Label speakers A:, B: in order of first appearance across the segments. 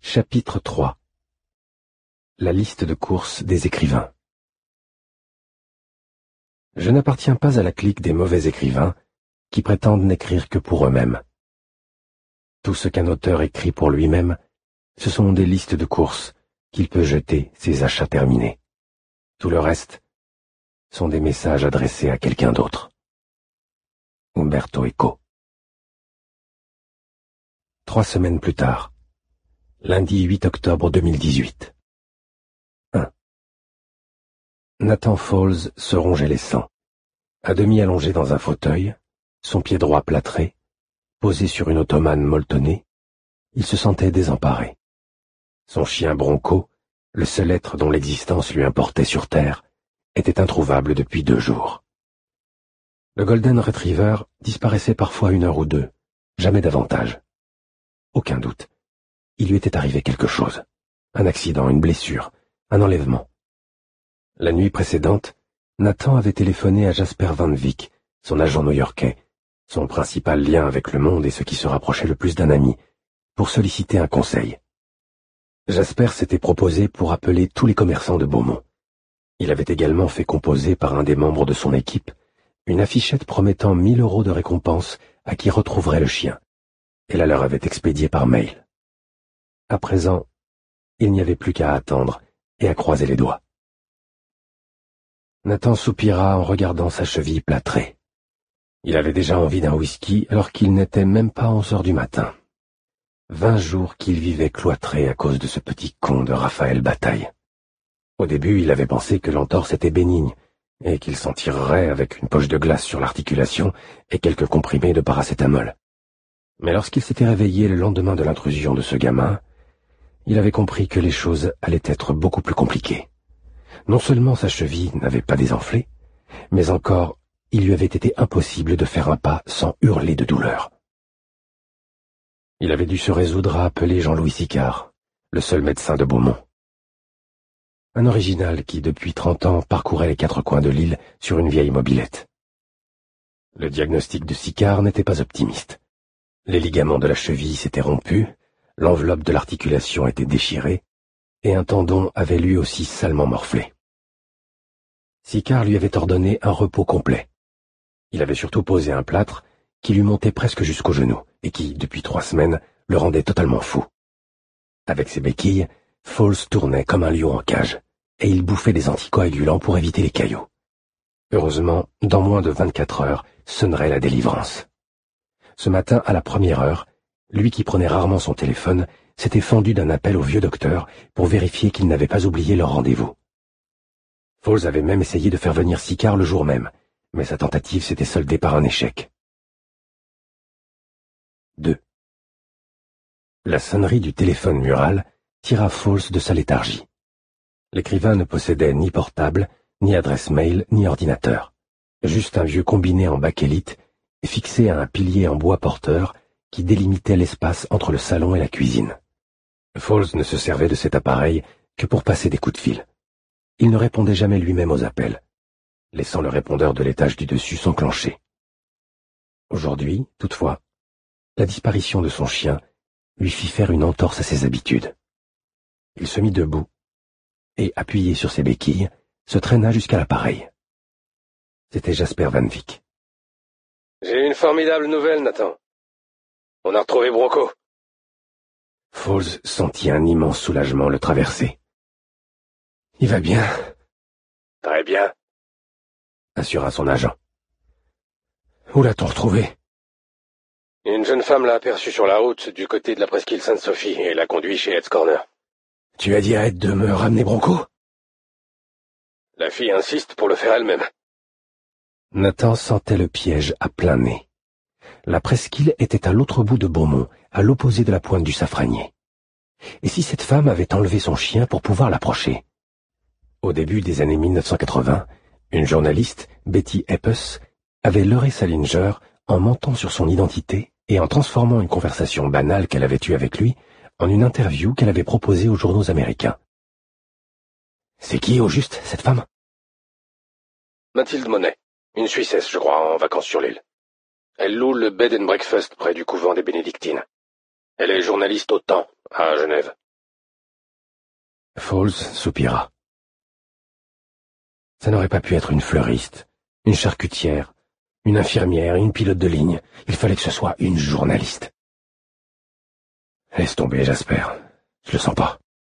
A: Chapitre 3. La liste de courses des écrivains. Je n'appartiens pas à la clique des mauvais écrivains qui prétendent n'écrire que pour eux-mêmes. Tout ce qu'un auteur écrit pour lui-même, ce sont des listes de courses qu'il peut jeter ses achats terminés. Tout le reste sont des messages adressés à quelqu'un d'autre. Umberto Eco. 3 semaines plus tard. Lundi 8 octobre 2018. 1. Nathan Falls se rongeait les sangs, à demi allongé dans un fauteuil, son pied droit plâtré, posé sur une ottomane molletonnée, il se sentait désemparé. Son chien Bronco, le seul être dont l'existence lui importait sur Terre, était introuvable depuis 2 jours. Le Golden Retriever disparaissait parfois 1 heure ou 2, jamais davantage. Aucun doute. Il lui était arrivé quelque chose. Un accident, une blessure, un enlèvement. La nuit précédente, Nathan avait téléphoné à Jasper Van Wyck, son agent new-yorkais, son principal lien avec le monde et ce qui se rapprochait le plus d'un ami, pour solliciter un conseil. Jasper s'était proposé pour appeler tous les commerçants de Beaumont. Il avait également fait composer par un des membres de son équipe une affichette promettant 1 000 € de récompense à qui retrouverait le chien, et la leur avait expédiée par mail. À présent, il n'y avait plus qu'à attendre et à croiser les doigts. Nathan soupira en regardant sa cheville plâtrée. Il avait déjà envie d'un whisky alors qu'il n'était même pas 11 heures du matin. 20 jours qu'il vivait cloîtré à cause de ce petit con de Raphaël Bataille. Au début, il avait pensé que l'entorse était bénigne et qu'il s'en tirerait avec une poche de glace sur l'articulation et quelques comprimés de paracétamol. Mais lorsqu'il s'était réveillé le lendemain de l'intrusion de ce gamin, il avait compris que les choses allaient être beaucoup plus compliquées. Non seulement sa cheville n'avait pas désenflé, mais encore il lui avait été impossible de faire un pas sans hurler de douleur. Il avait dû se résoudre à appeler Jean-Louis Sicard, le seul médecin de Beaumont. Un original qui, depuis 30 ans, parcourait les 4 coins de l'île sur une vieille mobilette. Le diagnostic de Sicard n'était pas optimiste. Les ligaments de la cheville s'étaient rompus, l'enveloppe de l'articulation était déchirée, et un tendon avait lui aussi salement morflé. Sicard lui avait ordonné un repos complet. Il avait surtout posé un plâtre qui lui montait presque jusqu'au genou, et qui, depuis 3 semaines, le rendait totalement fou. Avec ses béquilles, Falls tournait comme un lion en cage, et il bouffait des anticoagulants pour éviter les cailloux. Heureusement, dans moins de 24 heures, sonnerait la délivrance. Ce matin, à la 1re heure, lui qui prenait rarement son téléphone, s'était fendu d'un appel au vieux docteur pour vérifier qu'il n'avait pas oublié leur rendez-vous. Falls avait même essayé de faire venir Sicard le jour même, mais sa tentative s'était soldée par un échec. 2. La sonnerie du téléphone mural tira Falls de sa léthargie. L'écrivain ne possédait ni portable, ni adresse mail, ni ordinateur. Juste un vieux combiné en bakélite fixé à un pilier en bois porteur qui délimitait l'espace entre le salon et la cuisine. Falls ne se servait de cet appareil que pour passer des coups de fil. Il ne répondait jamais lui-même aux appels, laissant le répondeur de l'étage du dessus s'enclencher. Aujourd'hui, toutefois, la disparition de son chien lui fit faire une entorse à ses habitudes. Il se mit debout et, appuyé sur ses béquilles, se traîna jusqu'à l'appareil. C'était Jasper Van Wyck.
B: « J'ai une formidable nouvelle, Nathan. On a retrouvé Bronco. »
A: Falls sentit un immense soulagement le traverser. « Il va bien. » »«
B: Très bien. »
A: assura son agent. « Où l'a-t-on retrouvé ?» ?»«
B: Une jeune femme l'a aperçu sur la route du côté de la presqu'île Sainte-Sophie et l'a conduit chez Ed's Corner. »«
A: Tu as dit à Ed de me ramener Bronco ?» ?»«
B: La fille insiste pour le faire elle-même. »
A: Nathan sentait le piège à plein nez. La presqu'île était à l'autre bout de Beaumont, à l'opposé de la pointe du Safranier. Et si cette femme avait enlevé son chien pour pouvoir l'approcher? Au début des années 1980, une journaliste, Betty Eppes, avait leurré Salinger en mentant sur son identité et en transformant une conversation banale qu'elle avait eue avec lui en une interview qu'elle avait proposée aux journaux américains. « C'est qui, au juste, cette femme ?»«
B: Mathilde Monet, une Suissesse, je crois, en vacances sur l'île. Elle loue le bed and breakfast près du couvent des Bénédictines. Elle est journaliste au Temps, à Genève.
A: Falls soupira. Ça n'aurait pas pu être une fleuriste, une charcutière, une infirmière, une pilote de ligne. Il fallait que ce soit une journaliste. Laisse tomber, Jasper. Je le sens pas.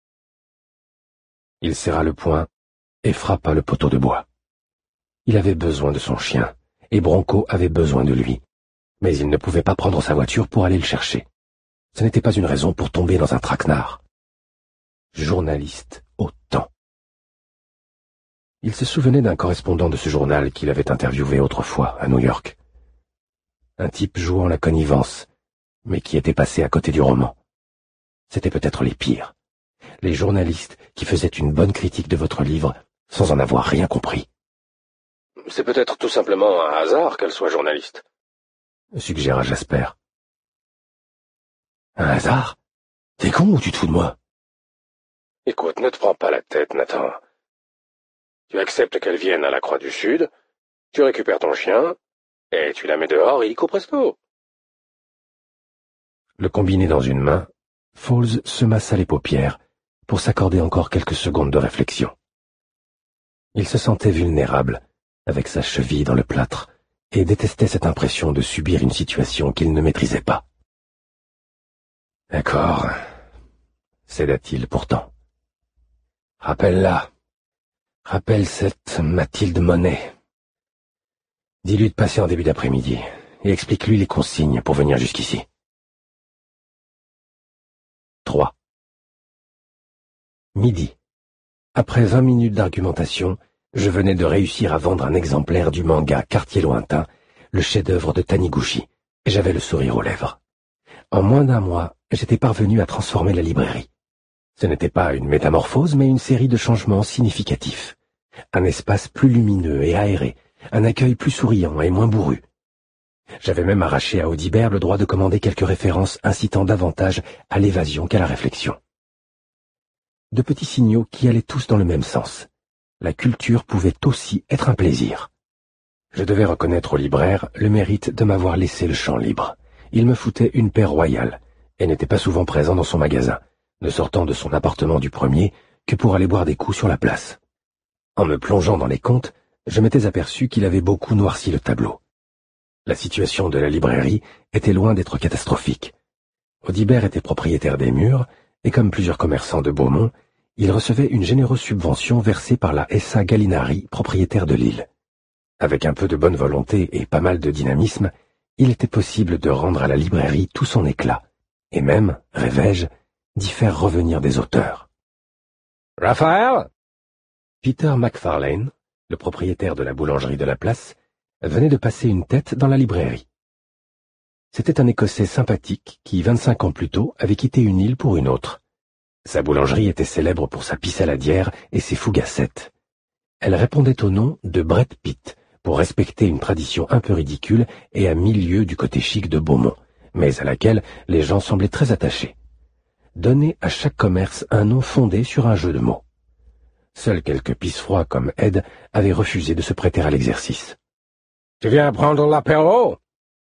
A: Il serra le poing et frappa le poteau de bois. Il avait besoin de son chien, et Bronco avait besoin de lui. Mais il ne pouvait pas prendre sa voiture pour aller le chercher. Ce n'était pas une raison pour tomber dans un traquenard. Journaliste au temps. Il se souvenait d'un correspondant de ce journal qu'il avait interviewé autrefois à New York. Un type jouant la connivence, mais qui était passé à côté du roman. C'étaient peut-être les pires. Les journalistes qui faisaient une bonne critique de votre livre sans en avoir rien compris.
B: C'est peut-être tout simplement un hasard qu'elle soit journaliste,
A: suggéra Jasper. Un hasard? T'es con ou tu te fous de moi?
B: Écoute, ne te prends pas la tête, Nathan. Tu acceptes qu'elle vienne à la Croix du Sud, tu récupères ton chien, et tu la mets dehors illico presto.
A: Le combiné dans une main, Falls se massa les paupières pour s'accorder encore quelques secondes de réflexion. Il se sentait vulnérable, avec sa cheville dans le plâtre, et détestait cette impression de subir une situation qu'il ne maîtrisait pas. D'accord, céda-t-il pourtant. Rappelle-la. Rappelle cette Mathilde Monet. Dis-lui de passer en début d'après-midi, et explique-lui les consignes pour venir jusqu'ici. 3. Midi. Après 20 minutes d'argumentation, je venais de réussir à vendre un exemplaire du manga Quartier lointain, le chef-d'œuvre de Taniguchi, et j'avais le sourire aux lèvres. En moins d'un mois, j'étais parvenu à transformer la librairie. Ce n'était pas une métamorphose, mais une série de changements significatifs. Un espace plus lumineux et aéré, un accueil plus souriant et moins bourru. J'avais même arraché à Audibert le droit de commander quelques références incitant davantage à l'évasion qu'à la réflexion. De petits signaux qui allaient tous dans le même sens. La culture pouvait aussi être un plaisir. Je devais reconnaître au libraire le mérite de m'avoir laissé le champ libre. Il me foutait une paix royale, et n'était pas souvent présent dans son magasin, ne sortant de son appartement du premier que pour aller boire des coups sur la place. En me plongeant dans les comptes, je m'étais aperçu qu'il avait beaucoup noirci le tableau. La situation de la librairie était loin d'être catastrophique. Audibert était propriétaire des murs, et comme plusieurs commerçants de Beaumont, il recevait une généreuse subvention versée par la S.A. Gallinari, propriétaire de l'île. Avec un peu de bonne volonté et pas mal de dynamisme, il était possible de rendre à la librairie tout son éclat, et même, rêvais-je, d'y faire revenir des auteurs. « Raphaël !» Peter McFarlane, le propriétaire de la boulangerie de la place, venait de passer une tête dans la librairie. C'était un Écossais sympathique qui, 25 ans plus tôt, avait quitté une île pour une autre. Sa boulangerie était célèbre pour sa pissaladière et ses fougassettes. Elle répondait au nom de Brett Pitt, pour respecter une tradition un peu ridicule et à 1000 lieues du côté chic de Beaumont, mais à laquelle les gens semblaient très attachés. Donner à chaque commerce un nom fondé sur un jeu de mots. Seuls quelques pisse-froids comme Ed avaient refusé de se prêter à l'exercice. « Tu viens prendre l'apéro ?»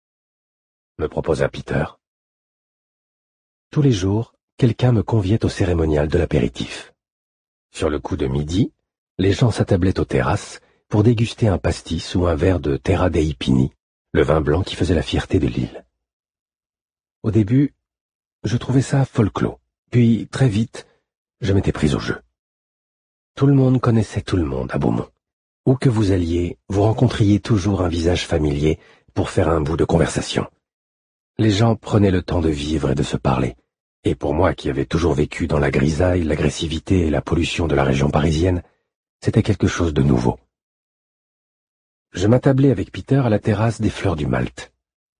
A: me proposa Peter. Tous les jours, quelqu'un me conviait au cérémonial de l'apéritif. Sur le coup de midi, les gens s'attablaient aux terrasses pour déguster un pastis ou un verre de Terra dei Pini, le vin blanc qui faisait la fierté de l'île. Au début, je trouvais ça folklore, puis très vite, je m'étais pris au jeu. Tout le monde connaissait tout le monde à Beaumont. Où que vous alliez, vous rencontriez toujours un visage familier pour faire un bout de conversation. Les gens prenaient le temps de vivre et de se parler, et pour moi qui avais toujours vécu dans la grisaille, l'agressivité et la pollution de la région parisienne, c'était quelque chose de nouveau. Je m'attablais avec Peter à la terrasse des Fleurs du Malte.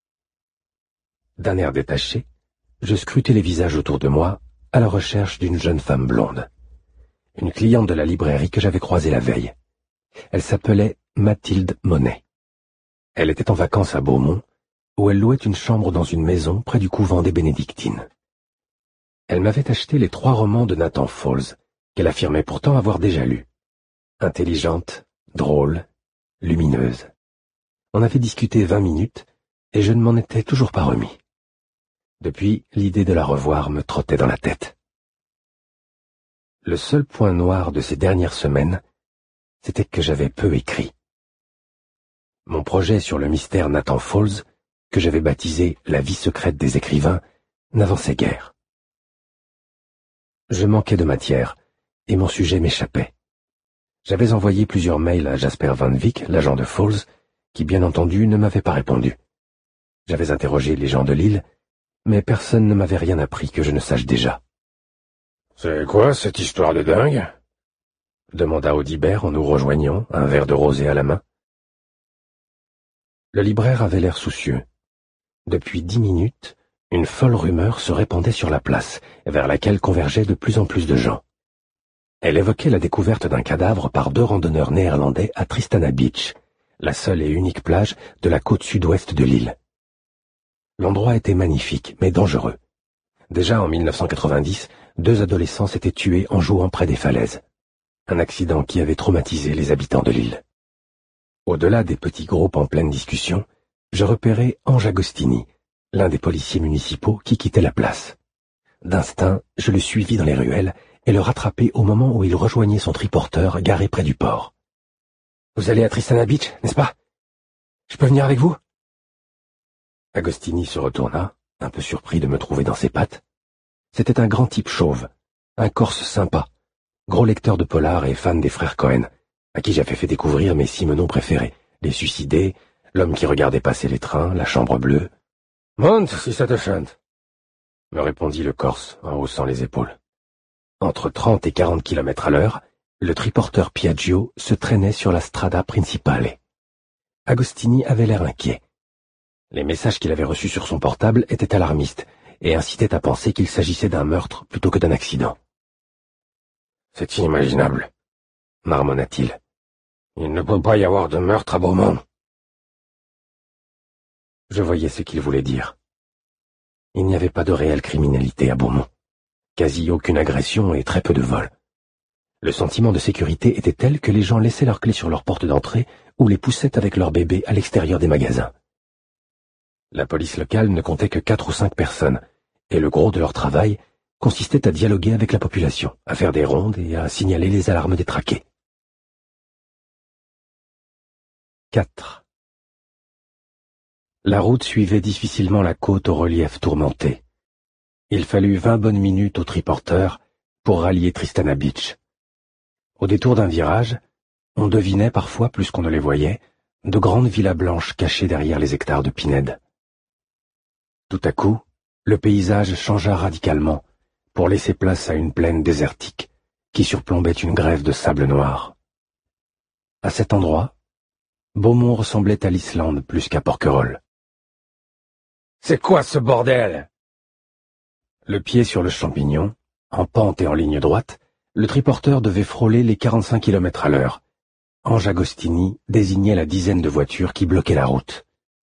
A: D'un air détaché, je scrutais les visages autour de moi à la recherche d'une jeune femme blonde. Une cliente de la librairie que j'avais croisée la veille. Elle s'appelait Mathilde Monet. Elle était en vacances à Beaumont, où elle louait une chambre dans une maison près du couvent des Bénédictines. Elle m'avait acheté les 3 romans de Nathan Falls, qu'elle affirmait pourtant avoir déjà lus. Intelligente, drôle, lumineuse. On avait discuté 20 minutes, et je ne m'en étais toujours pas remis. Depuis, l'idée de la revoir me trottait dans la tête. Le seul point noir de ces dernières semaines, c'était que j'avais peu écrit. Mon projet sur le mystère Nathan Falls, que j'avais baptisé La vie secrète des écrivains, n'avançait guère. Je manquais de matière, et mon sujet m'échappait. J'avais envoyé plusieurs mails à Jasper Van Wyck, l'agent de Falls, qui bien entendu ne m'avait pas répondu. J'avais interrogé les gens de l'île, mais personne ne m'avait rien appris que je ne sache déjà.
B: « C'est quoi cette histoire de dingue ?»
A: demanda Audibert en nous rejoignant, un verre de rosé à la main. Le libraire avait l'air soucieux. Depuis 10 minutes, une folle rumeur se répandait sur la place, vers laquelle convergeaient de plus en plus de gens. Elle évoquait la découverte d'un cadavre par 2 randonneurs néerlandais à Tristana Beach, la seule et unique plage de la côte sud-ouest de l'île. L'endroit était magnifique, mais dangereux. Déjà en 1990, 2 adolescents s'étaient tués en jouant près des falaises. Un accident qui avait traumatisé les habitants de l'île. Au-delà des petits groupes en pleine discussion, je repérais Ange Agostini, l'un des policiers municipaux qui quittait la place. D'instinct, je le suivis dans les ruelles et le rattrapai au moment où il rejoignait son triporteur garé près du port. « Vous allez à Tristana Beach, n'est-ce pas? Je peux venir avec vous ?» Agostini se retourna, un peu surpris de me trouver dans ses pattes. C'était un grand type chauve, un Corse sympa, gros lecteur de polar et fan des frères Cohen, à qui j'avais fait découvrir mes 6 noms préférés, Les Suicidés, L'homme qui regardait passer les trains, La Chambre bleue.
B: « Monte, si ça te chante !»
A: me répondit le Corse en haussant les épaules. Entre 30 et 40 km à l'heure, le triporteur Piaggio se traînait sur la strada principale. Agostini avait l'air inquiet. Les messages qu'il avait reçus sur son portable étaient alarmistes et incitaient à penser qu'il s'agissait d'un meurtre plutôt que d'un accident.
B: « C'est inimaginable, »
A: marmonna-t-il.
B: « Il ne peut pas y avoir de meurtre à Beaumont. »
A: Je voyais ce qu'il voulait dire. Il n'y avait pas de réelle criminalité à Beaumont. Quasi aucune agression et très peu de vols. Le sentiment de sécurité était tel que les gens laissaient leurs clés sur leur porte d'entrée ou les poussaient avec leurs bébés à l'extérieur des magasins. La police locale ne comptait que 4 ou 5 personnes, et le gros de leur travail consistait à dialoguer avec la population, à faire des rondes et à signaler les alarmes détraquées. 4. La route suivait difficilement la côte au relief tourmenté. Il fallut 20 bonnes minutes au triporteur pour rallier Tristana Beach. Au détour d'un virage, on devinait parfois, plus qu'on ne les voyait, de grandes villas blanches cachées derrière les hectares de pinèdes. Tout à coup, le paysage changea radicalement pour laisser place à une plaine désertique qui surplombait une grève de sable noir. À cet endroit, Beaumont ressemblait à l'Islande plus qu'à Porquerolles.
B: « C'est quoi ce bordel ?»
A: Le pied sur le champignon, en pente et en ligne droite, le triporteur devait frôler les 45 km à l'heure. Ange Agostini désignait la dizaine de voitures qui bloquaient la route.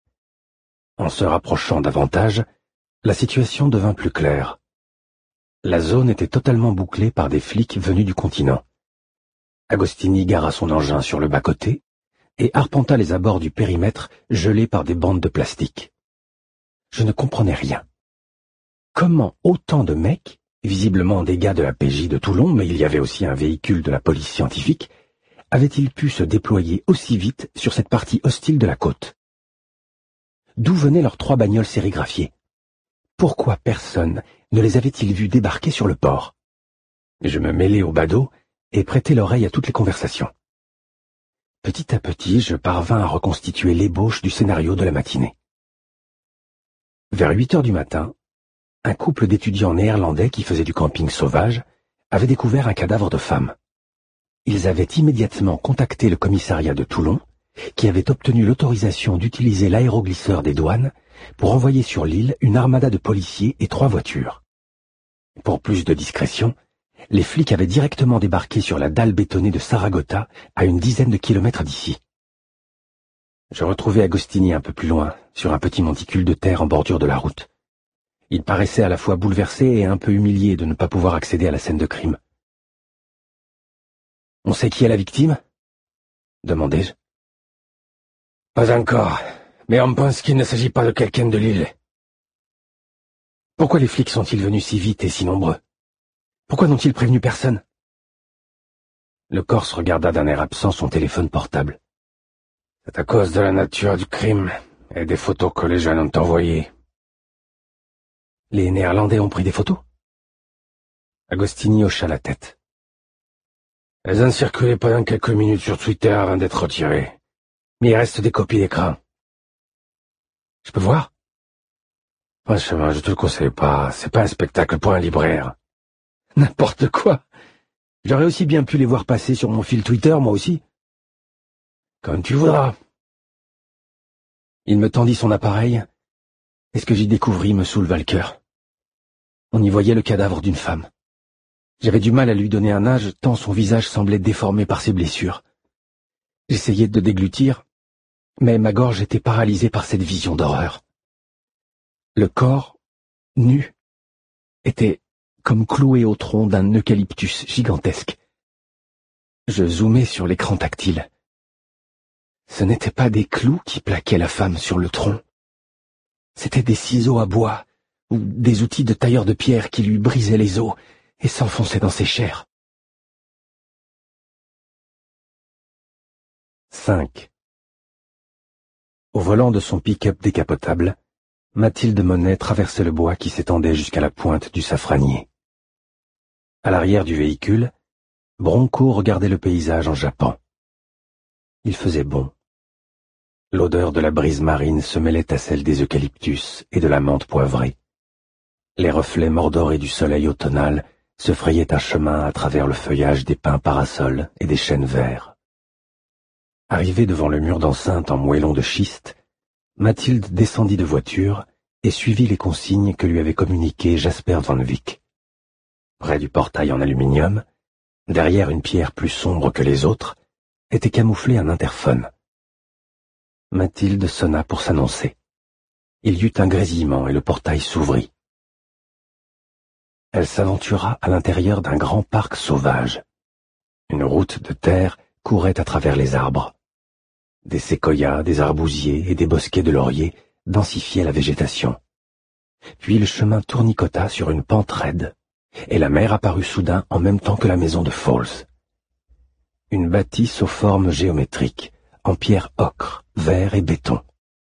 A: En se rapprochant davantage, la situation devint plus claire. La zone était totalement bouclée par des flics venus du continent. Agostini gara son engin sur le bas-côté et arpenta les abords du périmètre gelés par des bandes de plastique. Je ne comprenais rien. Comment autant de mecs, visiblement des gars de la PJ de Toulon, mais il y avait aussi un véhicule de la police scientifique, avaient-ils pu se déployer aussi vite sur cette partie hostile de la côte? D'où venaient leurs 3 bagnoles sérigraphiées? Pourquoi personne ne les avait-il vus débarquer sur le port? Je me mêlai au badaud et prêtai l'oreille à toutes les conversations. Petit à petit, je parvins à reconstituer l'ébauche du scénario de la matinée. Vers 8 heures du matin, un couple d'étudiants néerlandais qui faisaient du camping sauvage avait découvert un cadavre de femme. Ils avaient immédiatement contacté le commissariat de Toulon, qui avait obtenu l'autorisation d'utiliser l'aéroglisseur des douanes pour envoyer sur l'île une armada de policiers et 3 voitures. Pour plus de discrétion, les flics avaient directement débarqué sur la dalle bétonnée de Saragota, à une dizaine de kilomètres d'ici. Je retrouvai Agostini un peu plus loin, sur un petit monticule de terre en bordure de la route. Il paraissait à la fois bouleversé et un peu humilié de ne pas pouvoir accéder à la scène de crime. « On sait qui est la victime ?» demandai-je.
B: « Pas encore, mais on pense qu'il ne s'agit pas de quelqu'un de l'île. »
A: Pourquoi les flics sont-ils venus si vite et si nombreux? Pourquoi n'ont-ils prévenu personne? Le Corse regarda d'un air absent son téléphone portable. « C'est à cause de la nature du crime et des photos que les jeunes ont envoyées. » « Les Néerlandais ont pris des photos ?» Agostini hocha la tête. « Elles ont circulé pendant quelques minutes sur Twitter avant d'être retirées. Mais il reste des copies d'écran. »« Je peux voir ?» « Franchement, je te le conseille pas. C'est pas un spectacle pour un libraire. »« N'importe quoi. J'aurais aussi bien pu les voir passer sur mon fil Twitter, moi aussi. »« Comme tu voudras. » Il me tendit son appareil, et ce que j'y découvris me souleva le cœur. On y voyait le cadavre d'une femme. J'avais du mal à lui donner un âge, tant son visage semblait déformé par ses blessures. J'essayais de déglutir, mais ma gorge était paralysée par cette vision d'horreur. Le corps, nu, était comme cloué au tronc d'un eucalyptus gigantesque. Je zoomais sur l'écran tactile. Ce n'étaient pas des clous qui plaquaient la femme sur le tronc. C'étaient des ciseaux à bois ou des outils de tailleur de pierre qui lui brisaient les os et s'enfonçaient dans ses chairs. 5. Au volant de son pick-up décapotable, Mathilde Monet traversait le bois qui s'étendait jusqu'à la pointe du Safranier. À l'arrière du véhicule, Bronco regardait le paysage en jappant. Il faisait bon. L'odeur de la brise marine se mêlait à celle des eucalyptus et de la menthe poivrée. Les reflets mordorés du soleil automnal se frayaient un chemin à travers le feuillage des pins parasols et des chênes verts. Arrivée devant le mur d'enceinte en moellon de schiste, Mathilde descendit de voiture et suivit les consignes que lui avait communiquées Jasper Van Wyck. Près du portail en aluminium, derrière une pierre plus sombre que les autres, était camouflé un interphone. Mathilde sonna pour s'annoncer. Il y eut un grésillement et le portail s'ouvrit. Elle s'aventura à l'intérieur d'un grand parc sauvage. Une route de terre courait à travers les arbres. Des séquoias, des arbousiers et des bosquets de lauriers densifiaient la végétation. Puis le chemin tournicota sur une pente raide, et la mer apparut soudain en même temps que la maison de Falls. Une bâtisse aux formes géométriques, en pierre ocre, verre et béton.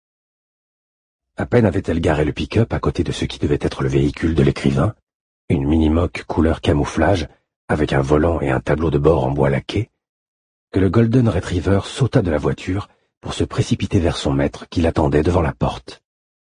A: À peine avait-elle garé le pick-up à côté de ce qui devait être le véhicule de l'écrivain, une mini-moque couleur camouflage, avec un volant et un tableau de bord en bois laqué, que le Golden Retriever sauta de la voiture pour se précipiter vers son maître qui l'attendait devant la porte.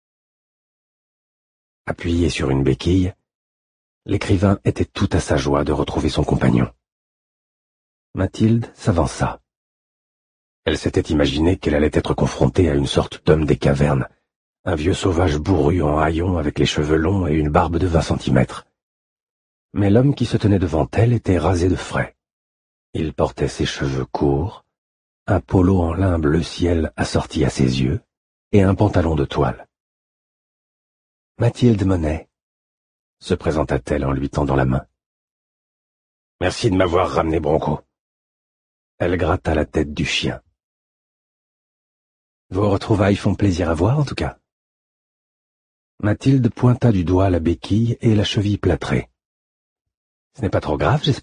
A: Appuyé sur une béquille, l'écrivain était tout à sa joie de retrouver son compagnon. Mathilde s'avança. Elle s'était imaginé qu'elle allait être confrontée à une sorte d'homme des cavernes, un vieux sauvage bourru en haillons avec les cheveux longs et une barbe de 20 centimètres. Mais l'homme qui se tenait devant elle était rasé de frais. Il portait ses cheveux courts, un polo en lin bleu ciel assorti à ses yeux, et un pantalon de toile. « Mathilde Monet », se présenta-t-elle en lui tendant la main. « Merci de m'avoir ramené Bronco. » Elle gratta la tête du chien. « Vos retrouvailles font plaisir à voir, en tout cas. » Mathilde pointa du doigt la béquille et la cheville plâtrée. « Ce n'est pas trop grave, j'espère. »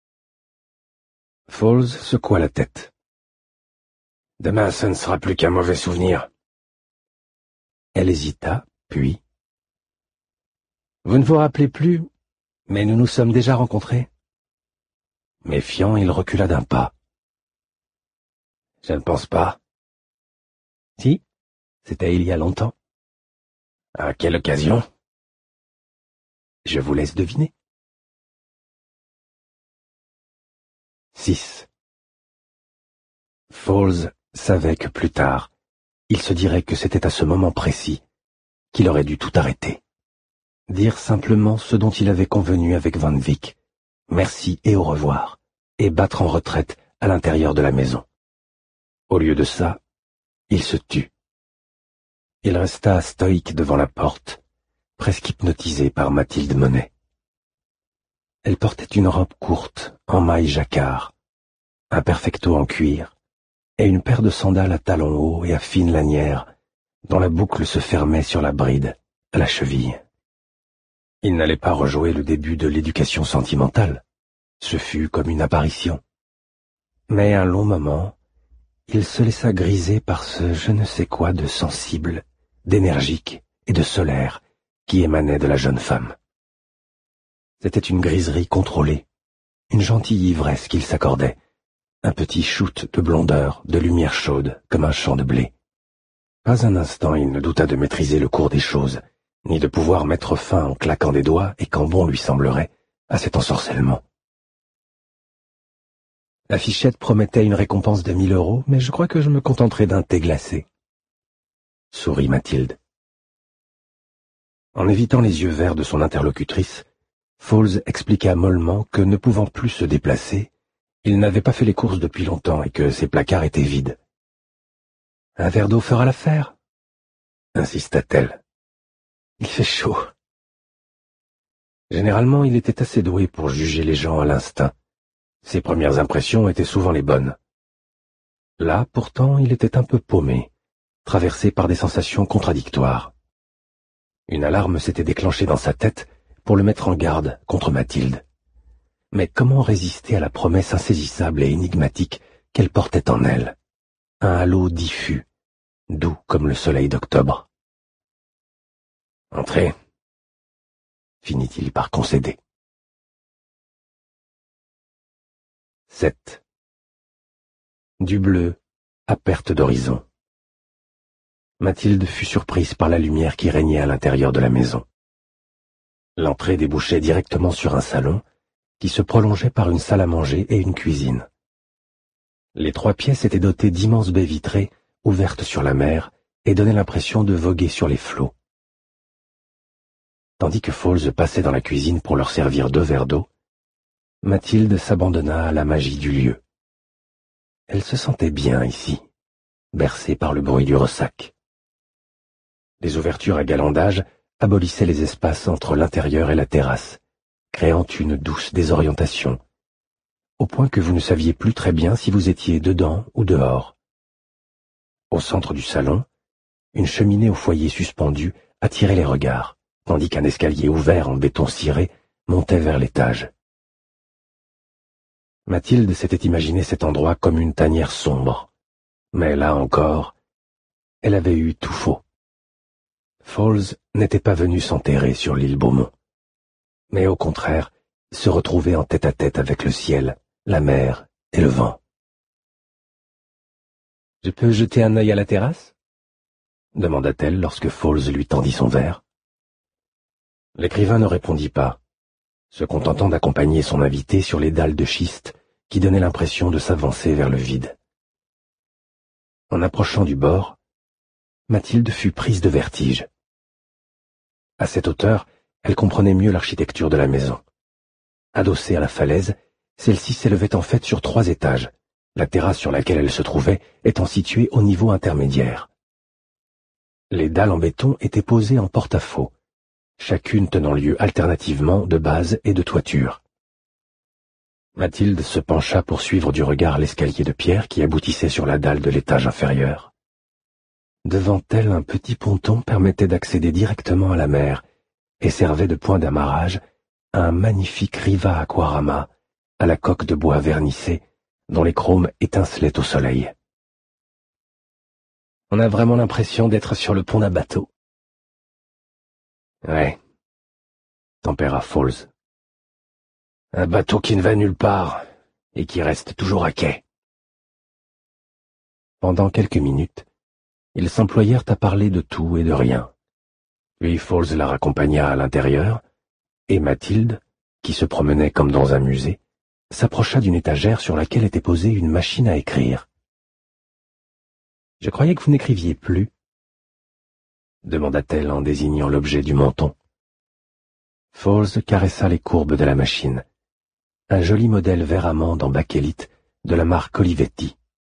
A: Falls secoua la tête. « Demain, ce ne sera plus qu'un mauvais souvenir. » Elle hésita, puis... « Vous ne vous rappelez plus, mais nous nous sommes déjà rencontrés. » Méfiant, il recula d'un pas. « Je ne pense pas. »« Si, c'était il y a longtemps. »« À quelle occasion ?»« Je vous laisse deviner. » 6. Falls savait que plus tard, il se dirait que c'était à ce moment précis qu'il aurait dû tout arrêter. Dire simplement ce dont il avait convenu avec Van Wyck, merci et au revoir, et battre en retraite à l'intérieur de la maison. Au lieu de ça, il se tut. Il resta stoïque devant la porte, presque hypnotisé par Mathilde Monet. Elle portait une robe courte, en maille jacquard, un perfecto en cuir, et une paire de sandales à talons hauts et à fines lanières, dont la boucle se fermait sur la bride, à la cheville. Il n'allait pas rejouer le début de l'éducation sentimentale. Ce fut comme une apparition. Mais un long moment, il se laissa griser par ce je ne sais quoi de sensible, d'énergique et de solaire qui émanait de la jeune femme. C'était une griserie contrôlée, une gentille ivresse qu'il s'accordait, un petit shoot de blondeur, de lumière chaude, comme un champ de blé. Pas un instant il ne douta de maîtriser le cours des choses, ni de pouvoir mettre fin en claquant des doigts et quand bon lui semblerait, à cet ensorcellement. La fichette promettait une récompense de 1 000 €, mais je crois que je me contenterai d'un thé glacé. Sourit Mathilde. En évitant les yeux verts de son interlocutrice, Fawles expliqua mollement que, ne pouvant plus se déplacer, il n'avait pas fait les courses depuis longtemps et que ses placards étaient vides. « Un verre d'eau fera l'affaire » insista-t-elle. « Il fait chaud. » Généralement, il était assez doué pour juger les gens à l'instinct. Ses premières impressions étaient souvent les bonnes. Là, pourtant, il était un peu paumé, traversé par des sensations contradictoires. Une alarme s'était déclenchée dans sa tête pour le mettre en garde contre Mathilde. Mais comment résister à la promesse insaisissable et énigmatique qu'elle portait en elle? Un halo diffus, doux comme le soleil d'octobre. « Entrez » finit-il par concéder. 7. Du bleu à perte d'horizon. Mathilde fut surprise par la lumière qui régnait à l'intérieur de la maison. L'entrée débouchait directement sur un salon qui se prolongeait par une salle à manger et une cuisine. Les 3 pièces étaient dotées d'immenses baies vitrées ouvertes sur la mer et donnaient l'impression de voguer sur les flots. Tandis que Fawles passait dans la cuisine pour leur servir 2 verres d'eau, Mathilde s'abandonna à la magie du lieu. Elle se sentait bien ici, bercée par le bruit du ressac. Les ouvertures à galandage abolissaient les espaces entre l'intérieur et la terrasse, créant une douce désorientation, au point que vous ne saviez plus très bien si vous étiez dedans ou dehors. Au centre du salon, une cheminée au foyer suspendu attirait les regards, tandis qu'un escalier ouvert en béton ciré montait vers l'étage. Mathilde s'était imaginé cet endroit comme une tanière sombre, mais là encore, elle avait eu tout faux. Fawles n'était pas venu s'enterrer sur l'île Beaumont, mais au contraire, se retrouver en tête-à-tête avec le ciel, la mer et le vent. « Je peux jeter un œil à la terrasse ?» demanda-t-elle lorsque Fawles lui tendit son verre. L'écrivain ne répondit pas, se contentant d'accompagner son invité sur les dalles de schiste qui donnaient l'impression de s'avancer vers le vide. En approchant du bord, Mathilde fut prise de vertige. À cette hauteur, elle comprenait mieux l'architecture de la maison. Adossée à la falaise, celle-ci s'élevait en fait sur 3 étages, la terrasse sur laquelle elle se trouvait étant située au niveau intermédiaire. Les dalles en béton étaient posées en porte-à-faux, chacune tenant lieu alternativement de base et de toiture. Mathilde se pencha pour suivre du regard l'escalier de pierre qui aboutissait sur la dalle de l'étage inférieur. Devant elle, un petit ponton permettait d'accéder directement à la mer et servait de point d'amarrage à un magnifique Riva Aquarama à la coque de bois vernissée dont les chromes étincelaient au soleil. On a vraiment l'impression d'être sur le pont d'un bateau. Ouais, tempéra Fawles. Un bateau qui ne va nulle part et qui reste toujours à quai. Pendant quelques minutes, ils s'employèrent à parler de tout et de rien. Puis Fawles la raccompagna à l'intérieur, et Mathilde, qui se promenait comme dans un musée, s'approcha d'une étagère sur laquelle était posée une machine à écrire. « Je croyais que vous n'écriviez plus » demanda-t-elle en désignant l'objet du menton. Fawles caressa les courbes de la machine, un joli modèle vert amande en bakélite de la marque Olivetti.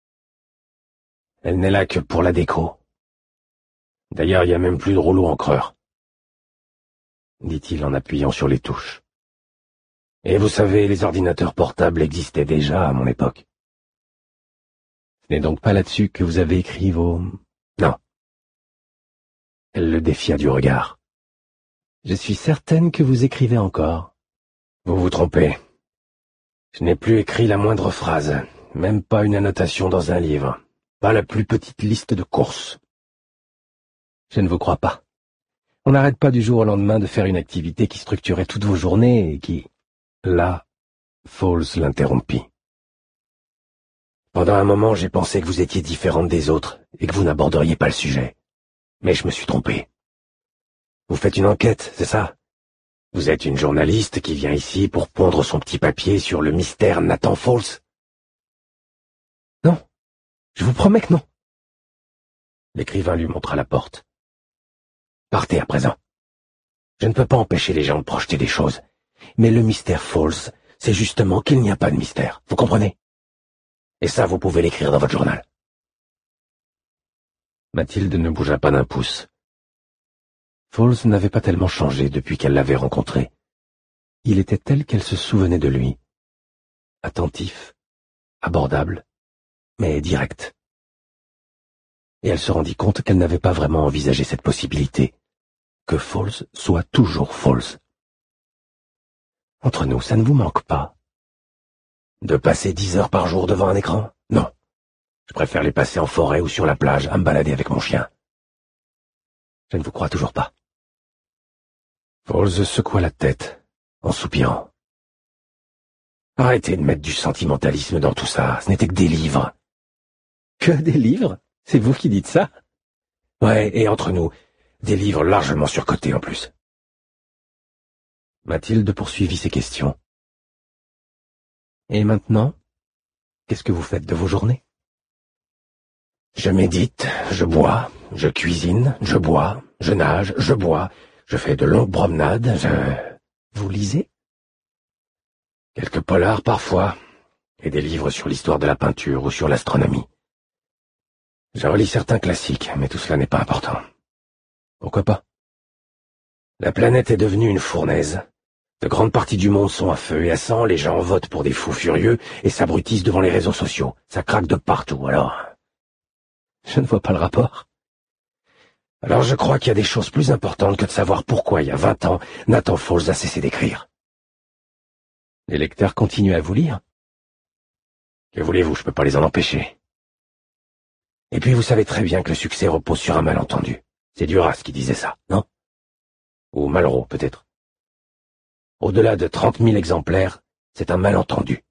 A: « Elle n'est là que pour la déco. D'ailleurs, il n'y a même plus de rouleau encreur, » dit-il en appuyant sur les touches. « Et vous savez, les ordinateurs portables existaient déjà à mon époque. Ce n'est donc pas là-dessus que vous avez écrit vos... Non. » Elle le défia du regard. « Je suis certaine que vous écrivez encore. » Vous vous trompez. Je n'ai plus écrit la moindre phrase, Même pas une annotation dans un livre. Pas la plus petite liste de courses. Je ne vous crois pas. On n'arrête pas du jour au lendemain de faire une activité qui structurait toutes vos journées et qui... Là, Fowles l'interrompit. Pendant un moment, j'ai pensé que vous étiez différente des autres et que vous n'aborderiez pas le sujet. Mais je me suis trompé. Vous faites une enquête, c'est ça? Vous êtes une journaliste qui vient ici pour pondre son petit papier sur le mystère Nathan Fowles? Non, je vous promets que non. L'écrivain lui montra la porte. Partez à présent. Je ne peux pas empêcher les gens de projeter des choses. Mais le mystère Fowles, c'est justement qu'il n'y a pas de mystère. Vous comprenez? Et ça, vous pouvez l'écrire dans votre journal. Mathilde ne bougea pas d'un pouce. Fowles n'avait pas tellement changé depuis qu'elle l'avait rencontré. Il était tel qu'elle se souvenait de lui. Attentif, abordable, mais direct. Et elle se rendit compte qu'elle n'avait pas vraiment envisagé cette possibilité, que Fowles soit toujours Fowles. Entre nous, ça ne vous manque pas? De passer 10 heures par jour devant un écran? Non. Je préfère les passer en forêt ou sur la plage, à me balader avec mon chien. Je ne vous crois toujours pas. Fowles secoua la tête, en soupirant. Arrêtez de mettre du sentimentalisme dans tout ça, ce n'était que des livres. Que des livres? C'est vous qui dites ça? Ouais, et entre nous, des livres largement surcotés en plus. Mathilde poursuivit ses questions. Et maintenant, qu'est-ce que vous faites de vos journées? Je médite, je bois, je cuisine, je bois, je nage, je bois, je fais de longues promenades, Vous lisez? Quelques polars parfois, et des livres sur l'histoire de la peinture ou sur l'astronomie. Je relis certains classiques, mais tout cela n'est pas important. Pourquoi pas? La planète est devenue une fournaise. De grandes parties du monde sont à feu et à sang, les gens votent pour des fous furieux et s'abrutissent devant les réseaux sociaux. Ça craque de partout, alors... Je ne vois pas le rapport. Alors je crois qu'il y a des choses plus importantes que de savoir pourquoi, il y a 20 ans, Nathan Fowles a cessé d'écrire. Les lecteurs continuent à vous lire? Que voulez-vous, je peux pas les en empêcher. Et puis vous savez très bien que le succès repose sur un malentendu. C'est Duras qui disait ça, non? Ou Malraux, peut-être. Au-delà de 30 000 exemplaires, c'est un malentendu.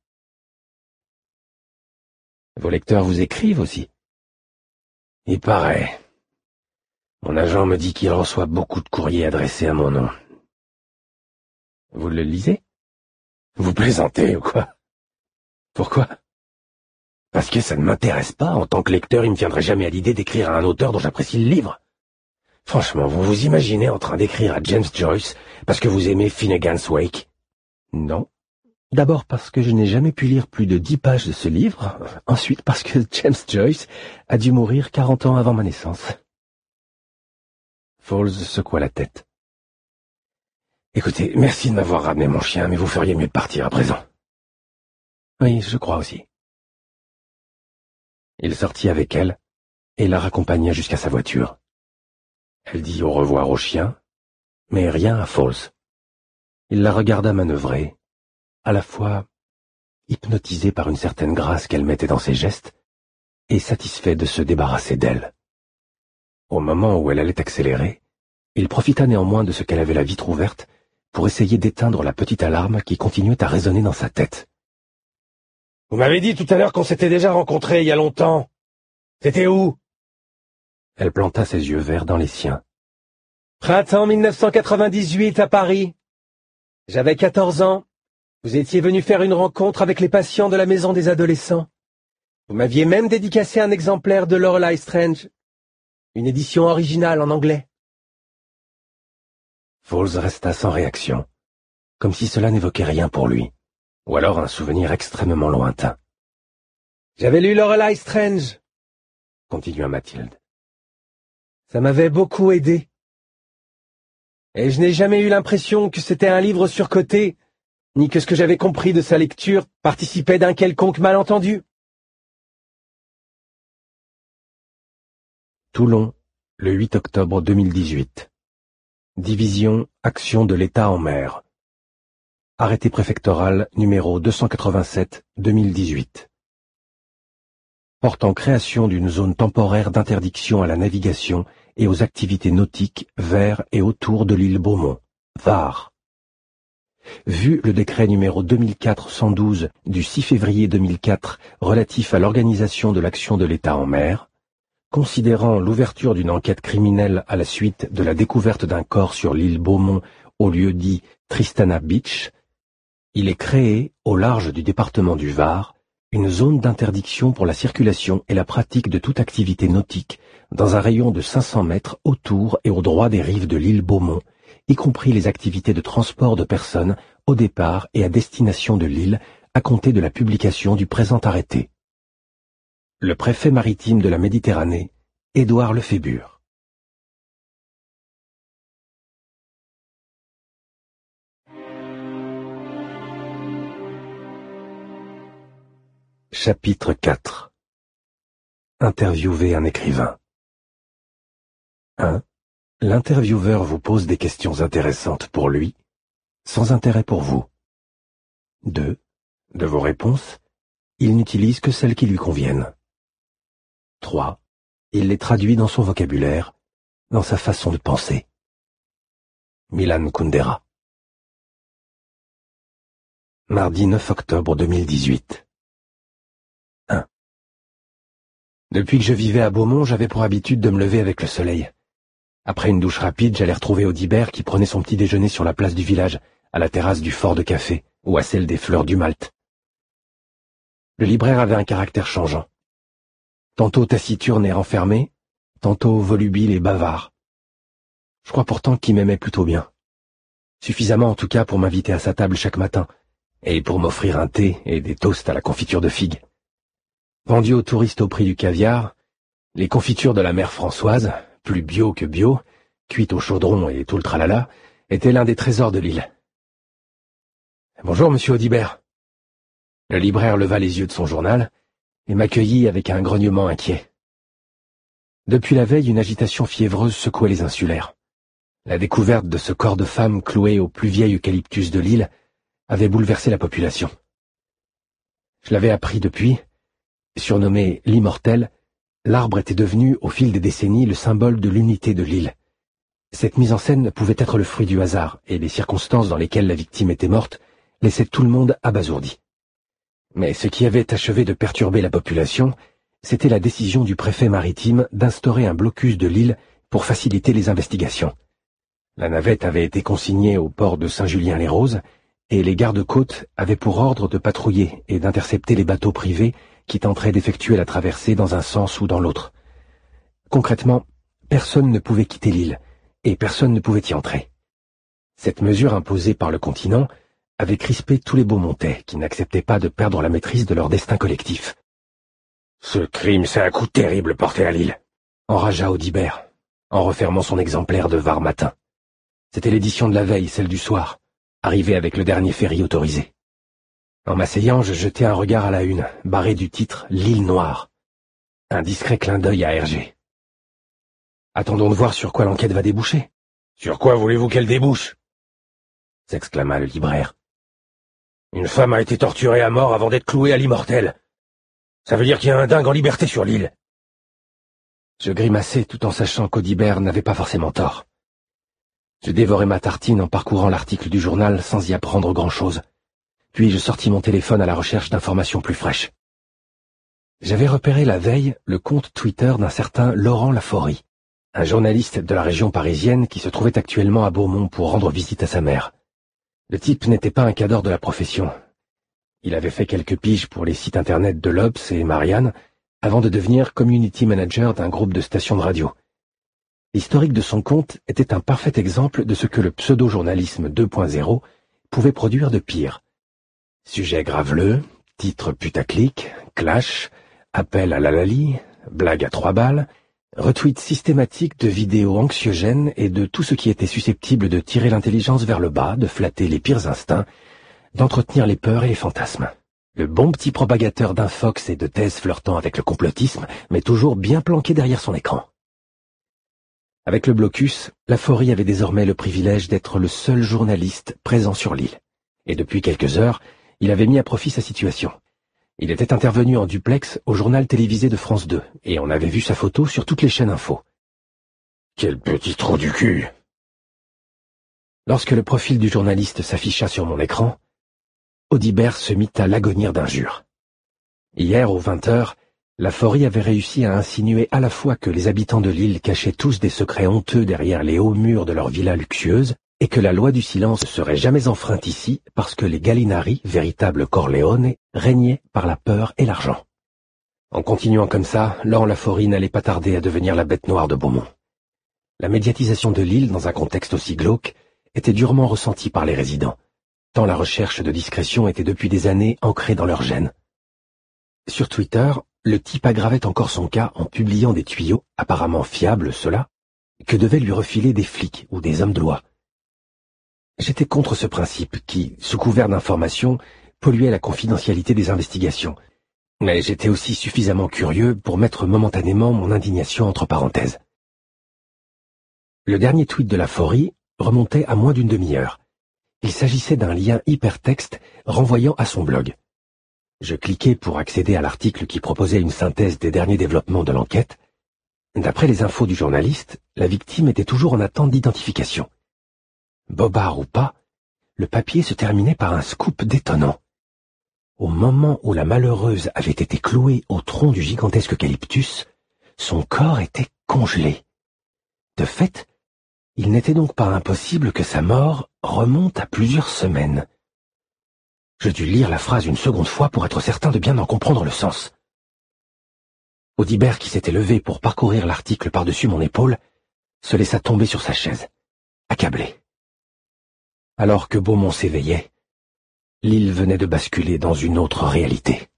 A: Vos lecteurs vous écrivent aussi? Il paraît. Mon agent me dit qu'il reçoit beaucoup de courriers adressés à mon nom. Vous le lisez? Vous plaisantez ou quoi? Pourquoi? Parce que ça ne m'intéresse pas. En tant que lecteur, il me viendrait jamais à l'idée d'écrire à un auteur dont j'apprécie le livre. Franchement, vous vous imaginez en train d'écrire à James Joyce parce que vous aimez Finnegan's Wake? Non. D'abord parce que je n'ai jamais pu lire plus de 10 pages de ce livre. Ensuite parce que James Joyce a dû mourir 40 ans avant ma naissance. Fowles secoua la tête. Écoutez, merci de m'avoir ramené mon chien, mais vous feriez mieux de partir à présent. Oui, je crois aussi. Il sortit avec elle et la raccompagna jusqu'à sa voiture. Elle dit au revoir au chien, mais rien à Fowles. Il la regarda manœuvrer, à la fois hypnotisé par une certaine grâce qu'elle mettait dans ses gestes et satisfait de se débarrasser d'elle. Au moment où elle allait accélérer, il profita néanmoins de ce qu'elle avait la vitre ouverte pour essayer d'éteindre la petite alarme qui continuait à résonner dans sa tête. « Vous m'avez dit tout à l'heure qu'on s'était déjà rencontrés il y a longtemps. C'était où ?» Elle planta ses yeux verts dans les siens. « Printemps 1998 à Paris. J'avais 14 ans. Vous étiez venu faire une rencontre avec les patients de la maison des adolescents. Vous m'aviez même dédicacé un exemplaire de Lorelei Strange. Une édition originale en anglais. » Fowles resta sans réaction, comme si cela n'évoquait rien pour lui, ou alors un souvenir extrêmement lointain. « J'avais lu Lorelei Strange, » continua Mathilde. « Ça m'avait beaucoup aidé. Et je n'ai jamais eu l'impression que c'était un livre surcoté, ni que ce que j'avais compris de sa lecture participait d'un quelconque malentendu. » Toulon, le 8 octobre 2018. Division Action de l'État en mer. Arrêté préfectoral numéro 287-2018. portant création d'une zone temporaire d'interdiction à la navigation et aux activités nautiques vers et autour de l'île Beaumont, Var. Vu le décret numéro 2004-112 du 6 février 2004 relatif à l'organisation de l'action de l'État en mer, considérant l'ouverture d'une enquête criminelle à la suite de la découverte d'un corps sur l'île Beaumont au lieu dit Tristana Beach, il est créé, au large du département du Var, une zone d'interdiction pour la circulation et la pratique de toute activité nautique dans un rayon de 500 mètres autour et au droit des rives de l'île Beaumont, y compris les activités de transport de personnes au départ et à destination de l'île à compter de la publication du présent arrêté. Le préfet maritime de la Méditerranée, Édouard Lefébure. Chapitre 4. Interviewer un écrivain. 1. L'intervieweur vous pose des questions intéressantes pour lui, sans intérêt pour vous. 2. De vos réponses, il n'utilise que celles qui lui conviennent. 3. Il les traduit dans son vocabulaire, dans sa façon de penser. Milan Kundera. Mardi 9 octobre 2018. 1. Depuis que je vivais à Beaumont, j'avais pour habitude de me lever avec le soleil. Après une douche rapide, j'allais retrouver Audibert qui prenait son petit déjeuner sur la place du village, à la terrasse du fort de café, ou à celle des fleurs du Malte. Le libraire avait un caractère changeant. Tantôt taciturne et renfermé, tantôt volubile et bavard. Je crois pourtant qu'il m'aimait plutôt bien. Suffisamment en tout cas pour m'inviter à sa table chaque matin, et pour m'offrir un thé et des toasts à la confiture de figues. Vendues aux touristes au prix du caviar, les confitures de la mère Françoise, plus bio que bio, cuites au chaudron et tout le tralala, étaient l'un des trésors de l'île. « Bonjour, monsieur Audibert. » Le libraire leva les yeux de son journal et m'accueillit avec un grognement inquiet. Depuis la veille, une agitation fiévreuse secouait les insulaires. La découverte de ce corps de femme cloué au plus vieil eucalyptus de l'île avait bouleversé la population. Je l'avais appris depuis, surnommé l'immortel, l'arbre était devenu, au fil des décennies, le symbole de l'unité de l'île. Cette mise en scène ne pouvait être le fruit du hasard, et les circonstances dans lesquelles la victime était morte laissaient tout le monde abasourdi. Mais ce qui avait achevé de perturber la population, c'était la décision du préfet maritime d'instaurer un blocus de l'île pour faciliter les investigations. La navette avait été consignée au port de Saint-Julien-les-Roses, et les gardes-côtes avaient pour ordre de patrouiller et d'intercepter les bateaux privés qui tenteraient d'effectuer la traversée dans un sens ou dans l'autre. Concrètement, personne ne pouvait quitter l'île, et personne ne pouvait y entrer. Cette mesure imposée par le continent avait crispé tous les Beaumontais qui n'acceptaient pas de perdre la maîtrise de leur destin collectif. « Ce crime, c'est un coup terrible porté à l'île », enragea Audibert, en refermant son exemplaire de Var Matin. C'était l'édition de la veille, celle du soir, arrivée avec le dernier ferry autorisé. En m'asseyant, je jetai un regard à la une, barré du titre « L'île Noire ». Un discret clin d'œil à Hergé. Attendons de voir sur quoi l'enquête va déboucher. « Sur quoi voulez-vous qu'elle débouche ?» s'exclama le libraire. « Une femme a été torturée à mort avant d'être clouée à l'immortel. Ça veut dire qu'il y a un dingue en liberté sur l'île. » Je grimaçai tout en sachant qu'Audibert n'avait pas forcément tort. Je dévorai ma tartine en parcourant l'article du journal sans y apprendre grand-chose. Puis je sortis mon téléphone à la recherche d'informations plus fraîches. J'avais repéré la veille le compte Twitter d'un certain Laurent Laforie, un journaliste de la région parisienne qui se trouvait actuellement à Beaumont pour rendre visite à sa mère. Le type n'était pas un cadre de la profession. Il avait fait quelques piges pour les sites internet de l'Obs et Marianne, avant de devenir community manager d'un groupe de stations de radio. L'historique de son compte était un parfait exemple de ce que le pseudo-journalisme 2.0 pouvait produire de pire. Sujet graveleux, titre putaclic, clash, appel à l'halali, blague à 3 balles, retweet systématique de vidéos anxiogènes et de tout ce qui était susceptible de tirer l'intelligence vers le bas, de flatter les pires instincts, d'entretenir les peurs et les fantasmes. Le bon petit propagateur d'infox et de thèses flirtant avec le complotisme, mais toujours bien planqué derrière son écran. Avec le blocus, Laforie avait désormais le privilège d'être le seul journaliste présent sur l'île. Et depuis quelques heures, il avait mis à profit sa situation. Il était intervenu en duplex au journal télévisé de France 2, et on avait vu sa photo sur toutes les chaînes info.
B: Quel petit trou du cul!
A: Lorsque le profil du journaliste s'afficha sur mon écran, Audibert se mit à l'agonir d'injures. Hier, aux 20h, la Forie avait réussi à insinuer à la fois que les habitants de l'île cachaient tous des secrets honteux derrière les hauts murs de leur villa luxueuse, et que la loi du silence ne serait jamais enfreinte ici parce que les Gallinari, véritables Corleone, régnaient par la peur et l'argent. En continuant comme ça, Laurent Laforie n'allait pas tarder à devenir la bête noire de Beaumont. La médiatisation de l'île, dans un contexte aussi glauque, était durement ressentie par les résidents, tant la recherche de discrétion était depuis des années ancrée dans leur gène. Sur Twitter, le type aggravait encore son cas en publiant des tuyaux, apparemment fiables ceux-là, que devaient lui refiler des flics ou des hommes de loi. J'étais contre ce principe qui, sous couvert d'information, polluait la confidentialité des investigations, mais j'étais aussi suffisamment curieux pour mettre momentanément mon indignation entre parenthèses. Le dernier tweet de la Forie remontait à moins d'une demi-heure. Il s'agissait d'un lien hypertexte renvoyant à son blog. Je cliquai pour accéder à l'article qui proposait une synthèse des derniers développements de l'enquête. D'après les infos du journaliste, la victime était toujours en attente d'identification. Bobard ou pas, le papier se terminait par un scoop détonnant. Au moment où la malheureuse avait été clouée au tronc du gigantesque eucalyptus, son corps était congelé. De fait, il n'était donc pas impossible que sa mort remonte à plusieurs semaines. Je dus lire la phrase une seconde fois pour être certain de bien en comprendre le sens. Audibert, qui s'était levé pour parcourir l'article par-dessus mon épaule, se laissa tomber sur sa chaise, accablé. Alors que Beaumont s'éveillait, l'île venait de basculer dans une autre réalité.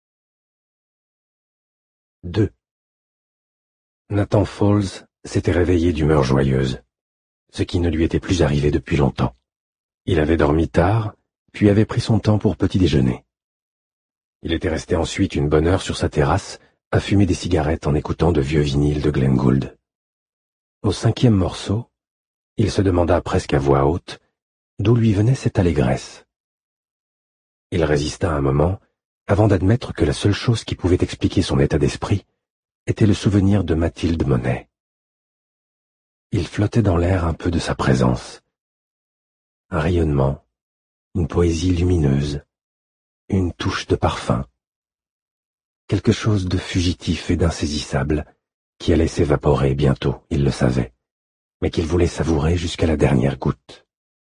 A: 2. Nathan Falls s'était réveillé d'humeur joyeuse, ce qui ne lui était plus arrivé depuis longtemps. Il avait dormi tard, puis avait pris son temps pour petit déjeuner. Il était resté ensuite une bonne heure sur sa terrasse, à fumer des cigarettes en écoutant de vieux vinyles de Glenn Gould. Au 5e morceau, il se demanda presque à voix haute d'où lui venait cette allégresse. Il résista un moment, avant d'admettre que la seule chose qui pouvait expliquer son état d'esprit était le souvenir de Mathilde Monet. Il flottait dans l'air un peu de sa présence. Un rayonnement, une poésie lumineuse, une touche de parfum. Quelque chose de fugitif et d'insaisissable qui allait s'évaporer bientôt, il le savait, mais qu'il voulait savourer jusqu'à la dernière goutte.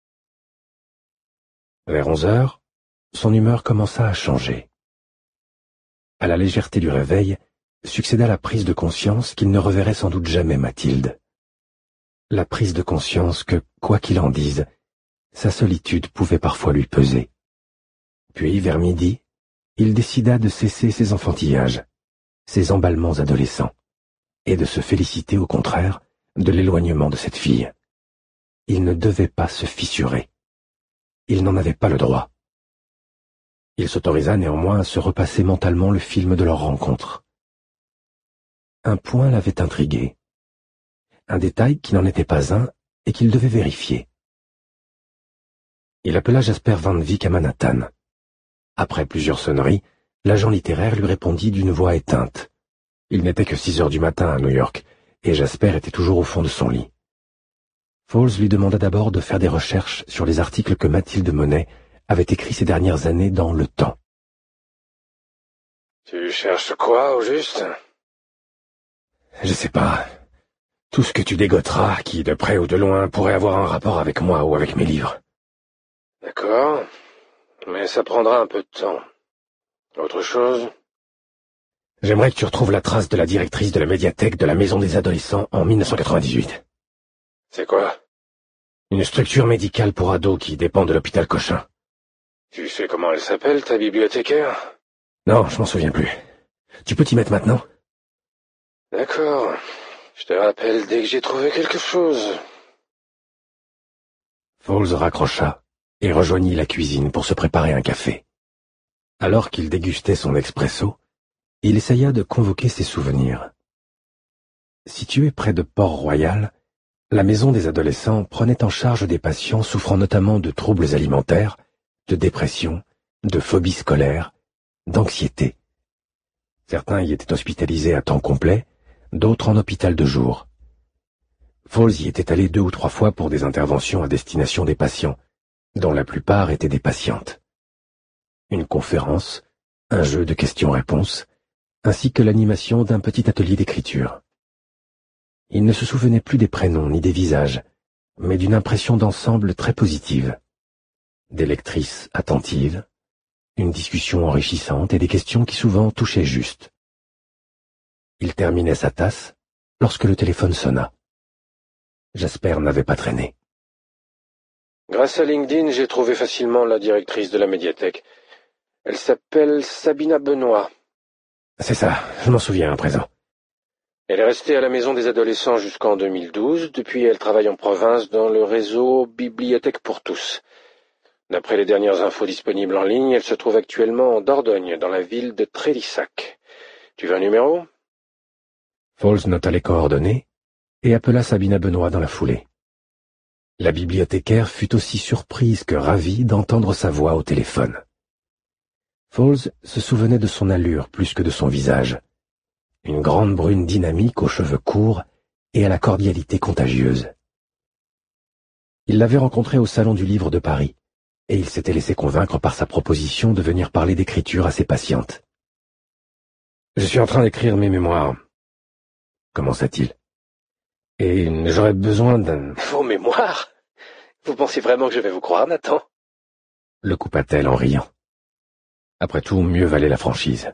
A: Vers 11h, son humeur commença à changer. À la légèreté du réveil succéda la prise de conscience qu'il ne reverrait sans doute jamais Mathilde. La prise de conscience que, quoi qu'il en dise, sa solitude pouvait parfois lui peser. Puis, vers midi, il décida de cesser ses enfantillages, ses emballements adolescents, et de se féliciter au contraire de l'éloignement de cette fille. Il ne devait pas se fissurer. Il n'en avait pas le droit. Il s'autorisa néanmoins à se repasser mentalement le film de leur rencontre. Un point l'avait intrigué. Un détail qui n'en était pas un et qu'il devait vérifier. Il appela Jasper Van Wyck à Manhattan. Après plusieurs sonneries, l'agent littéraire lui répondit d'une voix éteinte. Il n'était que 6 heures du matin à New York, et Jasper était toujours au fond de son lit. Falls lui demanda d'abord de faire des recherches sur les articles que Mathilde Monet avait écrits ces dernières années dans Le Temps.
B: « Tu cherches quoi, au juste ?»«
A: Je sais pas. Tout ce que tu dégoteras, qui, de près ou de loin, pourrait avoir un rapport avec moi ou avec mes livres. » »«
B: D'accord, mais ça prendra un peu de temps. Autre chose ? » ?»«
A: J'aimerais que tu retrouves la trace de la directrice de la médiathèque de la Maison des Adolescents en 1998. » »«
B: C'est quoi ? » ?»«
A: Une structure médicale pour ados qui dépend de l'hôpital Cochin. » »«
B: Tu sais comment elle s'appelle, ta bibliothécaire ? » ?»«
A: Non, je m'en souviens plus. Tu peux t'y mettre maintenant ? » »«
B: D'accord. Je te rappelle dès que j'ai trouvé quelque chose. »
A: Falls raccrocha et rejoignit la cuisine pour se préparer un café. Alors qu'il dégustait son expresso, il essaya de convoquer ses souvenirs. Située près de Port-Royal, la maison des adolescents prenait en charge des patients souffrant notamment de troubles alimentaires, de dépression, de phobie scolaire d'anxiété. Certains y étaient hospitalisés à temps complet, d'autres en hôpital de jour. Fawles y était allé 2 ou 3 fois pour des interventions à destination des patients, dont la plupart étaient des patientes. Une conférence, un jeu de questions-réponses, ainsi que l'animation d'un petit atelier d'écriture. Il ne se souvenait plus des prénoms ni des visages, mais d'une impression d'ensemble très positive. Des lectrices attentives, une discussion enrichissante et des questions qui souvent touchaient juste. Il terminait sa tasse lorsque le téléphone sonna. Jasper n'avait pas traîné.
B: Grâce à LinkedIn, j'ai trouvé facilement la directrice de la médiathèque. Elle s'appelle Sabina Benoît.
A: C'est ça, je m'en souviens à présent.
B: Elle est restée à la maison des adolescents jusqu'en 2012. Depuis, elle travaille en province dans le réseau Bibliothèque pour tous. D'après les dernières infos disponibles en ligne, elle se trouve actuellement en Dordogne, dans la ville de Trélissac. Tu veux un numéro?
A: Fawles nota les coordonnées et appela Sabina Benoît dans la foulée. La bibliothécaire fut aussi surprise que ravie d'entendre sa voix au téléphone. Fawles se souvenait de son allure plus que de son visage. Une grande brune dynamique aux cheveux courts et à la cordialité contagieuse. Il l'avait rencontrée au Salon du Livre de Paris, et il s'était laissé convaincre par sa proposition de venir parler d'écriture à ses patientes. « Je suis en train d'écrire mes mémoires, » commença-t-il. « Et j'aurais besoin d'un... »
B: « Vos mémoires? Vous pensez vraiment que je vais vous croire, Nathan? »
A: le coupa-t-elle en riant. Après tout, mieux valait la franchise.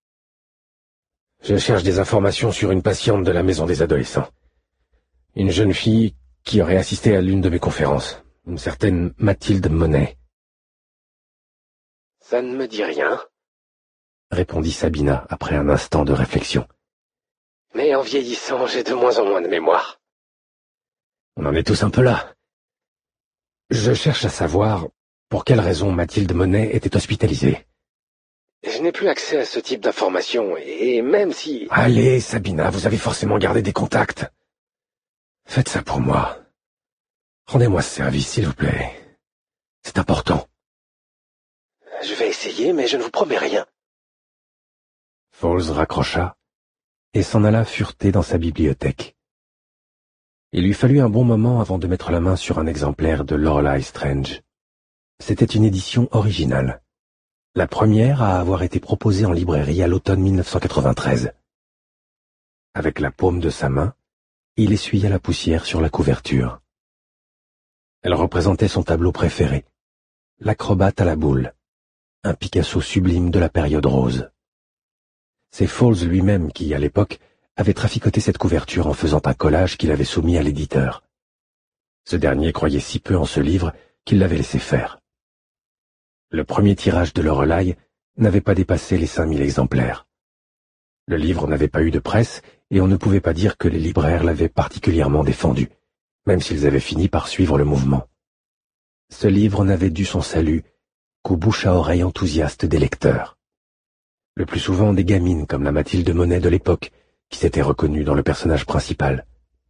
A: Je cherche des informations sur une patiente de la maison des adolescents. Une jeune fille qui aurait assisté à l'une de mes conférences, une certaine Mathilde Monet.
B: Ça ne me dit rien,
A: Répondit Sabina après un instant de réflexion.
B: Mais en vieillissant, j'ai de moins en moins de mémoire.
A: On en est tous un peu là. Je cherche à savoir pour quelle raison Mathilde Monet était hospitalisée.
B: Je n'ai plus accès à ce type d'informations, et même si...
A: Allez, Sabina, vous avez forcément gardé des contacts. Faites ça pour moi. Rendez-moi ce service, s'il vous plaît. C'est important.
B: Je vais essayer, mais je ne vous promets rien.
A: Fawles raccrocha et s'en alla fureter dans sa bibliothèque. Il lui fallut un bon moment avant de mettre la main sur un exemplaire de Lorelei Strange. C'était une édition originale. La première à avoir été proposée en librairie à l'automne 1993. Avec la paume de sa main, il essuya la poussière sur la couverture. Elle représentait son tableau préféré, L'acrobate à la boule, un Picasso sublime de la période rose. C'est Fawles lui-même qui, à l'époque, avait traficoté cette couverture en faisant un collage qu'il avait soumis à l'éditeur. Ce dernier croyait si peu en ce livre qu'il l'avait laissé faire. Le premier tirage de Lorelei n'avait pas dépassé les 5000 exemplaires. Le livre n'avait pas eu de presse et on ne pouvait pas dire que les libraires l'avaient particulièrement défendu, même s'ils avaient fini par suivre le mouvement. Ce livre n'avait dû son salut qu'au bouche à oreille enthousiaste des lecteurs. Le plus souvent des gamines comme la Mathilde Monet de l'époque, qui s'étaient reconnues dans le personnage principal.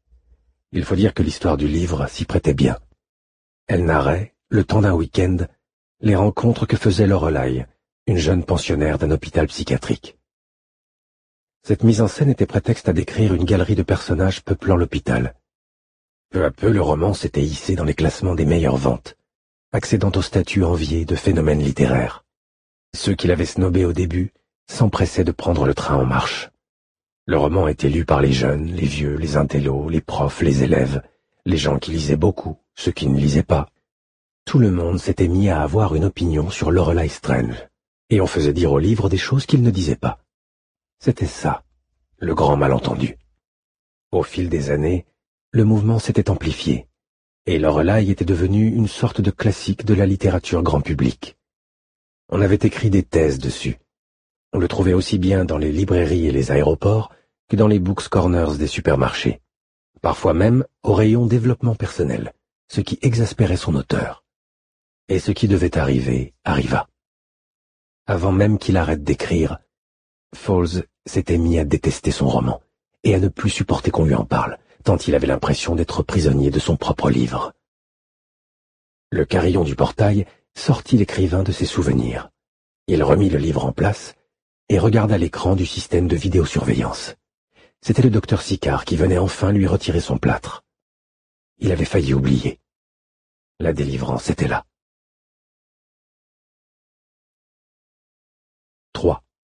A: Il faut dire que l'histoire du livre s'y prêtait bien. Elle narrait, le temps d'un week-end, les rencontres que faisait Lorelei, une jeune pensionnaire d'un hôpital psychiatrique. Cette mise en scène était prétexte à décrire une galerie de personnages peuplant l'hôpital. Peu à peu, le roman s'était hissé dans les classements des meilleures ventes, accédant au statut envié de phénomène littéraire. Ceux qui l'avaient snobé au début s'empressaient de prendre le train en marche. Le roman était lu par les jeunes, les vieux, les intellos, les profs, les élèves, les gens qui lisaient beaucoup, ceux qui ne lisaient pas. Tout le monde s'était mis à avoir une opinion sur Lorelei Strange, et on faisait dire au livre des choses qu'il ne disait pas. C'était ça, le grand malentendu. Au fil des années, le mouvement s'était amplifié, et Lorelei était devenue une sorte de classique de la littérature grand public. On avait écrit des thèses dessus. On le trouvait aussi bien dans les librairies et les aéroports que dans les books corners des supermarchés. Parfois même au rayon développement personnel, ce qui exaspérait son auteur. Et ce qui devait arriver, arriva. Avant même qu'il arrête d'écrire, Fawles s'était mis à détester son roman et à ne plus supporter qu'on lui en parle, tant il avait l'impression d'être prisonnier de son propre livre. Le carillon du portail sortit l'écrivain de ses souvenirs. Il remit le livre en place et regarda l'écran du système de vidéosurveillance. C'était le docteur Sicard qui venait enfin lui retirer son plâtre. Il avait failli oublier. La délivrance était là. 3.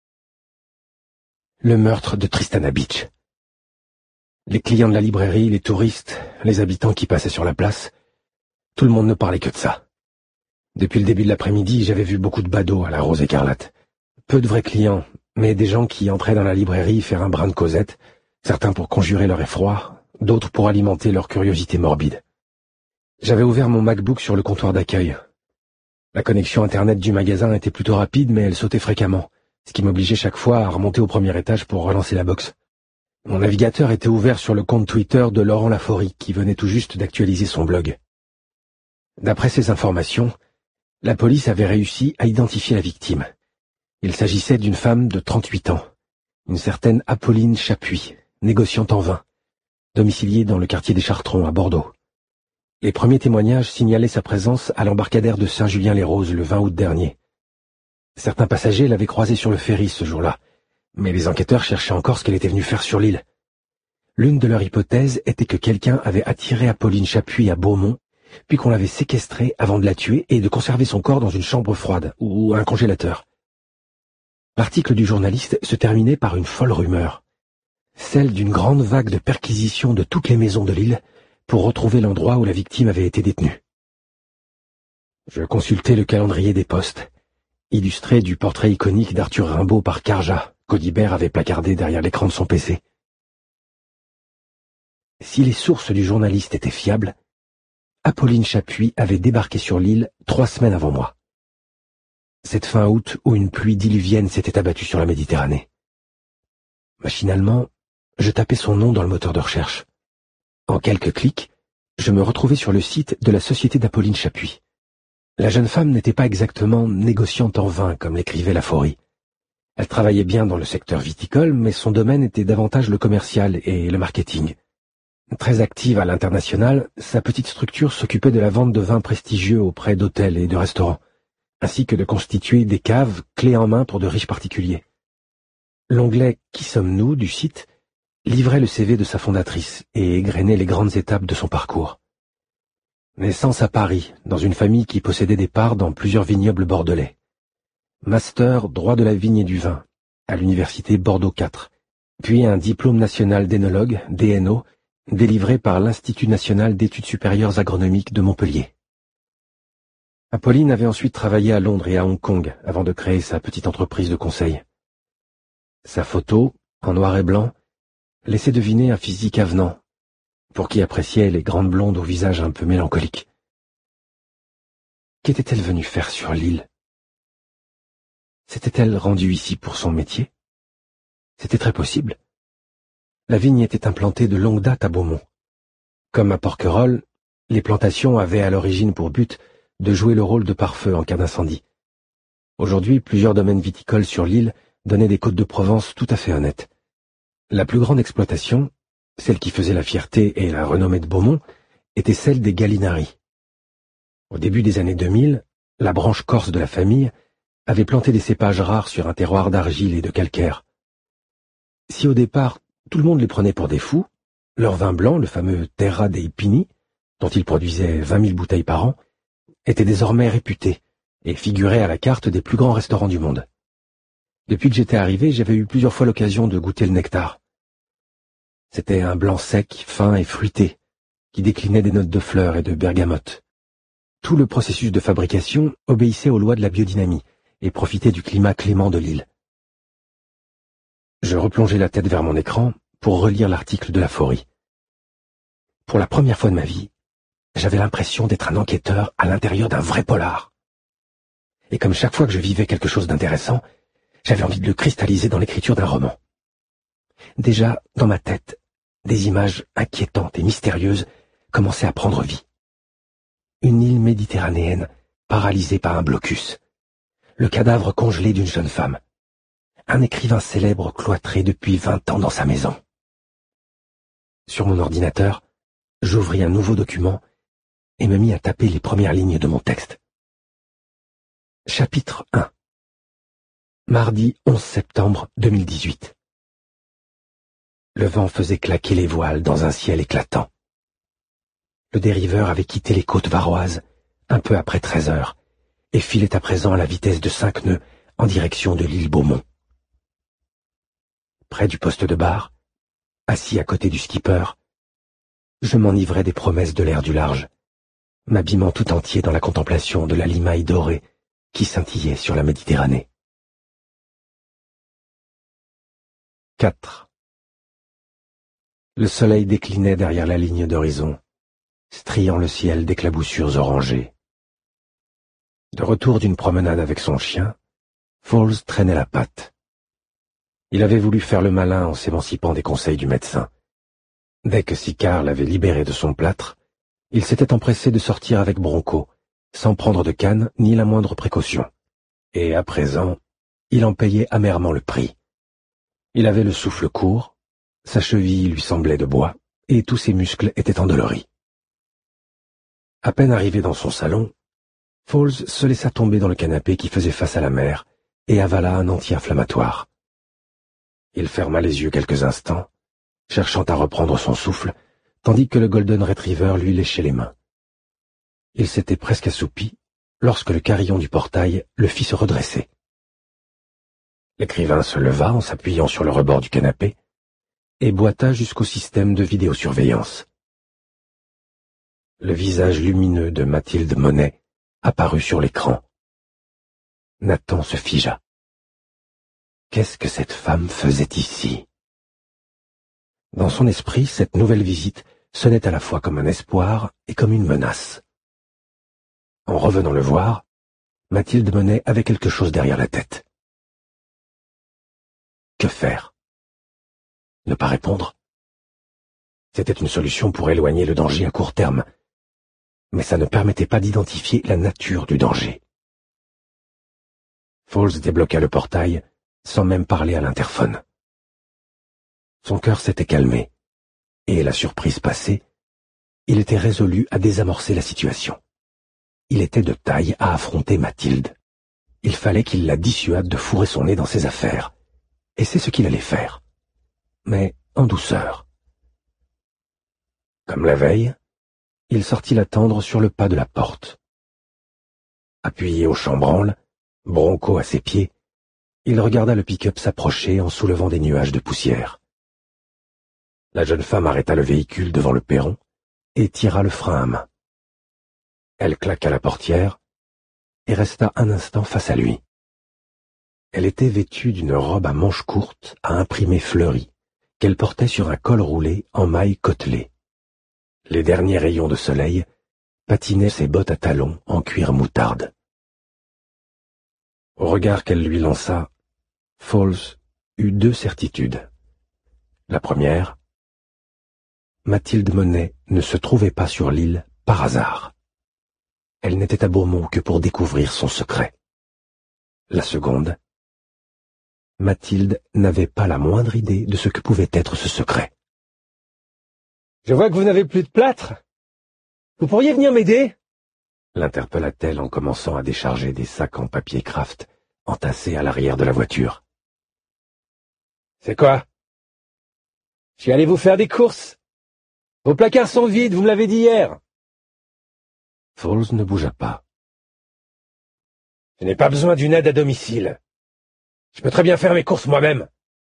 A: Le meurtre de Tristana Beach. Les clients de la librairie, les touristes, les habitants qui passaient sur la place, tout le monde ne parlait que de ça. Depuis le début de l'après-midi, j'avais vu beaucoup de badauds à la Rose Écarlate. Peu de vrais clients, mais des gens qui entraient dans la librairie faire un brin de causette, certains pour conjurer leur effroi, d'autres pour alimenter leur curiosité morbide. J'avais ouvert mon MacBook sur le comptoir d'accueil. La connexion Internet du magasin était plutôt rapide, mais elle sautait fréquemment, ce qui m'obligeait chaque fois à remonter au premier étage pour relancer la box. Mon navigateur était ouvert sur le compte Twitter de Laurent Laforie, qui venait tout juste d'actualiser son blog. D'après ces informations, la police avait réussi à identifier la victime. Il s'agissait d'une femme de 38 ans, une certaine Apolline Chapuis, négociante en vin, domiciliée dans le quartier des Chartrons à Bordeaux. Les premiers témoignages signalaient sa présence à l'embarcadère de Saint-Julien-les-Roses le 20 août dernier. Certains passagers l'avaient croisée sur le ferry ce jour-là, mais les enquêteurs cherchaient encore ce qu'elle était venue faire sur l'île. L'une de leurs hypothèses était que quelqu'un avait attiré Apolline Chapuis à Beaumont, puis qu'on l'avait séquestrée avant de la tuer et de conserver son corps dans une chambre froide ou un congélateur. L'article du journaliste se terminait par une folle rumeur, celle d'une grande vague de perquisitions de toutes les maisons de l'île pour retrouver l'endroit où la victime avait été détenue. Je consultai le calendrier des postes, illustré du portrait iconique d'Arthur Rimbaud par Carja, qu'Audibert avait placardé derrière l'écran de son PC. Si les sources du journaliste étaient fiables, Apolline Chapuis avait débarqué sur l'île 3 semaines avant moi. Cette fin août où une pluie diluvienne s'était abattue sur la Méditerranée. Machinalement, je tapais son nom dans le moteur de recherche. En quelques clics, je me retrouvais sur le site de la société d'Apolline Chapuis. La jeune femme n'était pas exactement négociante en vin, comme l'écrivait Laforie. Elle travaillait bien dans le secteur viticole, mais son domaine était davantage le commercial et le marketing. Très active à l'international, sa petite structure s'occupait de la vente de vins prestigieux auprès d'hôtels et de restaurants, ainsi que de constituer des caves clés en main pour de riches particuliers. L'onglet « Qui sommes-nous » du site livrait le CV de sa fondatrice et égrenait les grandes étapes de son parcours. Naissance à Paris, dans une famille qui possédait des parts dans plusieurs vignobles bordelais. Master droit de la vigne et du vin, à l'université Bordeaux 4, puis un diplôme national d'énologue, DNO, délivré par l'Institut national d'études supérieures agronomiques de Montpellier. Apolline avait ensuite travaillé à Londres et à Hong Kong avant de créer sa petite entreprise de conseil. Sa photo, en noir et blanc, laissait deviner un physique avenant, pour qui appréciait les grandes blondes au visage un peu mélancolique. Qu'était-elle venue faire sur l'île? S'était-elle rendue ici pour son métier? C'était très possible. La vigne était implantée de longue date à Beaumont. Comme à Porquerolles, les plantations avaient à l'origine pour but de jouer le rôle de pare-feu en cas d'incendie. Aujourd'hui, plusieurs domaines viticoles sur l'île donnaient des côtes de Provence tout à fait honnêtes. La plus grande exploitation, celle qui faisait la fierté et la renommée de Beaumont, était celle des Gallinari. Au début des années 2000, la branche corse de la famille avait planté des cépages rares sur un terroir d'argile et de calcaire. Si au départ, tout le monde les prenait pour des fous, leur vin blanc, le fameux Terra dei Pini, dont ils produisaient 20 000 bouteilles par an, était désormais réputé et figurait à la carte des plus grands restaurants du monde. Depuis que j'étais arrivé, j'avais eu plusieurs fois l'occasion de goûter le nectar. C'était un blanc sec, fin et fruité, qui déclinait des notes de fleurs et de bergamote. Tout le processus de fabrication obéissait aux lois de la biodynamie et profitait du climat clément de l'île. Je replongeai la tête vers mon écran pour relire l'article de Laforie. Pour la première fois de ma vie, j'avais l'impression d'être un enquêteur à l'intérieur d'un vrai polar. Et comme chaque fois que je vivais quelque chose d'intéressant, j'avais envie de le cristalliser dans l'écriture d'un roman. Déjà, dans ma tête, des images inquiétantes et mystérieuses commençaient à prendre vie. Une île méditerranéenne paralysée par un blocus. Le cadavre congelé d'une jeune femme. Un écrivain célèbre cloîtré depuis 20 ans dans sa maison. Sur mon ordinateur, j'ouvris un nouveau document et me mis à taper les premières lignes de mon texte. Chapitre 1. Mardi 11 septembre 2018. Le vent faisait claquer les voiles dans un ciel éclatant. Le dériveur avait quitté les côtes varoises un peu après 13 heures et filait à présent à la vitesse de 5 nœuds en direction de l'île Beaumont. Près du poste de bar, assis à côté du skipper, je m'enivrais des promesses de l'air du large, m'abîmant tout entier dans la contemplation de la limaille dorée qui scintillait sur la Méditerranée. 4. Le soleil déclinait derrière la ligne d'horizon, striant le ciel d'éclaboussures orangées. De retour d'une promenade avec son chien, Falls traînait la patte. Il avait voulu faire le malin en s'émancipant des conseils du médecin. Dès que Sicard l'avait libéré de son plâtre, il s'était empressé de sortir avec Bronco, sans prendre de canne ni la moindre précaution. Et à présent, il en payait amèrement le prix. Il avait le souffle court, sa cheville lui semblait de bois, et tous ses muscles étaient endoloris. À peine arrivé dans son salon, Falls se laissa tomber dans le canapé qui faisait face à la mer et avala un anti-inflammatoire. Il ferma les yeux quelques instants, cherchant à reprendre son souffle, tandis que le Golden Retriever lui léchait les mains. Il s'était presque assoupi lorsque le carillon du portail le fit se redresser. L'écrivain se leva en s'appuyant sur le rebord du canapé et boita jusqu'au système de vidéosurveillance. Le visage lumineux de Mathilde Monet apparut sur l'écran. Nathan se figea. Qu'est-ce que cette femme faisait ici? Dans son esprit, cette nouvelle visite sonnait à la fois comme un espoir et comme une menace. En revenant le voir, Mathilde Monet avait quelque chose derrière la tête. Que faire? Ne pas répondre? C'était une solution pour éloigner le danger à court terme, mais ça ne permettait pas d'identifier la nature du danger. Falls débloqua le portail sans même parler à l'interphone. Son cœur s'était calmé, et la surprise passée, il était résolu à désamorcer la situation. Il était de taille à affronter Mathilde. Il fallait qu'il la dissuade de fourrer son nez dans ses affaires, et c'est ce qu'il allait faire, mais en douceur. Comme la veille, il sortit l'attendre sur le pas de la porte. Appuyé au chambranle, Bronco à ses pieds, il regarda le pick-up s'approcher en soulevant des nuages de poussière. La jeune femme arrêta le véhicule devant le perron et tira le frein à main. Elle claqua la portière et resta un instant face à lui. Elle était vêtue d'une robe à manches courtes à imprimés fleuris, qu'elle portait sur un col roulé en mailles côtelées. Les derniers rayons de soleil patinaient ses bottes à talons en cuir moutarde. Au regard qu'elle lui lança, Falls eut deux certitudes. La première, Mathilde Monet ne se trouvait pas sur l'île par hasard. Elle n'était à Beaumont que pour découvrir son secret. La seconde, Mathilde n'avait pas la moindre idée de ce que pouvait être ce secret.
C: « Je vois que vous n'avez plus de plâtre. Vous pourriez venir m'aider ?»
A: l'interpella-t-elle en commençant à décharger des sacs en papier craft entassés à l'arrière de la voiture.
C: « C'est quoi? Je suis allé vous faire des courses. Vos placards sont vides, vous me l'avez dit hier. »
A: Falls ne bougea pas.
C: « Je n'ai pas besoin d'une aide à domicile. Je peux très bien faire mes courses moi-même. »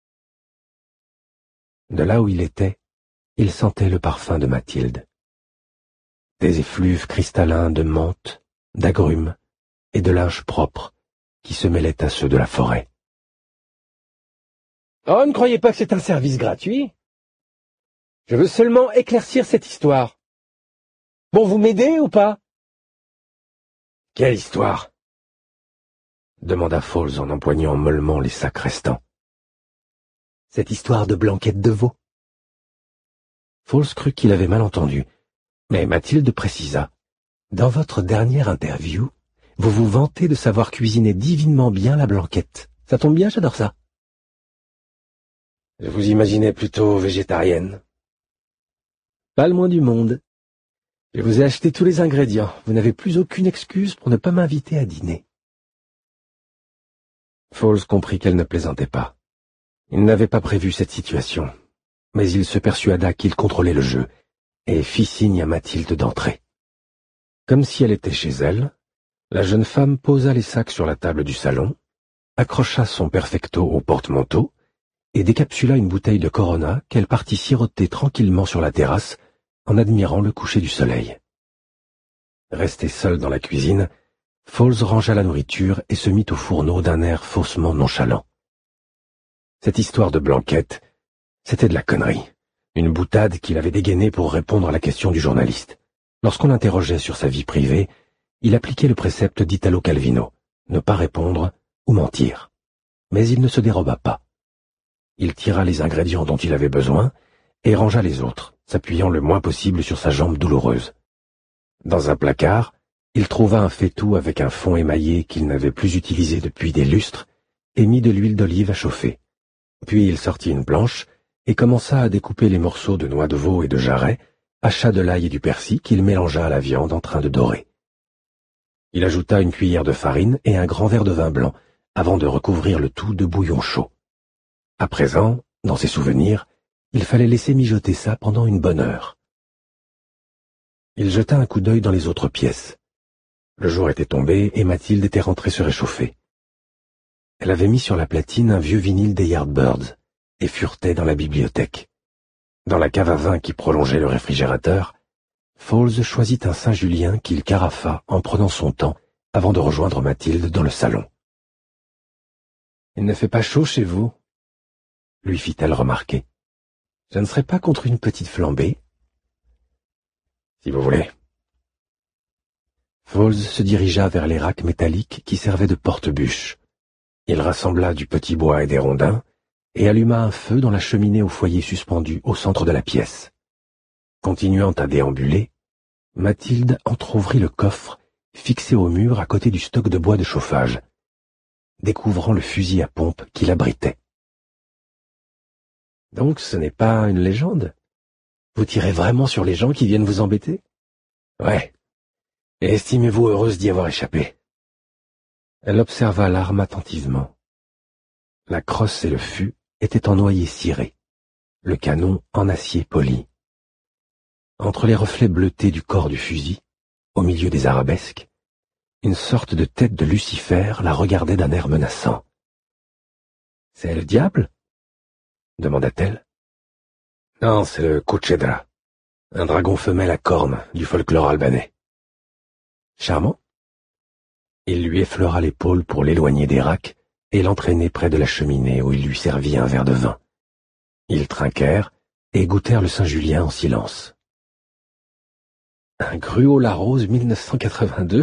A: De là où il était, il sentait le parfum de Mathilde. Des effluves cristallins de menthe, d'agrumes et de linge propre qui se mêlaient à ceux de la forêt.
C: « Oh, ne croyez pas que c'est un service gratuit. Je veux seulement éclaircir cette histoire. Bon, vous m'aidez ou pas? » « Quelle histoire? »
A: demanda Falls en empoignant mollement les sacs restants.
C: « Cette histoire de blanquette de veau. »
A: Falls crut qu'il avait mal entendu, mais Mathilde précisa. « Dans votre dernière interview, vous vous vantez de savoir cuisiner divinement bien la blanquette. Ça tombe bien, j'adore ça. »
C: Je vous imaginais plutôt végétarienne.
A: Pas le moins du monde. Je vous ai acheté tous les ingrédients. Vous n'avez plus aucune excuse pour ne pas m'inviter à dîner. Fawles comprit qu'elle ne plaisantait pas. Il n'avait pas prévu cette situation, mais il se persuada qu'il contrôlait le jeu et fit signe à Mathilde d'entrer. Comme si elle était chez elle, la jeune femme posa les sacs sur la table du salon, accrocha son perfecto au porte-manteau et décapsula une bouteille de Corona qu'elle partit siroter tranquillement sur la terrasse en admirant le coucher du soleil. Resté seul dans la cuisine, Fawles rangea la nourriture et se mit au fourneau d'un air faussement nonchalant. Cette histoire de Blanquette, c'était de la connerie, une boutade qu'il avait dégainée pour répondre à la question du journaliste. Lorsqu'on l'interrogeait sur sa vie privée, il appliquait le précepte d'Italo Calvino, ne pas répondre ou mentir. Mais il ne se déroba pas. Il tira les ingrédients dont il avait besoin et rangea les autres, s'appuyant le moins possible sur sa jambe douloureuse. Dans un placard, il trouva un faitout avec un fond émaillé qu'il n'avait plus utilisé depuis des lustres et mit de l'huile d'olive à chauffer. Puis il sortit une planche et commença à découper les morceaux de noix de veau et de jarret, hacha de l'ail et du persil qu'il mélangea à la viande en train de dorer. Il ajouta une cuillère de farine et un grand verre de vin blanc, avant de recouvrir le tout de bouillon chaud. À présent, dans ses souvenirs, il fallait laisser mijoter ça pendant une bonne heure. Il jeta un coup d'œil dans les autres pièces. Le jour était tombé et Mathilde était rentrée se réchauffer. Elle avait mis sur la platine un vieux vinyle des Yardbirds et furetait dans la bibliothèque. Dans la cave à vin qui prolongeait le réfrigérateur, Fawles choisit un Saint-Julien qu'il carafa en prenant son temps avant de rejoindre Mathilde dans le salon. « Il ne fait pas chaud chez vous ?» lui fit-elle remarquer. « Je ne serais pas contre une petite flambée ?» »« Si vous voulez. » Fawles se dirigea vers les racks métalliques qui servaient de porte-bûches. Il rassembla du petit bois et des rondins et alluma un feu dans la cheminée au foyer suspendu au centre de la pièce. Continuant à déambuler, Mathilde entr'ouvrit le coffre fixé au mur à côté du stock de bois de chauffage, découvrant le fusil à pompe qui l'abritait. « Donc ce n'est pas une légende? Vous tirez vraiment sur les gens qui viennent vous embêter? »« Ouais. Et estimez-vous heureuse d'y avoir échappé ?» Elle observa l'arme attentivement. La crosse et le fût étaient en noyer ciré, le canon en acier poli. Entre les reflets bleutés du corps du fusil, au milieu des arabesques, une sorte de tête de Lucifer la regardait d'un air menaçant. « C'est le diable ?» demanda-t-elle. « Non, c'est le Kuchedra, un dragon femelle à cornes du folklore albanais. »« Charmant ?» Il lui effleura l'épaule pour l'éloigner des racks et l'entraîner près de la cheminée où il lui servit un verre de vin. Ils trinquèrent et goûtèrent le Saint-Julien en silence. « Un Gruau-Larose 1982 ?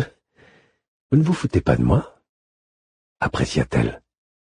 A: Vous ne vous foutez pas de moi ?» apprécia-t-elle.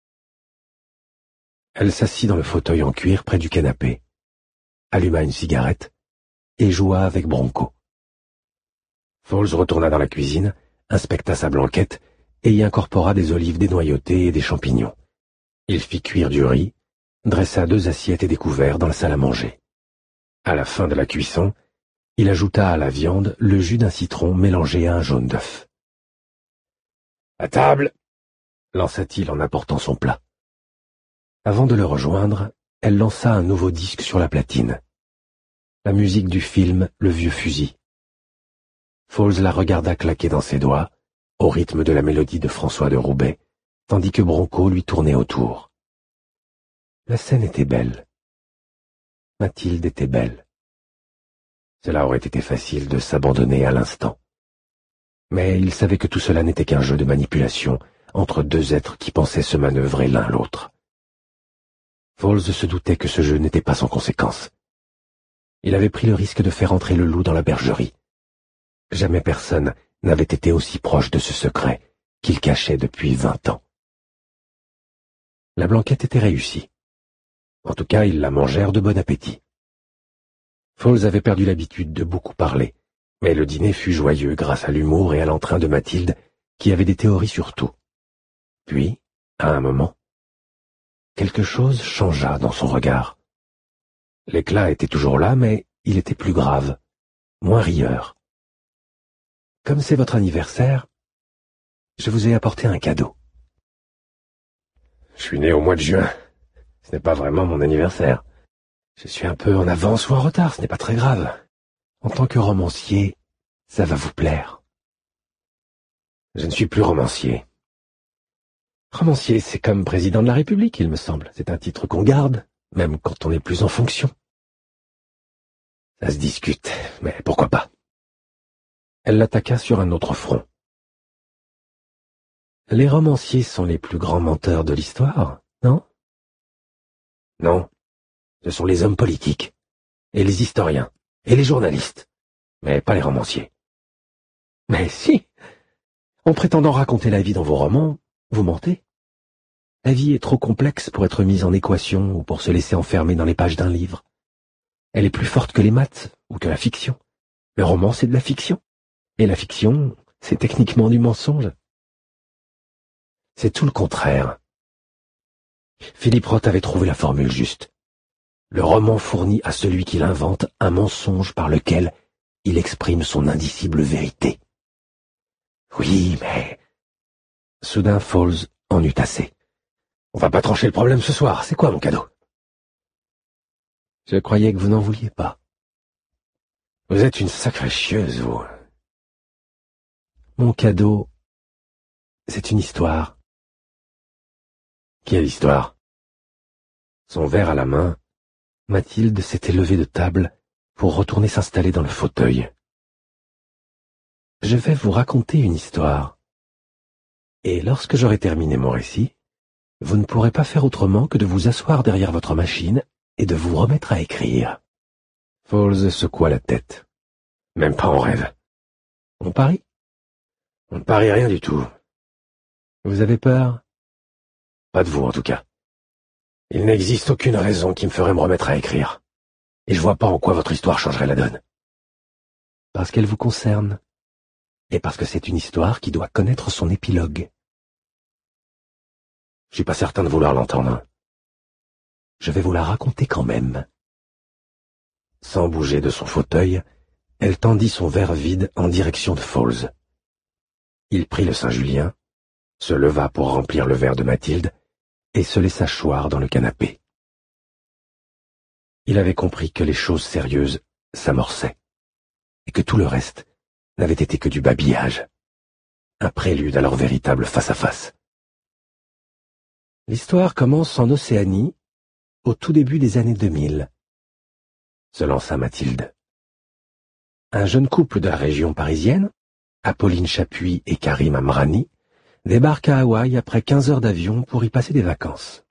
A: Elle s'assit dans le fauteuil en cuir près du canapé, alluma une cigarette et joua avec Bronco. Fawles retourna dans la cuisine, inspecta sa blanquette et y incorpora des olives dénoyautées et des champignons. Il fit cuire du riz, dressa 2 assiettes et des couverts dans la salle à manger. À la fin de la cuisson, il ajouta à la viande le jus d'un citron mélangé à un jaune d'œuf. « À table !» lança-t-il en apportant son plat. Avant de le rejoindre, elle lança un nouveau disque sur la platine. La musique du film Le Vieux Fusil. Fawles la regarda claquer dans ses doigts, au rythme de la mélodie de François de Roubaix, tandis que Bronco lui tournait autour. La scène était belle. Mathilde était belle. Cela aurait été facile de s'abandonner à l'instant. Mais il savait que tout cela n'était qu'un jeu de manipulation entre 2 êtres qui pensaient se manœuvrer l'un l'autre. Fawles se doutait que ce jeu n'était pas sans conséquences. Il avait pris le risque de faire entrer le loup dans la bergerie. Jamais personne n'avait été aussi proche de ce secret qu'il cachait depuis 20 ans. La blanquette était réussie. En tout cas, ils la mangèrent de bon appétit. Fawles avait perdu l'habitude de beaucoup parler, mais le dîner fut joyeux grâce à l'humour et à l'entrain de Mathilde, qui avait des théories sur tout. Puis, à un moment, quelque chose changea dans son regard. L'éclat était toujours là, mais il était plus grave, moins rieur. « Comme c'est votre anniversaire, je vous ai apporté un cadeau. » Je suis né au mois de juin. Ce n'est pas vraiment mon anniversaire. Je suis un peu en avance ou en retard, ce n'est pas très grave. En tant que romancier, ça va vous plaire. Je ne suis plus romancier. Romancier, c'est comme président de la République, il me semble. C'est un titre qu'on garde, même quand on n'est plus en fonction. Ça se discute, mais pourquoi pas? Elle l'attaqua sur un autre front. Les romanciers sont les plus grands menteurs de l'histoire, non? Non, ce sont les hommes politiques, et les historiens, et les journalistes, mais pas les romanciers. Mais si, en prétendant raconter la vie dans vos romans, vous mentez. La vie est trop complexe pour être mise en équation ou pour se laisser enfermer dans les pages d'un livre. Elle est plus forte que les maths ou que la fiction. Le roman, c'est de la fiction, et la fiction, c'est techniquement du mensonge. C'est tout le contraire. Philippe Roth avait trouvé la formule juste. Le roman fournit à celui qui l'invente un mensonge par lequel il exprime son indicible vérité. Oui, mais... Soudain, Fowles en eut assez. On va pas trancher le problème ce soir, c'est quoi mon cadeau? Je croyais que vous n'en vouliez pas. Vous êtes une sacrée chieuse, vous. Mon cadeau, c'est une histoire. Quelle histoire? Son verre à la main, Mathilde s'était levée de table pour retourner s'installer dans le fauteuil. Je vais vous raconter une histoire. Et lorsque j'aurai terminé mon récit, vous ne pourrez pas faire autrement que de vous asseoir derrière votre machine et de vous remettre à écrire. Fowles secoua la tête. Même pas en rêve. On parie? On ne parie rien du tout. Vous avez peur? Pas de vous, en tout cas. Il n'existe aucune raison qui me ferait me remettre à écrire. Et je vois pas en quoi votre histoire changerait la donne. Parce qu'elle vous concerne. Et parce que c'est une histoire qui doit connaître son épilogue. Je suis pas certain de vouloir l'entendre. Je vais vous la raconter quand même. Sans bouger de son fauteuil, elle tendit son verre vide en direction de Fowles. Il prit le Saint-Julien, se leva pour remplir le verre de Mathilde, et se laissa choir dans le canapé. Il avait compris que les choses sérieuses s'amorçaient, et que tout le reste n'avait été que du babillage, un prélude à leur véritable face-à-face. L'histoire commence en Océanie, au tout début des années 2000, se lança Mathilde. Un jeune couple de la région parisienne, Apolline Chapuis et Karim Amrani, débarque à Hawaï après 15 heures d'avion pour y passer des vacances.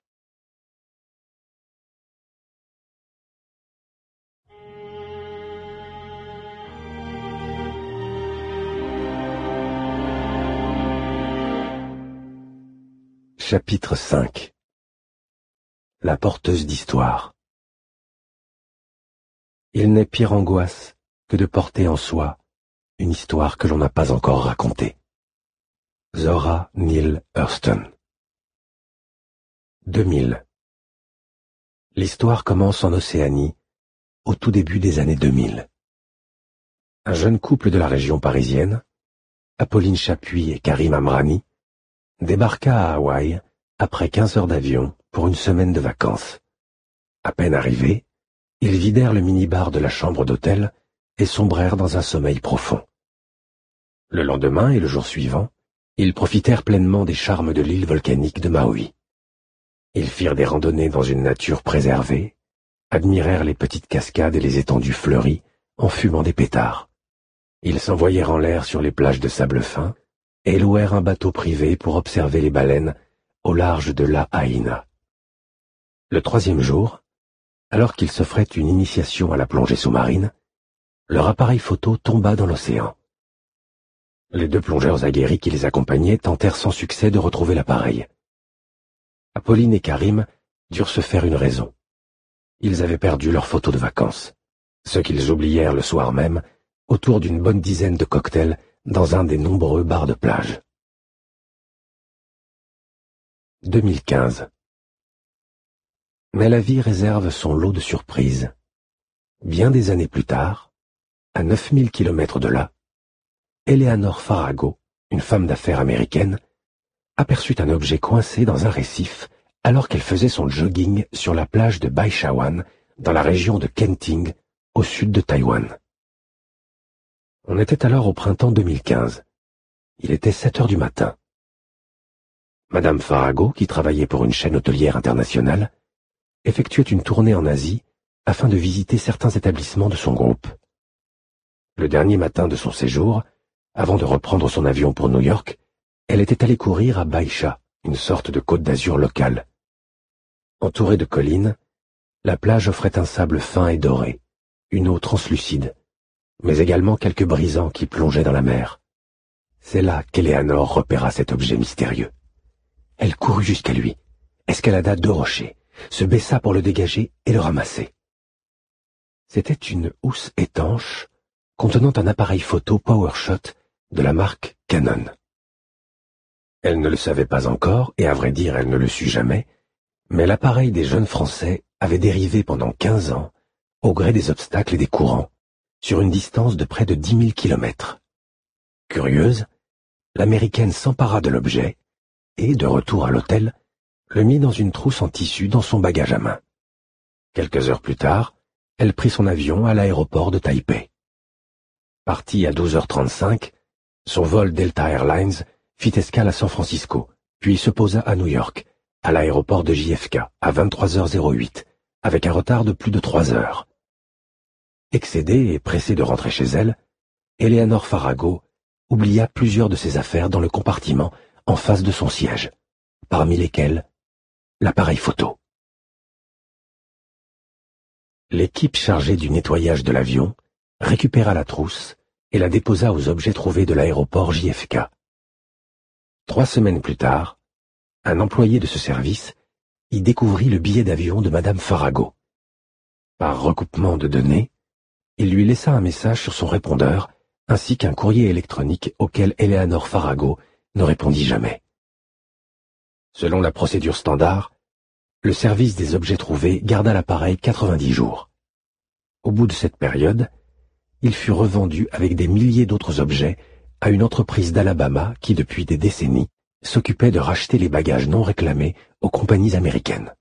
A: Chapitre 5. La porteuse d'histoire. Il n'est pire angoisse que de porter en soi une histoire que l'on n'a pas encore racontée. Zora Neale Hurston. 2000. L'histoire commence en Océanie, au tout début des années 2000. Un jeune couple de la région parisienne, Apolline Chapuis et Karim Amrani, débarqua à Hawaï après 15 heures d'avion pour une semaine de vacances. À peine arrivés, ils vidèrent le minibar de la chambre d'hôtel et sombrèrent dans un sommeil profond. Le lendemain et le jour suivant, ils profitèrent pleinement des charmes de l'île volcanique de Maui. Ils firent des randonnées dans une nature préservée, admirèrent les petites cascades et les étendues fleuries en fumant des pétards. Ils s'envoyèrent en l'air sur les plages de sable fin et louèrent un bateau privé pour observer les baleines au large de Lahaina. Le 3e jour, alors qu'ils s'offraient une initiation à la plongée sous-marine, leur appareil photo tomba dans l'océan. Les 2 plongeurs aguerris qui les accompagnaient tentèrent sans succès de retrouver l'appareil. Apolline et Karim durent se faire une raison. Ils avaient perdu leurs photos de vacances, ce qu'ils oublièrent le soir même, autour d'une bonne dizaine de cocktails dans un des nombreux bars de plage. 2015. Mais la vie réserve son lot de surprises. Bien des années plus tard, à 9000 kilomètres de là, Eleanor Farago, une femme d'affaires américaine, aperçut un objet coincé dans un récif alors qu'elle faisait son jogging sur la plage de Baishawan, dans la région de Kenting, au sud de Taïwan. On était alors au printemps 2015. Il était 7 heures du matin. Madame Farago, qui travaillait pour une chaîne hôtelière internationale, effectuait une tournée en Asie afin de visiter certains établissements de son groupe. Le dernier matin de son séjour, avant de reprendre son avion pour New York, elle était allée courir à Baisha, une sorte de côte d'Azur locale. Entourée de collines, la plage offrait un sable fin et doré, une eau translucide, mais également quelques brisants qui plongeaient dans la mer. C'est là qu'Eleanor repéra cet objet mystérieux. Elle courut jusqu'à lui, escalada 2 rochers, se baissa pour le dégager et le ramasser. C'était une housse étanche contenant un appareil photo PowerShot de la marque Canon. Elle ne le savait pas encore, et à vrai dire elle ne le sut jamais, mais l'appareil des jeunes Français avait dérivé pendant 15 ans, au gré des obstacles et des courants, sur une distance de près de 10 000 kilomètres. Curieuse, l'Américaine s'empara de l'objet et, de retour à l'hôtel, le mit dans une trousse en tissu dans son bagage à main. Quelques heures plus tard, elle prit son avion à l'aéroport de Taipei. Partie à 12h35, son vol Delta Airlines fit escale à San Francisco, puis se posa à New York, à l'aéroport de JFK, à 23h08, avec un retard de plus de 3 heures. Excédée et pressée de rentrer chez elle, Eleanor Farago oublia plusieurs de ses affaires dans le compartiment en face de son siège, parmi lesquels l'appareil photo. L'équipe chargée du nettoyage de l'avion récupéra la trousse et la déposa aux objets trouvés de l'aéroport JFK. 3 semaines plus tard, un employé de ce service y découvrit le billet d'avion de Madame Farago. Par recoupement de données, il lui laissa un message sur son répondeur ainsi qu'un courrier électronique auquel Eleanor Farago ne répondit jamais. Selon la procédure standard, le service des objets trouvés garda l'appareil 90 jours. Au bout de cette période, il fut revendu avec des milliers d'autres objets à une entreprise d'Alabama qui, depuis des décennies, s'occupait de racheter les bagages non réclamés aux compagnies américaines.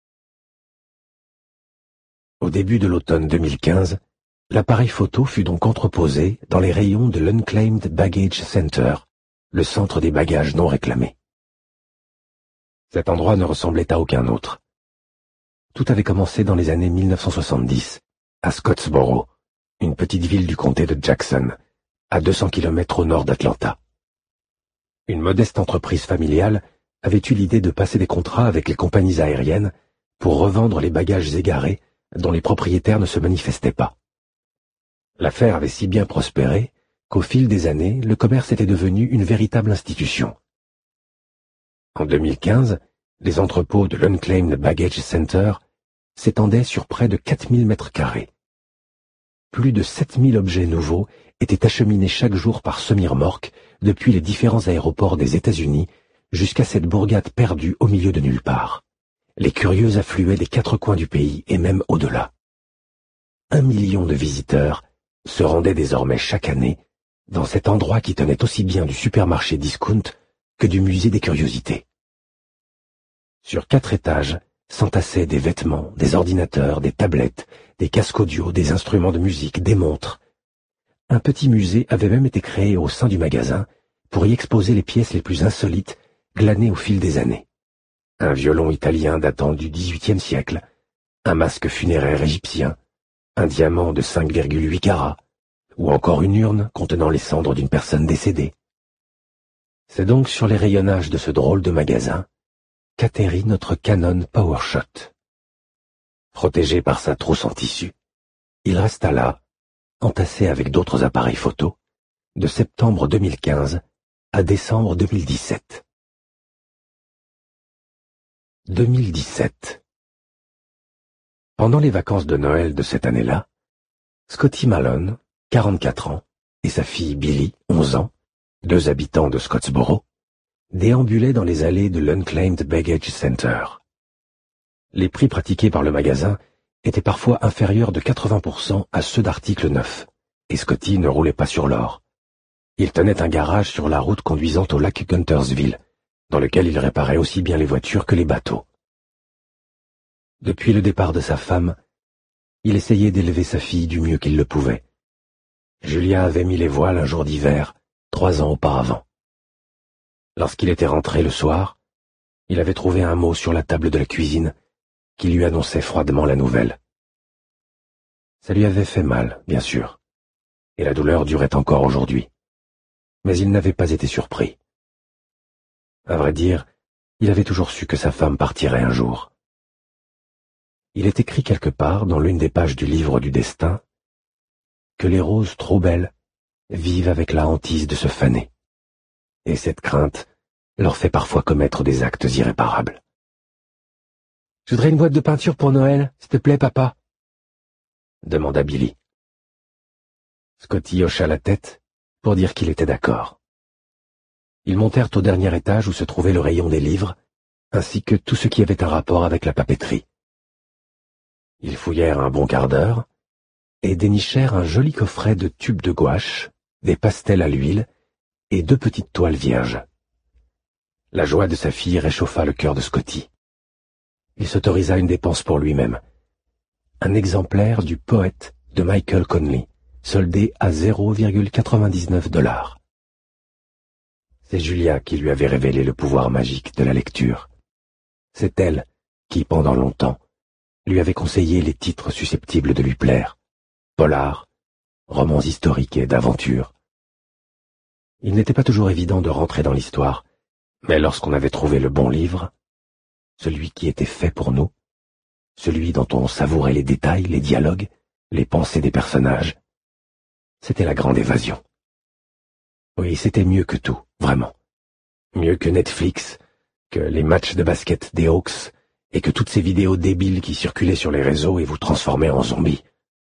A: Au début de l'automne 2015, l'appareil photo fut donc entreposé dans les rayons de l'Unclaimed Baggage Center, le centre des bagages non réclamés. Cet endroit ne ressemblait à aucun autre. Tout avait commencé dans les années 1970, à Scottsboro, une petite ville du comté de Jackson, à 200 km au nord d'Atlanta. Une modeste entreprise familiale avait eu l'idée de passer des contrats avec les compagnies aériennes pour revendre les bagages égarés dont les propriétaires ne se manifestaient pas. L'affaire avait si bien prospéré qu'au fil des années, le commerce était devenu une véritable institution. En 2015, les entrepôts de l'Unclaimed Baggage Center s'étendaient sur près de 4000 mètres carrés. Plus de 7000 objets nouveaux étaient acheminés chaque jour par semi-remorque depuis les différents aéroports des États-Unis jusqu'à cette bourgade perdue au milieu de nulle part. Les curieux affluaient des 4 coins du pays et même au-delà. 1 million de visiteurs se rendaient désormais chaque année dans cet endroit qui tenait aussi bien du supermarché discount que du musée des curiosités. Sur 4 étages s'entassaient des vêtements, des ordinateurs, des tablettes, des casques audio, des instruments de musique, des montres. Un petit musée avait même été créé au sein du magasin pour y exposer les pièces les plus insolites glanées au fil des années. Un violon italien datant du XVIIIe siècle, un masque funéraire égyptien, un diamant de 5,8 carats, ou encore une urne contenant les cendres d'une personne décédée. C'est donc sur les rayonnages de ce drôle de magasin qu'atterrit notre Canon PowerShot. Protégé par sa trousse en tissu, il resta là, entassé avec d'autres appareils photo, de septembre 2015 à décembre 2017. 2017. Pendant les vacances de Noël de cette année-là, Scotty Malone, 44 ans, et sa fille Billy, 11 ans, 2 habitants de Scottsboro, déambulaient dans les allées de l'Unclaimed Baggage Center. Les prix pratiqués par le magasin étaient parfois inférieurs de 80% à ceux d'articles neufs, et Scotty ne roulait pas sur l'or. Il tenait un garage sur la route conduisant au lac Guntersville, dans lequel il réparait aussi bien les voitures que les bateaux. Depuis le départ de sa femme, il essayait d'élever sa fille du mieux qu'il le pouvait. Julia avait mis les voiles un jour d'hiver, 3 ans auparavant. Lorsqu'il était rentré le soir, il avait trouvé un mot sur la table de la cuisine qui lui annonçait froidement la nouvelle. Ça lui avait fait mal, bien sûr, et la douleur durait encore aujourd'hui. Mais il n'avait pas été surpris. À vrai dire, il avait toujours su que sa femme partirait un jour. Il est écrit quelque part dans l'une des pages du livre du destin que les roses trop belles vivent avec la hantise de se faner, et cette crainte leur fait parfois commettre des actes irréparables. « Je voudrais une boîte de peinture pour Noël, s'il te plaît, papa ?» demanda Billy. Scotty hocha la tête pour dire qu'il était d'accord. Ils montèrent au dernier étage où se trouvait le rayon des livres, ainsi que tout ce qui avait un rapport avec la papeterie. Ils fouillèrent un bon quart d'heure et dénichèrent un joli coffret de tubes de gouache, des pastels à l'huile et 2 petites toiles vierges. La joie de sa fille réchauffa le cœur de Scotty. Il s'autorisa une dépense pour lui-même. Un exemplaire du Poète de Michael Conley, soldé à 0,99 $. C'est Julia qui lui avait révélé le pouvoir magique de la lecture. C'est elle qui, pendant longtemps, lui avait conseillé les titres susceptibles de lui plaire. Polars, romans historiques et d'aventures. Il n'était pas toujours évident de rentrer dans l'histoire, mais lorsqu'on avait trouvé le bon livre, celui qui était fait pour nous, celui dont on savourait les détails, les dialogues, les pensées des personnages, c'était la grande évasion. Oui, c'était mieux que tout, vraiment. Mieux que Netflix, que les matchs de basket des Hawks, et que toutes ces vidéos débiles qui circulaient sur les réseaux et vous transformaient en zombies.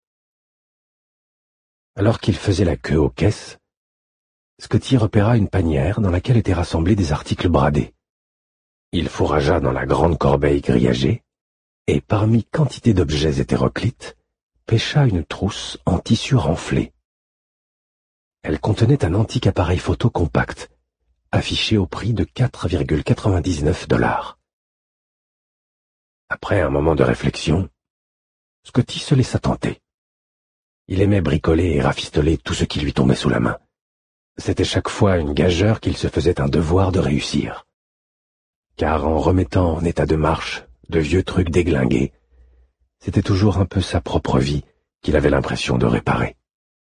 A: Alors qu'il faisait la queue aux caisses, Scotty repéra une panière dans laquelle étaient rassemblés des articles bradés. Il fourragea dans la grande corbeille grillagée, et parmi quantité d'objets hétéroclites, pêcha une trousse en tissu renflé. Elle contenait un antique appareil photo compact, affiché au prix de 4,99 $. Après un moment de réflexion, Scotty se laissa tenter. Il aimait bricoler et rafistoler tout ce qui lui tombait sous la main. C'était chaque fois une gageure qu'il se faisait un devoir de réussir. Car en remettant en état de marche de vieux trucs déglingués, c'était toujours un peu sa propre vie qu'il avait l'impression de réparer.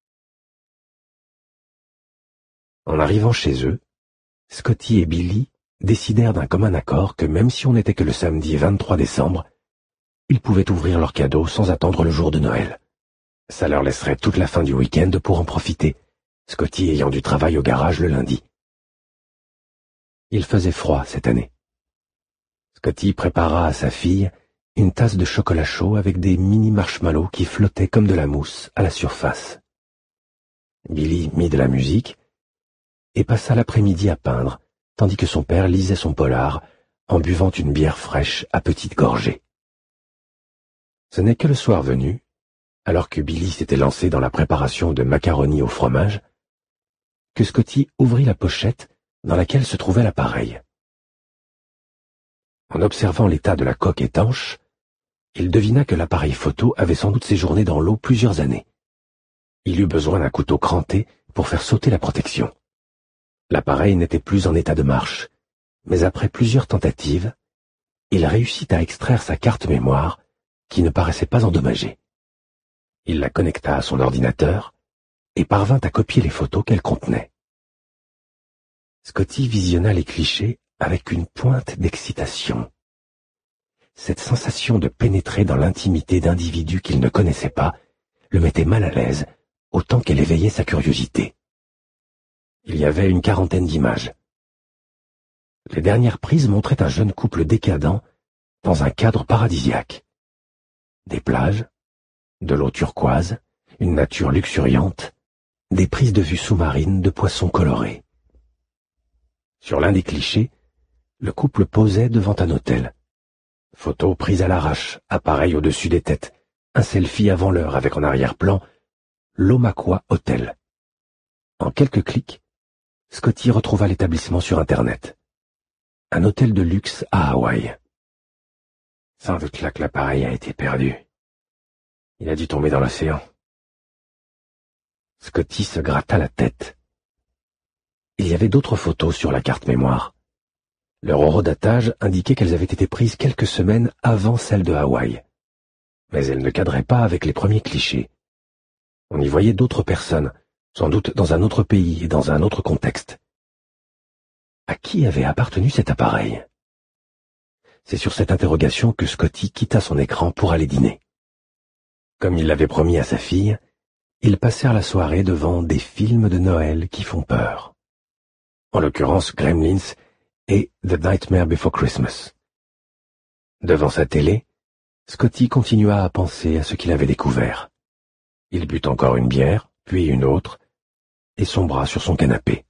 A: En arrivant chez eux, Scotty et Billy décidèrent d'un commun accord que même si on n'était que le samedi 23 décembre, ils pouvaient ouvrir leurs cadeaux sans attendre le jour de Noël. Ça leur laisserait toute la fin du week-end pour en profiter, Scotty ayant du travail au garage le lundi. Il faisait froid cette année. Scotty prépara à sa fille une tasse de chocolat chaud avec des mini-marshmallows qui flottaient comme de la mousse à la surface. Billy mit de la musique et passa l'après-midi à peindre, tandis que son père lisait son polar en buvant une bière fraîche à petites gorgées. Ce n'est que le soir venu, alors que Billy s'était lancé dans la préparation de macaronis au fromage, que Scotty ouvrit la pochette dans laquelle se trouvait l'appareil. En observant l'état de la coque étanche, il devina que l'appareil photo avait sans doute séjourné dans l'eau plusieurs années. Il eut besoin d'un couteau cranté pour faire sauter la protection. L'appareil n'était plus en état de marche, mais après plusieurs tentatives, il réussit à extraire sa carte mémoire, qui ne paraissait pas endommagée. Il la connecta à son ordinateur et parvint à copier les photos qu'elle contenait. Scotty visionna les clichés avec une pointe d'excitation. Cette sensation de pénétrer dans l'intimité d'individus qu'il ne connaissait pas le mettait mal à l'aise, autant qu'elle éveillait sa curiosité. Il y avait une 40aine d'images. Les dernières prises montraient un jeune couple décadent dans un cadre paradisiaque. Des plages, de l'eau turquoise, une nature luxuriante, des prises de vue sous-marines de poissons colorés. Sur l'un des clichés, le couple posait devant un hôtel. Photo prise à l'arrache, appareil au-dessus des têtes, un selfie avant l'heure avec en arrière-plan l'Omakwa Hotel. En quelques clics, Scotty retrouva l'établissement sur Internet. Un hôtel de luxe à Hawaï. Sans doute là que l'appareil a été perdu. Il a dû tomber dans l'océan. Scotty se gratta la tête. Il y avait d'autres photos sur la carte mémoire. Leur horodatage indiquait qu'elles avaient été prises quelques semaines avant celles de Hawaï. Mais elles ne cadraient pas avec les premiers clichés. On y voyait d'autres personnes, sans doute dans un autre pays et dans un autre contexte. À qui avait appartenu cet appareil? C'est sur cette interrogation que Scotty quitta son écran pour aller dîner. Comme il l'avait promis à sa fille, ils passèrent la soirée devant des films de Noël qui font peur. En l'occurrence Gremlins et The Nightmare Before Christmas. Devant sa télé, Scotty continua à penser à ce qu'il avait découvert. Il but encore une bière, puis une autre, et sombra sur son canapé.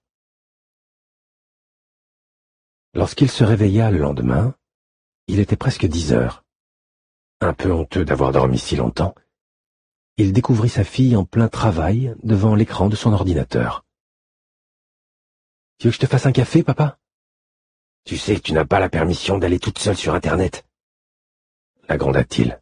A: Lorsqu'il se réveilla le lendemain, il était presque 10 heures. Un peu honteux d'avoir dormi si longtemps, il découvrit sa fille en plein travail devant l'écran de son ordinateur. « Tu veux que je te fasse un café, papa ? Tu sais que tu n'as pas la permission d'aller toute seule sur Internet. » la gronda-t-il.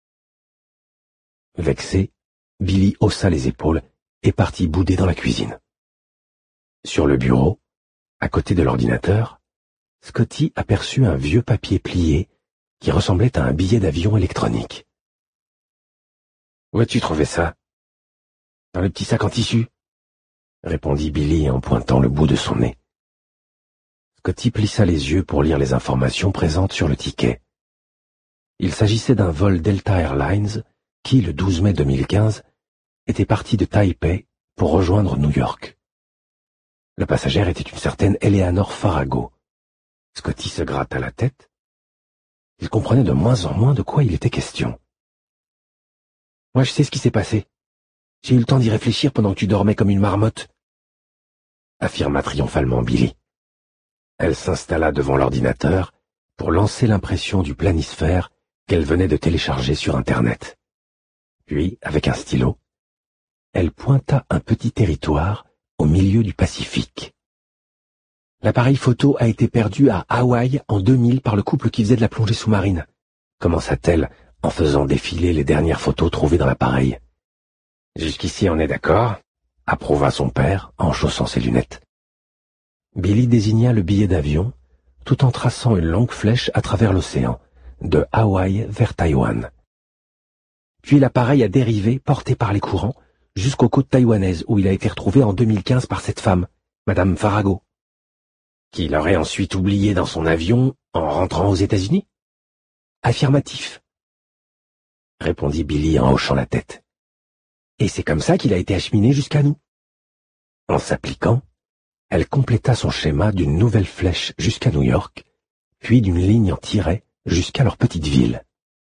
A: Vexé, Billy haussa les épaules et partit bouder dans la cuisine. Sur le bureau, à côté de l'ordinateur, Scotty aperçut un vieux papier plié qui ressemblait à un billet d'avion électronique. « Où as-tu trouvé ça ? » ?»« Dans le petit sac en tissu, » répondit Billy en pointant le bout de son nez. Scotty plissa les yeux pour lire les informations présentes sur le ticket. Il s'agissait d'un vol Delta Airlines qui, le 12 mai 2015, était parti de Taipei pour rejoindre New York. La passagère était une certaine Eleanor Farago. Scotty se gratta la tête. Il comprenait de moins en moins de quoi il était question. « Moi, je sais ce qui s'est passé. J'ai eu le temps d'y réfléchir pendant que tu dormais comme une marmotte, » affirma triomphalement Billy. Elle s'installa devant l'ordinateur pour lancer l'impression du planisphère qu'elle venait de télécharger sur Internet. Puis, avec un stylo, elle pointa un petit territoire au milieu du Pacifique. L'appareil photo a été perdu à Hawaï en 2000 par le couple qui faisait de la plongée sous-marine, commença-t-elle en faisant défiler les dernières photos trouvées dans l'appareil. Jusqu'ici on est d'accord, approuva son père en chaussant ses lunettes. Billy désigna le billet d'avion tout en traçant une longue flèche à travers l'océan, de Hawaï vers Taïwan. Puis l'appareil a dérivé, porté par les courants, jusqu'aux côtes taïwanaises où il a été retrouvé en 2015 par cette femme, Madame Farago, qui l'aurait ensuite oublié dans son avion en rentrant aux États-Unis. Affirmatif, répondit Billy en hochant la tête. Et c'est comme ça qu'il a été acheminé jusqu'à nous. En s'appliquant, elle compléta son schéma d'une nouvelle flèche jusqu'à New York, puis d'une ligne en tiret jusqu'à leur petite ville.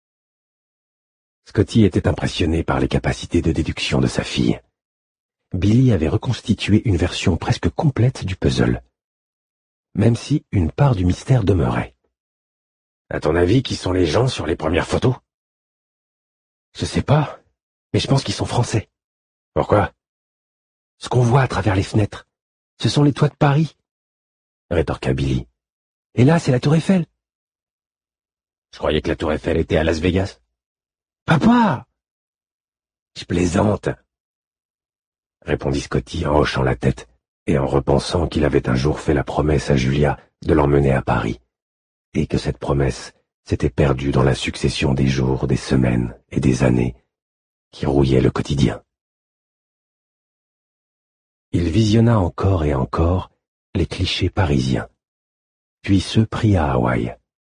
A: Scotty était impressionné par les capacités de déduction de sa fille. Billy avait reconstitué une version presque complète du puzzle, même si une part du mystère demeurait. À ton avis, qui sont les gens sur les premières photos? Je sais pas, mais je pense qu'ils sont français. Pourquoi? Ce qu'on voit à travers les fenêtres, ce sont les toits de Paris, rétorqua Billy. Et là, c'est la Tour Eiffel. Je croyais que la Tour Eiffel était à Las Vegas. Papa! Je plaisante, répondit Scotty en hochant la tête et en repensant qu'il avait un jour fait la promesse à Julia de l'emmener à Paris, et que cette promesse s'était perdue dans la succession des jours, des semaines et des années qui rouillaient le quotidien. Il visionna encore et encore les clichés parisiens, puis ceux pris à Hawaï.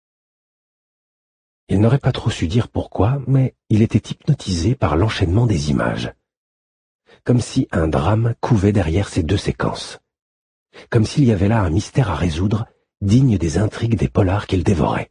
A: Il n'aurait pas trop su dire pourquoi, mais il était hypnotisé par l'enchaînement des images. Comme si un drame couvait derrière ces deux séquences. Comme s'il y avait là un mystère à résoudre, digne des intrigues des polars qu'il dévorait.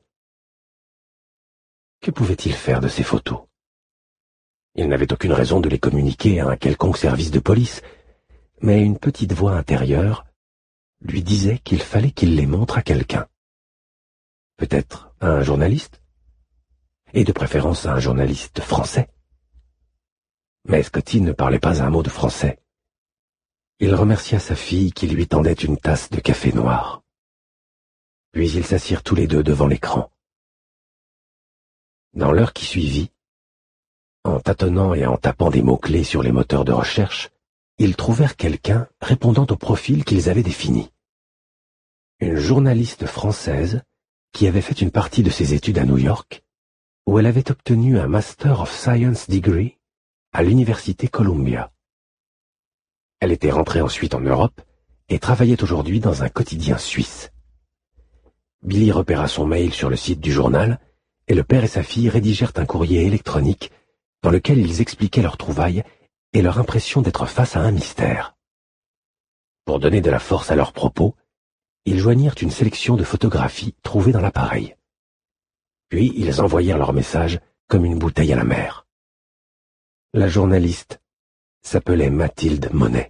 A: Que pouvait-il faire de ces photos? Il n'avait aucune raison de les communiquer à un quelconque service de police, mais une petite voix intérieure lui disait qu'il fallait qu'il les montre à quelqu'un. Peut-être à un journaliste? Et de préférence à un journaliste français. Mais Scotty ne parlait pas un mot de français. Il remercia sa fille qui lui tendait une tasse de café noir. Puis ils s'assirent tous les deux devant l'écran. Dans l'heure qui suivit, en tâtonnant et en tapant des mots-clés sur les moteurs de recherche, ils trouvèrent quelqu'un répondant au profil qu'ils avaient défini. Une journaliste française qui avait fait une partie de ses études à New York, où elle avait obtenu un Master of Science Degree à l'Université Columbia. Elle était rentrée ensuite en Europe et travaillait aujourd'hui dans un quotidien suisse. Billy repéra son mail sur le site du journal et le père et sa fille rédigèrent un courrier électronique dans lequel ils expliquaient leurs trouvailles et leur impression d'être face à un mystère. Pour donner de la force à leurs propos, ils joignirent une sélection de photographies trouvées dans l'appareil. Puis ils envoyèrent leur message comme une bouteille à la mer. La journaliste s'appelait Mathilde Monet.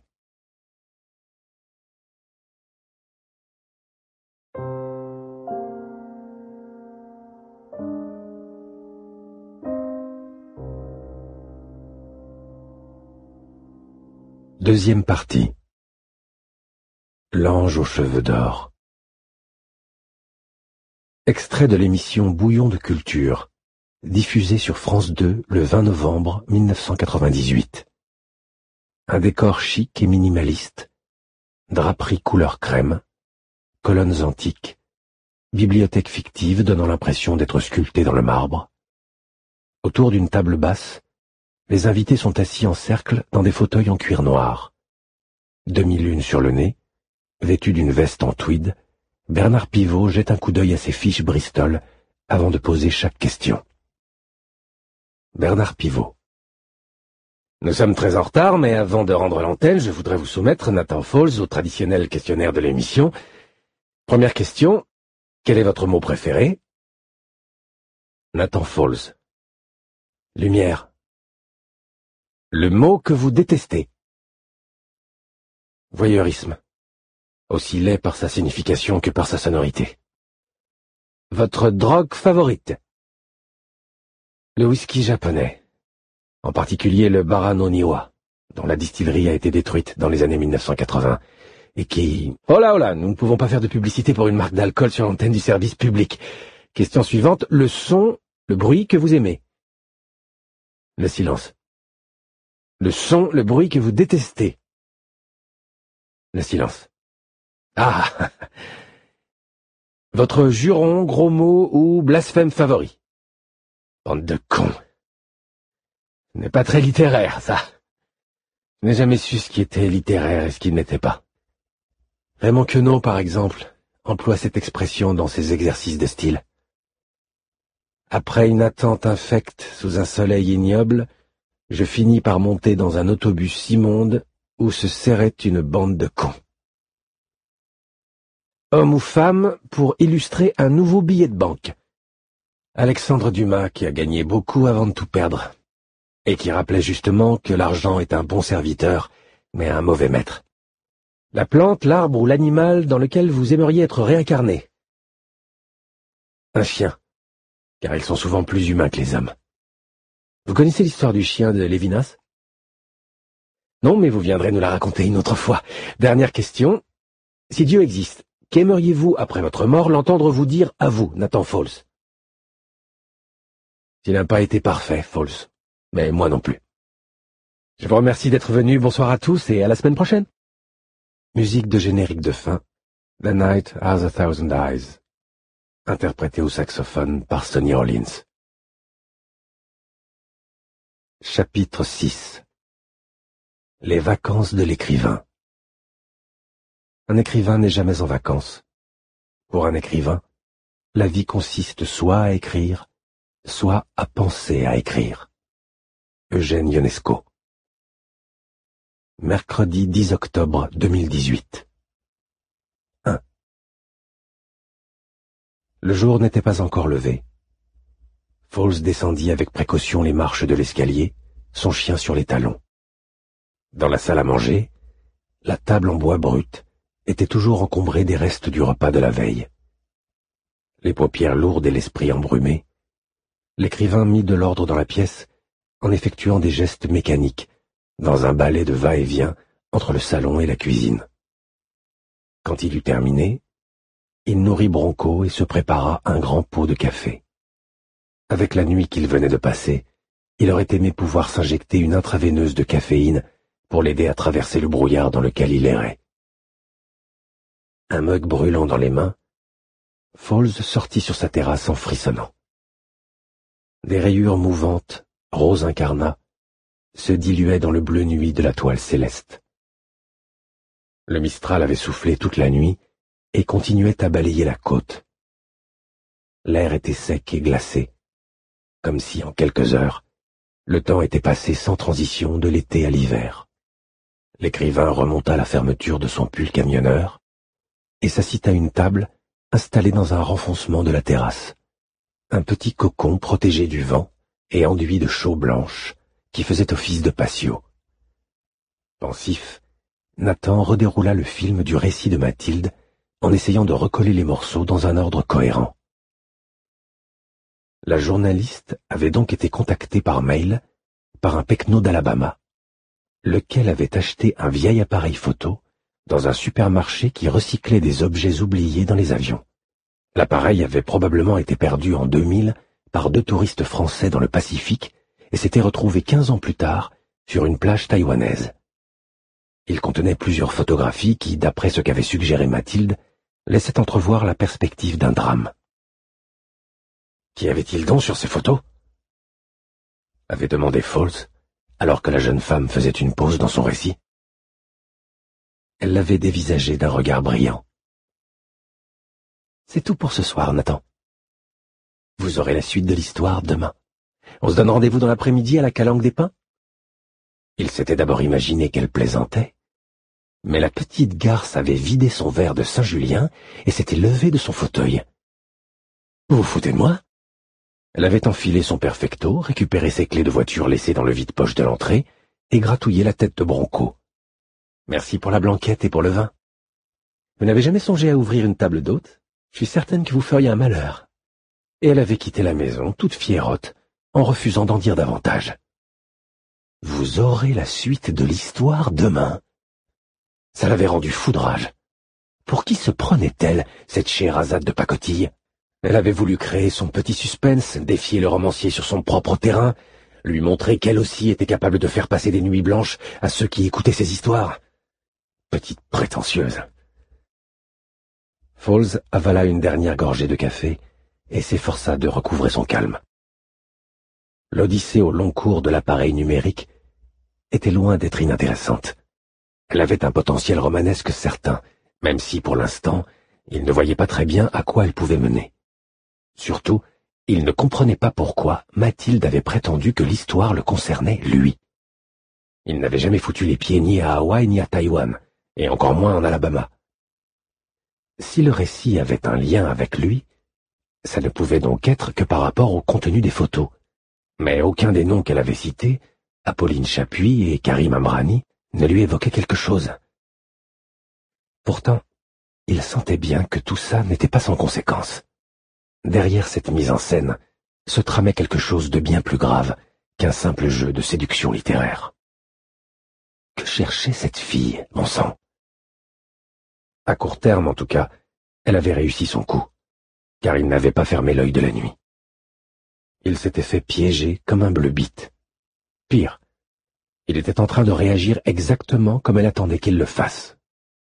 A: Deuxième partie. L'ange aux cheveux d'or. Extrait de l'émission Bouillon de culture, diffusée sur France 2 le 20 novembre 1998. Un décor chic et minimaliste, draperie couleur crème, colonnes antiques, bibliothèque fictive donnant l'impression d'être sculptée dans le marbre. Autour d'une table basse, les invités sont assis en cercle dans des fauteuils en cuir noir. Demi-lune sur le nez, vêtu d'une veste en tweed, Bernard Pivot jette un coup d'œil à ses fiches Bristol avant de poser chaque question. Bernard Pivot. Nous sommes très en retard, mais avant de rendre l'antenne, je voudrais vous soumettre, Nathan Falls, au traditionnel questionnaire de l'émission. Première question, quel est votre mot préféré? Nathan Falls. Lumière. Le mot que vous détestez. Voyeurisme. Aussi laid par sa signification que par sa sonorité. Votre drogue favorite? Le whisky japonais, en particulier le Barano Niwa, dont la distillerie a été détruite dans les années 1980, et qui... Oh là, nous ne pouvons pas faire de publicité pour une marque d'alcool sur l'antenne du service public. Question suivante, le son, le bruit que vous aimez. Le silence. Le son, le bruit que vous détestez. Le silence. Ah. Votre juron, gros mot ou blasphème favori? Bande de cons. Ce n'est pas très littéraire, ça. Je n'ai jamais su ce qui était littéraire et ce qui ne l'était pas. Raymond Queneau, par exemple, emploie cette expression dans ses exercices de style. Après une attente infecte sous un soleil ignoble, je finis par monter dans un autobus immonde où se serrait une bande de cons. Homme ou femme pour illustrer un nouveau billet de banque. Alexandre Dumas qui a gagné beaucoup avant de tout perdre, et qui rappelait justement que l'argent est un bon serviteur, mais un mauvais maître. La plante, l'arbre ou l'animal dans lequel vous aimeriez être réincarné. Un chien, car ils sont souvent plus humains que les hommes. Vous connaissez l'histoire du chien de Lévinas? Non, mais vous viendrez nous la raconter une autre fois. Dernière question. Si Dieu existe, qu'aimeriez-vous, après votre mort, l'entendre vous dire à vous, Nathan Falls? Il n'a pas été parfait, Falls. Mais moi non plus. Je vous remercie d'être venu. Bonsoir à tous et à la semaine prochaine. Musique de générique de fin. The Night Has a Thousand Eyes. Interprété au saxophone par Sonny Rollins. Chapitre 6. Les vacances de l'écrivain. Un écrivain n'est jamais en vacances. Pour un écrivain, la vie consiste soit à écrire, soit à penser à écrire. Eugène Ionesco. Mercredi 10 octobre 2018. 1. Le jour n'était pas encore levé. Falls descendit avec précaution les marches de l'escalier, son chien sur les talons. Dans la salle à manger, la table en bois brut était toujours encombrée des restes du repas de la veille. Les paupières lourdes et l'esprit embrumé, l'écrivain mit de l'ordre dans la pièce en effectuant des gestes mécaniques, dans un balai de va-et-vient entre le salon et la cuisine. Quand il eut terminé, il nourrit Bronco et se prépara un grand pot de café. Avec la nuit qu'il venait de passer, il aurait aimé pouvoir s'injecter une intraveineuse de caféine pour l'aider à traverser le brouillard dans lequel il errait. Un mug brûlant dans les mains, Fowles sortit sur sa terrasse en frissonnant. Des rayures mouvantes, rose incarnat, se diluaient dans le bleu nuit de la toile céleste. Le Mistral avait soufflé toute la nuit et continuait à balayer la côte. L'air était sec et glacé, comme si, en quelques heures, le temps était passé sans transition de l'été à l'hiver. L'écrivain remonta la fermeture de son pull camionneur et s'assit à une table installée dans un renfoncement de la terrasse, un petit cocon protégé du vent et enduit de chaux blanches qui faisait office de patio. Pensif, Nathan redéroula le film du récit de Mathilde en essayant de recoller les morceaux dans un ordre cohérent. La journaliste avait donc été contactée par mail par un pecno d'Alabama, lequel avait acheté un vieil appareil photo dans un supermarché qui recyclait des objets oubliés dans les avions. L'appareil avait probablement été perdu en 2000 par 2 touristes français dans le Pacifique et s'était retrouvé 15 ans plus tard sur une plage taïwanaise. Il contenait plusieurs photographies qui, d'après ce qu'avait suggéré Mathilde, laissaient entrevoir la perspective d'un drame. Qu'y avait-il donc sur ces photos? Avait demandé Fowles, alors que la jeune femme faisait une pause dans son récit. Elle l'avait dévisagé d'un regard brillant. C'est tout pour ce soir, Nathan. Vous aurez la suite de l'histoire demain. On se donne rendez-vous dans l'après-midi à la Calanque des Pins? Il s'était d'abord imaginé qu'elle plaisantait, mais la petite garce avait vidé son verre de Saint-Julien et s'était levée de son fauteuil. Vous vous foutez de moi? Elle avait enfilé son perfecto, récupéré ses clés de voiture laissées dans le vide-poche de l'entrée et gratouillé la tête de Bronco. Merci pour la blanquette et pour le vin. Vous n'avez jamais songé à ouvrir une table d'hôte? Je suis certaine que vous feriez un malheur. Et elle avait quitté la maison, toute fiérotte, en refusant d'en dire davantage. Vous aurez la suite de l'histoire demain. Ça l'avait rendue foudrage. Pour qui se prenait-elle, cette Scheherazade de pacotille? Elle avait voulu créer son petit suspense, défier le romancier sur son propre terrain, lui montrer qu'elle aussi était capable de faire passer des nuits blanches à ceux qui écoutaient ses histoires. Petite prétentieuse. Fowles avala une dernière gorgée de café et s'efforça de recouvrer son calme. L'odyssée au long cours de l'appareil numérique était loin d'être inintéressante. Elle avait un potentiel romanesque certain, même si, pour l'instant, il ne voyait pas très bien à quoi elle pouvait mener. Surtout, il ne comprenait pas pourquoi Mathilde avait prétendu que l'histoire le concernait, lui. Il n'avait jamais foutu les pieds ni à Hawaï ni à Taïwan, et encore moins en Alabama. Si le récit avait un lien avec lui, ça ne pouvait donc être que par rapport au contenu des photos. Mais aucun des noms qu'elle avait cités, Apolline Chapuis et Karim Amrani, ne lui évoquait quelque chose. Pourtant, il sentait bien que tout ça n'était pas sans conséquence. Derrière cette mise en scène se tramait quelque chose de bien plus grave qu'un simple jeu de séduction littéraire. Que cherchait cette fille, bon sang? À court terme, en tout cas, elle avait réussi son coup, car il n'avait pas fermé l'œil de la nuit. Il s'était fait piéger comme un bleu-bite. Pire, il était en train de réagir exactement comme elle attendait qu'il le fasse.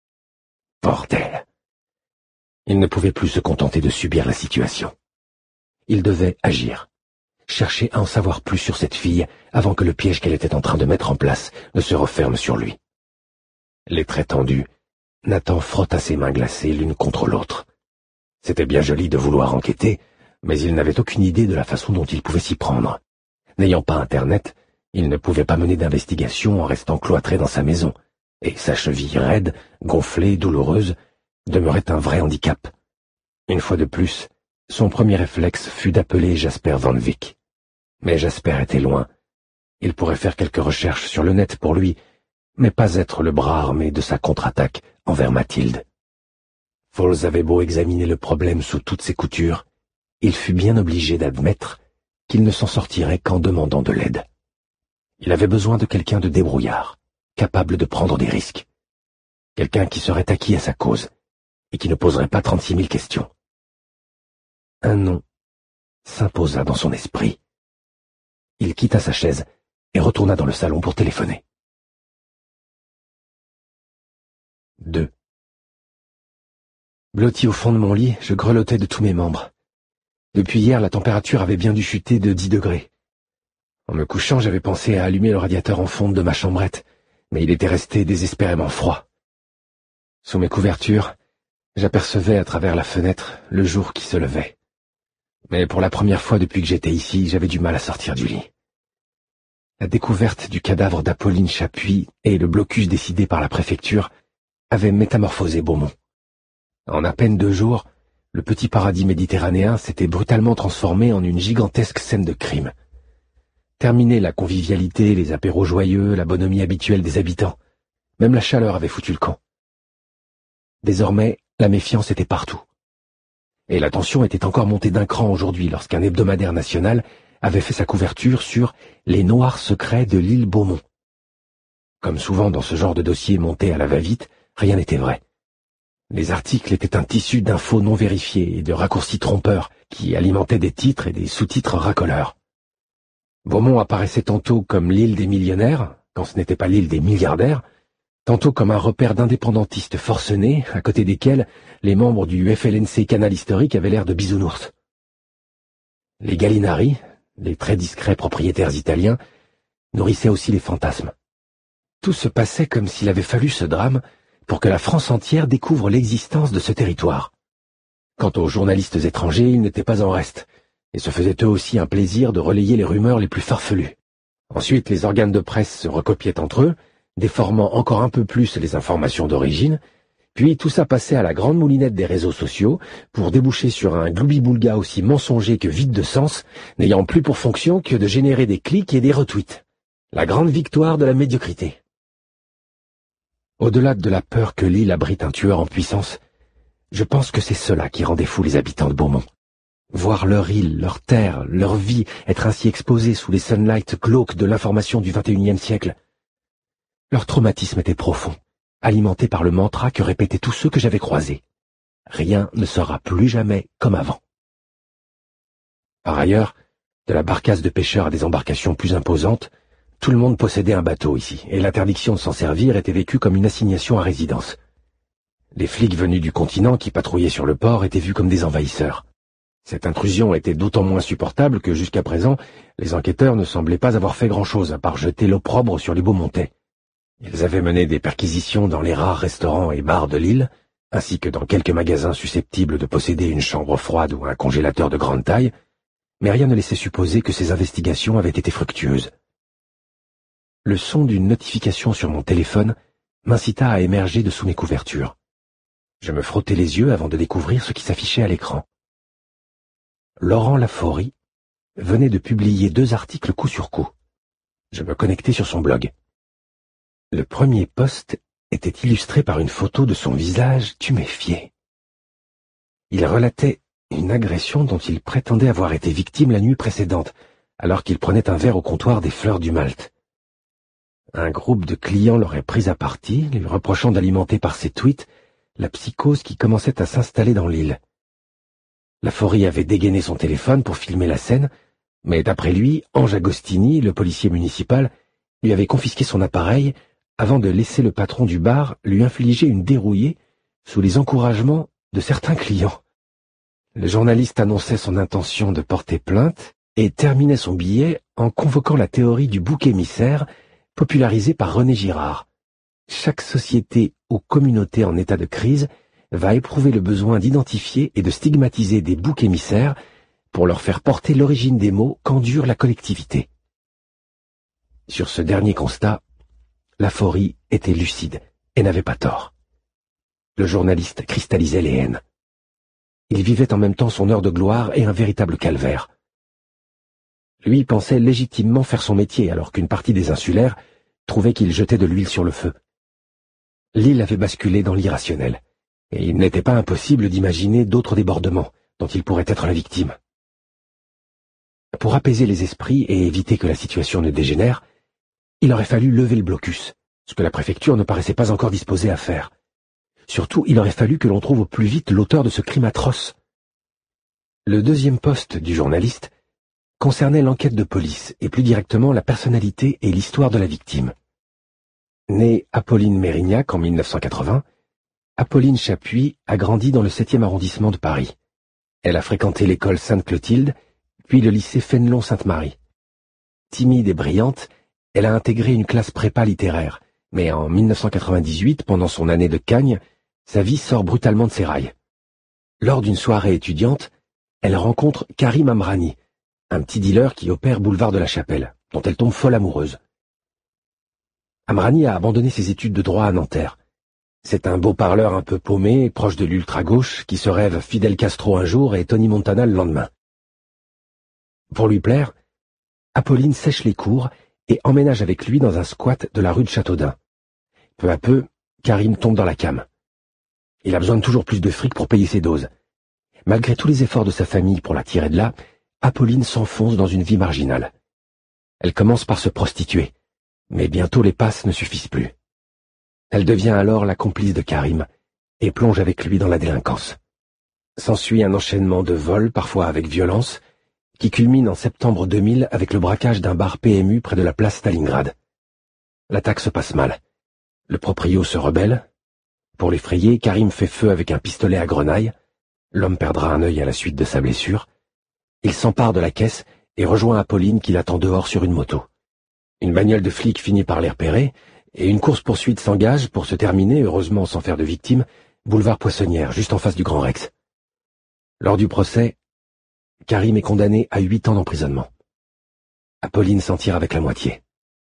A: Bordel! Il ne pouvait plus se contenter de subir la situation. Il devait agir, chercher à en savoir plus sur cette fille avant que le piège qu'elle était en train de mettre en place ne se referme sur lui. Les traits tendus, Nathan frotta ses mains glacées l'une contre l'autre. C'était bien joli de vouloir enquêter, mais il n'avait aucune idée de la façon dont il pouvait s'y prendre. N'ayant pas Internet, il ne pouvait pas mener d'investigation en restant cloîtré dans sa maison, et sa cheville raide, gonflée, douloureuse, demeurait un vrai handicap. Une fois de plus, son premier réflexe fut d'appeler Jasper Van Wyck. Mais Jasper était loin. Il pourrait faire quelques recherches sur le net pour lui, mais pas être le bras armé de sa contre-attaque envers Mathilde. Fowles avait beau examiner le problème sous toutes ses coutures, il fut bien obligé d'admettre qu'il ne s'en sortirait qu'en demandant de l'aide. Il avait besoin de quelqu'un de débrouillard, capable de prendre des risques. Quelqu'un qui serait acquis à sa cause, et qui ne poserait pas 36 000 questions. Un nom s'imposa dans son esprit. Il quitta sa chaise et retourna dans le salon pour téléphoner. 2. Blotti au fond de mon lit, je grelottais de tous mes membres. Depuis hier, la température avait bien dû chuter de 10 degrés. En me couchant, j'avais pensé à allumer le radiateur en fonte de ma chambrette, mais il était resté désespérément froid. Sous mes couvertures, j'apercevais à travers la fenêtre le jour qui se levait. Mais pour la première fois depuis que j'étais ici, j'avais du mal à sortir du lit. La découverte du cadavre d'Apolline Chapuis et le blocus décidé par la préfecture avaient métamorphosé Beaumont. En à peine 2 jours, le petit paradis méditerranéen s'était brutalement transformé en une gigantesque scène de crime. Terminée la convivialité, les apéros joyeux, la bonhomie habituelle des habitants. Même la chaleur avait foutu le camp. Désormais, la méfiance était partout. Et la tension était encore montée d'un cran aujourd'hui lorsqu'un hebdomadaire national avait fait sa couverture sur les noirs secrets de l'île Beaumont. Comme souvent dans ce genre de dossier monté à la va-vite, rien n'était vrai. Les articles étaient un tissu d'infos non vérifiées et de raccourcis trompeurs qui alimentaient des titres et des sous-titres racoleurs. Beaumont apparaissait tantôt comme l'île des millionnaires, quand ce n'était pas l'île des milliardaires, tantôt comme un repère d'indépendantistes forcenés, à côté desquels les membres du FLNC Canal Historique avaient l'air de bisounours. Les Gallinari, les très discrets propriétaires italiens, nourrissaient aussi les fantasmes. Tout se passait comme s'il avait fallu ce drame pour que la France entière découvre l'existence de ce territoire. Quant aux journalistes étrangers, ils n'étaient pas en reste, et se faisaient eux aussi un plaisir de relayer les rumeurs les plus farfelues. Ensuite, les organes de presse se recopiaient entre eux, déformant encore un peu plus les informations d'origine, puis tout ça passait à la grande moulinette des réseaux sociaux pour déboucher sur un gloubi-boulga aussi mensonger que vide de sens, n'ayant plus pour fonction que de générer des clics et des retweets. La grande victoire de la médiocrité. Au-delà de la peur que l'île abrite un tueur en puissance, je pense que c'est cela qui rendait fous les habitants de Beaumont. Voir leur île, leur terre, leur vie être ainsi exposée sous les sunlights glauques de l'information du XXIe siècle. Leur traumatisme était profond, alimenté par le mantra que répétaient tous ceux que j'avais croisés. Rien ne sera plus jamais comme avant. Par ailleurs, de la barcasse de pêcheurs à des embarcations plus imposantes, tout le monde possédait un bateau ici, et l'interdiction de s'en servir était vécue comme une assignation à résidence. Les flics venus du continent qui patrouillaient sur le port étaient vus comme des envahisseurs. Cette intrusion était d'autant moins supportable que jusqu'à présent, les enquêteurs ne semblaient pas avoir fait grand-chose à part jeter l'opprobre sur les Beaumontais. Ils avaient mené des perquisitions dans les rares restaurants et bars de l'île, ainsi que dans quelques magasins susceptibles de posséder une chambre froide ou un congélateur de grande taille, mais rien ne laissait supposer que ces investigations avaient été fructueuses. Le son d'une notification sur mon téléphone m'incita à émerger de sous mes couvertures. Je me frottais les yeux avant de découvrir ce qui s'affichait à l'écran. Laurent Laforie venait de publier 2 articles coup sur coup. Je me connectai sur son blog. Le premier post était illustré par une photo de son visage tuméfié. Il relatait une agression dont il prétendait avoir été victime la nuit précédente, alors qu'il prenait un verre au comptoir des Fleurs du Malte. Un groupe de clients l'aurait pris à partie, lui reprochant d'alimenter par ses tweets la psychose qui commençait à s'installer dans l'île. Laforie avait dégainé son téléphone pour filmer la scène, mais d'après lui, Ange Agostini, le policier municipal, lui avait confisqué son appareil avant de laisser le patron du bar lui infliger une dérouillée sous les encouragements de certains clients. Le journaliste annonçait son intention de porter plainte et terminait son billet en convoquant la théorie du bouc émissaire popularisée par René Girard. Chaque société ou communauté en état de crise va éprouver le besoin d'identifier et de stigmatiser des boucs émissaires pour leur faire porter l'origine des maux qu'endure la collectivité. Sur ce dernier constat, Laforie était lucide et n'avait pas tort. Le journaliste cristallisait les haines. Il vivait en même temps son heure de gloire et un véritable calvaire. Lui pensait légitimement faire son métier alors qu'une partie des insulaires trouvait qu'il jetait de l'huile sur le feu. L'île avait basculé dans l'irrationnel, et il n'était pas impossible d'imaginer d'autres débordements dont il pourrait être la victime. Pour apaiser les esprits et éviter que la situation ne dégénère, il aurait fallu lever le blocus, ce que la préfecture ne paraissait pas encore disposée à faire. Surtout, il aurait fallu que l'on trouve au plus vite l'auteur de ce crime atroce. Le deuxième poste du journaliste concernait l'enquête de police et plus directement la personnalité et l'histoire de la victime. Née Apolline Mérignac en 1980, Apolline Chapuis a grandi dans le 7e arrondissement de Paris. Elle a fréquenté l'école Sainte-Clotilde, puis le lycée Fénelon-Sainte-Marie. Timide et brillante, elle a intégré une classe prépa littéraire, mais en 1998, pendant son année de Cagne, sa vie sort brutalement de ses rails. Lors d'une soirée étudiante, elle rencontre Karim Amrani, un petit dealer qui opère boulevard de la Chapelle, dont elle tombe folle amoureuse. Amrani a abandonné ses études de droit à Nanterre. C'est un beau parleur un peu paumé, proche de l'ultra-gauche, qui se rêve Fidel Castro un jour et Tony Montana le lendemain. Pour lui plaire, Apolline sèche les cours et emménage avec lui dans un squat de la rue de Châteaudun. Peu à peu, Karim tombe dans la came. Il a besoin de toujours plus de fric pour payer ses doses. Malgré tous les efforts de sa famille pour la tirer de là, Apolline s'enfonce dans une vie marginale. Elle commence par se prostituer, mais bientôt les passes ne suffisent plus. Elle devient alors la complice de Karim et plonge avec lui dans la délinquance. S'ensuit un enchaînement de vols, parfois avec violence, qui culmine en septembre 2000 avec le braquage d'un bar PMU près de la place Stalingrad. L'attaque se passe mal. Le proprio se rebelle. Pour l'effrayer, Karim fait feu avec un pistolet à grenaille. L'homme perdra un œil à la suite de sa blessure. Il s'empare de la caisse et rejoint Apolline qui l'attend dehors sur une moto. Une bagnole de flic finit par les repérer et une course-poursuite s'engage pour se terminer, heureusement sans faire de victimes, boulevard Poissonnière, juste en face du Grand Rex. Lors du procès, Karim est condamné à 8 ans d'emprisonnement. Apolline s'en tire avec la moitié.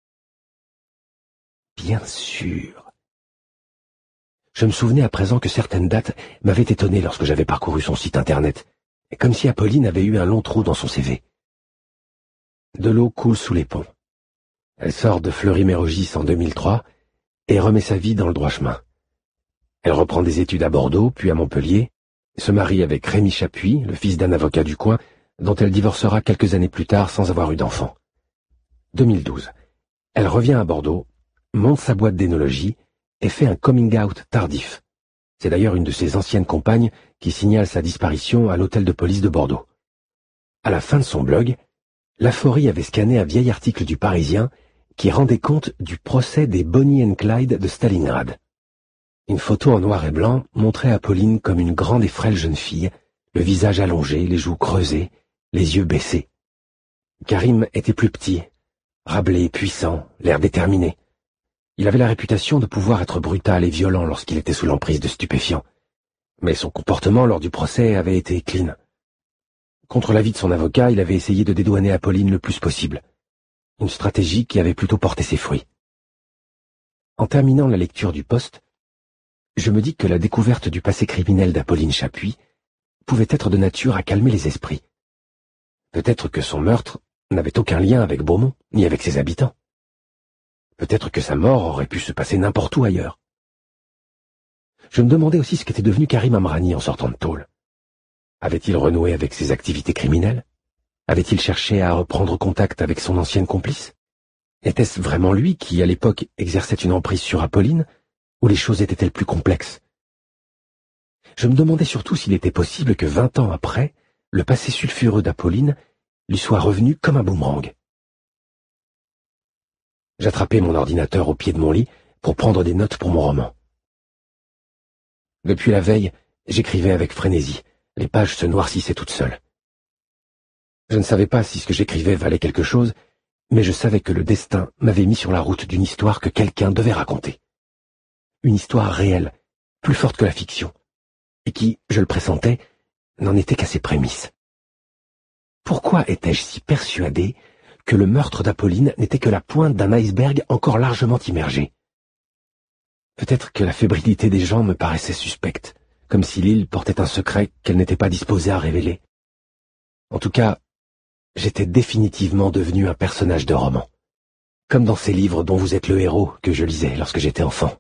A: Bien sûr. Je me souvenais à présent que certaines dates m'avaient étonné lorsque j'avais parcouru son site internet, comme si Apolline avait eu un long trou dans son CV. De l'eau coule sous les ponts. Elle sort de Fleury-Mérogis en 2003 et remet sa vie dans le droit chemin. Elle reprend des études à Bordeaux, puis à Montpellier, se marie avec Rémi Chapuis, le fils d'un avocat du coin, dont elle divorcera quelques années plus tard sans avoir eu d'enfant. 2012. Elle revient à Bordeaux, monte sa boîte d'énologie et fait un coming out tardif. C'est d'ailleurs une de ses anciennes compagnes qui signale sa disparition à l'hôtel de police de Bordeaux. À la fin de son blog, Laforie avait scanné un vieil article du Parisien qui rendait compte du procès des Bonnie and Clyde de Stalingrad. Une photo en noir et blanc montrait Apolline comme une grande et frêle jeune fille, le visage allongé, les joues creusées, les yeux baissés. Karim était plus petit, râblé, puissant, l'air déterminé. Il avait la réputation de pouvoir être brutal et violent lorsqu'il était sous l'emprise de stupéfiants. Mais son comportement lors du procès avait été clean. Contre l'avis de son avocat, il avait essayé de dédouaner Apolline le plus possible. Une stratégie qui avait plutôt porté ses fruits. En terminant la lecture du poste, je me dis que la découverte du passé criminel d'Apolline Chapuis pouvait être de nature à calmer les esprits. Peut-être que son meurtre n'avait aucun lien avec Beaumont, ni avec ses habitants. Peut-être que sa mort aurait pu se passer n'importe où ailleurs. Je me demandais aussi ce qu'était devenu Karim Amrani en sortant de tôle. Avait-il renoué avec ses activités criminelles? Avait-il cherché à reprendre contact avec son ancienne complice? Était-ce vraiment lui qui, à l'époque, exerçait une emprise sur Apolline, ou les choses étaient-elles plus complexes? Je me demandais surtout s'il était possible que 20 ans après, le passé sulfureux d'Apolline lui soit revenu comme un boomerang. J'attrapai mon ordinateur au pied de mon lit pour prendre des notes pour mon roman. Depuis la veille, j'écrivais avec frénésie. Les pages se noircissaient toutes seules. Je ne savais pas si ce que j'écrivais valait quelque chose, mais je savais que le destin m'avait mis sur la route d'une histoire que quelqu'un devait raconter. Une histoire réelle, plus forte que la fiction, et qui, je le pressentais, n'en était qu'à ses prémices. Pourquoi étais-je si persuadé que le meurtre d'Apolline n'était que la pointe d'un iceberg encore largement immergé? Peut-être que la fébrilité des gens me paraissait suspecte, comme si l'île portait un secret qu'elle n'était pas disposée à révéler. En tout cas, j'étais définitivement devenu un personnage de roman, comme dans ces livres dont vous êtes le héros que je lisais lorsque j'étais enfant.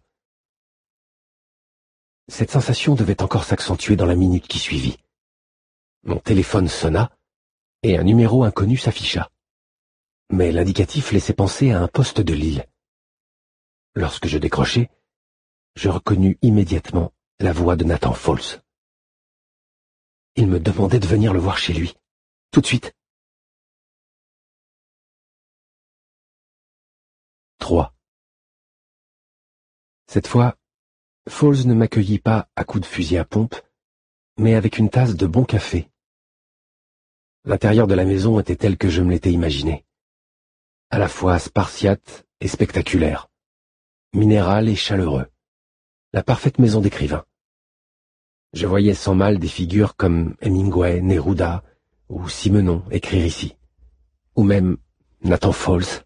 A: Cette sensation devait encore s'accentuer dans la minute qui suivit. Mon téléphone sonna, et un numéro inconnu s'afficha. Mais l'indicatif laissait penser à un poste de Lille. Lorsque je décrochai, je reconnus immédiatement la voix de Nathan Fauls. il me demandait de venir le voir chez lui, tout de suite. 3. Cette fois, Fowles ne m'accueillit pas à coups de fusil à pompe, mais avec une tasse de bon café. L'intérieur de la maison était tel que je me l'étais imaginé, à la fois spartiate et spectaculaire, minéral et chaleureux, la parfaite maison d'écrivain. Je voyais sans mal des figures comme Hemingway, Neruda ou Simenon écrire ici, ou même Nathan Fowles.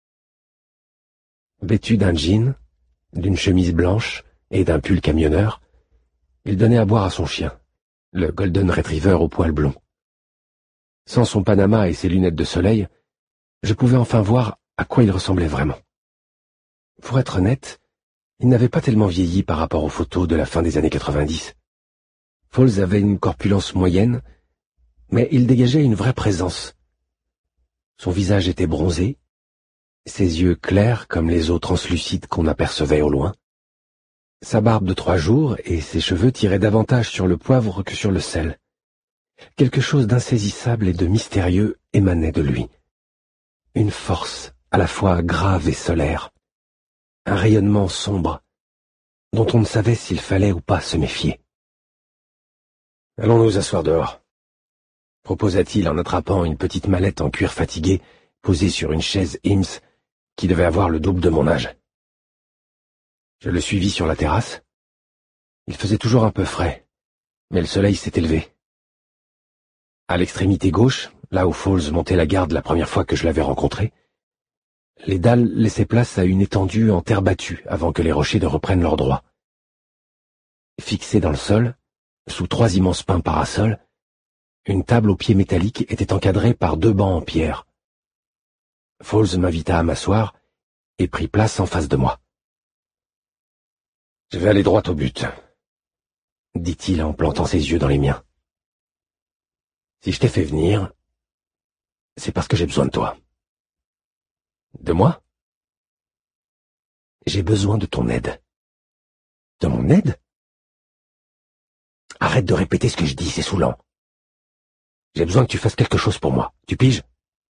A: Vêtu d'un jean, d'une chemise blanche et d'un pull camionneur, il donnait à boire à son chien, le Golden Retriever au poil blond. Sans son panama et ses lunettes de soleil, je pouvais enfin voir à quoi il ressemblait vraiment. Pour être honnête, il n'avait pas tellement vieilli par rapport aux photos de la fin des années 90. Fowles avait une corpulence moyenne, mais il dégageait une vraie présence. Son visage était bronzé, ses yeux clairs comme les eaux translucides qu'on apercevait au loin. Sa barbe de 3 jours et ses cheveux tiraient davantage sur le poivre que sur le sel. Quelque chose d'insaisissable et de mystérieux émanait de lui. Une force à la fois grave et solaire. Un rayonnement sombre, dont on ne savait s'il fallait ou pas se méfier. « Allons nous asseoir dehors », proposa-t-il en attrapant une petite mallette en cuir fatigué posée sur une chaise Eames qui devait avoir le double de mon âge. Je le suivis sur la terrasse. Il faisait toujours un peu frais, mais le soleil s'est élevé. À l'extrémité gauche, là où Fowles montait la garde la première fois que je l'avais rencontré, les dalles laissaient place à une étendue en terre battue avant que les rochers ne reprennent leur droit. Fixée dans le sol, sous 3 immenses pins parasols, une table aux pieds métalliques était encadrée par 2 bancs en pierre. Fowles m'invita à m'asseoir et prit place en face de moi. « Je vais aller droit au but », dit-il en plantant ses yeux dans les miens. « Si je t'ai fait venir, c'est parce que j'ai besoin de toi. » « De moi ? » ?»« J'ai besoin de ton aide. »« De mon aide ? » ?»« Arrête de répéter ce que je dis, c'est saoulant. J'ai besoin que tu fasses quelque chose pour moi, tu piges ? » ?»« Quoi ? » ?»«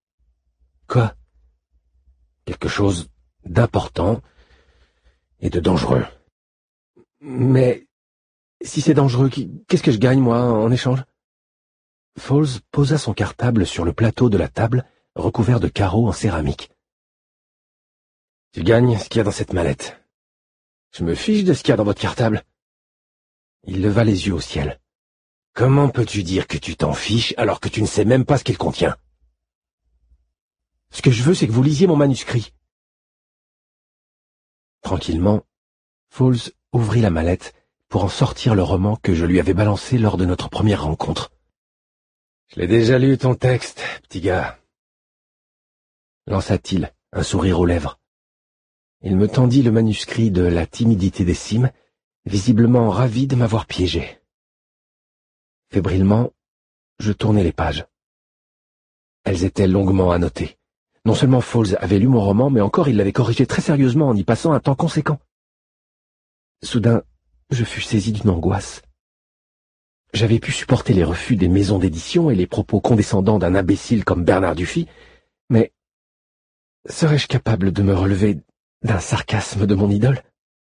A: Quelque chose d'important et de dangereux. »« Mais si c'est dangereux, qu'est-ce que je gagne, moi, en échange ?» Fowles posa son cartable sur le plateau de la table, recouvert de carreaux en céramique. « Tu gagnes ce qu'il y a dans cette mallette. Je me fiche de ce qu'il y a dans votre cartable. » Il leva les yeux au ciel. « Comment peux-tu dire que tu t'en fiches alors que tu ne sais même pas ce qu'il contient ? Ce que je veux, c'est que vous lisiez mon manuscrit. » Tranquillement, Fowles ouvrit la mallette pour en sortir le roman que je lui avais balancé lors de notre première rencontre. « Je l'ai déjà lu, ton texte, petit gars. » lança-t-il, un sourire aux lèvres. Il me tendit le manuscrit de La timidité des cimes, visiblement ravi de m'avoir piégé. Fébrilement, je tournai les pages. Elles étaient longuement annotées. Non seulement Fowles avait lu mon roman, mais encore il l'avait corrigé très sérieusement en y passant un temps conséquent. Soudain, je fus saisi d'une angoisse. J'avais pu supporter les refus des maisons d'édition et les propos condescendants d'un imbécile comme Bernard Dufy, mais serais-je capable de me relever d'un sarcasme de mon idole ?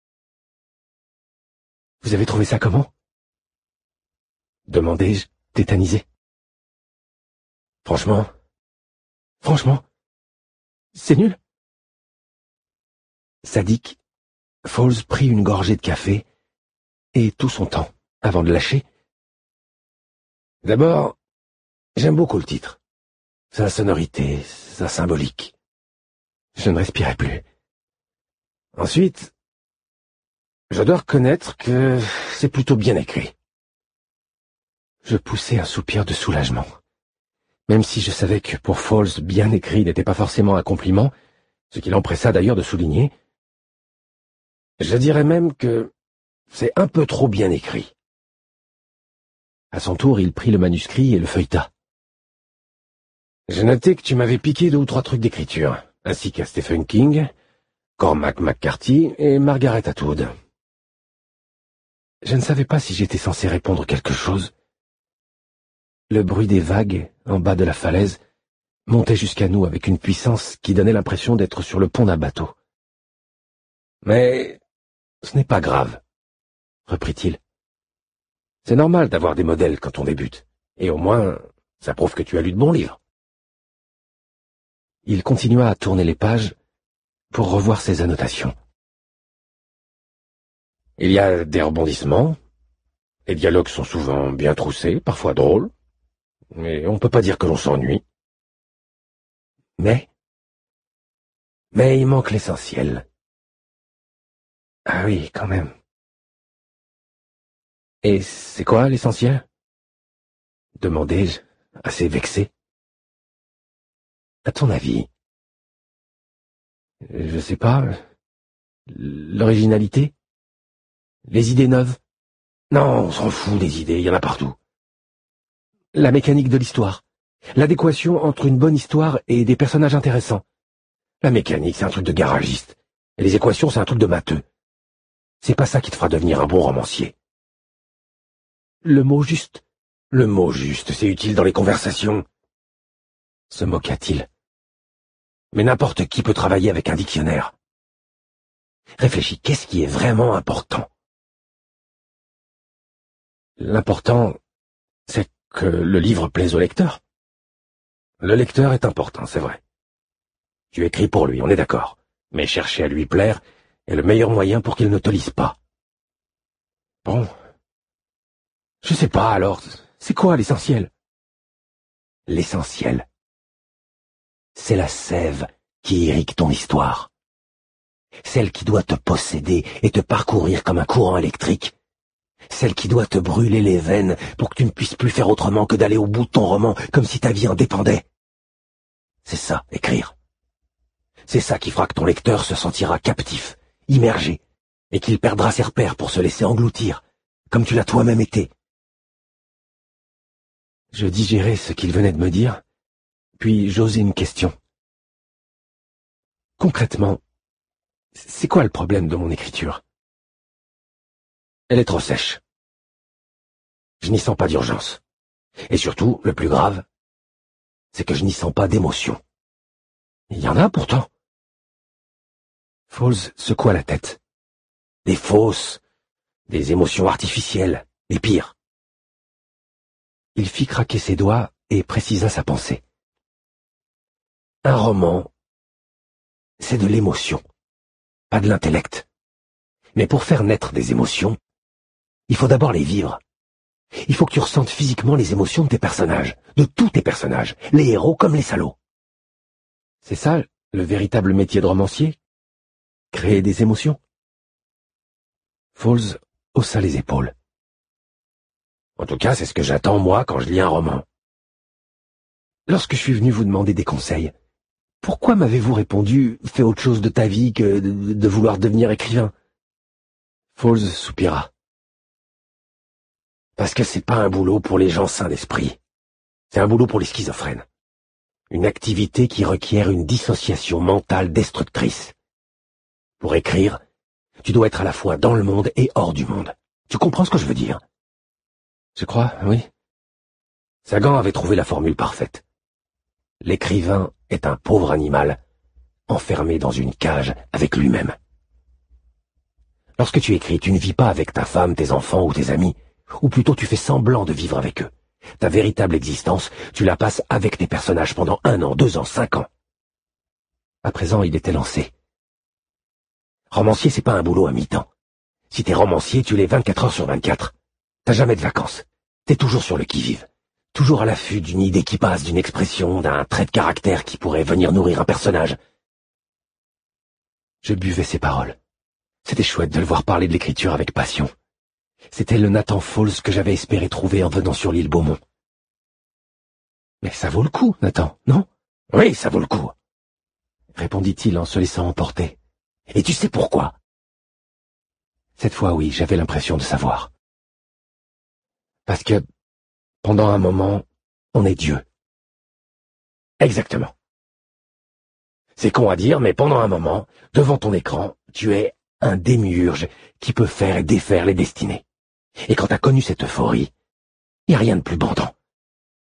A: « Vous avez trouvé ça comment ?» demandai-je, tétanisé. Franchement, c'est nul. » Sadique, Fowles prit une gorgée de café, et tout son temps, avant de lâcher. « D'abord, j'aime beaucoup le titre. Sa sonorité, sa symbolique. Je ne respirais plus. Ensuite, je dois reconnaître que c'est plutôt bien écrit. » Je poussai un soupir de soulagement. Même si je savais que pour Fowles, bien écrit n'était pas forcément un compliment, ce qu'il empressa d'ailleurs de souligner, je dirais même que c'est un peu trop bien écrit. À son tour, il prit le manuscrit et le feuilleta. J'ai noté que tu m'avais piqué 2 ou 3 trucs d'écriture, ainsi qu'à Stephen King, Cormac McCarthy et Margaret Atwood. Je ne savais pas si j'étais censé répondre quelque chose. Le bruit des vagues, en bas de la falaise, montait jusqu'à nous avec une puissance qui donnait l'impression d'être sur le pont d'un bateau. « Mais ce n'est pas grave, » reprit-il. « C'est normal d'avoir des modèles quand on débute, et au moins, ça prouve que tu as lu de bons livres. » Il continua à tourner les pages pour revoir ses annotations. Il y a des rebondissements, les dialogues sont souvent bien troussés, parfois drôles, mais on ne peut pas dire que l'on s'ennuie. Mais il manque l'essentiel. Ah oui, quand même. Et c'est quoi l'essentiel? Demandai-je, assez vexé. À ton avis? Je sais pas. L'originalité? Les idées neuves? Non, on s'en fout des idées, il y en a partout. La mécanique de l'histoire. L'adéquation entre une bonne histoire et des personnages intéressants. La mécanique, c'est un truc de garagiste. Et les équations, c'est un truc de matheux. C'est pas ça qui te fera devenir un bon romancier. Le mot juste. Le mot juste, c'est utile dans les conversations. Se moqua-t-il. Mais n'importe qui peut travailler avec un dictionnaire. Réfléchis, qu'est-ce qui est vraiment important? L'important, c'est que le livre plaise au lecteur. Le lecteur est important, c'est vrai. Tu écris pour lui, on est d'accord. Mais chercher à lui plaire est le meilleur moyen pour qu'il ne te lise pas. Bon. Je sais pas alors, c'est quoi l'essentiel? L'essentiel, c'est la sève qui irrigue ton histoire. Celle qui doit te posséder et te parcourir comme un courant électrique. Celle qui doit te brûler les veines pour que tu ne puisses plus faire autrement que d'aller au bout de ton roman comme si ta vie en dépendait. C'est ça, écrire. C'est ça qui fera que ton lecteur se sentira captif, immergé, et qu'il perdra ses repères pour se laisser engloutir, comme tu l'as toi-même été. Je digérais ce qu'il venait de me dire, puis j'osai une question. Concrètement, c'est quoi le problème de mon écriture? Elle est trop sèche. Je n'y sens pas d'urgence. Et surtout, le plus grave, c'est que je n'y sens pas d'émotion. Il y en a pourtant. Fawles secoua la tête. Des fausses, des émotions artificielles, les pires. Il fit craquer ses doigts et précisa sa pensée. Un roman, c'est de l'émotion, pas de l'intellect. Mais pour faire naître des émotions, il faut d'abord les vivre. Il faut que tu ressentes physiquement les émotions de tes personnages, de tous tes personnages, les héros comme les salauds. C'est ça, le véritable métier de romancier? Créer des émotions? Fawles haussa les épaules. En tout cas, c'est ce que j'attends, moi, quand je lis un roman. Lorsque je suis venu vous demander des conseils, pourquoi m'avez-vous répondu « fais autre chose de ta vie que de vouloir devenir écrivain » Fawles soupira. Parce que c'est pas un boulot pour les gens sains d'esprit. C'est un boulot pour les schizophrènes. Une activité qui requiert une dissociation mentale destructrice. Pour écrire, tu dois être à la fois dans le monde et hors du monde. Tu comprends ce que je veux dire? Je crois, oui. Sagan avait trouvé la formule parfaite. L'écrivain est un pauvre animal, enfermé dans une cage avec lui-même. Lorsque tu écris, tu ne vis pas avec ta femme, tes enfants ou tes amis, ou plutôt tu fais semblant de vivre avec eux. Ta véritable existence, tu la passes avec tes personnages pendant 1 an, 2 ans, 5 ans. À présent, il était lancé. Romancier, c'est pas un boulot à mi-temps. Si t'es romancier, tu l'es 24 heures sur 24. T'as jamais de vacances. T'es toujours sur le qui-vive. Toujours à l'affût d'une idée qui passe, d'une expression, d'un trait de caractère qui pourrait venir nourrir un personnage. Je buvais ses paroles. C'était chouette de le voir parler de l'écriture avec passion. C'était le Nathan Fawles que j'avais espéré trouver en venant sur l'île Beaumont. Mais ça vaut le coup, Nathan, non? Oui, ça vaut le coup, répondit-il en se laissant emporter. Et tu sais pourquoi? Cette fois, oui, j'avais l'impression de savoir. Parce que, pendant un moment, on est Dieu. Exactement. C'est con à dire, mais pendant un moment, devant ton écran, tu es un démiurge qui peut faire et défaire les destinées. Et quand t'as connu cette euphorie, y a rien de plus bandant.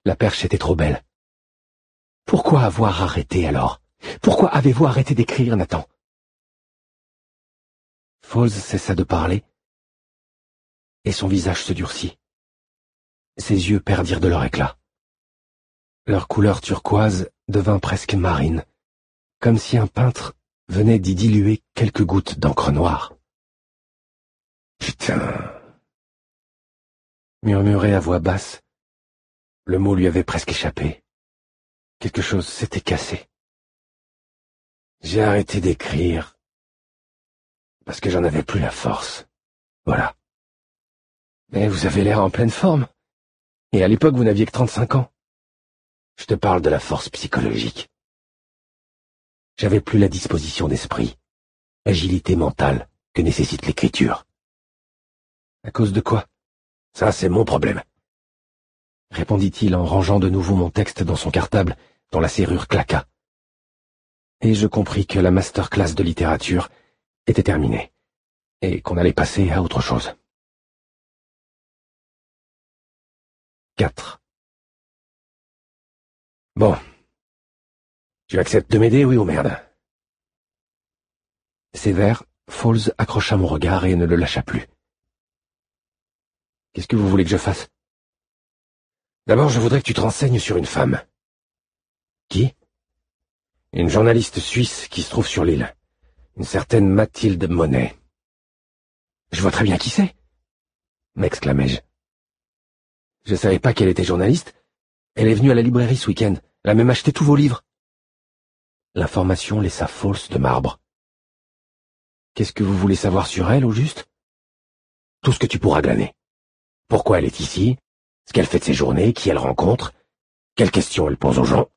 C: La perche était trop belle. Pourquoi avoir arrêté alors? Pourquoi avez-vous arrêté d'écrire, Nathan? Foles cessa de parler, et son visage se durcit. Ses yeux perdirent de leur éclat. Leur couleur turquoise devint presque marine, comme si un peintre venait d'y diluer quelques gouttes d'encre noire. Putain! Murmuré à voix basse, le mot lui avait presque échappé. Quelque chose s'était cassé. J'ai arrêté d'écrire parce que j'en avais plus la force. Voilà. Mais vous avez l'air en pleine forme. Et à l'époque, vous n'aviez que 35 ans. Je te parle de la force psychologique. J'avais plus la disposition d'esprit, l'agilité mentale que nécessite l'écriture. À cause de quoi? Ça, c'est mon problème, répondit-il en rangeant de nouveau mon texte dans son cartable, dont la serrure claqua. Et je compris que la masterclass de littérature était terminée, et qu'on allait passer à autre chose. 4. Bon. Tu acceptes de m'aider, oui ou merde? Sévère, Foles accrocha mon regard et ne le lâcha plus. Qu'est-ce que vous voulez que je fasse? D'abord, je voudrais que tu te renseignes sur une femme. Qui? Une journaliste suisse qui se trouve sur l'île. Une certaine Mathilde Monet. Je vois très bien qui c'est, m'exclamai-je. Je savais pas qu'elle était journaliste. Elle est venue à la librairie ce week-end. Elle a même acheté tous vos livres. L'information laissa Foles de marbre. Qu'est-ce que vous voulez savoir sur elle, au juste? Tout ce que tu pourras glaner. Pourquoi elle est ici, ce qu'elle fait de ses journées, qui elle rencontre, quelles questions elle pose aux gens.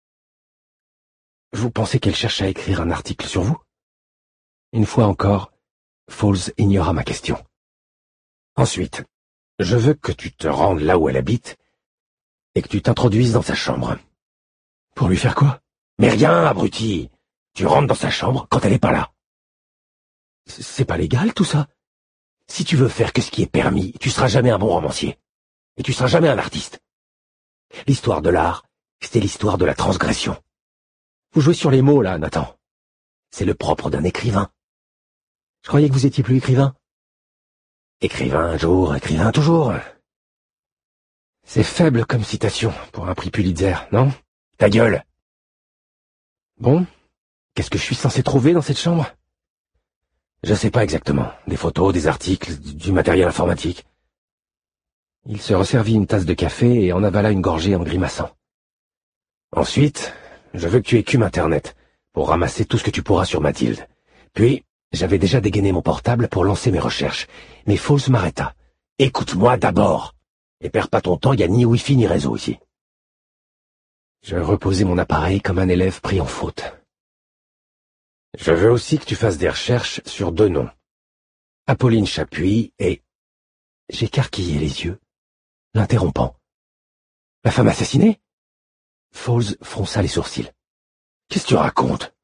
C: Vous pensez qu'elle cherche à écrire un article sur vous? Une fois encore, Foles ignora ma question. Ensuite, je veux que tu te rendes là où elle habite et que tu t'introduises dans sa chambre. Pour lui faire quoi? Mais rien, abruti. Tu rentres dans sa chambre quand elle n'est pas là. C'est pas légal, tout ça? Si tu veux faire que ce qui est permis, tu seras jamais un bon romancier. Et tu seras jamais un artiste. L'histoire de l'art, c'est l'histoire de la transgression. Vous jouez sur les mots, là, Nathan. C'est le propre d'un écrivain. Je croyais que vous étiez plus écrivain. Écrivain un jour, écrivain toujours. C'est faible comme citation pour un prix Pulitzer, non? Ta gueule! Bon, qu'est-ce que je suis censé trouver dans cette chambre? Je sais pas exactement. Des photos, des articles, du matériel informatique. Il se resservit une tasse de café et en avala une gorgée en grimaçant. Ensuite, je veux que tu écumes Internet pour ramasser tout ce que tu pourras sur Mathilde. Puis, j'avais déjà dégainé mon portable pour lancer mes recherches, mais Foles m'arrêta. Écoute-moi d'abord, et perds pas ton temps, il n'y a ni wifi ni réseau ici. Je reposai mon appareil comme un élève pris en faute. Je veux aussi que tu fasses des recherches sur 2 noms. Apolline Chapuis et... J'écarquillai les yeux, l'interrompant. La femme assassinée? Foles fronça les sourcils. Qu'est-ce que tu racontes?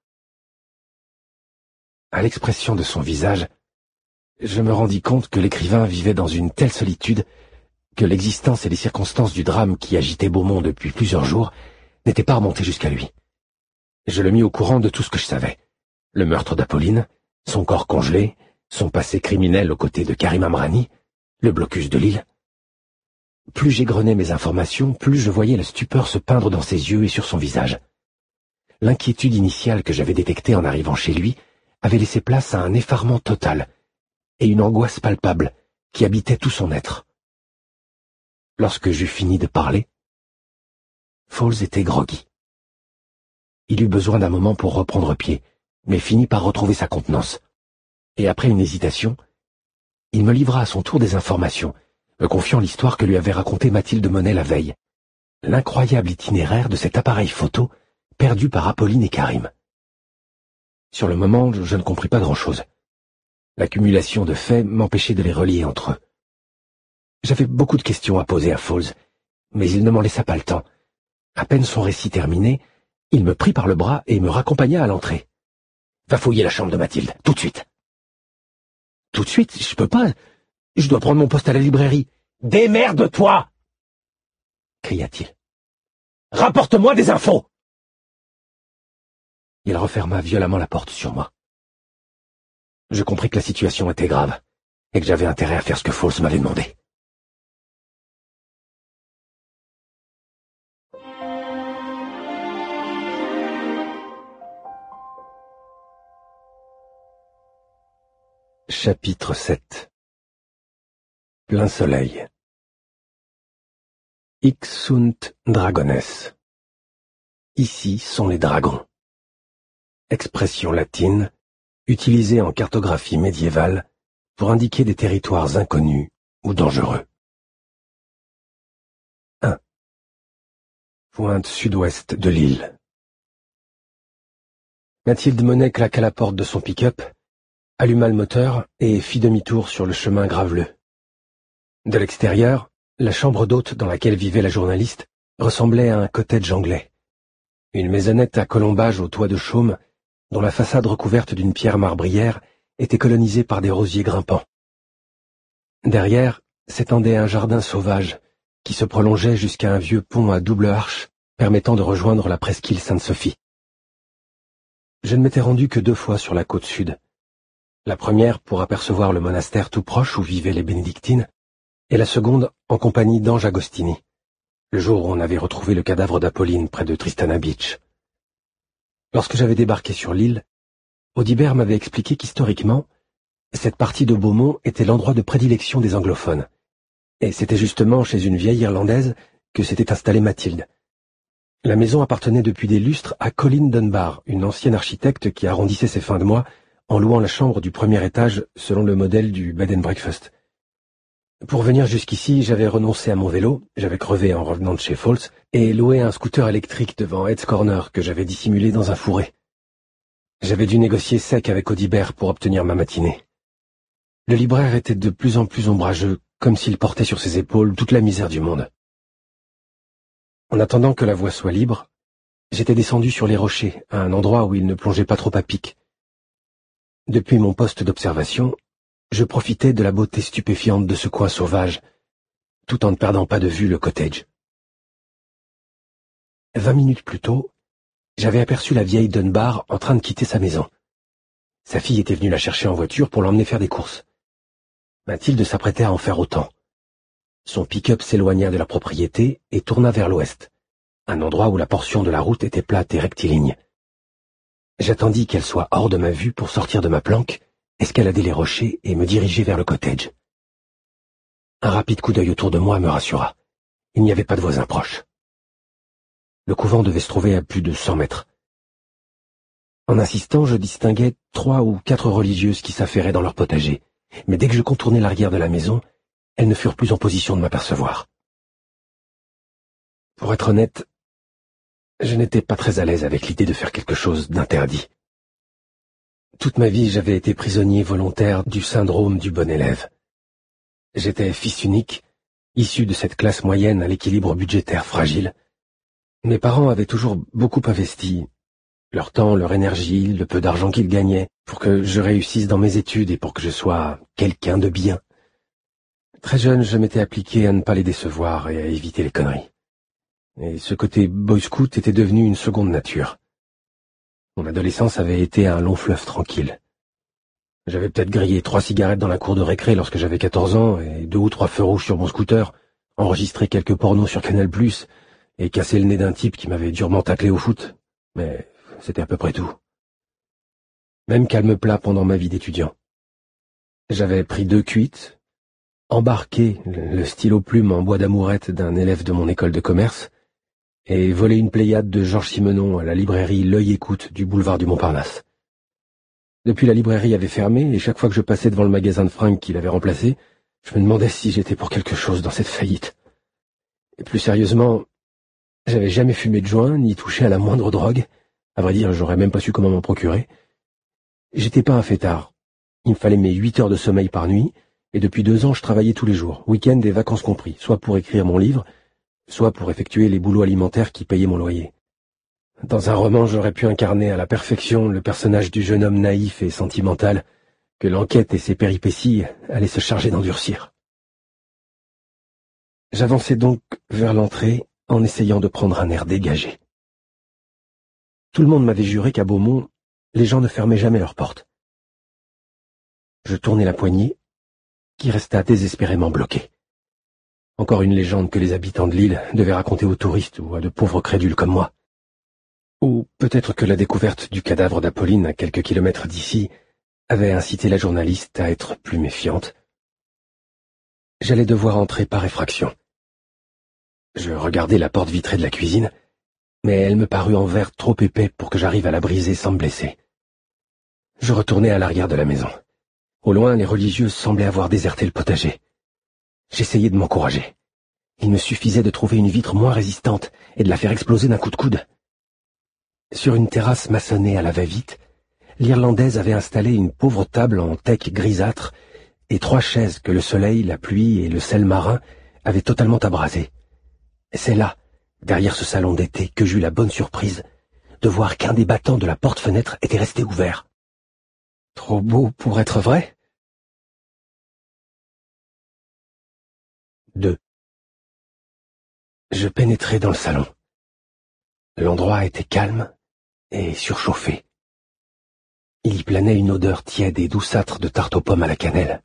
C: À l'expression de son visage, je me rendis compte que l'écrivain vivait dans une telle solitude que l'existence et les circonstances du drame qui agitait Beaumont depuis plusieurs jours n'étaient pas remontées jusqu'à lui. Je le mis au courant de tout ce que je savais. Le meurtre d'Apolline, son corps congelé, son passé criminel aux côtés de Karim Amrani, le blocus de l'île. Plus j'égrenais mes informations, plus je voyais la stupeur se peindre dans ses yeux et sur son visage. L'inquiétude initiale que j'avais détectée en arrivant chez lui avait laissé place à un effarement total et une angoisse palpable qui habitait tout son être. Lorsque j'eus fini de parler, Foles était groggy. Il eut besoin d'un moment pour reprendre pied, mais finit par retrouver sa contenance. Et après une hésitation, il me livra à son tour des informations, me confiant l'histoire que lui avait racontée Mathilde Monet la veille. L'incroyable itinéraire de cet appareil photo perdu par Apolline et Karim. Sur le moment, je ne compris pas grand-chose. L'accumulation de faits m'empêchait de les relier entre eux. J'avais beaucoup de questions à poser à Foles, mais il ne m'en laissa pas le temps. À peine son récit terminé, il me prit par le bras et me raccompagna à l'entrée. Va fouiller la chambre de Mathilde, tout de suite. Tout de suite, je peux pas. Je dois prendre mon poste à la librairie. Démerde-toi! Cria-t-il. Rapporte-moi des infos! Il referma violemment la porte sur moi. Je compris que la situation était grave, et que j'avais intérêt à faire ce que Fawles m'avait demandé. Chapitre 7. Plein soleil. Hic sunt dragones. Ici sont les dragons. Expression latine utilisée en cartographie médiévale pour indiquer des territoires inconnus ou dangereux. 1. Pointe sud-ouest de l'île. Mathilde Monet claqua la porte de son pick-up, alluma le moteur et fit demi-tour sur le chemin graveleux. De l'extérieur, la chambre d'hôte dans laquelle vivait la journaliste ressemblait à un cottage anglais. Une maisonnette à colombage au toit de chaume, dont la façade recouverte d'une pierre marbrière était colonisée par des rosiers grimpants. Derrière s'étendait un jardin sauvage qui se prolongeait jusqu'à un vieux pont à double arche permettant de rejoindre la presqu'île Sainte-Sophie. Je ne m'étais rendu que 2 fois sur la côte sud. La première pour apercevoir le monastère tout proche où vivaient les bénédictines, et la seconde en compagnie d'Ange Agostini, le jour où on avait retrouvé le cadavre d'Apolline près de Tristana Beach. Lorsque j'avais débarqué sur l'île, Audibert m'avait expliqué qu'historiquement, cette partie de Beaumont était l'endroit de prédilection des anglophones, et c'était justement chez une vieille Irlandaise que s'était installée Mathilde. La maison appartenait depuis des lustres à Colin Dunbar, une ancienne architecte qui arrondissait ses fins de mois en louant la chambre du premier étage selon le modèle du bed and breakfast. Pour venir jusqu'ici, j'avais renoncé à mon vélo, j'avais crevé en revenant de chez Fawles, et loué un scooter électrique devant Head's Corner que j'avais dissimulé dans un fourré. J'avais dû négocier sec avec Audibert pour obtenir ma matinée. Le libraire était de plus en plus ombrageux, comme s'il portait sur ses épaules toute la misère du monde. En attendant que la voie soit libre, j'étais descendu sur les rochers, à un endroit où il ne plongeait pas trop à pic. Depuis mon poste d'observation, je profitais de la beauté stupéfiante de ce coin sauvage, tout en ne perdant pas de vue le cottage. 20 minutes plus tôt, j'avais aperçu la vieille Dunbar en train de quitter sa maison. Sa fille était venue la chercher en voiture pour l'emmener faire des courses. Mathilde s'apprêtait à en faire autant. Son pick-up s'éloigna de la propriété et tourna vers l'ouest, un endroit où la portion de la route était plate et rectiligne. J'attendis qu'elle soit hors de ma vue pour sortir de ma planque, escalader les rochers et me diriger vers le cottage. Un rapide coup d'œil autour de moi me rassura. Il n'y avait pas de voisins proches. Le couvent devait se trouver à plus de 100 mètres. En insistant, je distinguais 3 ou 4 religieuses qui s'affairaient dans leur potager, mais dès que je contournai l'arrière de la maison, elles ne furent plus en position de m'apercevoir. Pour être honnête, je n'étais pas très à l'aise avec l'idée de faire quelque chose d'interdit. Toute ma vie, j'avais été prisonnier volontaire du syndrome du bon élève. J'étais fils unique, issu de cette classe moyenne à l'équilibre budgétaire fragile. Mes parents avaient toujours beaucoup investi, leur temps, leur énergie, le peu d'argent qu'ils gagnaient, pour que je réussisse dans mes études et pour que je sois quelqu'un de bien. Très jeune, je m'étais appliqué à ne pas les décevoir et à éviter les conneries. Et ce côté boy scout était devenu une seconde nature. Mon adolescence avait été un long fleuve tranquille. J'avais peut-être grillé 3 cigarettes dans la cour de récré lorsque j'avais 14 ans et 2 ou 3 feux rouges sur mon scooter, enregistré quelques pornos sur Canal+, et cassé le nez d'un type qui m'avait durement taclé au foot. Mais c'était à peu près tout. Même calme plat pendant ma vie d'étudiant. J'avais pris 2 cuites, embarqué le stylo plume en bois d'amourette d'un élève de mon école de commerce, et volé une pléiade de Georges Simenon à la librairie L'Œil Écoute du boulevard du Montparnasse. Depuis, la librairie avait fermé, et chaque fois que je passais devant le magasin de fringues qui l'avait remplacé, je me demandais si j'étais pour quelque chose dans cette faillite. Et plus sérieusement, j'avais jamais fumé de joint, ni touché à la moindre drogue. À vrai dire, j'aurais même pas su comment m'en procurer. J'étais pas un fêtard. Il me fallait mes 8 heures de sommeil par nuit, et depuis 2 ans, je travaillais tous les jours, week-end et vacances compris, soit pour écrire mon livre, soit pour effectuer les boulots alimentaires qui payaient mon loyer. Dans un roman, j'aurais pu incarner à la perfection le personnage du jeune homme naïf et sentimental que l'enquête et ses péripéties allaient se charger d'endurcir. J'avançais donc vers l'entrée en essayant de prendre un air dégagé. Tout le monde m'avait juré qu'à Beaumont, les gens ne fermaient jamais leurs portes. Je tournai la poignée, qui resta désespérément bloquée. Encore une légende que les habitants de l'île devaient raconter aux touristes ou à de pauvres crédules comme moi. Ou peut-être que la découverte du cadavre d'Apolline à quelques kilomètres d'ici avait incité la journaliste à être plus méfiante. J'allais devoir entrer par effraction. Je regardai la porte vitrée de la cuisine, mais elle me parut en verre trop épais pour que j'arrive à la briser sans me blesser. Je retournai à l'arrière de la maison. Au loin, les religieuses semblaient avoir déserté le potager. J'essayai de m'encourager. Il me suffisait de trouver une vitre moins résistante et de la faire exploser d'un coup de coude. Sur une terrasse maçonnée à la va-vite, l'Irlandaise avait installé une pauvre table en teck grisâtre et 3 chaises que le soleil, la pluie et le sel marin avaient totalement abrasées. C'est là, derrière ce salon d'été, que j'eus la bonne surprise de voir qu'un des battants de la porte-fenêtre était resté ouvert. Trop beau pour être vrai? 2. Je pénétrai dans le salon. L'endroit était calme et surchauffé. Il y planait une odeur tiède et douceâtre de tarte aux pommes à la cannelle.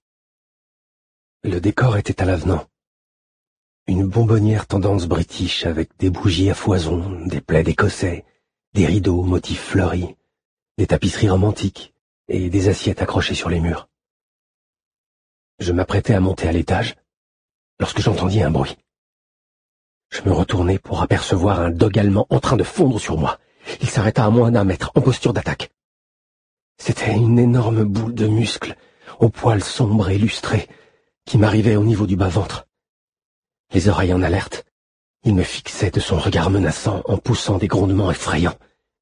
C: Le décor était à l'avenant. Une bonbonnière tendance british avec des bougies à foison, des plaids écossais, des rideaux aux motifs fleuris, des tapisseries romantiques et des assiettes accrochées sur les murs. Je m'apprêtais à monter à l'étage lorsque j'entendis un bruit. Je me retournai pour apercevoir un dog allemand en train de fondre sur moi. Il s'arrêta à moins d'1 mètre, en posture d'attaque. C'était une énorme boule de muscles, aux poils sombres et lustrés, qui m'arrivait au niveau du bas-ventre. Les oreilles en alerte, il me fixait de son regard menaçant en poussant des grondements effrayants.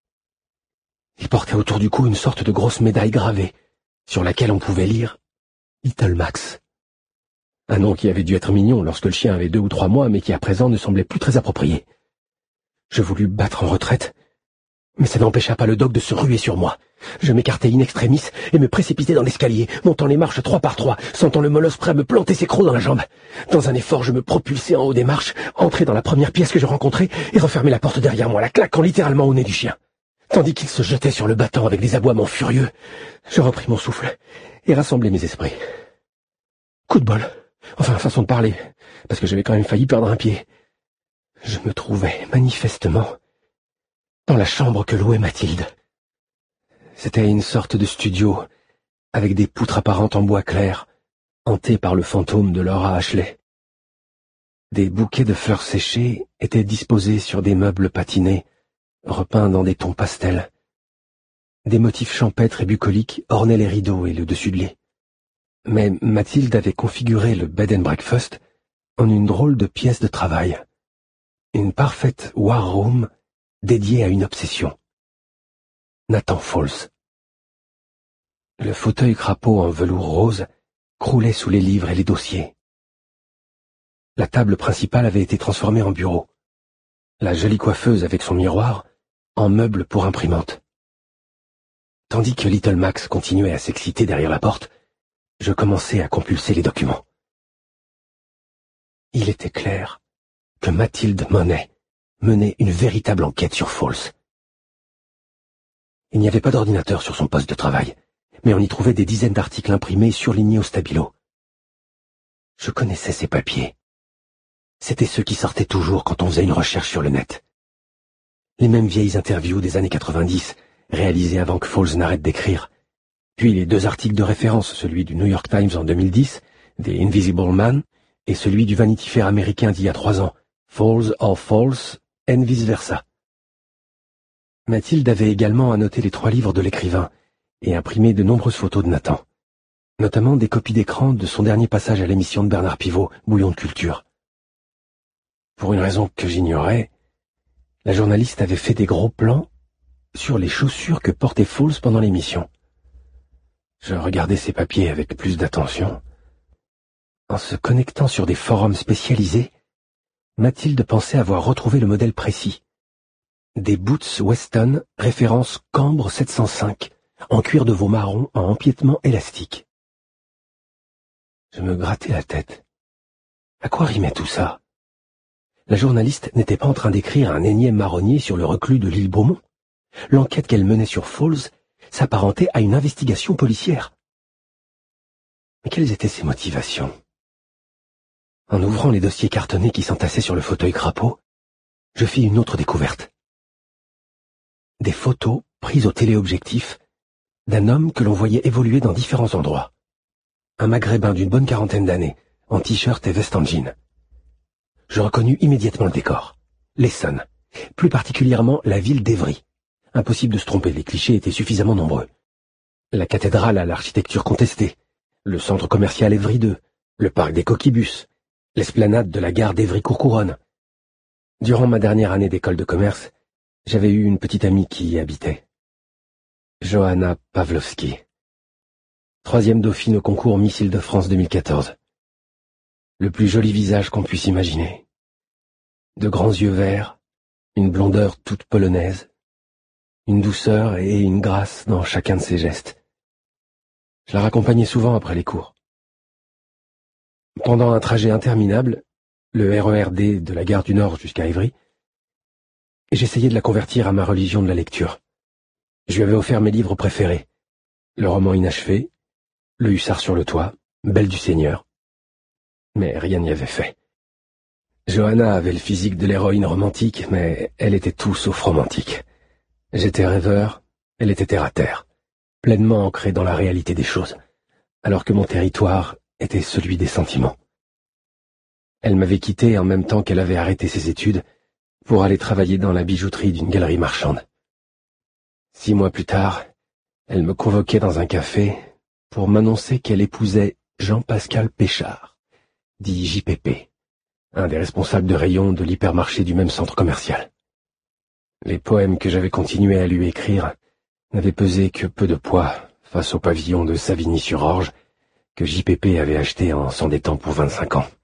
C: Il portait autour du cou une sorte de grosse médaille gravée, sur laquelle on pouvait lire « Little Max ». Un nom qui avait dû être mignon lorsque le chien avait 2 ou 3 mois, mais qui à présent ne semblait plus très approprié. Je voulus battre en retraite, mais ça n'empêcha pas le dog de se ruer sur moi. Je m'écartai in extremis et me précipitai dans l'escalier, montant les marches 3 par 3, sentant le molosse prêt à me planter ses crocs dans la jambe. Dans un effort, je me propulsai en haut des marches, entrai dans la première pièce que je rencontrai et refermai la porte derrière moi, la claquant littéralement au nez du chien. Tandis qu'il se jetait sur le battant avec des aboiements furieux, je repris mon souffle et rassemblai mes esprits. Coup de bol. Enfin, façon de parler, parce que j'avais quand même failli perdre un pied. Je me trouvais, manifestement, dans la chambre que louait Mathilde. C'était une sorte de studio, avec des poutres apparentes en bois clair, hantées par le fantôme de Laura Ashley. Des bouquets de fleurs séchées étaient disposés sur des meubles patinés, repeints dans des tons pastels. Des motifs champêtres et bucoliques ornaient les rideaux et le dessus de lit. Mais Mathilde avait configuré le bed and breakfast en une drôle de pièce de travail. Une parfaite war room dédiée à une obsession. Nathan Falls. Le fauteuil crapaud en velours rose croulait sous les livres et les dossiers. La table principale avait été transformée en bureau. La jolie coiffeuse avec son miroir en meuble pour imprimante. Tandis que Little Max continuait à s'exciter derrière la porte, je commençai à compulser les documents. Il était clair que Mathilde Monet menait une véritable enquête sur Falls. Il n'y avait pas d'ordinateur sur son poste de travail, mais on y trouvait des dizaines d'articles imprimés surlignés au stabilo. Je connaissais ces papiers. C'étaient ceux qui sortaient toujours quand on faisait une recherche sur le net. Les mêmes vieilles interviews des années 90, réalisées avant que Falls n'arrête d'écrire. Puis les 2 articles de référence, celui du New York Times en 2010, des Invisible Man, et celui du Vanity Fair américain d'il y a 3 ans, Falls or False, and vice versa. Mathilde avait également annoté les 3 livres de l'écrivain et imprimé de nombreuses photos de Nathan, notamment des copies d'écran de son dernier passage à l'émission de Bernard Pivot, Bouillon de culture. Pour une raison que j'ignorais, la journaliste avait fait des gros plans sur les chaussures que portait Falls pendant l'émission. Je regardais ces papiers avec plus d'attention. En se connectant sur des forums spécialisés, Mathilde pensait avoir retrouvé le modèle précis. Des boots Weston, référence Cambre 705, en cuir de veau marron en empiètement élastique. Je me grattais la tête. À quoi rimait tout ça? La journaliste n'était pas en train d'écrire un énième marronnier sur le reclus de l'île Beaumont. L'enquête qu'elle menait sur Falls s'apparentait à une investigation policière. Mais quelles étaient ses motivations? En ouvrant les dossiers cartonnés qui s'entassaient sur le fauteuil crapaud, je fis une autre découverte. Des photos prises au téléobjectif d'un homme que l'on voyait évoluer dans différents endroits. Un maghrébin d'une bonne quarantaine d'années, en t-shirt et veste en jean. Je reconnus immédiatement le décor. L'Essonne, plus particulièrement la ville d'Évry. Impossible de se tromper, les clichés étaient suffisamment nombreux. La cathédrale à l'architecture contestée, le centre commercial Évry 2, le parc des coquibus, l'esplanade de la gare d'Évry-Courcouronne. Durant ma dernière année d'école de commerce, j'avais eu une petite amie qui y habitait. Johanna Pawlowski. 3e dauphine au concours Miss Île-de-France 2014. Le plus joli visage qu'on puisse imaginer. De grands yeux verts, une blondeur toute polonaise, une douceur et une grâce dans chacun de ses gestes. Je la raccompagnais souvent après les cours. Pendant un trajet interminable, le RERD de la gare du Nord jusqu'à Évry, j'essayais de la convertir à ma religion de la lecture. Je lui avais offert mes livres préférés, le roman inachevé, Le hussard sur le toit, Belle du Seigneur. Mais rien n'y avait fait. Johanna avait le physique de l'héroïne romantique, mais elle était tout sauf romantique. J'étais rêveur, elle était terre-à-terre, pleinement ancrée dans la réalité des choses, alors que mon territoire était celui des sentiments. Elle m'avait quitté en même temps qu'elle avait arrêté ses études pour aller travailler dans la bijouterie d'une galerie marchande. 6 mois plus tard, elle me convoquait dans un café pour m'annoncer qu'elle épousait Jean-Pascal Péchard, dit JPP, un des responsables de rayon de l'hypermarché du même centre commercial. Les poèmes que j'avais continué à lui écrire n'avaient pesé que peu de poids face au pavillon de Savigny-sur-Orge que JPP avait acheté en s'endettant pour 25 ans.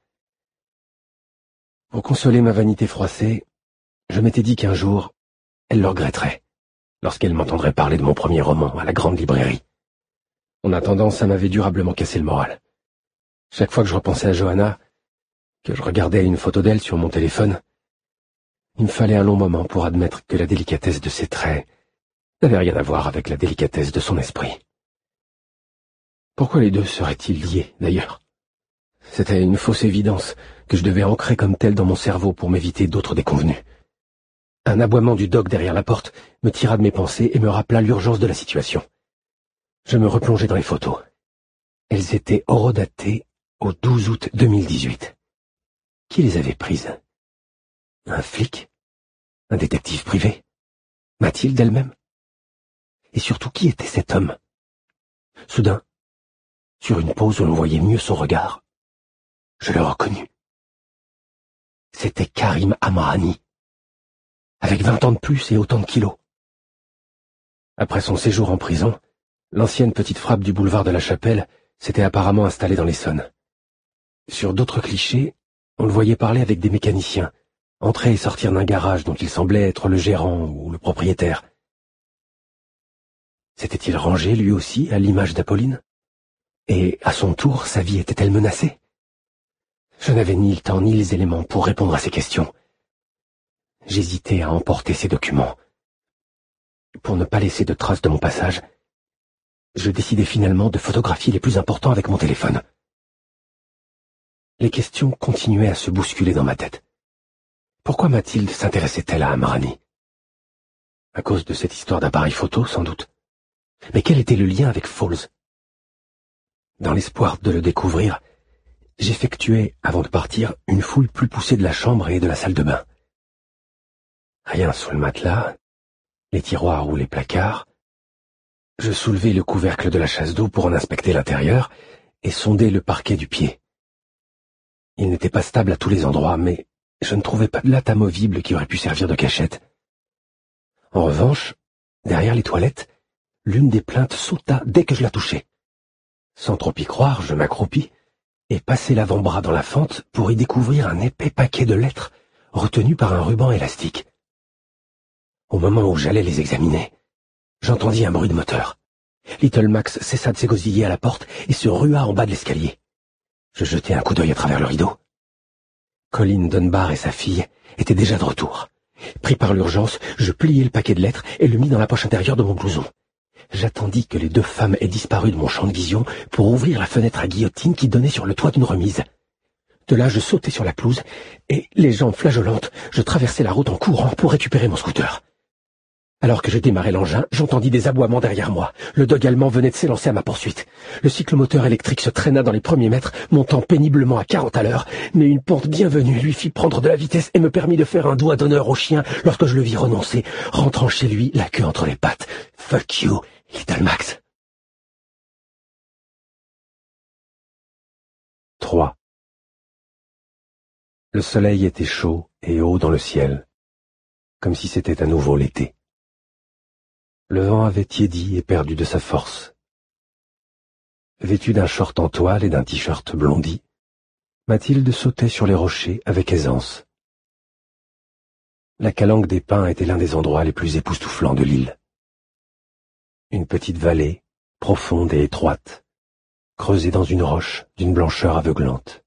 C: Pour consoler ma vanité froissée, je m'étais dit qu'un jour, elle le regretterait, lorsqu'elle m'entendrait parler de mon premier roman à la grande librairie. En attendant, ça m'avait durablement cassé le moral. Chaque fois que je repensais à Johanna, que je regardais une photo d'elle sur mon téléphone, il me fallait un long moment pour admettre que la délicatesse de ses traits n'avait rien à voir avec la délicatesse de son esprit. Pourquoi les deux seraient-ils liés, d'ailleurs? C'était une fausse évidence que je devais ancrer comme telle dans mon cerveau pour m'éviter d'autres déconvenues. Un aboiement du dogue derrière la porte me tira de mes pensées et me rappela l'urgence de la situation. Je me replongeai dans les photos. Elles étaient horodatées au 12 août 2018. Qui les avait prises? Un flic? Un détective privé? Mathilde elle-même? Et surtout, qui était cet homme? Soudain, sur une pose où l'on voyait mieux son regard, je le reconnus. C'était Karim Amrani, avec 20 ans de plus et autant de kilos. Après son séjour en prison, l'ancienne petite frappe du boulevard de la Chapelle s'était apparemment installée dans l'Essonne. Sur d'autres clichés, on le voyait parler avec des mécaniciens, entrer et sortir d'un garage dont il semblait être le gérant ou le propriétaire. S'était-il rangé lui aussi à l'image d'Apolline? Et à son tour, sa vie était-elle menacée? Je n'avais ni le temps ni les éléments pour répondre à ces questions. J'hésitais à emporter ces documents. Pour ne pas laisser de traces de mon passage, je décidai finalement de photographier les plus importants avec mon téléphone. Les questions continuaient à se bousculer dans ma tête. Pourquoi Mathilde s'intéressait-elle à Amrani? À cause de cette histoire d'appareil photo, sans doute. Mais quel était le lien avec Falls? Dans l'espoir de le découvrir, j'effectuai, avant de partir, une fouille plus poussée de la chambre et de la salle de bain. Rien sous le matelas, les tiroirs ou les placards. Je soulevai le couvercle de la chasse d'eau pour en inspecter l'intérieur et sonder le parquet du pied. Il n'était pas stable à tous les endroits, mais je ne trouvais pas de latte amovible qui aurait pu servir de cachette. En revanche, derrière les toilettes, l'une des plaintes sauta dès que je la touchai. Sans trop y croire, je m'accroupis et passai l'avant-bras dans la fente pour y découvrir un épais paquet de lettres retenu par un ruban élastique. Au moment où j'allais les examiner, j'entendis un bruit de moteur. Little Max cessa de s'égosiller à la porte et se rua en bas de l'escalier. Je jetai un coup d'œil à travers le rideau. Colin Dunbar et sa fille étaient déjà de retour. Pris par l'urgence, je pliai le paquet de lettres et le mis dans la poche intérieure de mon blouson. J'attendis que les deux femmes aient disparu de mon champ de vision pour ouvrir la fenêtre à guillotine qui donnait sur le toit d'une remise. De là, je sautai sur la pelouse et, les jambes flageolantes, je traversai la route en courant pour récupérer mon scooter. Alors que je démarrais l'engin, j'entendis des aboiements derrière moi. Le dog allemand venait de s'élancer à ma poursuite. Le cyclomoteur électrique se traîna dans les premiers mètres, montant péniblement à 40 à l'heure, mais une pente bienvenue lui fit prendre de la vitesse et me permit de faire un doigt d'honneur au chien lorsque je le vis renoncer, rentrant chez lui, la queue entre les pattes. « Fuck you, Little Max !» 3. Le soleil était chaud et haut dans le ciel, comme si c'était à nouveau l'été. Le vent avait tiédi et perdu de sa force. Vêtue d'un short en toile et d'un t-shirt blondi, Mathilde sautait sur les rochers avec aisance. La calanque des Pins était l'un des endroits les plus époustouflants de l'île. Une petite vallée, profonde et étroite, creusée dans une roche d'une blancheur aveuglante.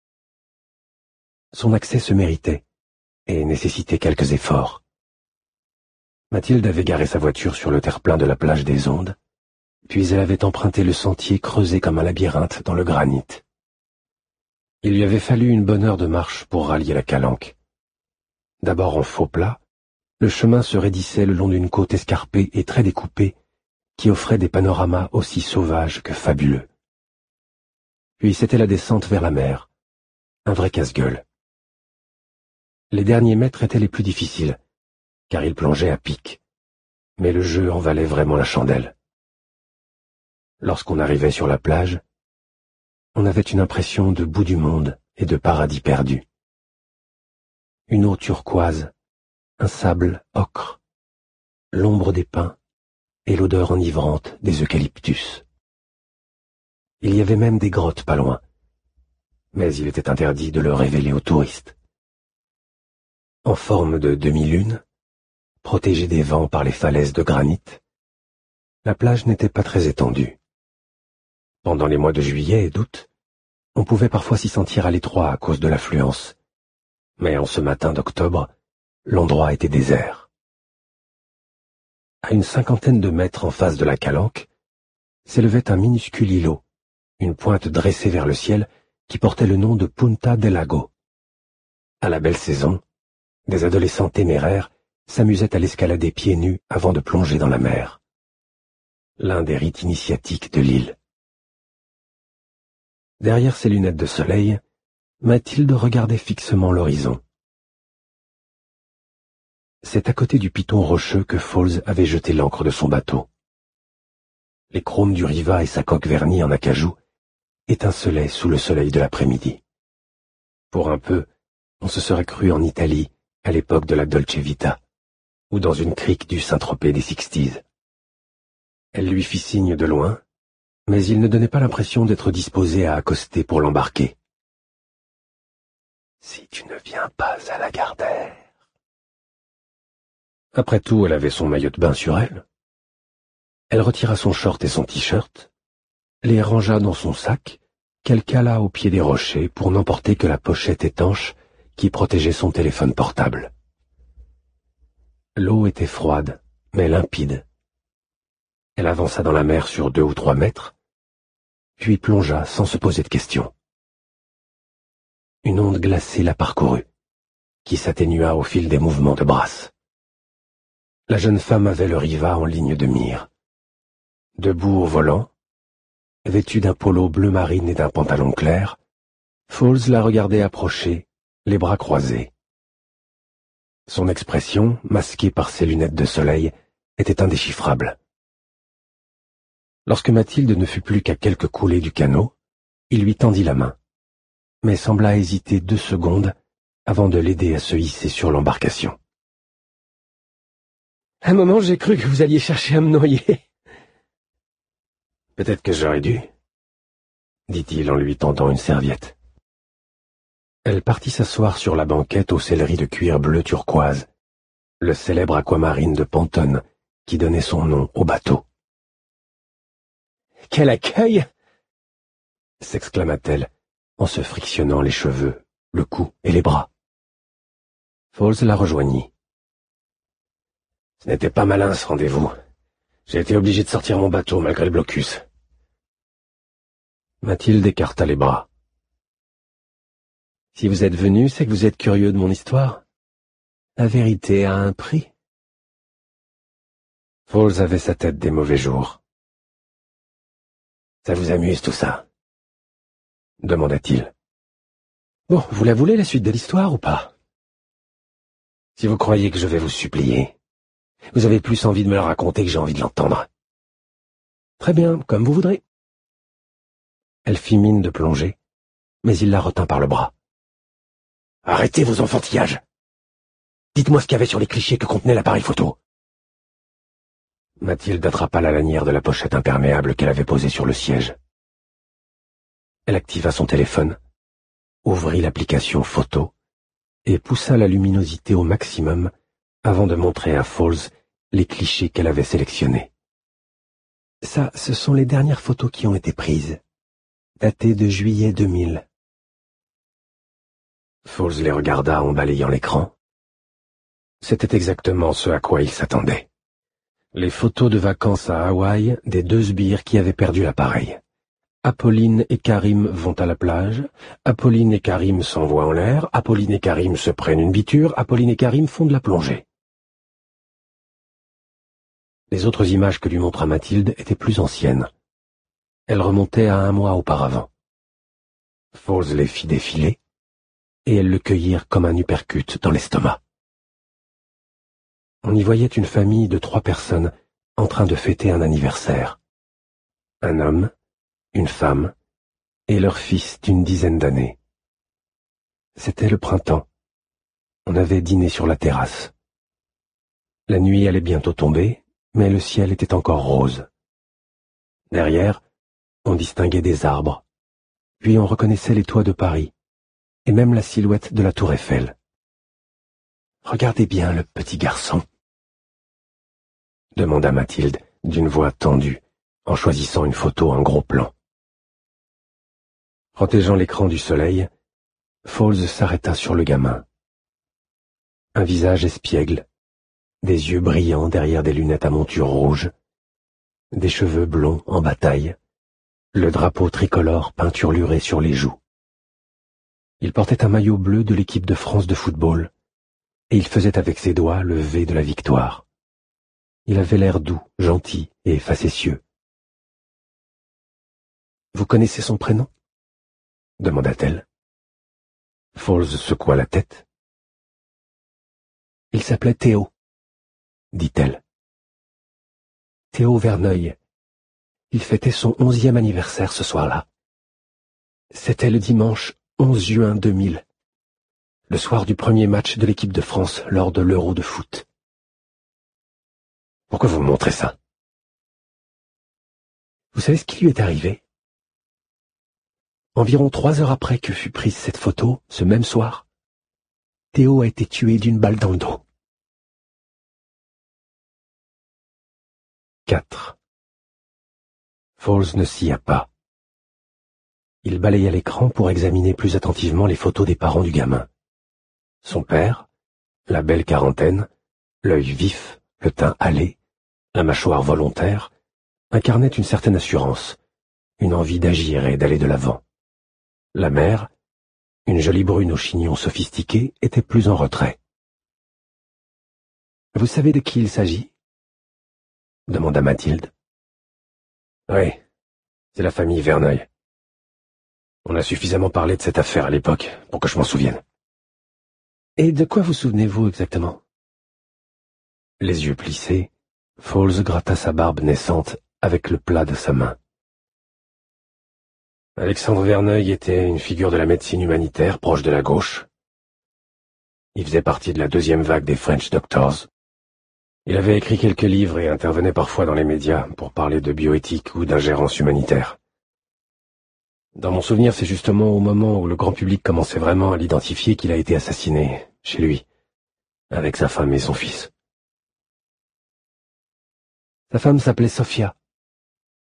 C: Son accès se méritait et nécessitait quelques efforts. Mathilde avait garé sa voiture sur le terre-plein de la plage des Ondes, puis elle avait emprunté le sentier creusé comme un labyrinthe dans le granit. Il lui avait fallu une bonne heure de marche pour rallier la calanque. D'abord en faux plat, le chemin se raidissait le long d'une côte escarpée et très découpée qui offrait des panoramas aussi sauvages que fabuleux. Puis c'était la descente vers la mer, un vrai casse-gueule. Les derniers mètres étaient les plus difficiles, car il plongeait à pic, mais le jeu en valait vraiment la chandelle. Lorsqu'on arrivait sur la plage, on avait une impression de bout du monde et de paradis perdu. Une eau turquoise, un sable ocre, l'ombre des pins et l'odeur enivrante des eucalyptus. Il y avait même des grottes pas loin, mais il était interdit de le révéler aux touristes. En forme de demi-lune, protégée des vents par les falaises de granit, la plage n'était pas très étendue. Pendant les mois de juillet et d'août, on pouvait parfois s'y sentir à l'étroit à cause de l'affluence, mais en ce matin d'octobre, l'endroit était désert. À une 50aine de mètres en face de la calanque, s'élevait un minuscule îlot, une pointe dressée vers le ciel qui portait le nom de Punta del Lago. À la belle saison, des adolescents téméraires s'amusaient à l'escalader pieds nus avant de plonger dans la mer. L'un des rites initiatiques de l'île. Derrière ses lunettes de soleil, Mathilde regardait fixement l'horizon. C'est à côté du piton rocheux que Falls avait jeté l'ancre de son bateau. Les chromes du Riva et sa coque vernie en acajou étincelaient sous le soleil de l'après-midi. Pour un peu, on se serait cru en Italie, à l'époque de la Dolce Vita, ou dans une crique du Saint-Tropez des Sixties. Elle lui fit signe de loin, mais il ne donnait pas l'impression d'être disposé à accoster pour l'embarquer. « Si tu ne viens pas à la Gardère... » Après tout, elle avait son maillot de bain sur elle. Elle retira son short et son t-shirt, les rangea dans son sac, qu'elle cala au pied des rochers pour n'emporter que la pochette étanche qui protégeait son téléphone portable. L'eau était froide, mais limpide. Elle avança dans la mer sur 2 ou 3 mètres, puis plongea sans se poser de questions. Une onde glacée la parcourut, qui s'atténua au fil des mouvements de brasse. La jeune femme avait le Riva en ligne de mire. Debout au volant, vêtue d'un polo bleu marine et d'un pantalon clair, Falls la regardait approcher, les bras croisés. Son expression, masquée par ses lunettes de soleil, était indéchiffrable. Lorsque Mathilde ne fut plus qu'à quelques coulées du canot, il lui tendit la main, mais sembla hésiter 2 secondes avant de l'aider à se hisser sur l'embarcation. « Un moment, j'ai cru que vous alliez chercher à me noyer. »« Peut-être que j'aurais dû, » dit-il en lui tendant une serviette. Elle partit s'asseoir sur la banquette aux selleries de cuir bleu turquoise, le célèbre aquamarine de Pantone qui donnait son nom au bateau. « Quel accueil !» s'exclama-t-elle en se frictionnant les cheveux le cou et les bras. Fawles la rejoignit. « Ce n'était pas malin ce rendez-vous. J'ai été obligé de sortir mon bateau malgré le blocus. » Mathilde écarta les bras. « Si vous êtes venu, c'est que vous êtes curieux de mon histoire. La vérité a un prix. » Fawles avait sa tête des mauvais jours. « Ça vous amuse tout ça ?» demanda-t-il. « Bon, vous la voulez la suite de l'histoire ou pas ? Si vous croyez que je vais vous supplier, vous avez plus envie de me la raconter que j'ai envie de l'entendre. » « Très bien, comme vous voudrez. » Elle fit mine de plonger, mais il la retint par le bras. « Arrêtez vos enfantillages. Dites-moi ce qu'il y avait sur les clichés que contenait l'appareil photo. » Mathilde attrapa la lanière de la pochette imperméable qu'elle avait posée sur le siège. Elle activa son téléphone, ouvrit l'application photo et poussa la luminosité au maximum avant de montrer à Fawles les clichés qu'elle avait sélectionnés. Ça, ce sont les dernières photos qui ont été prises, datées de juillet 2000. Fawles les regarda en balayant l'écran. C'était exactement ce à quoi il s'attendait. Les photos de vacances à Hawaï des deux sbires qui avaient perdu l'appareil. Apolline et Karim vont à la plage, Apolline et Karim s'envoient en l'air, Apolline et Karim se prennent une biture, Apolline et Karim font de la plongée. Les autres images que lui montra Mathilde étaient plus anciennes. Elles remontaient à 1 mois auparavant. Fawles les fit défiler, et elles le cueillirent comme un uppercut dans l'estomac. On y voyait une famille de 3 personnes en train de fêter un anniversaire. Un homme, une femme, et leur fils d'une dizaine d'années. C'était le printemps. On avait dîné sur la terrasse. La nuit allait bientôt tomber, mais le ciel était encore rose. Derrière, on distinguait des arbres, puis on reconnaissait les toits de Paris, et même la silhouette de la tour Eiffel. « Regardez bien le petit garçon » demanda Mathilde d'une voix tendue, en choisissant une photo en gros plan. Protégeant l'écran du soleil, Fawles s'arrêta sur le gamin. Un visage espiègle, des yeux brillants derrière des lunettes à monture rouge, des cheveux blonds en bataille, le drapeau tricolore peinturluré sur les joues. Il portait un maillot bleu de l'équipe de France de football, et il faisait avec ses doigts le V de la victoire. Il avait l'air doux, gentil et facétieux. « Vous connaissez son prénom ?» demanda-t-elle. Fawles secoua la tête. « Il s'appelait Théo, » dit-elle. « Théo Verneuil. Il fêtait son 11e anniversaire ce soir-là. C'était le dimanche 11 juin 2000, le soir du premier match de l'équipe de France lors de l'Euro de foot. » Pourquoi vous me montrez ça? Vous savez ce qui lui est arrivé? Environ 3 heures après que fut prise cette photo, ce même soir, Théo a été tué d'une balle dans le dos. 4. Fawles ne sia pas. Il balaya l'écran pour examiner plus attentivement les photos des parents du gamin. Son père, la belle quarantaine, l'œil vif, le teint hâlé, la mâchoire volontaire, incarnait une certaine assurance, une envie d'agir et d'aller de l'avant. La mère, une jolie brune au chignon sophistiqué, était plus en retrait. « Vous savez de qui il s'agit ?» demanda Mathilde. « Oui, c'est la famille Verneuil. On a suffisamment parlé de cette affaire à l'époque pour que je m'en souvienne. »« Et de quoi vous souvenez-vous exactement ?» Les yeux plissés, Fawles gratta sa barbe naissante avec le plat de sa main. Alexandre Verneuil était une figure de la médecine humanitaire proche de la gauche. Il faisait partie de la 2e vague des French Doctors. Il avait écrit quelques livres et intervenait parfois dans les médias pour parler de bioéthique ou d'ingérence humanitaire. Dans mon souvenir, c'est justement au moment où le grand public commençait vraiment à l'identifier qu'il a été assassiné, chez lui, avec sa femme et son fils. Sa femme s'appelait Sophia,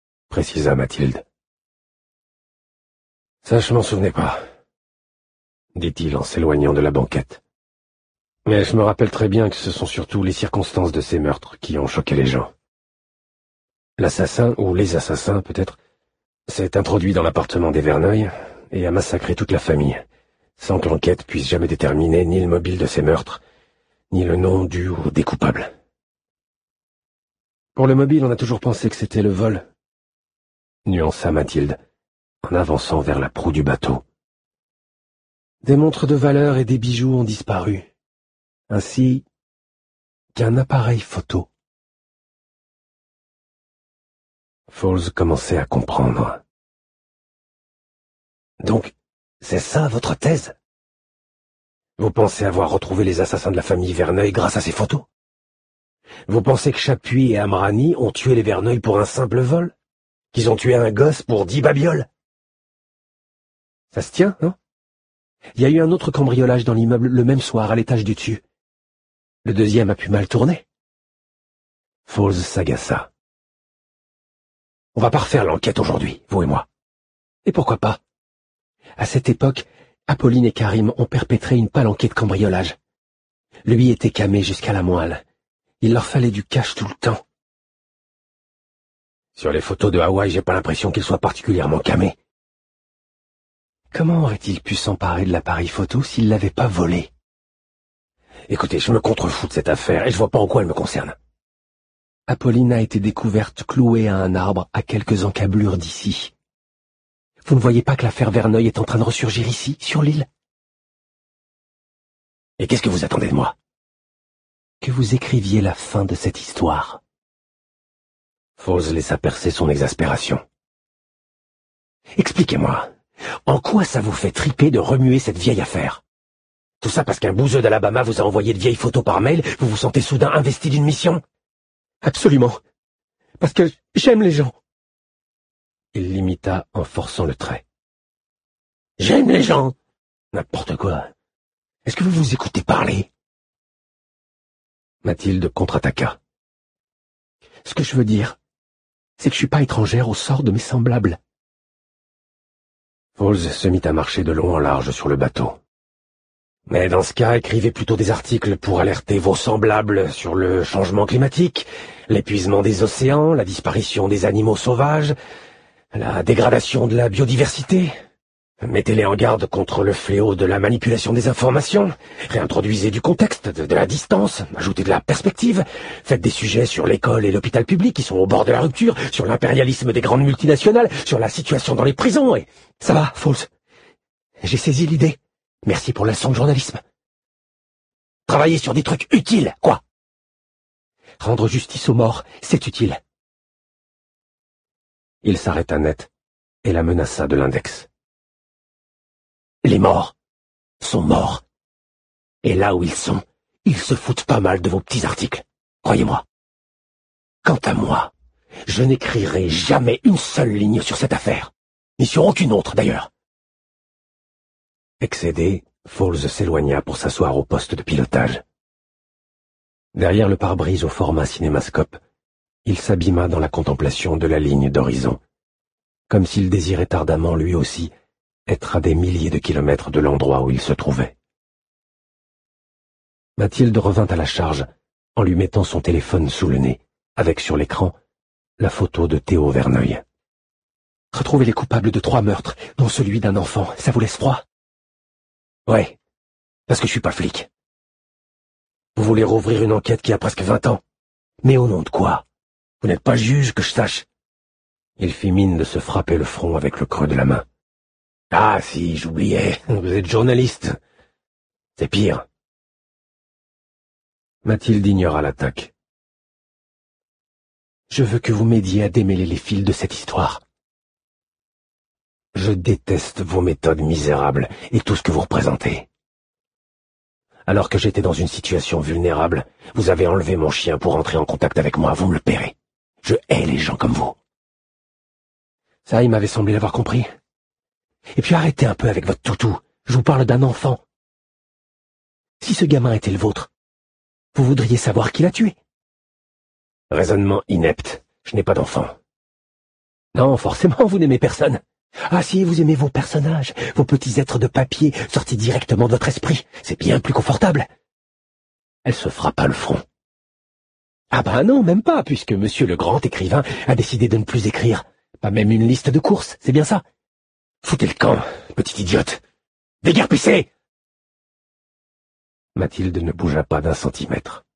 C: précisa Mathilde. Ça, je m'en souvenais pas.
A: dit-il en s'éloignant de la banquette. Mais je me rappelle très bien que ce sont surtout les circonstances de ces meurtres qui ont choqué les gens. L'assassin, ou les assassins peut-être, s'est introduit dans l'appartement des Verneuil et a massacré toute la famille, sans que l'enquête puisse jamais déterminer ni le mobile de ces meurtres, ni le nom dû ou des coupables. Pour le mobile, on a toujours pensé que c'était le vol, nuança Mathilde, en avançant vers la proue du bateau. Des montres de valeur et des bijoux ont disparu, ainsi qu'un appareil photo. Fawles commençait à comprendre. Donc, c'est ça votre thèse? Vous pensez avoir retrouvé les assassins de la famille Verneuil grâce à ces photos? Vous pensez que Chapuis et Amrani ont tué les Verneuil pour un simple vol? Qu'ils ont tué un gosse pour 10 babioles? Ça se tient, non? Il y a eu un autre cambriolage dans l'immeuble le même soir, à l'étage du dessus. Le deuxième a pu mal tourner. Fawles s'agaça. On va pas refaire l'enquête aujourd'hui, vous et moi. Et pourquoi pas? À cette époque, Apolline et Karim ont perpétré une palanquée de cambriolage. Lui était camé jusqu'à la moelle. Il leur fallait du cash tout le temps. Sur les photos de Hawaï, j'ai pas l'impression qu'il soit particulièrement camé. Comment aurait-il pu s'emparer de l'appareil photo s'il l'avait pas volé? Écoutez, je me contrefous de cette affaire et je vois pas en quoi elle me concerne. Apolline a été découverte clouée à un arbre à quelques encablures d'ici. Vous ne voyez pas que l'affaire Verneuil est en train de ressurgir ici, sur l'île? Et qu'est-ce que vous attendez de moi? Que vous écriviez la fin de cette histoire. Fawles laissa percer son exaspération. Expliquez-moi, en quoi ça vous fait triper de remuer cette vieille affaire? Tout ça parce qu'un bouseux d'Alabama vous a envoyé de vieilles photos par mail, vous vous sentez soudain investi d'une mission? Absolument. Parce que j'aime les gens. Il l'imita en forçant le trait. J'aime les gens. N'importe quoi. Est-ce que vous vous écoutez parler? Mathilde contre-attaqua. Ce que je veux dire, c'est que je suis pas étrangère au sort de mes semblables. Fawles se mit à marcher de long en large sur le bateau. Mais dans ce cas, écrivez plutôt des articles pour alerter vos semblables sur le changement climatique, l'épuisement des océans, la disparition des animaux sauvages, la dégradation de la biodiversité. Mettez-les en garde contre le fléau de la manipulation des informations, réintroduisez du contexte, de la distance, ajoutez de la perspective, faites des sujets sur l'école et l'hôpital public qui sont au bord de la rupture, sur l'impérialisme des grandes multinationales, sur la situation dans les prisons, et... Ça va, Fawles. J'ai saisi l'idée. Merci pour la leçon de journalisme. Travailler sur des trucs utiles, quoi. Rendre justice aux morts, c'est utile. Il s'arrêta net et la menaça de l'index. Les morts sont morts. Et là où ils sont, ils se foutent pas mal de vos petits articles, croyez-moi. Quant à moi, je n'écrirai jamais une seule ligne sur cette affaire, ni sur aucune autre d'ailleurs. Excédé, Fawles s'éloigna pour s'asseoir au poste de pilotage. Derrière le pare-brise au format cinémascope, il s'abîma dans la contemplation de la ligne d'horizon, comme s'il désirait ardemment lui aussi être à des milliers de kilomètres de l'endroit où il se trouvait. Mathilde revint à la charge en lui mettant son téléphone sous le nez, avec sur l'écran la photo de Théo Verneuil. Retrouver les coupables de 3 meurtres, dont celui d'un enfant, ça vous laisse froid? Ouais, parce que je suis pas flic. Vous voulez rouvrir une enquête qui a presque 20 ans? Mais au nom de quoi? Vous n'êtes pas juge, que je sache. Il fit mine de se frapper le front avec le creux de la main. Ah si, j'oubliais, vous êtes journaliste. C'est pire. Mathilde ignora l'attaque. Je veux que vous m'aidiez à démêler les fils de cette histoire. Je déteste vos méthodes misérables et tout ce que vous représentez. Alors que j'étais dans une situation vulnérable, vous avez enlevé mon chien pour entrer en contact avec moi, vous me le paierez. Je hais les gens comme vous. Ça, il m'avait semblé l'avoir compris. Et puis arrêtez un peu avec votre toutou, je vous parle d'un enfant. Si ce gamin était le vôtre, vous voudriez savoir qui l'a tué? Raisonnement inepte, je n'ai pas d'enfant. Non, forcément, vous n'aimez personne.
C: Ah si, vous aimez vos personnages, vos petits êtres de papier sortis directement de votre esprit. C'est bien plus confortable. Elle se frappa le front. Ah ben non, même pas, puisque monsieur le grand écrivain a décidé de ne plus écrire. Pas même une liste de courses, c'est bien ça? Foutez le camp, petite idiote. Déguerpissez! Mathilde ne bougea pas d'un centimètre.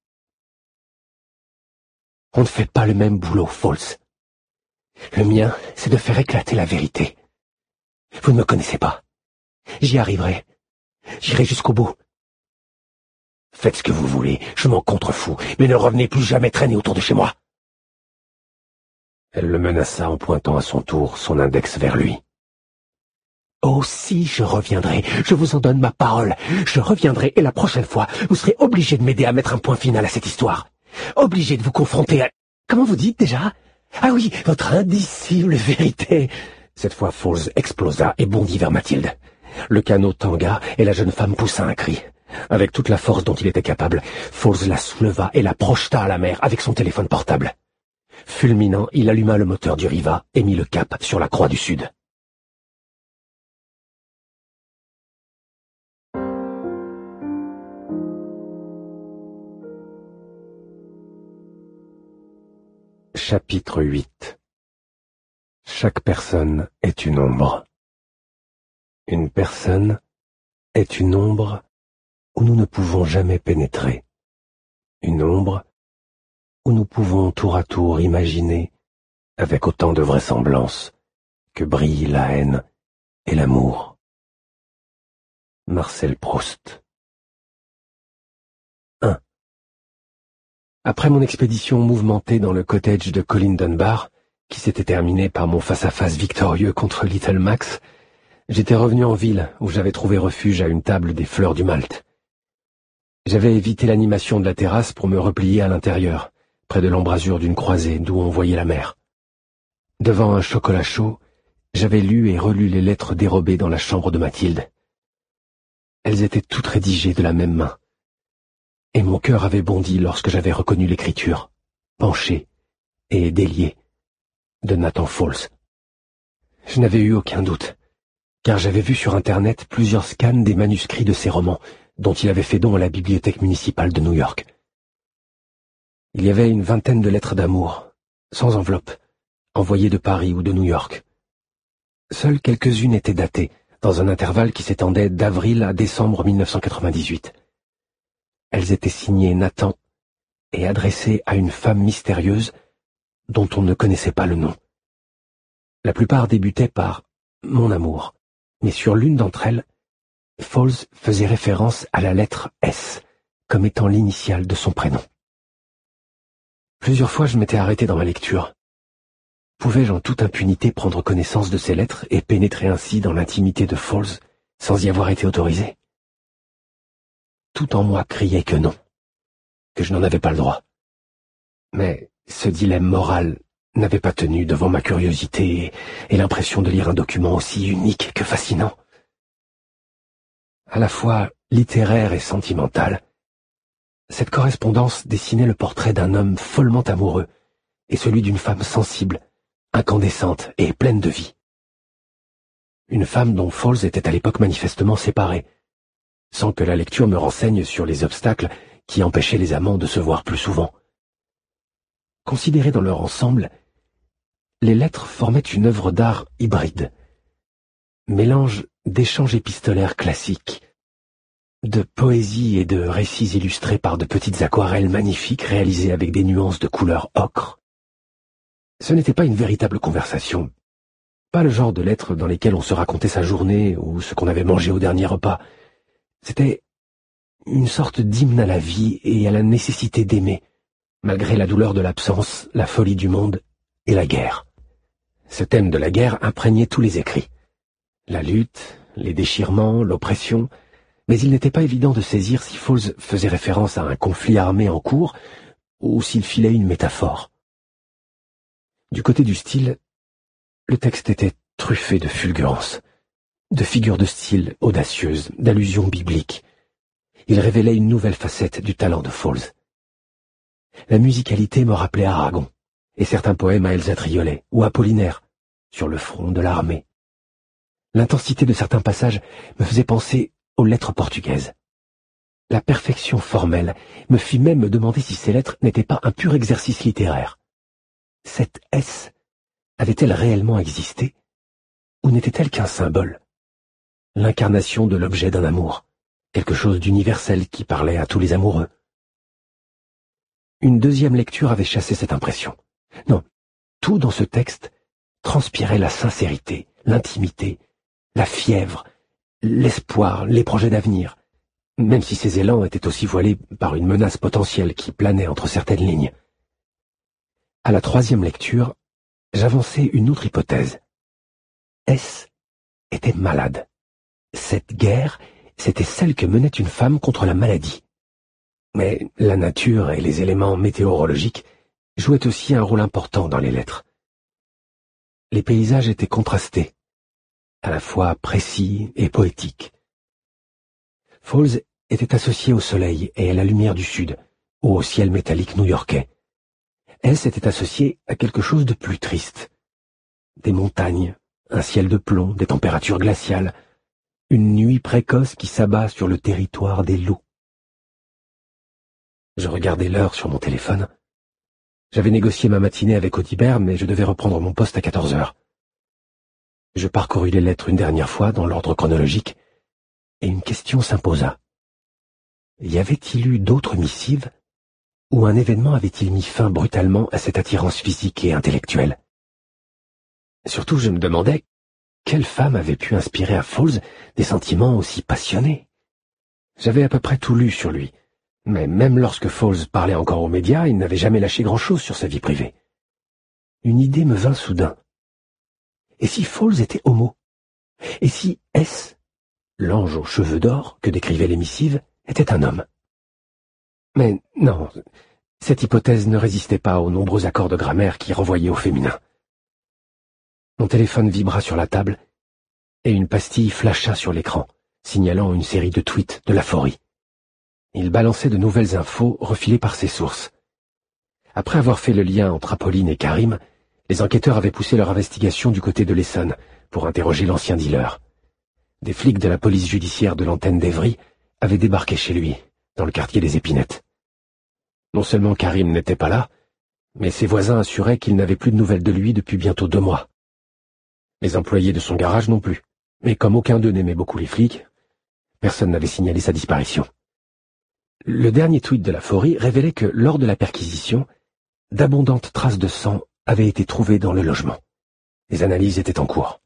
C: On ne fait pas le même boulot, Fawles. Le mien, c'est de faire éclater la vérité. Vous ne me connaissez pas. J'y arriverai. J'irai jusqu'au bout. Faites ce que vous voulez, je m'en contrefous, mais ne revenez plus jamais traîner autour de chez moi. Elle le menaça en pointant à son tour son index vers lui. Oh si, je reviendrai, je vous en donne ma parole. Je reviendrai et la prochaine fois, vous serez obligé de m'aider à mettre un point final à cette histoire. Obligé de vous confronter à... Comment vous dites déjà? Ah oui, votre indicible vérité. Cette fois, Fawles explosa et bondit vers Mathilde. Le canot tangua et la jeune femme poussa un cri. Avec toute la force dont il était capable, Fawles la souleva et la projeta à la mer avec son téléphone portable. Fulminant, il alluma le moteur du Riva et mit le cap sur la croix du Sud. Chapitre 8. Chaque personne est une ombre. Une personne est une ombre où nous ne pouvons jamais pénétrer. Une ombre où nous pouvons tour à tour imaginer, avec autant de vraisemblance, que brillent la haine et l'amour. Marcel Proust. 1. Après mon expédition mouvementée dans le cottage de Colin Dunbar, qui s'était terminée par mon face-à-face victorieux contre Little Max, j'étais revenu en ville où j'avais trouvé refuge à une table des fleurs du Malte. J'avais évité l'animation de la terrasse pour me replier à l'intérieur, près de l'embrasure d'une croisée d'où on voyait la mer. Devant un chocolat chaud, j'avais lu et relu les lettres dérobées dans la chambre de Mathilde. Elles étaient toutes rédigées de la même main. Et mon cœur avait bondi lorsque j'avais reconnu l'écriture, penchée et déliée, de Nathan Fawles. Je n'avais eu aucun doute, car j'avais vu sur Internet plusieurs scans des manuscrits de ses romans, dont il avait fait don à la bibliothèque municipale de New York. Il y avait une vingtaine de lettres d'amour, sans enveloppe, envoyées de Paris ou de New York. Seules quelques-unes étaient datées, dans un intervalle qui s'étendait d'avril à décembre 1998. Elles étaient signées Nathan et adressées à une femme mystérieuse dont on ne connaissait pas le nom. La plupart débutaient par « Mon amour », mais sur l'une d'entre elles, Fawles faisait référence à la lettre S, comme étant l'initiale de son prénom. Plusieurs fois je m'étais arrêté dans ma lecture. Pouvais-je en toute impunité prendre connaissance de ces lettres et pénétrer ainsi dans l'intimité de Fawles sans y avoir été autorisé? Tout en moi criait que non, que je n'en avais pas le droit. Mais ce dilemme moral n'avait pas tenu devant ma curiosité et l'impression de lire un document aussi unique que fascinant. À la fois littéraire et sentimental, cette correspondance dessinait le portrait d'un homme follement amoureux et celui d'une femme sensible, incandescente et pleine de vie. Une femme dont Fawles était à l'époque manifestement séparé, sans que la lecture me renseigne sur les obstacles qui empêchaient les amants de se voir plus souvent. Considérées dans leur ensemble, les lettres formaient une œuvre d'art hybride, mélange d'échanges épistolaires classiques, de poésie et de récits illustrés par de petites aquarelles magnifiques réalisées avec des nuances de couleur ocre. Ce n'était pas une véritable conversation, pas le genre de lettres dans lesquelles on se racontait sa journée ou ce qu'on avait mangé au dernier repas. C'était une sorte d'hymne à la vie et à la nécessité d'aimer, malgré la douleur de l'absence, la folie du monde et la guerre. Ce thème de la guerre imprégnait tous les écrits. La lutte, les déchirements, l'oppression, mais il n'était pas évident de saisir si Fawles faisait référence à un conflit armé en cours ou s'il filait une métaphore. Du côté du style, le texte était truffé de fulgurances, de figures de style audacieuses, d'allusions bibliques. Il révélait une nouvelle facette du talent de Fawles. La musicalité me rappelait Aragon, et certains poèmes à Elsa Triolet ou Apollinaire, sur le front de l'armée, L'intensité de certains passages me faisait penser aux lettres portugaises. La perfection formelle me fit même me demander si ces lettres n'étaient pas un pur exercice littéraire. Cette S avait-elle réellement existé, ou n'était-elle qu'un symbole? L'incarnation de l'objet d'un amour, quelque chose d'universel qui parlait à tous les amoureux. Une deuxième lecture avait chassé cette impression. Non, tout dans ce texte transpirait la sincérité, l'intimité, la fièvre, l'espoir, les projets d'avenir, même si ces élans étaient aussi voilés par une menace potentielle qui planait entre certaines lignes. À la troisième lecture, j'avançai une autre hypothèse. S était malade. Cette guerre, c'était celle que menait une femme contre la maladie. Mais la nature et les éléments météorologiques jouaient aussi un rôle important dans les lettres. Les paysages étaient contrastés, à la fois précis et poétiques. Falls était associé au soleil et à la lumière du sud, ou au ciel métallique new-yorkais. S était associé à quelque chose de plus triste. Des montagnes, un ciel de plomb, des températures glaciales, une nuit précoce qui s'abat sur le territoire des loups. Je regardais l'heure sur mon téléphone. J'avais négocié ma matinée avec Audibert, mais je devais reprendre mon poste à 14 heures. Je parcourus les lettres une dernière fois dans l'ordre chronologique, et une question s'imposa. Y avait-il eu d'autres missives, ou un événement avait-il mis fin brutalement à cette attirance physique et intellectuelle? Surtout, je me demandais quelle femme avait pu inspirer à Falls des sentiments aussi passionnés. J'avais à peu près tout lu sur lui, mais même lorsque Falls parlait encore aux médias, il n'avait jamais lâché grand-chose sur sa vie privée. Une idée me vint soudain. Et si Falls était homo? Et si S, l'ange aux cheveux d'or que décrivaient les missives, était un homme? Mais non, cette hypothèse ne résistait pas aux nombreux accords de grammaire qui renvoyaient au féminin. Mon téléphone vibra sur la table, et une pastille flasha sur l'écran, signalant une série de tweets de l'aphorie. Il balançait de nouvelles infos refilées par ses sources. Après avoir fait le lien entre Apolline et Karim, les enquêteurs avaient poussé leur investigation du côté de l'Essonne pour interroger l'ancien dealer. Des flics de la police judiciaire de l'antenne d'Evry avaient débarqué chez lui, dans le quartier des Épinettes. Non seulement Karim n'était pas là, mais ses voisins assuraient qu'ils n'avaient plus de nouvelles de lui depuis bientôt 2 mois. Les employés de son garage non plus, mais comme aucun d'eux n'aimait beaucoup les flics, personne n'avait signalé sa disparition. Le dernier tweet de l'aphorie révélait que, lors de la perquisition, d'abondantes traces de sang avaient été trouvées dans le logement. Les analyses étaient en cours.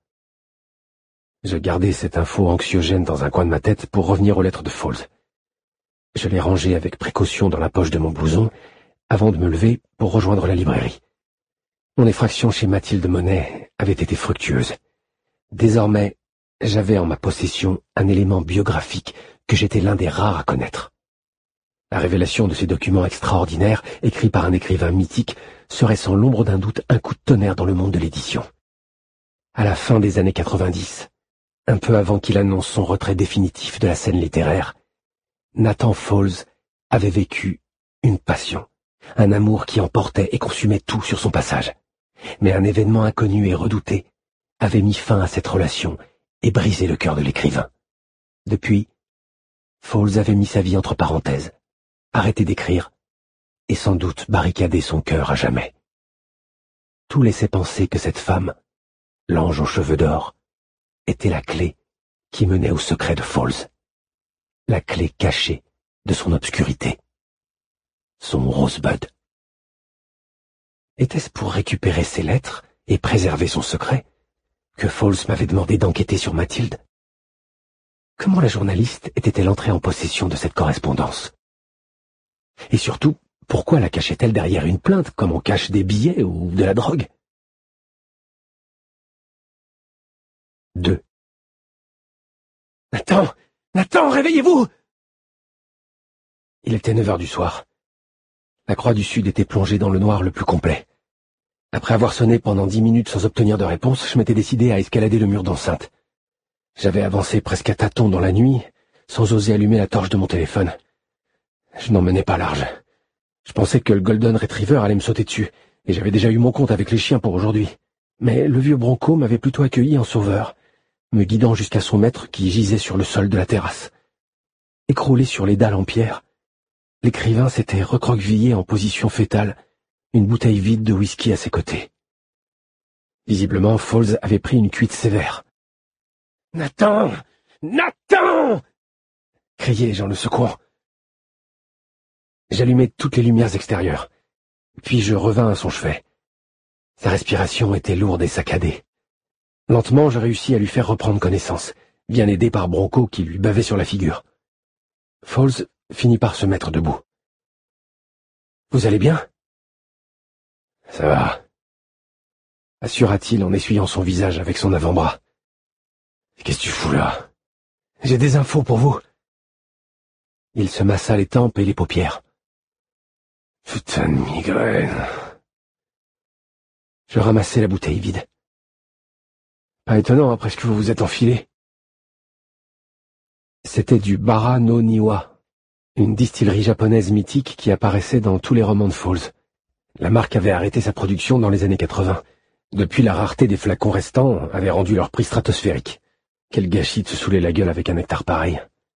C: Je gardais cette info anxiogène dans un coin de ma tête pour revenir aux lettres de Falls. Je les rangeai avec précaution dans la poche de mon blouson avant de me lever pour rejoindre la librairie. Mon effraction chez Mathilde Monet avait été fructueuse. Désormais, j'avais en ma possession un élément biographique que j'étais l'un des rares à connaître. La révélation de ces documents extraordinaires, écrits par un écrivain mythique, serait sans l'ombre d'un doute un coup de tonnerre dans le monde de l'édition. À la fin des années 90, un peu avant qu'il annonce son retrait définitif de la scène littéraire, Nathan Falls avait vécu une passion, un amour qui emportait et consumait tout sur son passage. Mais un événement inconnu et redouté avait mis fin à cette relation et brisé le cœur de l'écrivain. Depuis, Falls avait mis sa vie entre parenthèses, arrêté d'écrire, et sans doute barricadé son cœur à jamais. Tout laissait penser que cette femme, l'ange aux cheveux d'or, était la clé qui menait au secret de Falls, la clé cachée de son obscurité, son Rosebud. Était-ce pour récupérer ses lettres et préserver son secret que Falls m'avait demandé d'enquêter sur Mathilde? Comment la journaliste était-elle entrée en possession de cette correspondance? Et surtout, pourquoi la cachait-elle derrière une plainte, comme on cache des billets ou de la drogue? 2. Nathan, réveillez-vous! Il était 9 heures du soir. La Croix du Sud était plongée dans le noir le plus complet. Après avoir sonné pendant 10 minutes sans obtenir de réponse, je m'étais décidé à escalader le mur d'enceinte. J'avais avancé presque à tâtons dans la nuit, sans oser allumer la torche de mon téléphone. Je n'en menais pas large. Je pensais que le Golden Retriever allait me sauter dessus, et j'avais déjà eu mon compte avec les chiens pour aujourd'hui. Mais le vieux Bronco m'avait plutôt accueilli en sauveur, me guidant jusqu'à son maître qui gisait sur le sol de la terrasse. Écroulé sur les dalles en pierre, l'écrivain s'était recroquevillé en position fétale, une bouteille vide de whisky à ses côtés. Visiblement, Fowles avait pris une cuite sévère. « Nathan! Nathan !» criai-je en le secouant. J'allumai toutes les lumières extérieures, puis je revins à son chevet. Sa respiration était lourde et saccadée. Lentement, je réussis à lui faire reprendre connaissance, bien aidé par Bronco qui lui bavait sur la figure. Fowles finit par se mettre debout. « Vous allez bien ?»« Ça va, » assura-t-il en essuyant son visage avec son avant-bras. « Qu'est-ce que tu fous là ? J'ai des infos pour vous. » Il se massa les tempes et les paupières. « Putain de migraine. » Je ramassai la bouteille vide. « Pas étonnant après ce que vous vous êtes enfilé. » C'était du Bara no Niwa, une distillerie japonaise mythique qui apparaissait dans tous les romans de Fowles. La marque avait arrêté sa production dans les années 80. Depuis, la rareté des flacons restants avait rendu leur prix stratosphérique. Quel gâchis de se saouler la gueule avec un nectar pareil.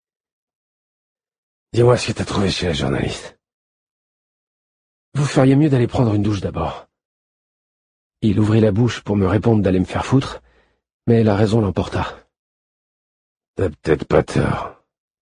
C: Dis-moi ce que t'as trouvé chez la journaliste. Vous feriez mieux d'aller prendre une douche d'abord. Il ouvrit la bouche pour me répondre d'aller me faire foutre, mais la raison l'emporta. T'as peut-être pas tort.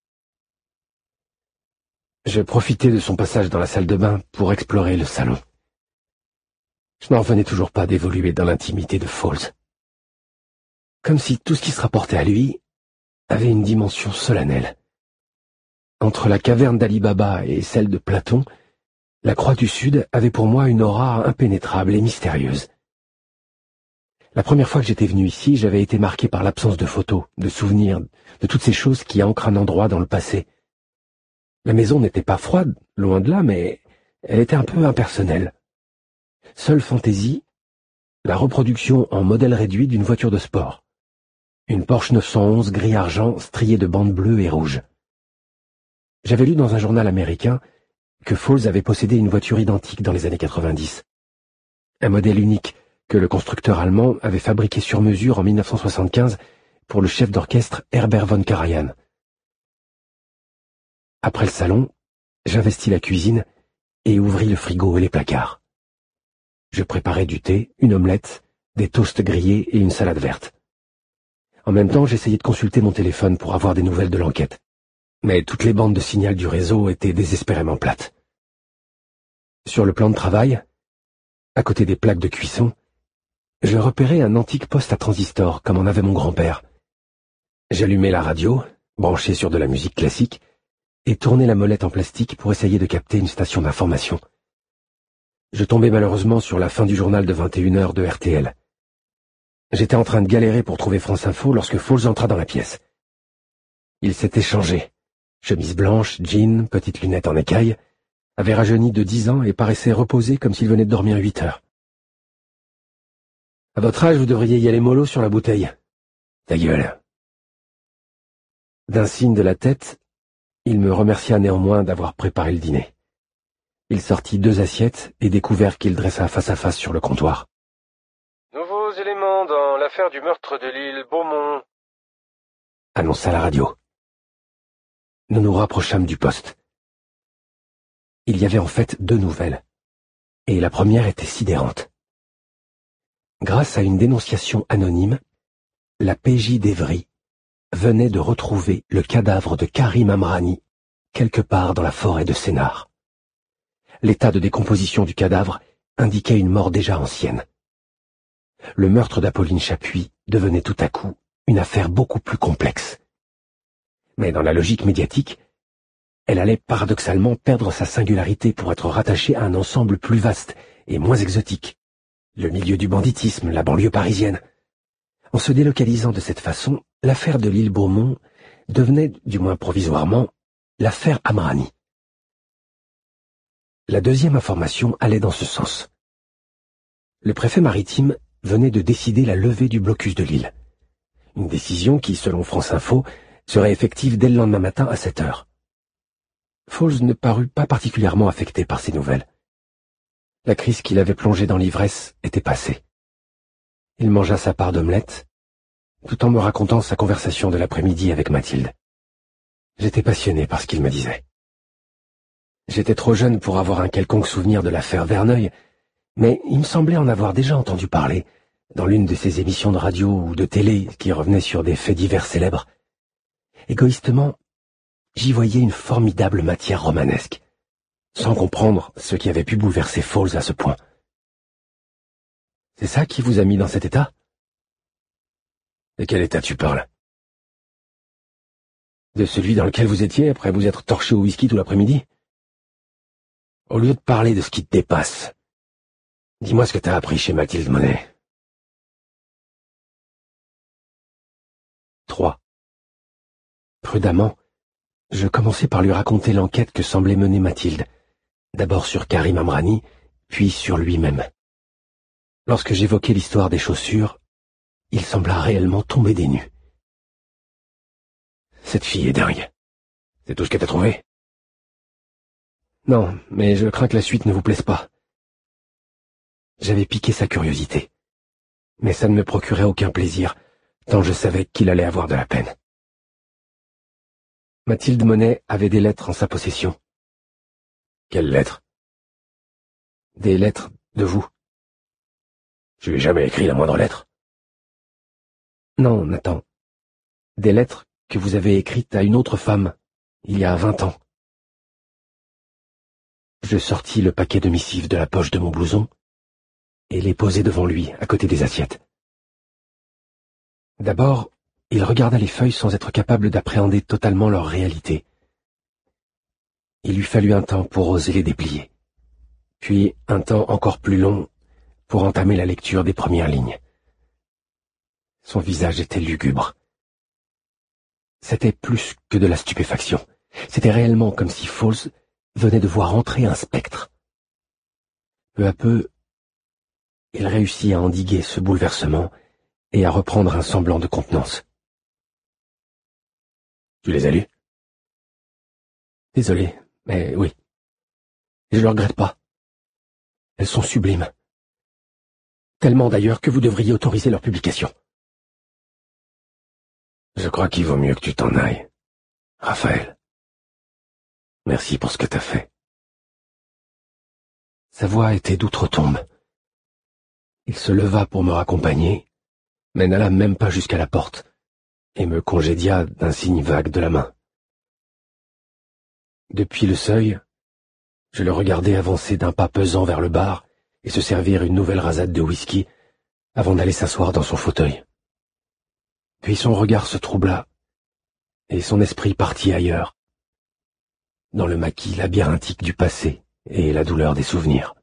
C: Je profitai de son passage dans la salle de bain pour explorer le salon. Je n'en revenais toujours pas d'évoluer dans l'intimité de Fowles. Comme si tout ce qui se rapportait à lui avait une dimension solennelle. Entre la caverne d'Ali Baba et celle de Platon, la Croix du Sud avait pour moi une aura impénétrable et mystérieuse. La première fois que j'étais venu ici, j'avais été marqué par l'absence de photos, de souvenirs, de toutes ces choses qui ancrent un endroit dans le passé. La maison n'était pas froide, loin de là, mais elle était un peu impersonnelle. Seule fantaisie, la reproduction en modèle réduit d'une voiture de sport. Une Porsche 911 gris-argent striée de bandes bleues et rouges. J'avais lu dans un journal américain que Fowles avait possédé une voiture identique dans les années 90. Un modèle unique que le constructeur allemand avait fabriqué sur mesure en 1975 pour le chef d'orchestre Herbert von Karajan. Après le salon, j'investis la cuisine et ouvris le frigo et les placards. Je préparai du thé, une omelette, des toasts grillés et une salade verte. En même temps, j'essayais de consulter mon téléphone pour avoir des nouvelles de l'enquête. Mais toutes les bandes de signal du réseau étaient désespérément plates. Sur le plan de travail, à côté des plaques de cuisson, je repérais un antique poste à transistor comme en avait mon grand-père. J'allumai la radio, branchée sur de la musique classique, et tournai la molette en plastique pour essayer de capter une station d'information. Je tombais malheureusement sur la fin du journal de 21h de RTL. J'étais en train de galérer pour trouver France Info lorsque Fowles entra dans la pièce. Il s'était changé. Chemise blanche, jean, petites lunettes en écaille, avait rajeuni de 10 ans et paraissait reposé comme s'il venait de dormir 8 heures. « À votre âge, vous devriez y aller mollo sur la bouteille. »« Ta gueule !» D'un signe de la tête, il me remercia néanmoins d'avoir préparé le dîner. Il sortit 2 assiettes et des couverts qu'il dressa face à face sur le comptoir.
B: « Nouveaux éléments dans l'affaire du meurtre de l'île Beaumont »,
C: annonça la radio. Nous nous rapprochâmes du poste. Il y avait en fait 2 nouvelles, et la première était sidérante. Grâce à une dénonciation anonyme, la PJ d'Evry venait de retrouver le cadavre de Karim Amrani quelque part dans la forêt de Sénart. L'état de décomposition du cadavre indiquait une mort déjà ancienne. Le meurtre d'Apolline Chapuis devenait tout à coup une affaire beaucoup plus complexe. Mais dans la logique médiatique, elle allait paradoxalement perdre sa singularité pour être rattachée à un ensemble plus vaste et moins exotique, le milieu du banditisme, la banlieue parisienne. En se délocalisant de cette façon, l'affaire de l'île Beaumont devenait, du moins provisoirement, l'affaire Amrani. La deuxième information allait dans ce sens. Le préfet maritime venait de décider la levée du blocus de l'île. Une décision qui, selon France Info, serait effective dès le lendemain matin à 7 heures. Fowles ne parut pas particulièrement affecté par ces nouvelles. La crise qu'il avait plongé dans l'ivresse était passée. Il mangea sa part d'omelette, tout en me racontant sa conversation de l'après-midi avec Mathilde. J'étais passionné par ce qu'il me disait. J'étais trop jeune pour avoir un quelconque souvenir de l'affaire Verneuil, mais il me semblait en avoir déjà entendu parler dans l'une de ces émissions de radio ou de télé qui revenaient sur des faits divers célèbres. Égoïstement, j'y voyais une formidable matière romanesque, sans comprendre ce qui avait pu bouleverser Falls à ce point. C'est ça qui vous a mis dans cet état? De quel état tu parles? De celui dans lequel vous étiez après vous être torché au whisky tout l'après-midi? Au lieu de parler de ce qui te dépasse, dis-moi ce que t'as appris chez Mathilde Monet. 3. Prudemment, je commençai par lui raconter l'enquête que semblait mener Mathilde, d'abord sur Karim Amrani, puis sur lui-même. Lorsque j'évoquai l'histoire des chaussures, il sembla réellement tomber des nues. Cette fille est dingue. C'est tout ce que t'as trouvé? Non, mais je crains que la suite ne vous plaise pas. J'avais piqué sa curiosité, mais ça ne me procurait aucun plaisir, tant je savais qu'il allait avoir de la peine. Mathilde Monet avait des lettres en sa possession. Quelles lettres? Des lettres de vous. Je lui ai jamais écrit la moindre lettre. Non, Nathan. Des lettres que vous avez écrites à une autre femme, il y a 20 ans. Je sortis le paquet de missives de la poche de mon blouson et les posai devant lui, à côté des assiettes. D'abord, il regarda les feuilles sans être capable d'appréhender totalement leur réalité. Il lui fallut un temps pour oser les déplier, puis un temps encore plus long pour entamer la lecture des premières lignes. Son visage était lugubre. C'était plus que de la stupéfaction. C'était réellement comme si Falls venait de voir entrer un spectre. Peu à peu, il réussit à endiguer ce bouleversement et à reprendre un semblant de contenance. Tu les as lus? Désolé, mais oui. Et je le regrette pas. Elles sont sublimes. Tellement d'ailleurs que vous devriez autoriser leur publication. Je crois qu'il vaut mieux que tu t'en ailles, Raphaël. Merci pour ce que t'as fait. Sa voix était d'outre-tombe. Il se leva pour me raccompagner, mais n'alla même pas jusqu'à la porte, et me congédia d'un signe vague de la main. Depuis le seuil, je le regardais avancer d'un pas pesant vers le bar et se servir une nouvelle rasade de whisky avant d'aller s'asseoir dans son fauteuil. Puis son regard se troubla, et son esprit partit ailleurs, dans le maquis labyrinthique du passé et la douleur des souvenirs.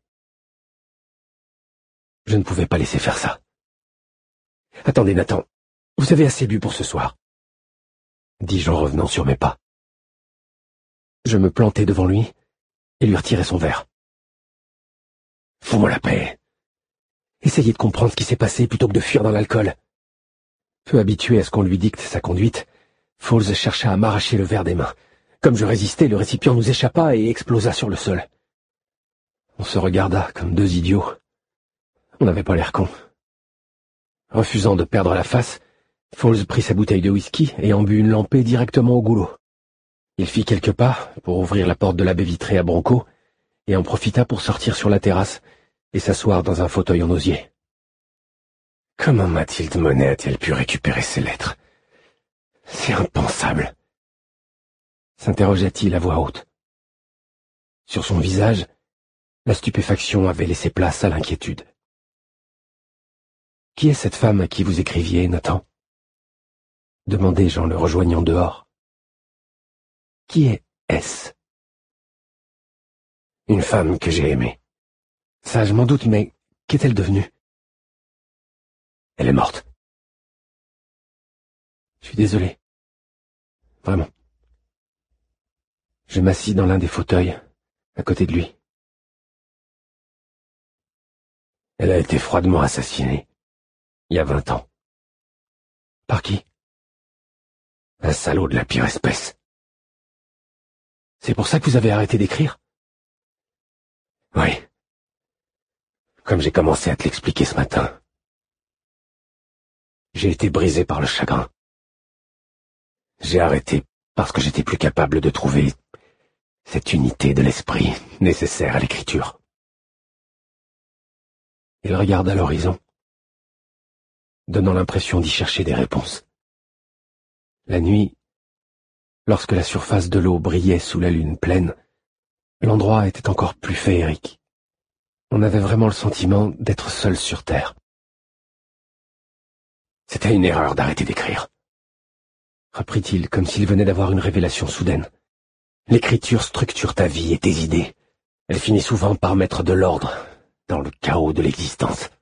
C: Je ne pouvais pas laisser faire ça. « Attendez, Nathan, vous avez assez bu pour ce soir, » dis-je en revenant sur mes pas. Je me plantai devant lui et lui retirai son verre. « Fous-moi la paix. Essayez de comprendre ce qui s'est passé plutôt que de fuir dans l'alcool. » Peu habitué à ce qu'on lui dicte sa conduite, Falls chercha à m'arracher le verre des mains. Comme je résistais, le récipient nous échappa et explosa sur le sol. On se regarda comme deux idiots. On n'avait pas l'air con. Refusant de perdre la face, Falls prit sa bouteille de whisky et en but une lampée directement au goulot. Il fit quelques pas pour ouvrir la porte de la baie vitrée à Bronco et en profita pour sortir sur la terrasse et s'asseoir dans un fauteuil en osier. Comment Mathilde Monet a-t-elle pu récupérer ces lettres? C'est impensable, s'interrogea-t-il à voix haute. Sur son visage, la stupéfaction avait laissé place à l'inquiétude. « Qui est cette femme à qui vous écriviez, Nathan ?» demandai-je en le rejoignant dehors. « Qui est-ce » ? Une femme que j'ai aimée. Ça, je m'en doute, mais qu'est-elle devenue? Elle est morte. Je suis désolé. Vraiment. Je m'assis dans l'un des fauteuils, à côté de lui. Elle a été froidement assassinée, il y a 20 ans. Par qui? Un salaud de la pire espèce. C'est pour ça que vous avez arrêté d'écrire? Oui. Comme j'ai commencé à te l'expliquer ce matin. J'ai été brisé par le chagrin. J'ai arrêté parce que j'étais plus capable de trouver cette unité de l'esprit nécessaire à l'écriture. Il regarda l'horizon, donnant l'impression d'y chercher des réponses. La nuit, lorsque la surface de l'eau brillait sous la lune pleine, l'endroit était encore plus féerique. On avait vraiment le sentiment d'être seul sur Terre. C'était une erreur d'arrêter d'écrire, reprit-il comme s'il venait d'avoir une révélation soudaine. L'écriture structure ta vie et tes idées. Elle finit souvent par mettre de l'ordre dans le chaos de l'existence.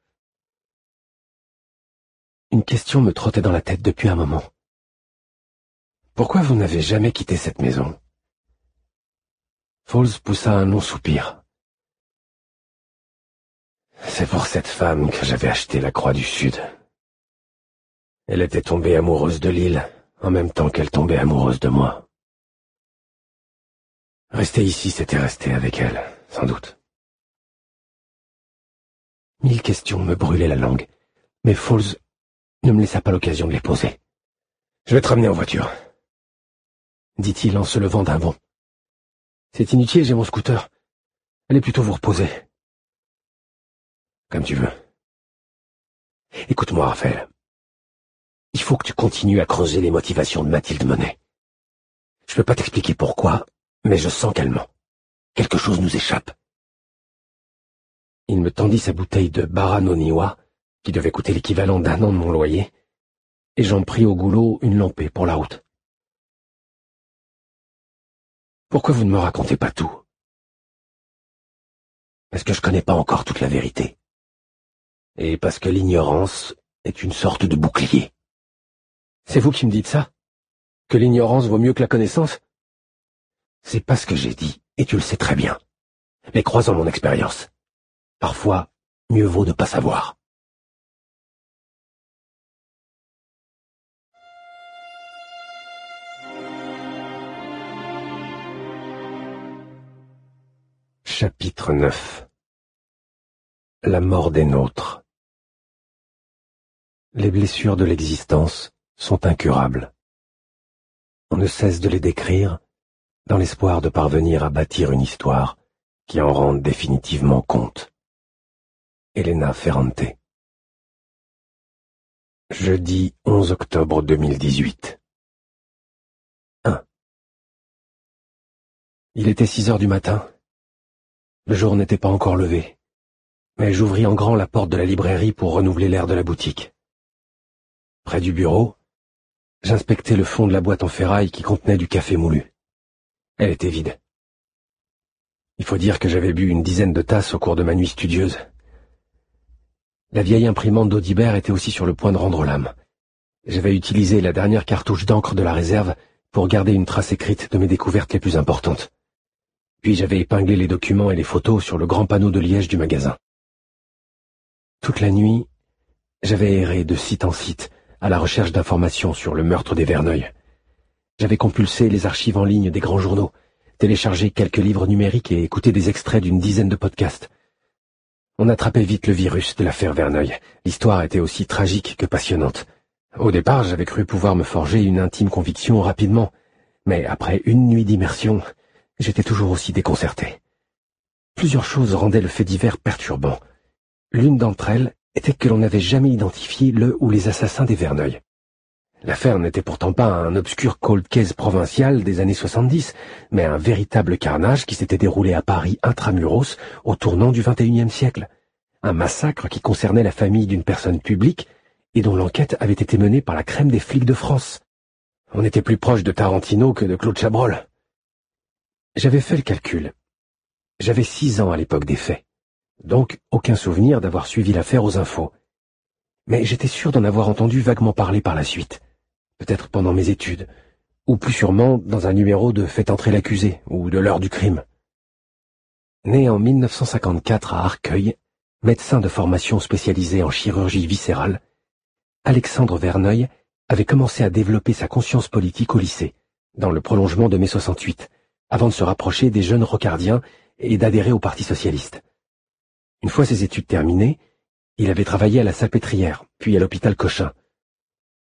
C: Une question me trottait dans la tête depuis un moment. Pourquoi vous n'avez jamais quitté cette maison? Fawles poussa un long soupir. C'est pour cette femme que j'avais acheté la Croix du Sud. Elle était tombée amoureuse de l'île, en même temps qu'elle tombait amoureuse de moi. Rester ici, c'était rester avec elle, sans doute. 1000 questions me brûlaient la langue, mais Fawles ne me laissa pas l'occasion de les poser. « Je vais te ramener en voiture, » dit-il en se levant d'un bond. « C'est inutile, j'ai mon scooter. Allez plutôt vous reposer. » Comme tu veux. Écoute-moi, Raphaël. Il faut que tu continues à creuser les motivations de Mathilde Monet. Je peux pas t'expliquer pourquoi, mais je sens qu'elle ment. Quelque chose nous échappe. Il me tendit sa bouteille de Baranoniwa, qui devait coûter l'équivalent d'1 an de mon loyer, et j'en pris au goulot une lampée pour la route. Pourquoi vous ne me racontez pas tout? Parce que je connais pas encore toute la vérité. Et parce que l'ignorance est une sorte de bouclier. C'est vous qui me dites ça? Que l'ignorance vaut mieux que la connaissance? C'est pas ce que j'ai dit, et tu le sais très bien. Mais crois en mon expérience. Parfois, mieux vaut ne pas savoir. Chapitre 9. La mort des nôtres. Les blessures de l'existence sont incurables. On ne cesse de les décrire dans l'espoir de parvenir à bâtir une histoire qui en rende définitivement compte. Elena Ferrante. Jeudi 11 octobre 2018. 1. Il était 6 heures du matin. Le jour n'était pas encore levé, mais j'ouvris en grand la porte de la librairie pour renouveler l'air de la boutique. Près du bureau, j'inspectais le fond de la boîte en ferraille qui contenait du café moulu. Elle était vide. Il faut dire que j'avais bu une dizaine de tasses au cours de ma nuit studieuse. La vieille imprimante d'Audibert était aussi sur le point de rendre l'âme. J'avais utilisé la dernière cartouche d'encre de la réserve pour garder une trace écrite de mes découvertes les plus importantes. Puis j'avais épinglé les documents et les photos sur le grand panneau de liège du magasin. Toute la nuit, j'avais erré de site en site à la recherche d'informations sur le meurtre des Verneuil. J'avais compulsé les archives en ligne des grands journaux, téléchargé quelques livres numériques et écouté des extraits d'une dizaine de podcasts. On attrapait vite le virus de l'affaire Verneuil. L'histoire était aussi tragique que passionnante. Au départ, j'avais cru pouvoir me forger une intime conviction rapidement, mais après une nuit d'immersion, j'étais toujours aussi déconcerté. Plusieurs choses rendaient le fait divers perturbant. L'une d'entre elles était que l'on n'avait jamais identifié le ou les assassins des Verneuil. L'affaire n'était pourtant pas un obscur cold case provincial des années 70, mais un véritable carnage qui s'était déroulé à Paris intramuros au tournant du XXIe siècle. Un massacre qui concernait la famille d'une personne publique et dont l'enquête avait été menée par la crème des flics de France. On était plus proche de Tarantino que de Claude Chabrol. J'avais fait le calcul. J'avais 6 ans à l'époque des faits, donc aucun souvenir d'avoir suivi l'affaire aux infos. Mais j'étais sûr d'en avoir entendu vaguement parler par la suite, peut-être pendant mes études, ou plus sûrement dans un numéro de Faites entrer l'accusé ou de l'heure du crime. Né en 1954 à Arcueil, médecin de formation spécialisé en chirurgie viscérale, Alexandre Verneuil avait commencé à développer sa conscience politique au lycée, dans le prolongement de mai 68, avant de se rapprocher des jeunes rocardiens et d'adhérer au Parti socialiste. Une fois ses études terminées, il avait travaillé à la Salpêtrière, puis à l'hôpital Cochin.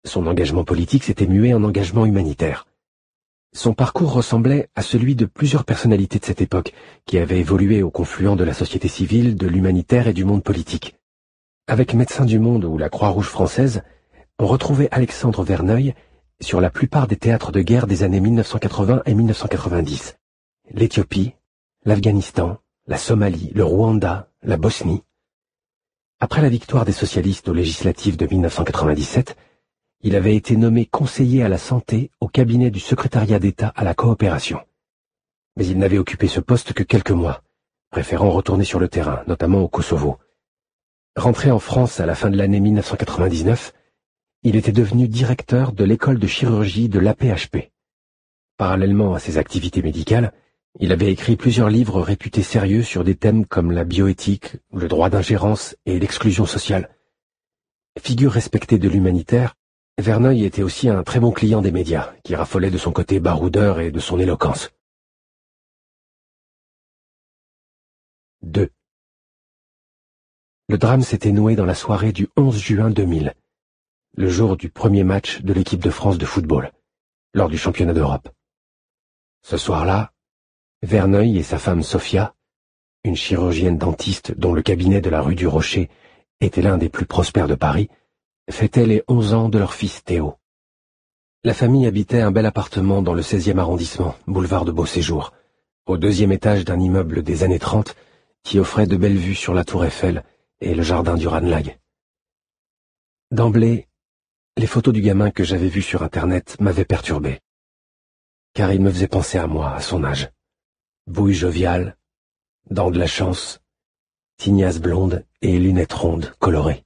C: Son engagement politique s'était mué en engagement humanitaire. Son parcours ressemblait à celui de plusieurs personnalités de cette époque, qui avaient évolué au confluent de la société civile, de l'humanitaire et du monde politique. Avec Médecins du Monde ou la Croix-Rouge française, on retrouvait Alexandre Verneuil sur la plupart des théâtres de guerre des années 1980 et 1990. L'Éthiopie, l'Afghanistan, la Somalie, le Rwanda, la Bosnie. Après la victoire des socialistes aux législatives de 1997, il avait été nommé conseiller à la santé au cabinet du secrétariat d'État à la coopération. Mais il n'avait occupé ce poste que quelques mois, préférant retourner sur le terrain, notamment au Kosovo. Rentré en France à la fin de l'année 1999, il était devenu directeur de l'école de chirurgie de l'AP-HP. Parallèlement à ses activités médicales, il avait écrit plusieurs livres réputés sérieux sur des thèmes comme la bioéthique, le droit d'ingérence et l'exclusion sociale. Figure respectée de l'humanitaire, Verneuil était aussi un très bon client des médias, qui raffolait de son côté baroudeur et de son éloquence. 2. Le drame s'était noué dans la soirée du 11 juin 2000, le jour du premier match de l'équipe de France de football, lors du championnat d'Europe. Ce soir-là, Verneuil et sa femme Sophia, une chirurgienne dentiste dont le cabinet de la rue du Rocher était l'un des plus prospères de Paris, fêtaient les 11 ans de leur fils Théo. La famille habitait un bel appartement dans le 16e arrondissement, boulevard de Beauséjour, au 2e étage d'un immeuble des années 30 qui offrait de belles vues sur la tour Eiffel et le jardin du Ranelagh. D'emblée, les photos du gamin que j'avais vues sur Internet m'avaient perturbé, car il me faisait penser à moi, à son âge. Bouille joviale, dents de la chance, tignasse blonde et lunettes rondes colorées.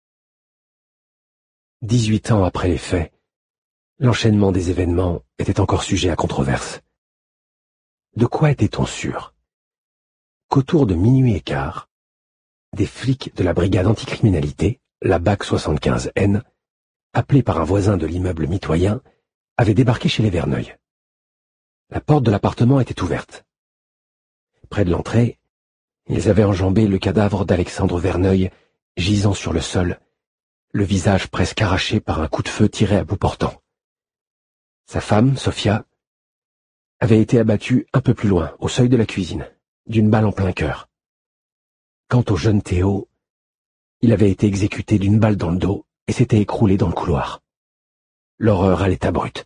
C: 18 ans après les faits, l'enchaînement des événements était encore sujet à controverse. De quoi était-on sûr? Qu'autour de minuit et quart, des flics de la brigade anticriminalité, la BAC 75N, appelés par un voisin de l'immeuble mitoyen, avaient débarqué chez les Verneuil. La porte de l'appartement était ouverte. Près de l'entrée, ils avaient enjambé le cadavre d'Alexandre Verneuil, gisant sur le sol, le visage presque arraché par un coup de feu tiré à bout portant. Sa femme, Sophia, avait été abattue un peu plus loin, au seuil de la cuisine, d'une balle en plein cœur. Quant au jeune Théo, il avait été exécuté d'une balle dans le dos et s'était écroulé dans le couloir. L'horreur à l'état brut.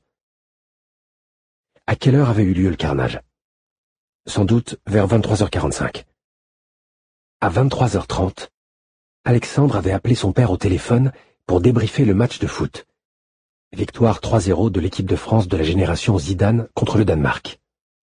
C: À quelle heure avait eu lieu le carnage? Sans doute vers 23h45. À 23h30, Alexandre avait appelé son père au téléphone pour débriefer le match de foot. Victoire 3-0 de l'équipe de France de la génération Zidane contre le Danemark.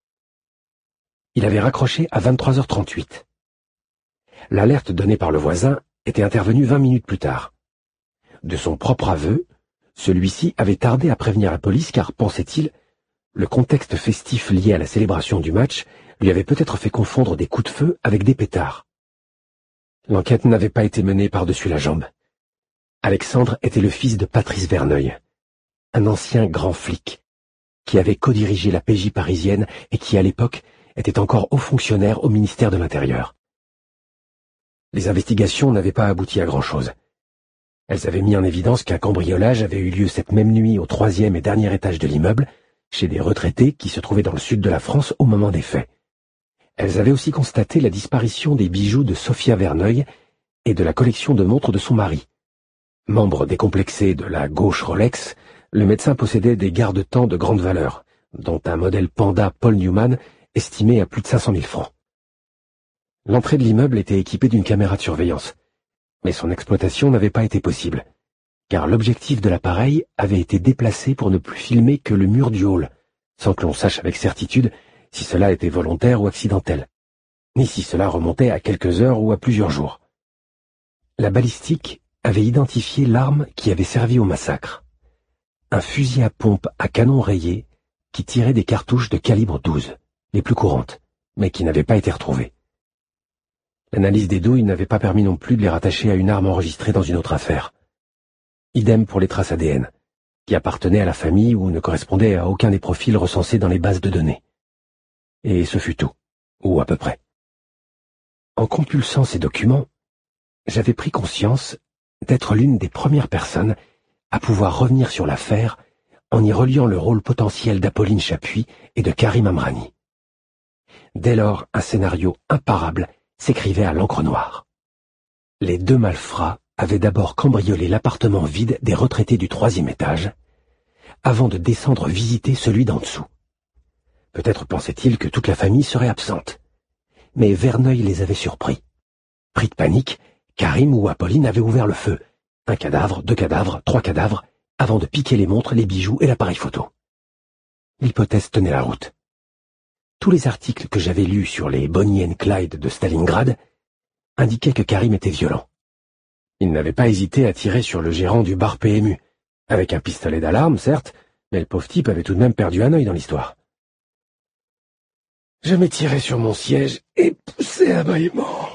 C: Il avait raccroché à 23h38. L'alerte donnée par le voisin était intervenue 20 minutes plus tard. De son propre aveu, celui-ci avait tardé à prévenir la police car, pensait-il, le contexte festif lié à la célébration du match lui avait peut-être fait confondre des coups de feu avec des pétards. L'enquête n'avait pas été menée par-dessus la jambe. Alexandre était le fils de Patrice Verneuil, un ancien grand flic, qui avait codirigé la PJ parisienne et qui, à l'époque, était encore haut fonctionnaire au ministère de l'Intérieur. Les investigations n'avaient pas abouti à grand-chose. Elles avaient mis en évidence qu'un cambriolage avait eu lieu cette même nuit au 3e et dernier étage de l'immeuble, chez des retraités qui se trouvaient dans le sud de la France au moment des faits. Elles avaient aussi constaté la disparition des bijoux de Sophia Verneuil et de la collection de montres de son mari. Membre décomplexé de la gauche Rolex, le médecin possédait des garde-temps de grande valeur, dont un modèle Panda Paul Newman estimé à plus de 500 000 francs. L'entrée de l'immeuble était équipée d'une caméra de surveillance, mais son exploitation n'avait pas été possible, car l'objectif de l'appareil avait été déplacé pour ne plus filmer que le mur du hall, sans que l'on sache avec certitude si cela était volontaire ou accidentel, ni si cela remontait à quelques heures ou à plusieurs jours. La balistique avait identifié l'arme qui avait servi au massacre. Un fusil à pompe à canon rayé qui tirait des cartouches de calibre 12, les plus courantes, mais qui n'avaient pas été retrouvées. L'analyse des douilles n'avait pas permis non plus de les rattacher à une arme enregistrée dans une autre affaire. Idem pour les traces ADN, qui appartenaient à la famille ou ne correspondaient à aucun des profils recensés dans les bases de données. Et ce fut tout, ou à peu près. En compulsant ces documents, j'avais pris conscience d'être l'une des premières personnes à pouvoir revenir sur l'affaire en y reliant le rôle potentiel d'Apolline Chapuis et de Karim Amrani. Dès lors, un scénario imparable s'écrivait à l'encre noire. Les deux malfrats avaient d'abord cambriolé l'appartement vide des retraités du 3e étage, avant de descendre visiter celui d'en dessous. Peut-être pensaient-ils que toute la famille serait absente. Mais Verneuil les avait surpris. Pris de panique, Karim ou Apolline avaient ouvert le feu. 1 cadavre, 2 cadavres, 3 cadavres, avant de piquer les montres, les bijoux et l'appareil photo. L'hypothèse tenait la route. Tous les articles que j'avais lus sur les Bonnie and Clyde de Stalingrad indiquaient que Karim était violent. Il n'avait pas hésité à tirer sur le gérant du bar PMU, avec un pistolet d'alarme, certes, mais le pauvre type avait tout de même perdu un œil dans l'histoire. Je m'étirai sur mon siège et poussai un bâillement.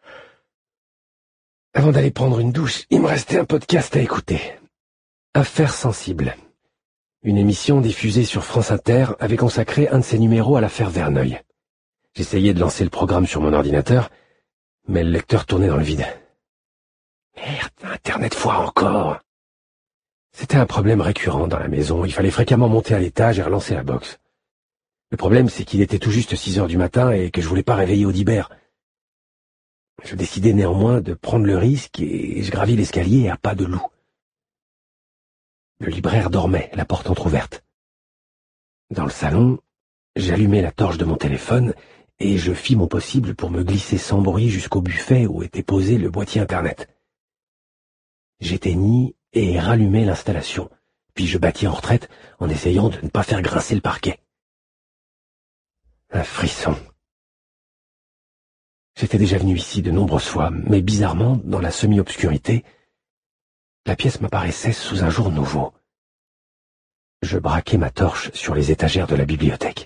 C: Avant d'aller prendre une douche, il me restait un podcast à écouter. Affaires sensibles. Une émission diffusée sur France Inter avait consacré un de ses numéros à l'affaire Verneuil. J'essayais de lancer le programme sur mon ordinateur, mais le lecteur tournait dans le vide. Merde, Internet foire encore. C'était un problème récurrent dans la maison, il fallait fréquemment monter à l'étage et relancer la box. Le problème, c'est qu'il était tout juste 6 heures du matin et que je voulais pas réveiller Audibert. Je décidai néanmoins de prendre le risque et je gravis l'escalier à pas de loup. Le libraire dormait, la porte entr'ouverte. Dans le salon, j'allumai la torche de mon téléphone et je fis mon possible pour me glisser sans bruit jusqu'au buffet où était posé le boîtier Internet. J'éteignis et rallumai l'installation, puis je battis en retraite en essayant de ne pas faire grincer le parquet. Un frisson. J'étais déjà venu ici de nombreuses fois, mais bizarrement, dans la semi-obscurité, la pièce m'apparaissait sous un jour nouveau. Je braquai ma torche sur les étagères de la bibliothèque.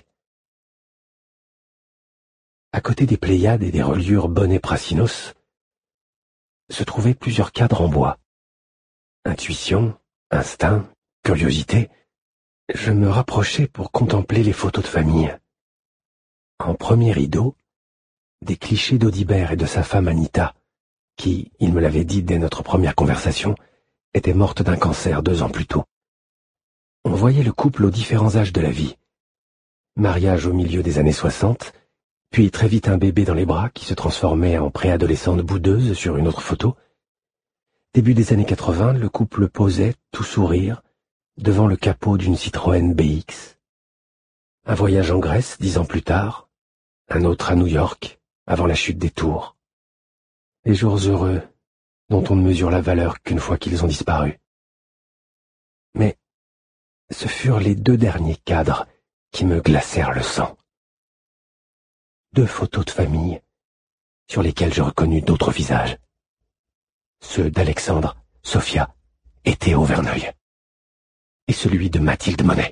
C: À côté des Pléiades et des reliures Bonnet Pracinos, se trouvaient plusieurs cadres en bois. Intuition, instinct, curiosité, je me rapprochai pour contempler les photos de famille. En premier rideau, des clichés d'Audibert et de sa femme Anita, qui, il me l'avait dit dès notre première conversation, était morte d'un cancer 2 ans plus tôt. On voyait le couple aux différents âges de la vie. Mariage au milieu des années 60, puis très vite un bébé dans les bras qui se transformait en préadolescente boudeuse sur une autre photo. Début des années 80, le couple posait, tout sourire, devant le capot d'une Citroën BX. Un voyage en Grèce 10 ans plus tard, un autre à New York, avant la chute des tours. Les jours heureux, dont on ne mesure la valeur qu'une fois qu'ils ont disparu. Mais ce furent les 2 derniers cadres qui me glacèrent le sang. 2 photos de famille, sur lesquelles je reconnus d'autres visages. Ceux d'Alexandre, Sophia et Théo Verneuil. Et celui de Mathilde Monet.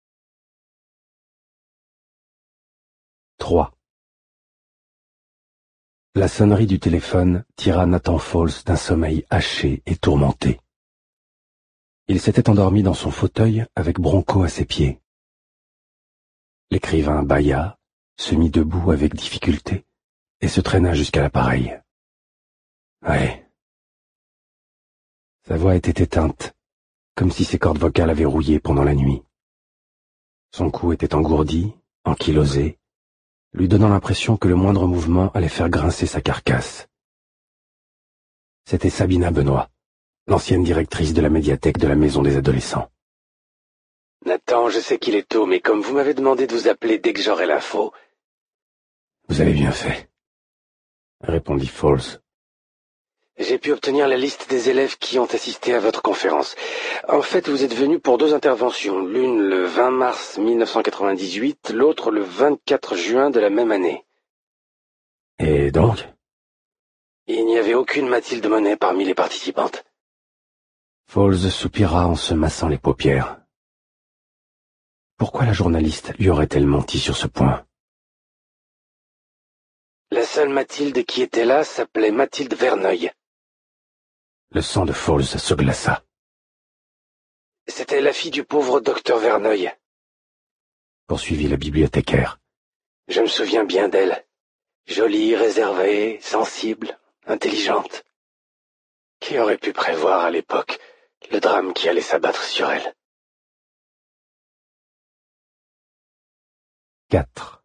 C: 3. La sonnerie du téléphone tira Nathan Falls d'un sommeil haché et tourmenté. Il s'était endormi dans son fauteuil avec Bronco à ses pieds. L'écrivain bâilla, se mit debout avec difficulté et se traîna jusqu'à l'appareil. Ouais. Sa voix était éteinte, comme si ses cordes vocales avaient rouillé pendant la nuit. Son cou était engourdi, ankylosé, lui donnant l'impression que le moindre mouvement allait faire grincer sa carcasse. C'était Sabina Benoît, l'ancienne directrice de la médiathèque de la maison des adolescents.
A: « Nathan, je sais qu'il est tôt, mais comme vous m'avez demandé de vous appeler dès que j'aurai l'info... »«
C: Vous avez bien fait, » répondit Falls.
A: « J'ai pu obtenir la liste des élèves qui ont assisté à votre conférence. En fait, vous êtes venu pour 2 interventions, l'une le 20 mars 1998, l'autre le 24 juin de la même année. »
C: « Et donc ?»
A: Il n'y avait aucune Mathilde Monet parmi les participantes.
C: Falls soupira en se massant les paupières. Pourquoi la journaliste lui aurait-elle menti sur ce point?
A: La seule Mathilde qui était là s'appelait Mathilde Verneuil.
C: Le sang de Falls se glaça.
A: C'était la fille du pauvre docteur Verneuil,
C: poursuivit la bibliothécaire.
A: Je me souviens bien d'elle. Jolie, réservée, sensible, intelligente. Qui aurait pu prévoir à l'époque le drame qui allait s'abattre sur elle. 4.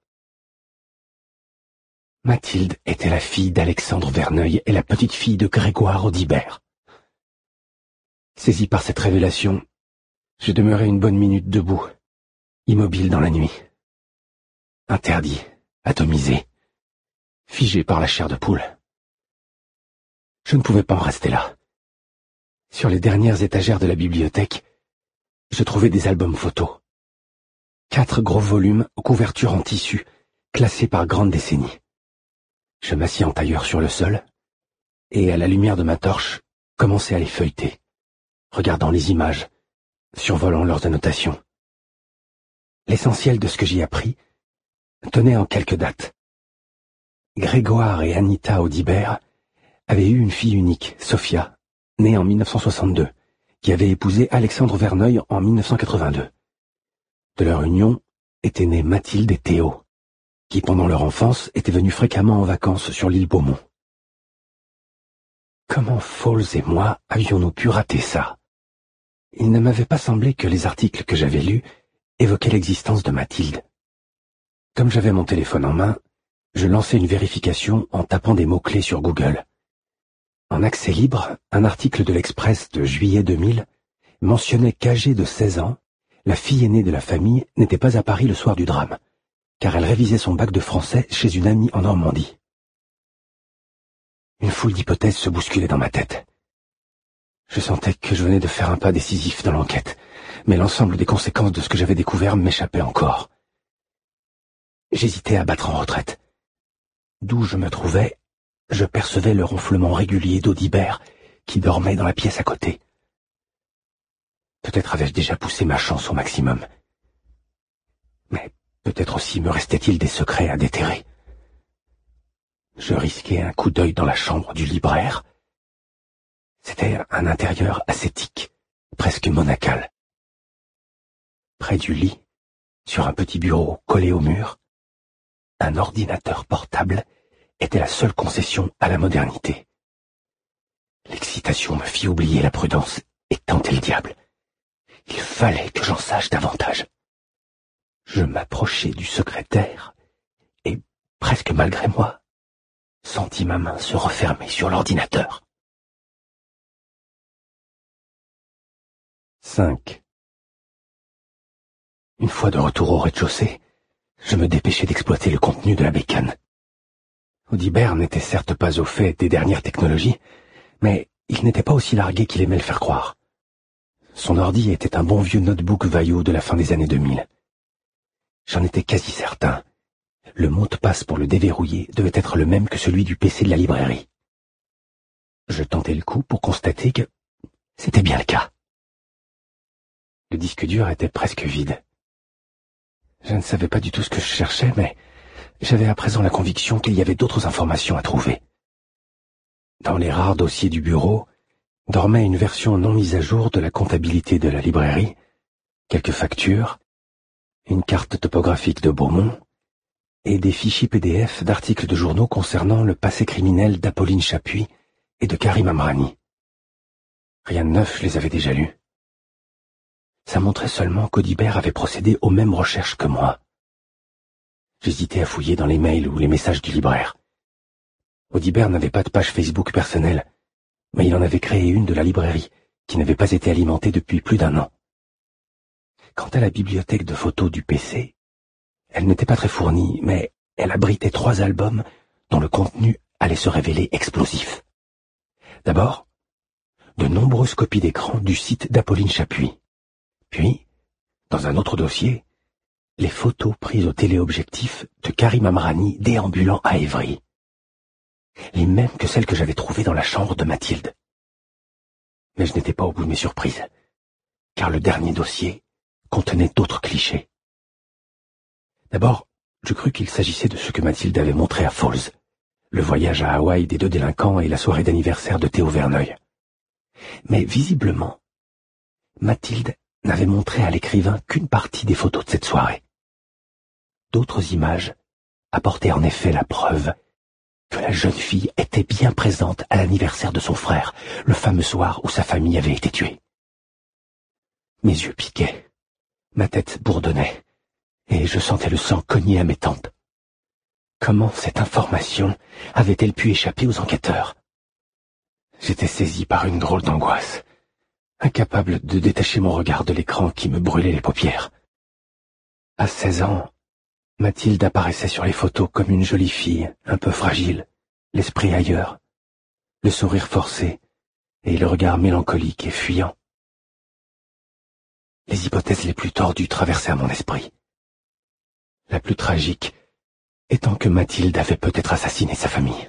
A: Mathilde était la fille d'Alexandre Verneuil et la petite-fille de Grégoire Audibert. Saisi par cette révélation, je demeurai une bonne minute debout, immobile dans la nuit. Interdit, atomisé, figé par la chair de poule. Je ne pouvais pas en rester là. Sur les dernières étagères de la bibliothèque, je trouvais des albums photos. 4 gros volumes aux couvertures en tissu, classés par grande décennie. Je m'assis en tailleur sur le sol, et à la lumière de ma torche, commençai à les feuilleter, regardant les images, survolant leurs annotations. L'essentiel de ce que j'y appris tenait en quelques dates. Grégoire et Anita Audibert avaient eu une fille unique, Sophia, née en 1962, qui avait épousé Alexandre Verneuil en 1982. De leur union étaient nés Mathilde et Théo, qui pendant leur enfance étaient venus fréquemment en vacances sur l'île Beaumont. Comment Fowles et moi avions-nous pu rater ça? Il ne m'avait pas semblé que les articles que j'avais lus évoquaient l'existence de Mathilde. Comme j'avais mon téléphone en main, je lançai une vérification en tapant des mots-clés sur Google. En accès libre, un article de l'Express de juillet 2000 mentionnait qu'âgée de 16 ans, la fille aînée de la famille n'était pas à Paris le soir du drame, car elle révisait son bac de français chez une amie en Normandie. Une foule d'hypothèses se bousculait dans ma tête. Je sentais que je venais de faire un pas décisif dans l'enquête, mais l'ensemble des conséquences de ce que j'avais découvert m'échappait encore. J'hésitais à battre en retraite. D'où je me trouvais, je percevais le ronflement régulier d'Audibert qui dormait dans la pièce à côté. Peut-être avais-je déjà poussé ma chance au maximum. Mais peut-être aussi me restait-il des secrets à déterrer. Je risquai un coup d'œil dans la chambre du libraire. C'était un intérieur ascétique, presque monacal. Près du lit, sur un petit bureau collé au mur, un ordinateur portable était la seule concession à la modernité. L'excitation me fit oublier la prudence et tenter le diable. Il fallait que j'en sache davantage. Je m'approchai du secrétaire et, presque malgré moi, sentis ma main se refermer sur l'ordinateur. 5. Une fois de retour au rez-de-chaussée, je me dépêchai d'exploiter le contenu de la bécane. Audibert n'était certes pas au fait des dernières technologies, mais il n'était pas aussi largué qu'il aimait le faire croire. Son ordi était un bon vieux notebook Vaio de la fin des années 2000. J'en étais quasi certain. Le mot de passe pour le déverrouiller devait être le même que celui du PC de la librairie. Je tentai le coup pour constater que c'était bien le cas. Le disque dur était presque vide. Je ne savais pas du tout ce que je cherchais, mais j'avais à présent la conviction qu'il y avait d'autres informations à trouver. Dans les rares dossiers du bureau, dormait une version non mise à jour de la comptabilité de la librairie, quelques factures, une carte topographique de Beaumont et des fichiers PDF d'articles de journaux concernant le passé criminel d'Apolline Chapuis et de Karim Amrani. Rien de neuf, je les avais déjà lus. Ça montrait seulement qu'Audibert avait procédé aux mêmes recherches que moi. J'hésitais à fouiller dans les mails ou les messages du libraire. Audibert n'avait pas de page Facebook personnelle, mais il en avait créé une de la librairie, qui n'avait pas été alimentée depuis plus d'1 an. Quant à la bibliothèque de photos du PC, elle n'était pas très fournie, mais elle abritait 3 albums dont le contenu allait se révéler explosif. D'abord, de nombreuses copies d'écran du site d'Apolline Chapuis. Puis, dans un autre dossier, les photos prises au téléobjectif de Karim Amrani déambulant à Évry. Les mêmes que celles que j'avais trouvées dans la chambre de Mathilde. Mais je n'étais pas au bout de mes surprises, car le dernier dossier contenait d'autres clichés. D'abord, je crus qu'il s'agissait de ce que Mathilde avait montré à Fowles, le voyage à Hawaï des 2 délinquants et la soirée d'anniversaire de Théo Verneuil. Mais visiblement, Mathilde n'avait montré à l'écrivain qu'une partie des photos de cette soirée. D'autres images apportaient en effet la preuve que la jeune fille était bien présente à l'anniversaire de son frère, le fameux soir où sa famille avait été tuée.
C: Mes yeux piquaient, ma tête bourdonnait, et je sentais le sang cogner à mes tempes. Comment cette information avait-elle pu échapper aux enquêteurs? J'étais saisi par une drôle d'angoisse, incapable de détacher mon regard de l'écran qui me brûlait les paupières. À 16 ans, Mathilde apparaissait sur les photos comme une jolie fille, un peu fragile, l'esprit ailleurs, le sourire forcé et le regard mélancolique et fuyant. Les hypothèses les plus tordues traversèrent mon esprit. La plus tragique étant que Mathilde avait peut-être assassiné sa famille.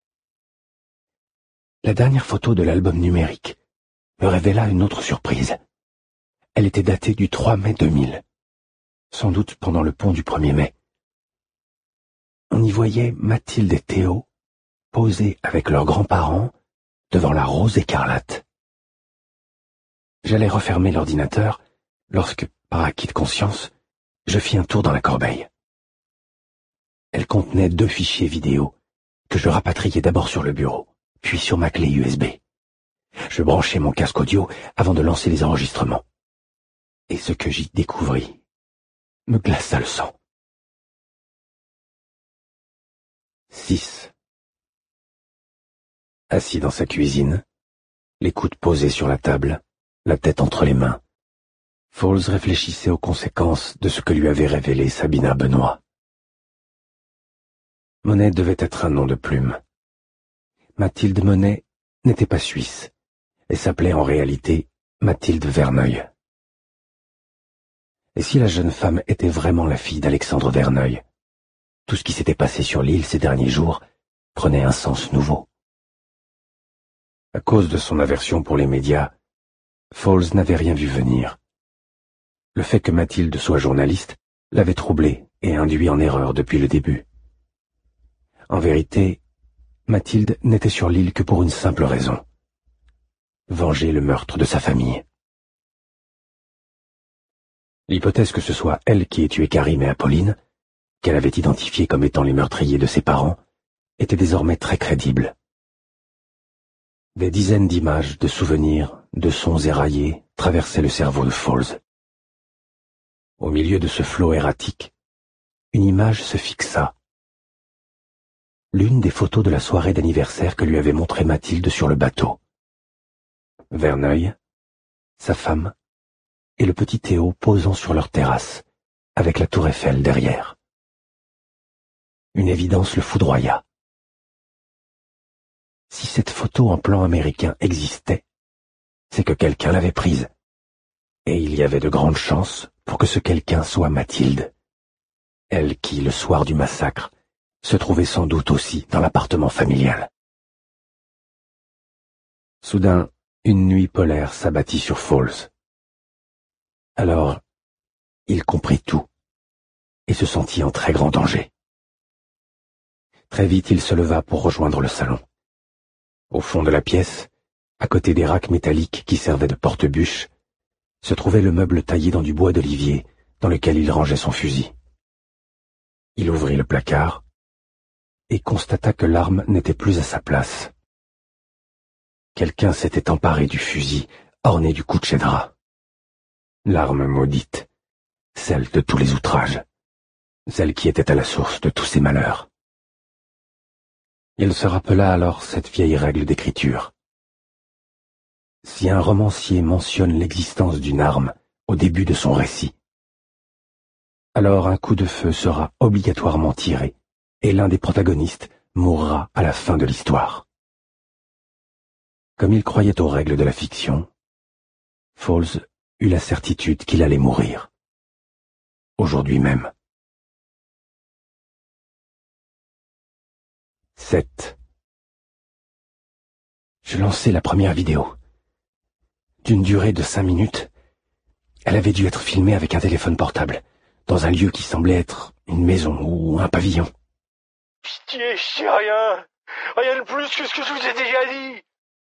C: La dernière photo de l'album numérique me révéla une autre surprise. Elle était datée du 3 mai 2000, sans doute pendant le pont du 1er mai. On y voyait Mathilde et Théo posés avec leurs grands-parents devant la rose écarlate. J'allais refermer l'ordinateur lorsque, par acquis de conscience, je fis un tour dans la corbeille. Elle contenait 2 fichiers vidéo que je rapatriai d'abord sur le bureau, puis sur ma clé USB. Je branchai mon casque audio avant de lancer les enregistrements. Et ce que j'y découvris me glaça le sang. 6. Assis dans sa cuisine, les coudes posés sur la table, la tête entre les mains, Fowles réfléchissait aux conséquences de ce que lui avait révélé Sabina Benoît. Monet devait être un nom de plume. Mathilde Monet n'était pas suisse et s'appelait en réalité Mathilde Verneuil. Et si la jeune femme était vraiment la fille d'Alexandre Verneuil, tout ce qui s'était passé sur l'île ces derniers jours prenait un sens nouveau. À cause de son aversion pour les médias, Fowles n'avait rien vu venir. Le fait que Mathilde soit journaliste l'avait troublé et induit en erreur depuis le début. En vérité, Mathilde n'était sur l'île que pour une simple raison: venger le meurtre de sa famille. L'hypothèse que ce soit elle qui ait tué Karim et Apolline, qu'elle avait identifiés comme étant les meurtriers de ses parents, était désormais très crédible. Des dizaines d'images, de souvenirs, de sons éraillés traversaient le cerveau de Fowles. Au milieu de ce flot erratique, une image se fixa. L'une des photos de la soirée d'anniversaire que lui avait montrée Mathilde sur le bateau. Verneuil, sa femme, et le petit Théo posant sur leur terrasse, avec la tour Eiffel derrière. Une évidence le foudroya. Si cette photo en plan américain existait, c'est que quelqu'un l'avait prise. Et il y avait de grandes chances pour que ce quelqu'un soit Mathilde. Elle qui, le soir du massacre, se trouvait sans doute aussi dans l'appartement familial. Soudain, une nuit polaire s'abattit sur Fowles. Alors, il comprit tout et se sentit en très grand danger. Très vite, il se leva pour rejoindre le salon. Au fond de la pièce, à côté des racks métalliques qui servaient de porte-bûches, se trouvait le meuble taillé dans du bois d'olivier dans lequel il rangeait son fusil. Il ouvrit le placard et constata que l'arme n'était plus à sa place. Quelqu'un s'était emparé du fusil, orné du coup de chédra. L'arme maudite, celle de tous les outrages, celle qui était à la source de tous ses malheurs. Il se rappela alors cette vieille règle d'écriture. Si un romancier mentionne l'existence d'une arme au début de son récit, alors un coup de feu sera obligatoirement tiré et l'un des protagonistes mourra à la fin de l'histoire. Comme il croyait aux règles de la fiction, Fowles eut la certitude qu'il allait mourir. Aujourd'hui même. 7. Je lançai la première vidéo. D'une durée de 5 minutes, elle avait dû être filmée avec un téléphone portable, dans un lieu qui semblait être une maison ou un pavillon.
D: Pitié, je sais rien. Rien de plus que ce que je vous ai déjà dit.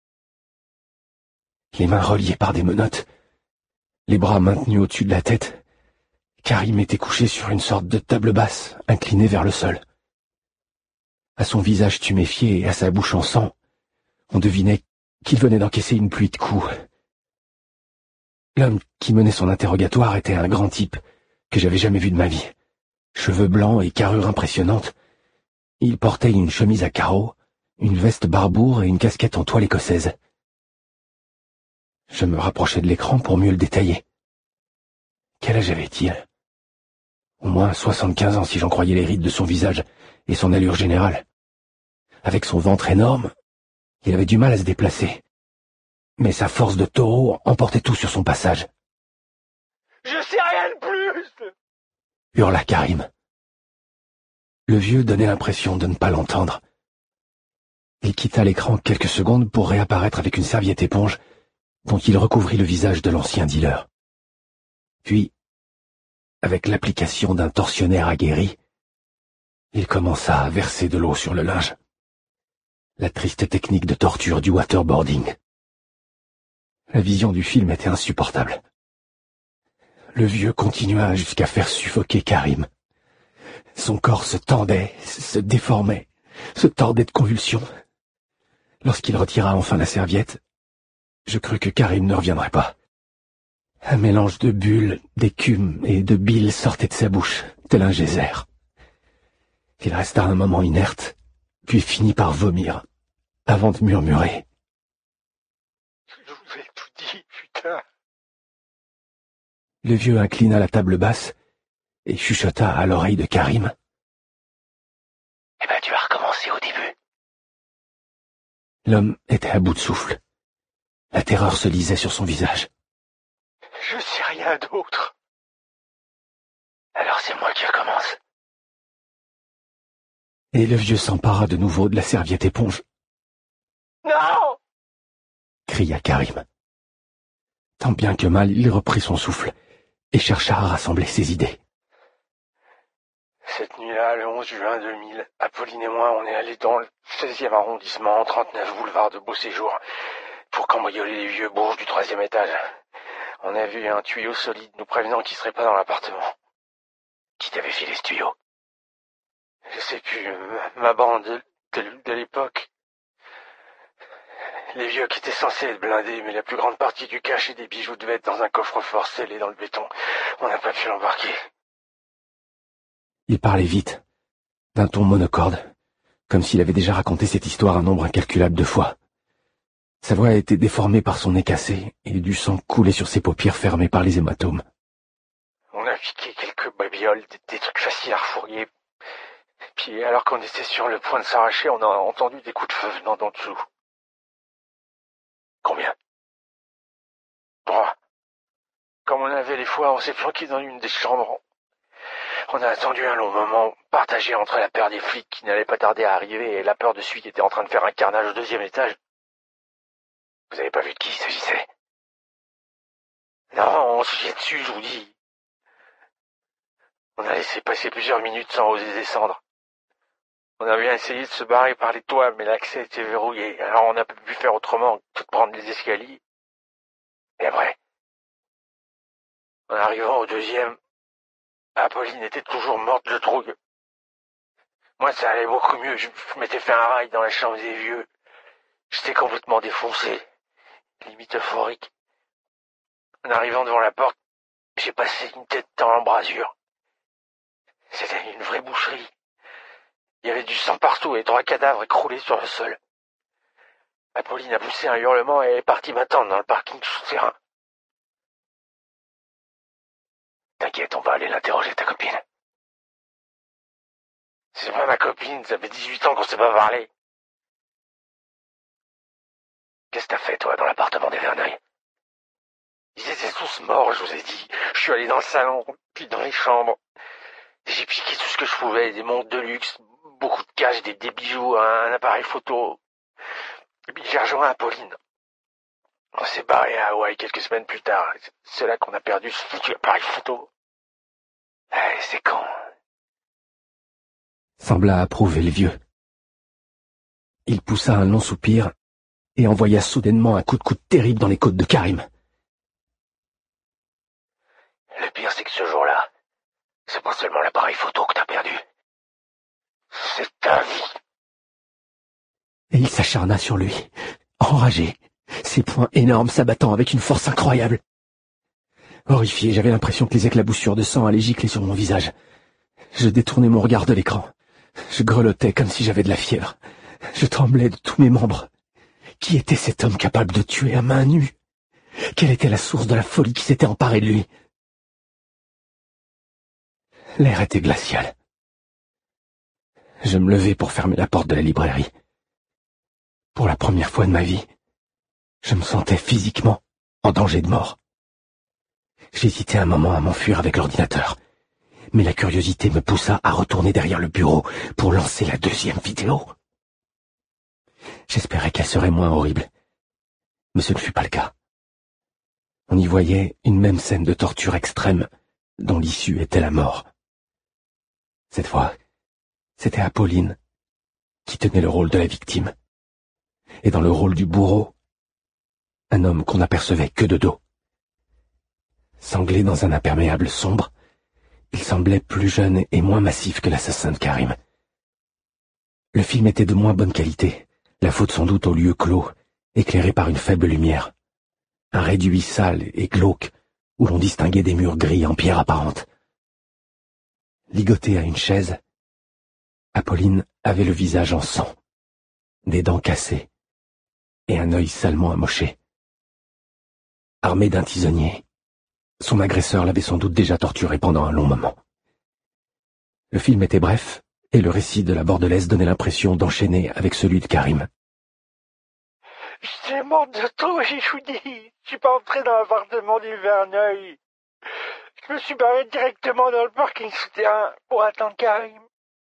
C: Les mains reliées par des menottes, les bras maintenus au-dessus de la tête, Karim était couché sur une sorte de table basse, inclinée vers le sol. À son visage tuméfié et à sa bouche en sang, on devinait qu'il venait d'encaisser une pluie de coups. L'homme qui menait son interrogatoire était un grand type que j'avais jamais vu de ma vie. Cheveux blancs et carrure impressionnante. Il portait une chemise à carreaux, une veste barbour et une casquette en toile écossaise. Je me rapprochai de l'écran pour mieux le détailler. Quel âge avait-il? Au moins 75 ans si j'en croyais les rides de son visage et son allure générale. Avec son ventre énorme, il avait du mal à se déplacer. Mais sa force de taureau emportait tout sur son passage.
D: « Je sais rien de plus !»
C: hurla Karim. Le vieux donnait l'impression de ne pas l'entendre. Il quitta l'écran quelques secondes pour réapparaître avec une serviette éponge dont il recouvrit le visage de l'ancien dealer. Puis, avec l'application d'un tortionnaire aguerri, il commença à verser de l'eau sur le linge. La triste technique de torture du waterboarding. La vision du film était insupportable. Le vieux continua jusqu'à faire suffoquer Karim. Son corps se tendait, se déformait, se tordait de convulsions. Lorsqu'il retira enfin la serviette, je crus que Karim ne reviendrait pas. Un mélange de bulles, d'écume et de bile sortait de sa bouche, tel un geyser. Il resta un moment inerte, puis finit par vomir, avant de murmurer.
D: « Je vous ai tout dit, putain !»
C: Le vieux inclina la table basse et chuchota à l'oreille de Karim.
D: « Eh ben, tu vas recommencer au début. »
C: L'homme était à bout de souffle. La terreur se lisait sur son visage.
D: « Je sais rien d'autre. »
B: Alors c'est moi qui recommence.
C: Et le vieux s'empara de nouveau de la serviette éponge.
D: « Non !»
C: cria Karim. Tant bien que mal, il reprit son souffle et chercha à rassembler ses idées.
D: Cette nuit-là, le 11 juin 2000, Apolline et moi, on est allés dans le 16e arrondissement, 39 boulevard de Beau-Séjour, pour cambrioler les vieux bourges du 3e étage. On a vu un tuyau solide nous prévenant qu'il serait pas dans l'appartement.
B: Qui t'avait filé ce tuyau?
D: Je sais plus, ma bande de l'époque. Les vieux qui étaient censés être blindés, mais la plus grande partie du cash et des bijoux devait être dans un coffre-fort scellé dans le béton. On n'a pas pu l'embarquer.
C: Il parlait vite, d'un ton monocorde, comme s'il avait déjà raconté cette histoire un nombre incalculable de fois. Sa voix était déformée par son nez cassé, et du sang coulait sur ses paupières fermées par les hématomes.
D: On a piqué quelques babioles, des trucs faciles à refourguer. Puis alors qu'on était sur le point de s'arracher, on a entendu des coups de feu venant d'en dessous.
B: Combien?
D: 3. Comme on avait les fois, on s'est planqué dans une des chambres. On a attendu un long moment, partagé entre la peur des flics qui n'allaient pas tarder à arriver et la peur de celui qui était en train de faire un carnage au 2e étage.
B: Vous avez pas vu de qui il s'agissait?
D: Non, on se jette dessus, je vous dis. On a laissé passer plusieurs minutes sans oser descendre. On a bien essayé de se barrer par les toits, mais l'accès était verrouillé, alors on n'a pas pu faire autrement que de prendre les escaliers.
B: Et après?
D: En arrivant au 2e, Apolline était toujours morte de trouille. Moi, ça allait beaucoup mieux. Je m'étais fait un rail dans la chambre des vieux. J'étais complètement défoncé, limite euphorique. En arrivant devant la porte, j'ai passé une tête dans l'embrasure. C'était une vraie boucherie. Il y avait du sang partout et 3 cadavres écroulés sur le sol. Apolline a poussé un hurlement et est partie m'attendre dans le parking souterrain.
B: T'inquiète, on va aller l'interroger, ta copine.
D: C'est pas ma copine, ça fait 18 ans qu'on s'est pas parlé.
B: Qu'est-ce que t'as fait, toi, dans l'appartement des Verneuil?
D: Ils étaient tous morts, je vous ai dit. Je suis allé dans le salon, puis dans les chambres. J'ai piqué tout ce que je pouvais, des montres de luxe, beaucoup de cash, des bijoux, un appareil photo. Et puis j'ai rejoint Apolline. On s'est barré à Hawaï quelques semaines plus tard. C'est là qu'on a perdu ce foutu appareil photo.
B: C'est quand?
C: Sembla approuver le vieux. Il poussa un long soupir et envoya soudainement un coup de coude terrible dans les côtes de Karim.
B: Le pire, c'est que ce jour-là, c'est pas seulement l'appareil photo que t'as perdu. C'est ta vie.
C: Et il s'acharna sur lui, enragé, ses poings énormes s'abattant avec une force incroyable. Horrifié, j'avais l'impression que les éclaboussures de sang allaient gicler sur mon visage. Je détournais mon regard de l'écran. Je grelottais comme si j'avais de la fièvre. Je tremblais de tous mes membres. Qui était cet homme capable de tuer à main nue? Quelle était la source de la folie qui s'était emparée de lui? L'air était glacial. Je me levai pour fermer la porte de la librairie. Pour la première fois de ma vie, je me sentais physiquement en danger de mort. J'hésitais un moment à m'enfuir avec l'ordinateur, mais la curiosité me poussa à retourner derrière le bureau pour lancer la deuxième vidéo. J'espérais qu'elle serait moins horrible, mais ce ne fut pas le cas. On y voyait une même scène de torture extrême, dont l'issue était la mort. Cette fois, c'était Apolline qui tenait le rôle de la victime, et dans le rôle du bourreau, un homme qu'on n'apercevait que de dos. Sanglé dans un imperméable sombre, il semblait plus jeune et moins massif que l'assassin de Karim. Le film était de moins bonne qualité, la faute sans doute au lieu clos, éclairé par une faible lumière. Un réduit sale et glauque, où l'on distinguait des murs gris en pierre apparente. Ligotée à une chaise, Apolline avait le visage en sang, des dents cassées et un œil salement amoché. Armé d'un tisonnier, son agresseur l'avait sans doute déjà torturé pendant un long moment. Le film était bref, et le récit de la Bordelaise donnait l'impression d'enchaîner avec celui de Karim.
D: J'étais morte de trop, je vous dis. Je suis pas entré dans l'appartement du Verneuil. Je me suis barré directement dans le parking souterrain pour attendre Karim.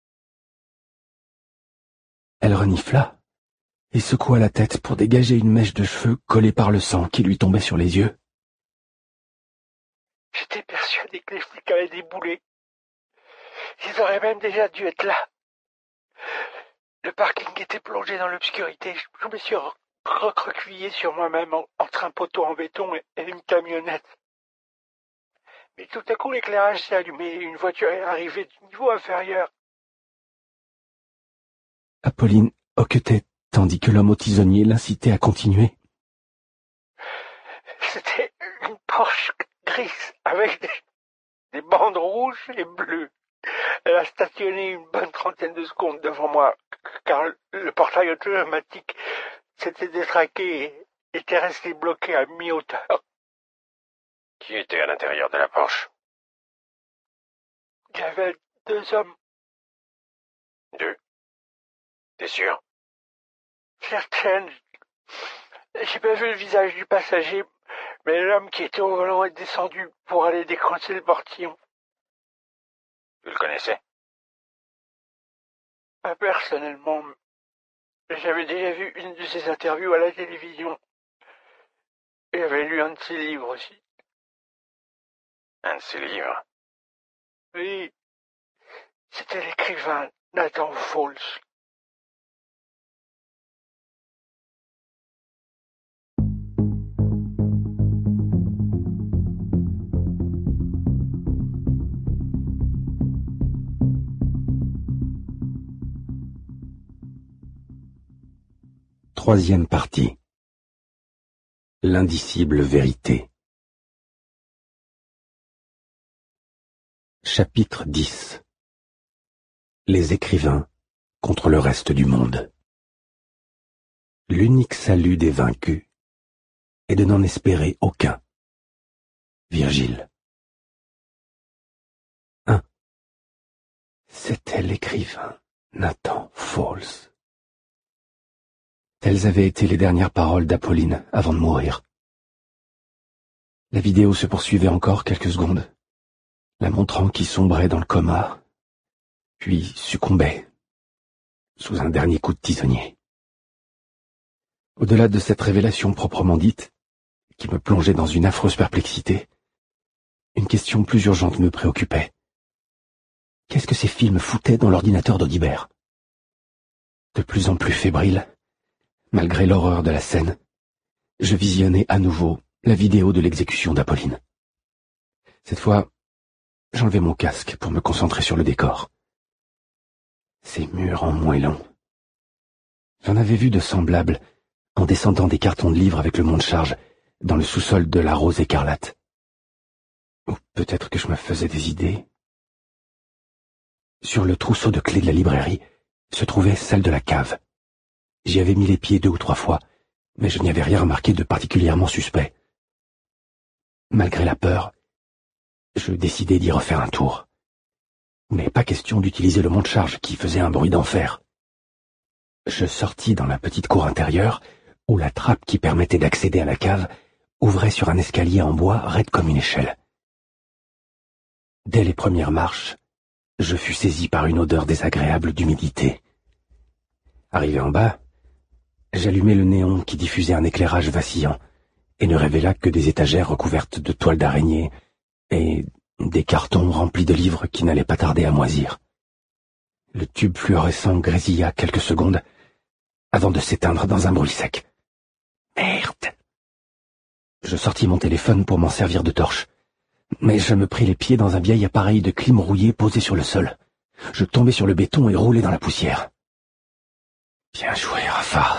C: Elle renifla et secoua la tête pour dégager une mèche de cheveux collée par le sang qui lui tombait sur les yeux.
D: J'étais persuadé que les flics allaient débouler. Ils auraient même déjà dû être là. Le parking était plongé dans l'obscurité. Je me suis recroquevillé sur moi-même entre un poteau en béton et une camionnette. Mais tout à coup, l'éclairage s'est allumé et une voiture est arrivée du niveau inférieur.
C: Apolline hoquetait, tandis que l'homme au tisonnier l'incitait à continuer.
D: C'était une Porsche grise avec des bandes rouges et bleues. Elle a stationné une bonne trentaine de secondes devant moi, car le portail automatique s'était détraqué et était resté bloqué à mi-hauteur.
B: Qui était à l'intérieur de la Porsche?
D: Il y avait 2 hommes.
B: 2? T'es sûr?
D: Certaines. J'ai pas vu le visage du passager, mais l'homme qui était au volant est descendu pour aller décrocher le portillon.
B: Tu le connaissais?
D: Pas personnellement. J'avais déjà vu une de ses interviews à la télévision. Et j'avais lu un de ses livres aussi.
B: Un de ses livres?
D: Oui, c'était l'écrivain Nathan Fowles.
C: Troisième partie. L'indicible vérité. Chapitre 10. Les écrivains contre le reste du monde. L'unique salut des vaincus est de n'en espérer aucun. Virgile. 1. C'était l'écrivain Nathan Fowles. Telles avaient été les dernières paroles d'Apolline avant de mourir. La vidéo se poursuivait encore quelques secondes, la montrant qui sombrait dans le coma, puis succombait sous un dernier coup de tisonnier. Au-delà de cette révélation proprement dite, qui me plongeait dans une affreuse perplexité, une question plus urgente me préoccupait. Qu'est-ce que ces films foutaient dans l'ordinateur d'Audibert? De plus en plus fébrile, malgré l'horreur de la scène, je visionnais à nouveau la vidéo de l'exécution d'Apolline. Cette fois, j'enlevai mon casque pour me concentrer sur le décor. Ces murs en moellon. J'en avais vu de semblables en descendant des cartons de livres avec le monte-charge dans le sous-sol de la Rose écarlate. Ou peut-être que je me faisais des idées. Sur le trousseau de clés de la librairie se trouvait celle de la cave. J'y avais mis les pieds 2 ou 3 fois, mais je n'y avais rien remarqué de particulièrement suspect. Malgré la peur, je décidai d'y refaire un tour. Mais pas question d'utiliser le monte-charge qui faisait un bruit d'enfer. Je sortis dans la petite cour intérieure, où la trappe qui permettait d'accéder à la cave ouvrait sur un escalier en bois raide comme une échelle. Dès les premières marches, je fus saisi par une odeur désagréable d'humidité. Arrivé en bas, j'allumai le néon qui diffusait un éclairage vacillant et ne révéla que des étagères recouvertes de toiles d'araignée et des cartons remplis de livres qui n'allaient pas tarder à moisir. Le tube fluorescent grésilla quelques secondes avant de s'éteindre dans un bruit sec. Merde! Je sortis mon téléphone pour m'en servir de torche, mais je me pris les pieds dans un vieil appareil de clim rouillé posé sur le sol. Je tombai sur le béton et roulai dans la poussière. Bien joué, Rafa.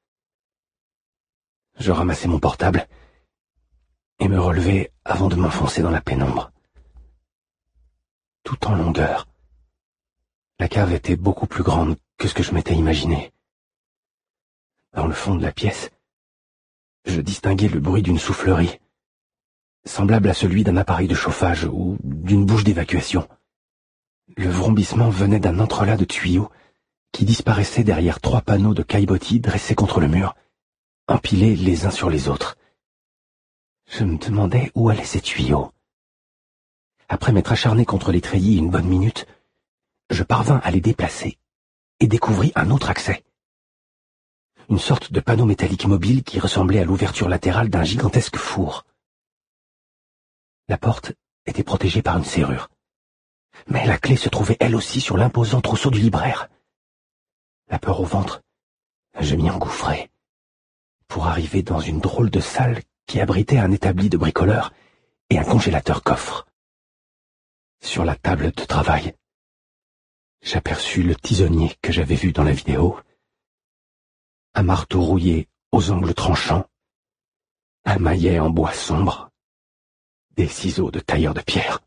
C: Je ramassai mon portable et me relevai avant de m'enfoncer dans la pénombre. Tout en longueur, la cave était beaucoup plus grande que ce que je m'étais imaginé. Dans le fond de la pièce, je distinguai le bruit d'une soufflerie, semblable à celui d'un appareil de chauffage ou d'une bouche d'évacuation. Le vrombissement venait d'un entrelac de tuyaux qui disparaissaient derrière 3 panneaux de caillebotis dressés contre le mur, empilés les uns sur les autres. Je me demandais où allaient ces tuyaux. Après m'être acharné contre les treillis une bonne minute, je parvins à les déplacer et découvris un autre accès. Une sorte de panneau métallique mobile qui ressemblait à l'ouverture latérale d'un gigantesque four. La porte était protégée par une serrure, mais la clé se trouvait elle aussi sur l'imposant trousseau du libraire. La peur au ventre, je m'y engouffrai, pour arriver dans une drôle de salle qui abritait un établi de bricoleur et un congélateur coffre. Sur la table de travail, j'aperçus le tisonnier que j'avais vu dans la vidéo, un marteau rouillé aux angles tranchants, un maillet en bois sombre, des ciseaux de tailleur de pierre.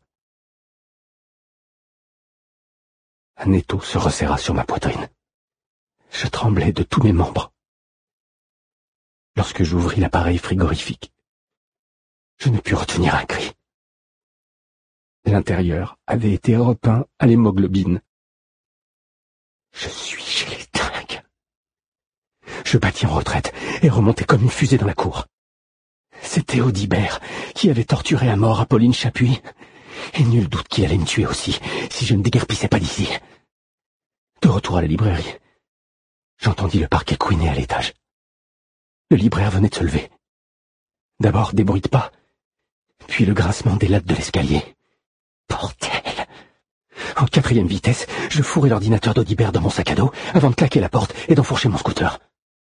C: Un étau se resserra sur ma poitrine. Je tremblais de tous mes membres. Lorsque j'ouvris l'appareil frigorifique, je ne pus retenir un cri. L'intérieur avait été repeint à l'hémoglobine. Je suis chez les dingues. Je battis en retraite et remontai comme une fusée dans la cour. C'était Audibert qui avait torturé à mort Apolline Chapuis, et nul doute qu'il allait me tuer aussi si je ne déguerpissais pas d'ici. De retour à la librairie, j'entendis le parquet couiner à l'étage. Le libraire venait de se lever. D'abord des bruits de pas, puis le grincement des lattes de l'escalier. Bordel! En 4e vitesse, je fourrai l'ordinateur d'Audibert dans mon sac à dos avant de claquer la porte et d'enfourcher mon scooter.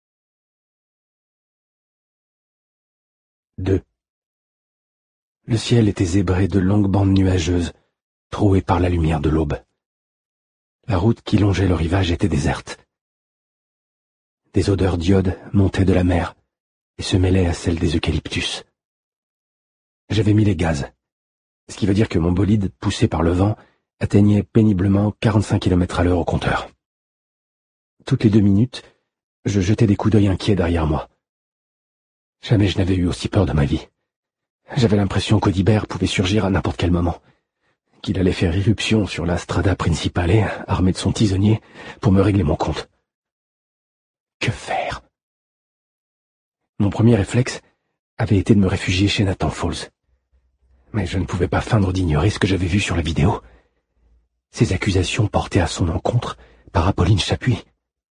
C: 2. Le ciel était zébré de longues bandes nuageuses, trouées par la lumière de l'aube. La route qui longeait le rivage était déserte. Des odeurs d'iode montaient de la mer et se mêlaient à celles des eucalyptus. J'avais mis les gaz, ce qui veut dire que mon bolide, poussé par le vent, atteignait péniblement 45 km/h au compteur. Toutes les 2 minutes, je jetais des coups d'œil inquiets derrière moi. Jamais je n'avais eu aussi peur de ma vie. J'avais l'impression qu'Audibert pouvait surgir à n'importe quel moment, qu'il allait faire irruption sur la strada principale, armé de son tisonnier, pour me régler mon compte. Que faire? Mon premier réflexe avait été de me réfugier chez Nathan Falls. Mais je ne pouvais pas feindre d'ignorer ce que j'avais vu sur la vidéo. Ces accusations portées à son encontre par Apolline Chapuis.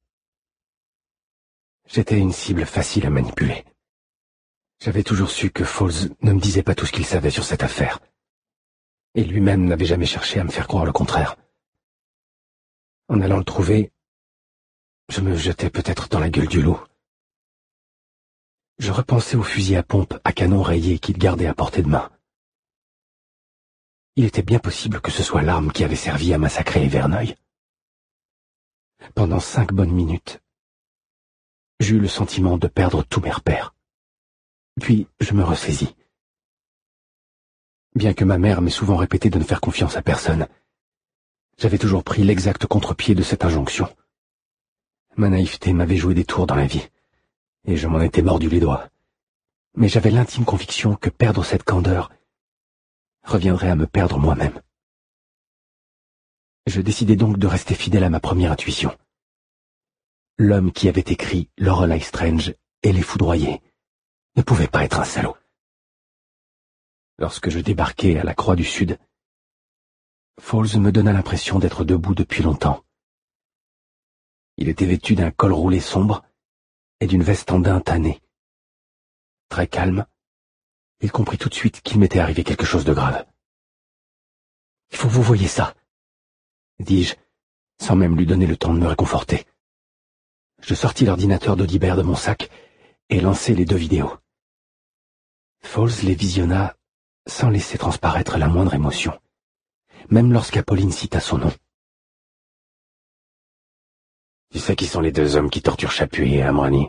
C: J'étais une cible facile à manipuler. J'avais toujours su que Falls ne me disait pas tout ce qu'il savait sur cette affaire. Et lui-même n'avait jamais cherché à me faire croire le contraire. En allant le trouver, je me jetais peut-être dans la gueule du loup. Je repensais au fusil à pompe à canon rayé qu'il gardait à portée de main. Il était bien possible que ce soit l'arme qui avait servi à massacrer les Verneuil. Pendant 5 bonnes minutes, j'eus le sentiment de perdre tous mes repères. Puis je me ressaisis. Bien que ma mère m'ait souvent répété de ne faire confiance à personne, j'avais toujours pris l'exact contre-pied de cette injonction. Ma naïveté m'avait joué des tours dans la vie, et je m'en étais mordu les doigts. Mais j'avais l'intime conviction que perdre cette candeur reviendrait à me perdre moi-même. Je décidai donc de rester fidèle à ma première intuition. L'homme qui avait écrit Lorelei Strange et les foudroyés ne pouvait pas être un salaud. Lorsque je débarquai à la Croix du Sud, Fowles me donna l'impression d'être debout depuis longtemps. Il était vêtu d'un col roulé sombre et d'une veste en daim tannée. Très calme, il comprit tout de suite qu'il m'était arrivé quelque chose de grave. « Il faut que vous voyiez ça !» dis-je, sans même lui donner le temps de me réconforter. Je sortis l'ordinateur d'Audibert de mon sac et lançai les 2 vidéos. Fowles les visionna sans laisser transparaître la moindre émotion, même lorsqu'Apolline cita son nom.
A: Tu sais qui sont les 2 hommes qui torturent Chapuis et Amrani?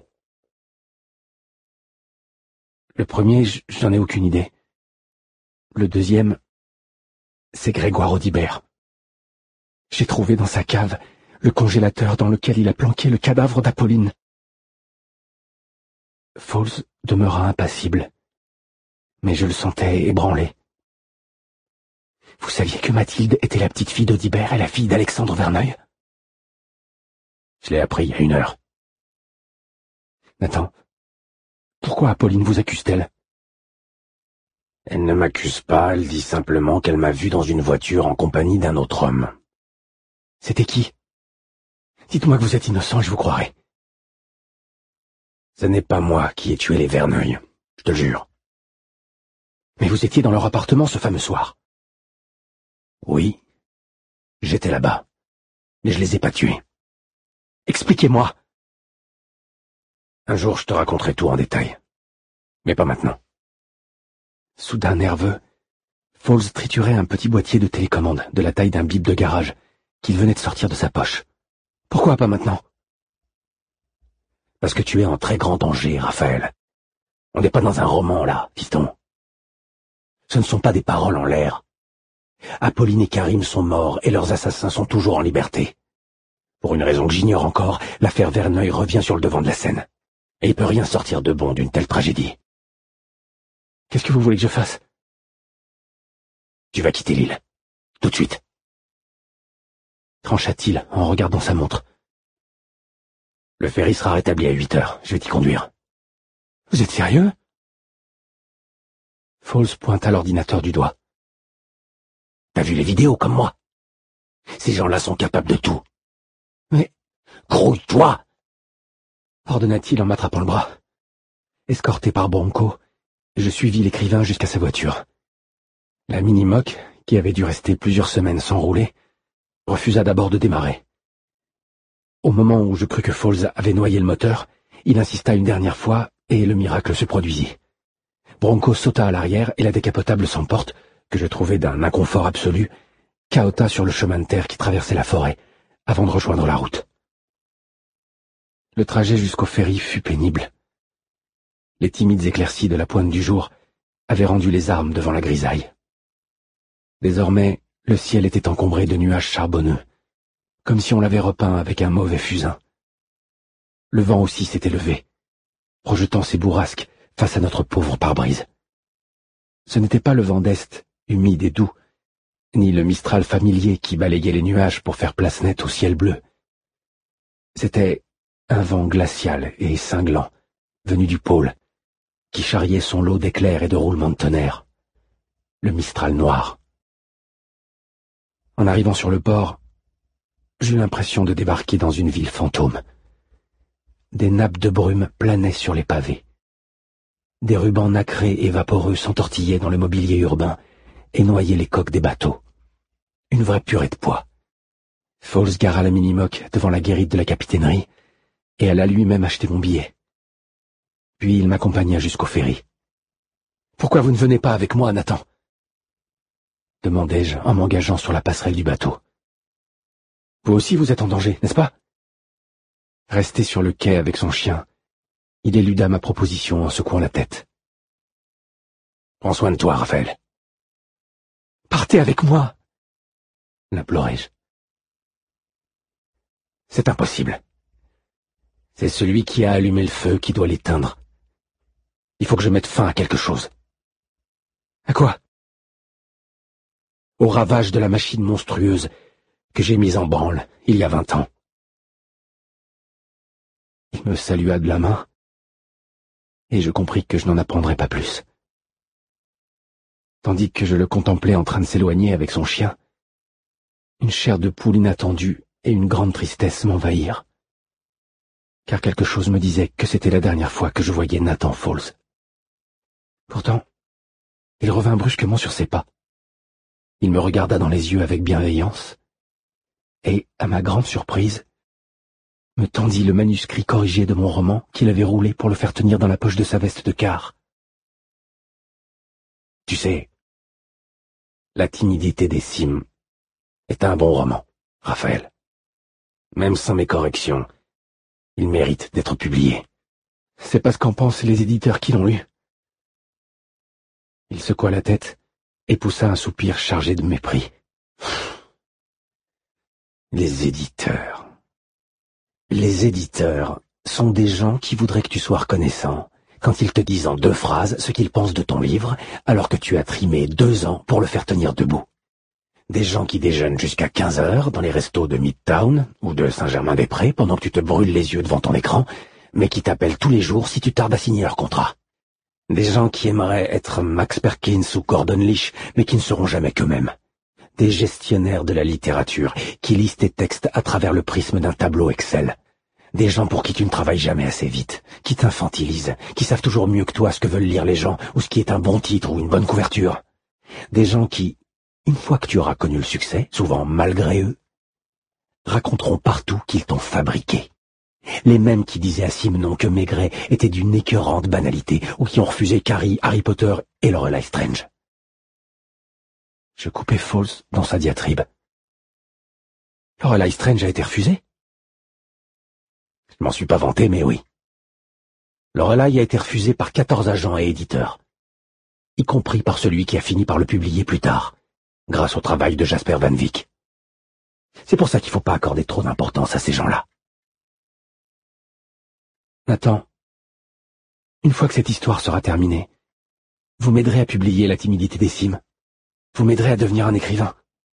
C: Le premier, j'en ai aucune idée. Le deuxième, c'est Grégoire Audibert. J'ai trouvé dans sa cave le congélateur dans lequel il a planqué le cadavre d'Apolline. Fowles demeura impassible, mais je le sentais ébranlé. Vous saviez que Mathilde était la petite fille d'Audibert et la fille d'Alexandre Verneuil?
A: Je l'ai appris il y a 1 heure.
C: Nathan, pourquoi Apolline vous accuse-t-elle?
A: Elle ne m'accuse pas, elle dit simplement qu'elle m'a vu dans une voiture en compagnie d'un autre homme.
C: C'était qui? Dites-moi que vous êtes innocent, je vous croirai.
A: Ce n'est pas moi qui ai tué les Verneuil, je te jure.
C: Mais vous étiez dans leur appartement ce fameux soir.
A: Oui, j'étais là-bas, mais je les ai pas tués.
C: Expliquez-moi.
A: Un jour, je te raconterai tout en détail, mais pas maintenant.
C: Soudain nerveux, Fowles triturait un petit boîtier de télécommande de la taille d'un bip de garage qu'il venait de sortir de sa poche. Pourquoi pas maintenant?
A: Parce que tu es en très grand danger, Raphaël. On n'est pas dans un roman, là, fiston. Ce ne sont pas des paroles en l'air. Apolline et Karim sont morts et leurs assassins sont toujours en liberté. Pour une raison que j'ignore encore, l'affaire Verneuil revient sur le devant de la scène. Et il peut rien sortir de bon d'une telle tragédie.
C: Qu'est-ce que vous voulez que je fasse?
A: Tu vas quitter l'île. Tout de suite.
C: Trancha-t-il en regardant sa montre.
A: Le ferry sera rétabli à 8 heures. Je vais t'y conduire.
C: Vous êtes sérieux? Fowles pointa l'ordinateur du doigt.
A: T'as vu les vidéos comme moi? Ces gens-là sont capables de tout.
C: Mais...
A: Grouille-toi!
C: ordonna-t-il en m'attrapant le bras. Escorté par Bronco, je suivis l'écrivain jusqu'à sa voiture. La Minimoc, qui avait dû rester plusieurs semaines sans rouler, refusa d'abord de démarrer. Au moment où je crus que Fowles avait noyé le moteur, il insista une dernière fois et le miracle se produisit. Bronco sauta à l'arrière et la décapotable sans porte, que je trouvais d'un inconfort absolu, cahota sur le chemin de terre qui traversait la forêt, avant de rejoindre la route. Le trajet jusqu'au ferry fut pénible. Les timides éclaircies de la pointe du jour avaient rendu les armes devant la grisaille. Désormais, le ciel était encombré de nuages charbonneux, comme si on l'avait repeint avec un mauvais fusain. Le vent aussi s'était levé, projetant ses bourrasques face à notre pauvre pare-brise. Ce n'était pas le vent d'est, humide et doux, ni le mistral familier qui balayait les nuages pour faire place nette au ciel bleu. C'était un vent glacial et cinglant, venu du pôle, qui charriait son lot d'éclairs et de roulements de tonnerre. Le mistral noir. En arrivant sur le port, j'eus l'impression de débarquer dans une ville fantôme. Des nappes de brume planaient sur les pavés. Des rubans nacrés et vaporeux s'entortillaient dans le mobilier urbain et noyaient les coques des bateaux. Une vraie purée de poids. Fowles gara la Minimoc devant la guérite de la capitainerie et alla lui-même acheter mon billet. Puis il m'accompagna jusqu'au ferry. « Pourquoi vous ne venez pas avec moi, Nathan ?» demandai-je en m'engageant sur la passerelle du bateau. « Vous aussi vous êtes en danger, n'est-ce pas ?» Resté sur le quai avec son chien, il éluda ma proposition en secouant la tête.
A: Prends soin de toi, Raphaël.
C: Partez avec moi, l'implorai-je. C'est impossible. C'est celui qui a allumé le feu qui doit l'éteindre. Il faut que je mette fin à quelque chose. À quoi? Au ravage de la machine monstrueuse que j'ai mise en branle il y a 20 ans. Il me salua de la main, et je compris que je n'en apprendrais pas plus. Tandis que je le contemplais en train de s'éloigner avec son chien, une chair de poule inattendue et une grande tristesse m'envahirent, car quelque chose me disait que c'était la dernière fois que je voyais Nathan Falls. Pourtant, il revint brusquement sur ses pas. Il me regarda dans les yeux avec bienveillance, et, à ma grande surprise, me tendit le manuscrit corrigé de mon roman qu'il avait roulé pour le faire tenir dans la poche de sa veste de quart. Tu sais, La timidité des cimes est un bon roman, Raphaël. Même sans mes corrections, il mérite d'être publié. C'est pas ce qu'en pensent les éditeurs qui l'ont lu. Il secoua la tête et poussa un soupir chargé de mépris. Les éditeurs. Les éditeurs sont des gens qui voudraient que tu sois reconnaissant quand ils te disent en 2 phrases ce qu'ils pensent de ton livre, alors que tu as trimé 2 ans pour le faire tenir debout. Des gens qui déjeunent jusqu'à 15 heures dans les restos de Midtown ou de Saint-Germain-des-Prés pendant que tu te brûles les yeux devant ton écran, mais qui t'appellent tous les jours si tu tardes à signer leur contrat. Des gens qui aimeraient être Max Perkins ou Gordon Lish, mais qui ne seront jamais qu'eux-mêmes. Des gestionnaires de la littérature qui lisent tes textes à travers le prisme d'un tableau Excel. Des gens pour qui tu ne travailles jamais assez vite, qui t'infantilisent, qui savent toujours mieux que toi ce que veulent lire les gens ou ce qui est un bon titre ou une bonne couverture. Des gens qui, une fois que tu auras connu le succès, souvent malgré eux, raconteront partout qu'ils t'ont fabriqué. Les mêmes qui disaient à Simenon que Maigret était d'une écœurante banalité ou qui ont refusé Carrie, Harry Potter et Lorelai Strange. Je coupai Falls dans sa diatribe. Lorelai Strange a été refusée? Je m'en suis pas vanté, mais oui. Lorelai a été refusée par 14 agents et éditeurs, y compris par celui qui a fini par le publier plus tard, grâce au travail de Jasper Van Wyck. C'est pour ça qu'il ne faut pas accorder trop d'importance à ces gens-là. Nathan, une fois que cette histoire sera terminée, vous m'aiderez à publier La timidité des cimes. Vous m'aiderez à devenir un écrivain.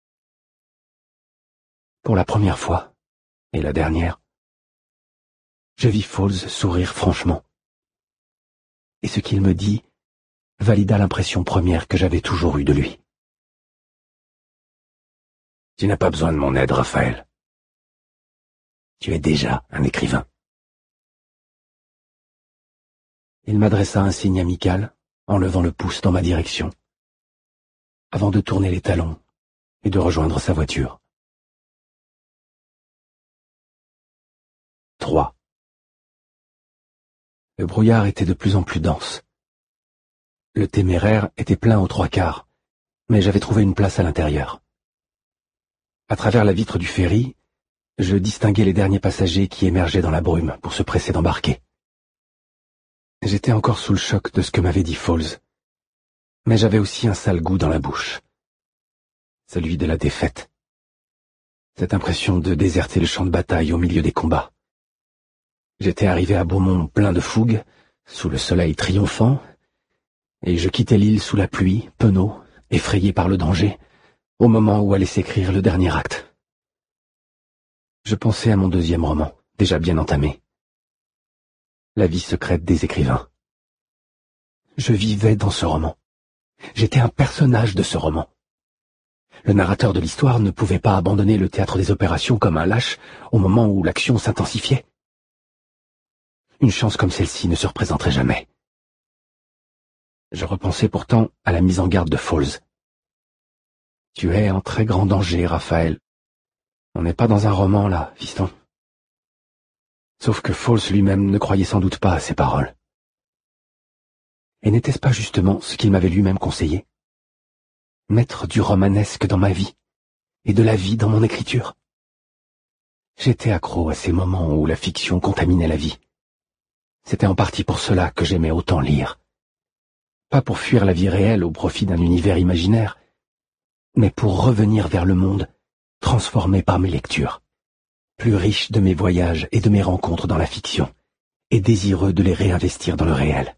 C: Pour la première fois, et la dernière, je vis Falls sourire franchement. Et ce qu'il me dit valida l'impression première que j'avais toujours eue de lui. Tu n'as pas besoin de mon aide, Raphaël. Tu es déjà un écrivain. Il m'adressa un signe amical en levant le pouce dans ma direction, avant de tourner les talons et de rejoindre sa voiture. 3. Le brouillard était de plus en plus dense. Le Téméraire était plein aux 3/4, mais j'avais trouvé une place à l'intérieur. À travers la vitre du ferry, je distinguais les derniers passagers qui émergeaient dans la brume pour se presser d'embarquer. J'étais encore sous le choc de ce que m'avait dit Falls, mais j'avais aussi un sale goût dans la bouche, celui de la défaite. Cette impression de déserter le champ de bataille au milieu des combats. J'étais arrivé à Beaumont plein de fougue, sous le soleil triomphant, et je quittais l'île sous la pluie, penaud, effrayé par le danger, au moment où allait s'écrire le dernier acte. Je pensais à mon 2e roman, déjà bien entamé. La vie secrète des écrivains. Je vivais dans ce roman. J'étais un personnage de ce roman. Le narrateur de l'histoire ne pouvait pas abandonner le théâtre des opérations comme un lâche au moment où l'action s'intensifiait. Une chance comme celle-ci ne se représenterait jamais. Je repensais pourtant à la mise en garde de Falls. Tu es en très grand danger, Raphaël. On n'est pas dans un roman, là, fiston. Sauf que Falls lui-même ne croyait sans doute pas à ses paroles. Et n'était-ce pas justement ce qu'il m'avait lui-même conseillé? Mettre du romanesque dans ma vie, et de la vie dans mon écriture. J'étais accro à ces moments où la fiction contaminait la vie. C'était en partie pour cela que j'aimais autant lire. Pas pour fuir la vie réelle au profit d'un univers imaginaire, mais pour revenir vers le monde, transformé par mes lectures, plus riche de mes voyages et de mes rencontres dans la fiction, et désireux de les réinvestir dans le réel.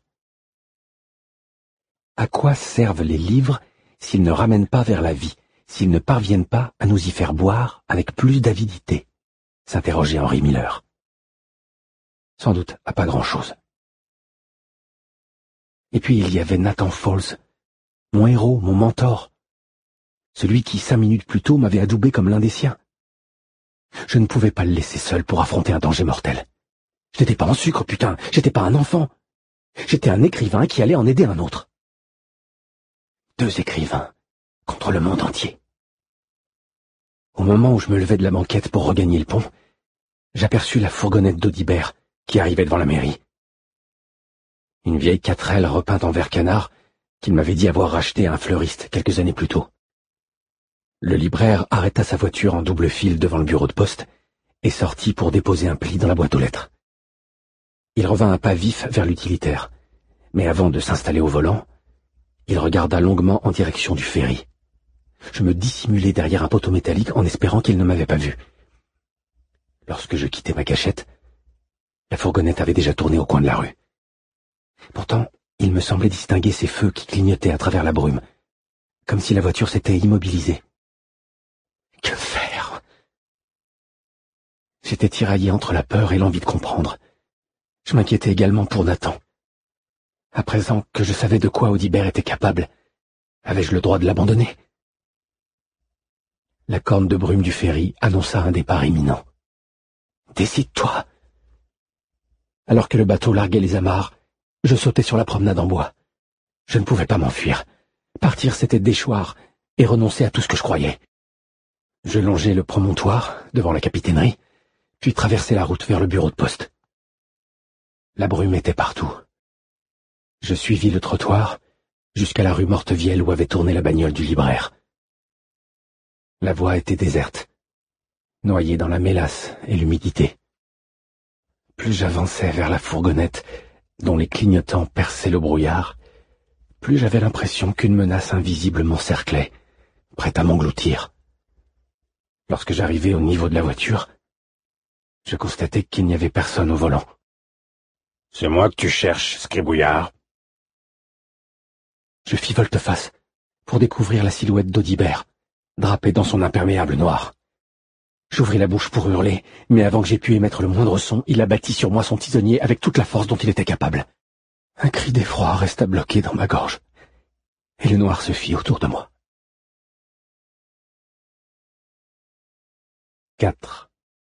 C: À quoi servent les livres s'ils ne ramènent pas vers la vie, s'ils ne parviennent pas à nous y faire boire avec plus d'avidité? S'interrogeait Henry Miller. Sans doute à pas grand-chose. Et puis il y avait Nathan Falls, mon héros, mon mentor, celui qui 5 minutes plus tôt m'avait adoubé comme l'un des siens. Je ne pouvais pas le laisser seul pour affronter un danger mortel. Je n'étais pas en sucre, putain, j'étais pas un enfant. J'étais un écrivain qui allait en aider un autre. 2 écrivains contre le monde entier. Au moment où je me levais de la banquette pour regagner le pont, j'aperçus la fourgonnette d'Audibert qui arrivait devant la mairie. Une vieille 4L repeinte en vert canard qu'il m'avait dit avoir racheté à un fleuriste quelques années plus tôt. Le libraire arrêta sa voiture en double file devant le bureau de poste et sortit pour déposer un pli dans la boîte aux lettres. Il revint un pas vif vers l'utilitaire, mais avant de s'installer au volant, il regarda longuement en direction du ferry. Je me dissimulai derrière un poteau métallique en espérant qu'il ne m'avait pas vu. Lorsque je quittai ma cachette, la fourgonnette avait déjà tourné au coin de la rue. Pourtant, il me semblait distinguer ces feux qui clignotaient à travers la brume, comme si la voiture s'était immobilisée. Que faire? J'étais tiraillé entre la peur et l'envie de comprendre. Je m'inquiétais également pour Nathan. À présent que je savais de quoi Audibert était capable, avais-je le droit de l'abandonner? La corne de brume du ferry annonça un départ imminent. « Décide-toi !» Alors que le bateau larguait les amarres, je sautai sur la promenade en bois. Je ne pouvais pas m'enfuir. Partir, c'était déchoir et renoncer à tout ce que je croyais. Je longeai le promontoire devant la capitainerie, puis traversai la route vers le bureau de poste. La brume était partout. Je suivis le trottoir jusqu'à la rue Mortevielle où avait tourné la bagnole du libraire. La voie était déserte, noyée dans la mélasse et l'humidité. Plus j'avançais vers la fourgonnette, dont les clignotants perçaient le brouillard, plus j'avais l'impression qu'une menace invisible m'encerclait, prête à m'engloutir. Lorsque j'arrivai au niveau de la voiture, je constatai qu'il n'y avait personne au volant. « C'est moi que tu cherches, scribouillard !» Je fis volte-face pour découvrir la silhouette d'Audibert, drapé dans son imperméable noir. J'ouvris la bouche pour hurler, mais avant que j'aie pu émettre le moindre son, il abattit sur moi son tisonnier avec toute la force dont il était capable. Un cri d'effroi resta bloqué dans ma gorge, et le noir se fit autour de moi. 4.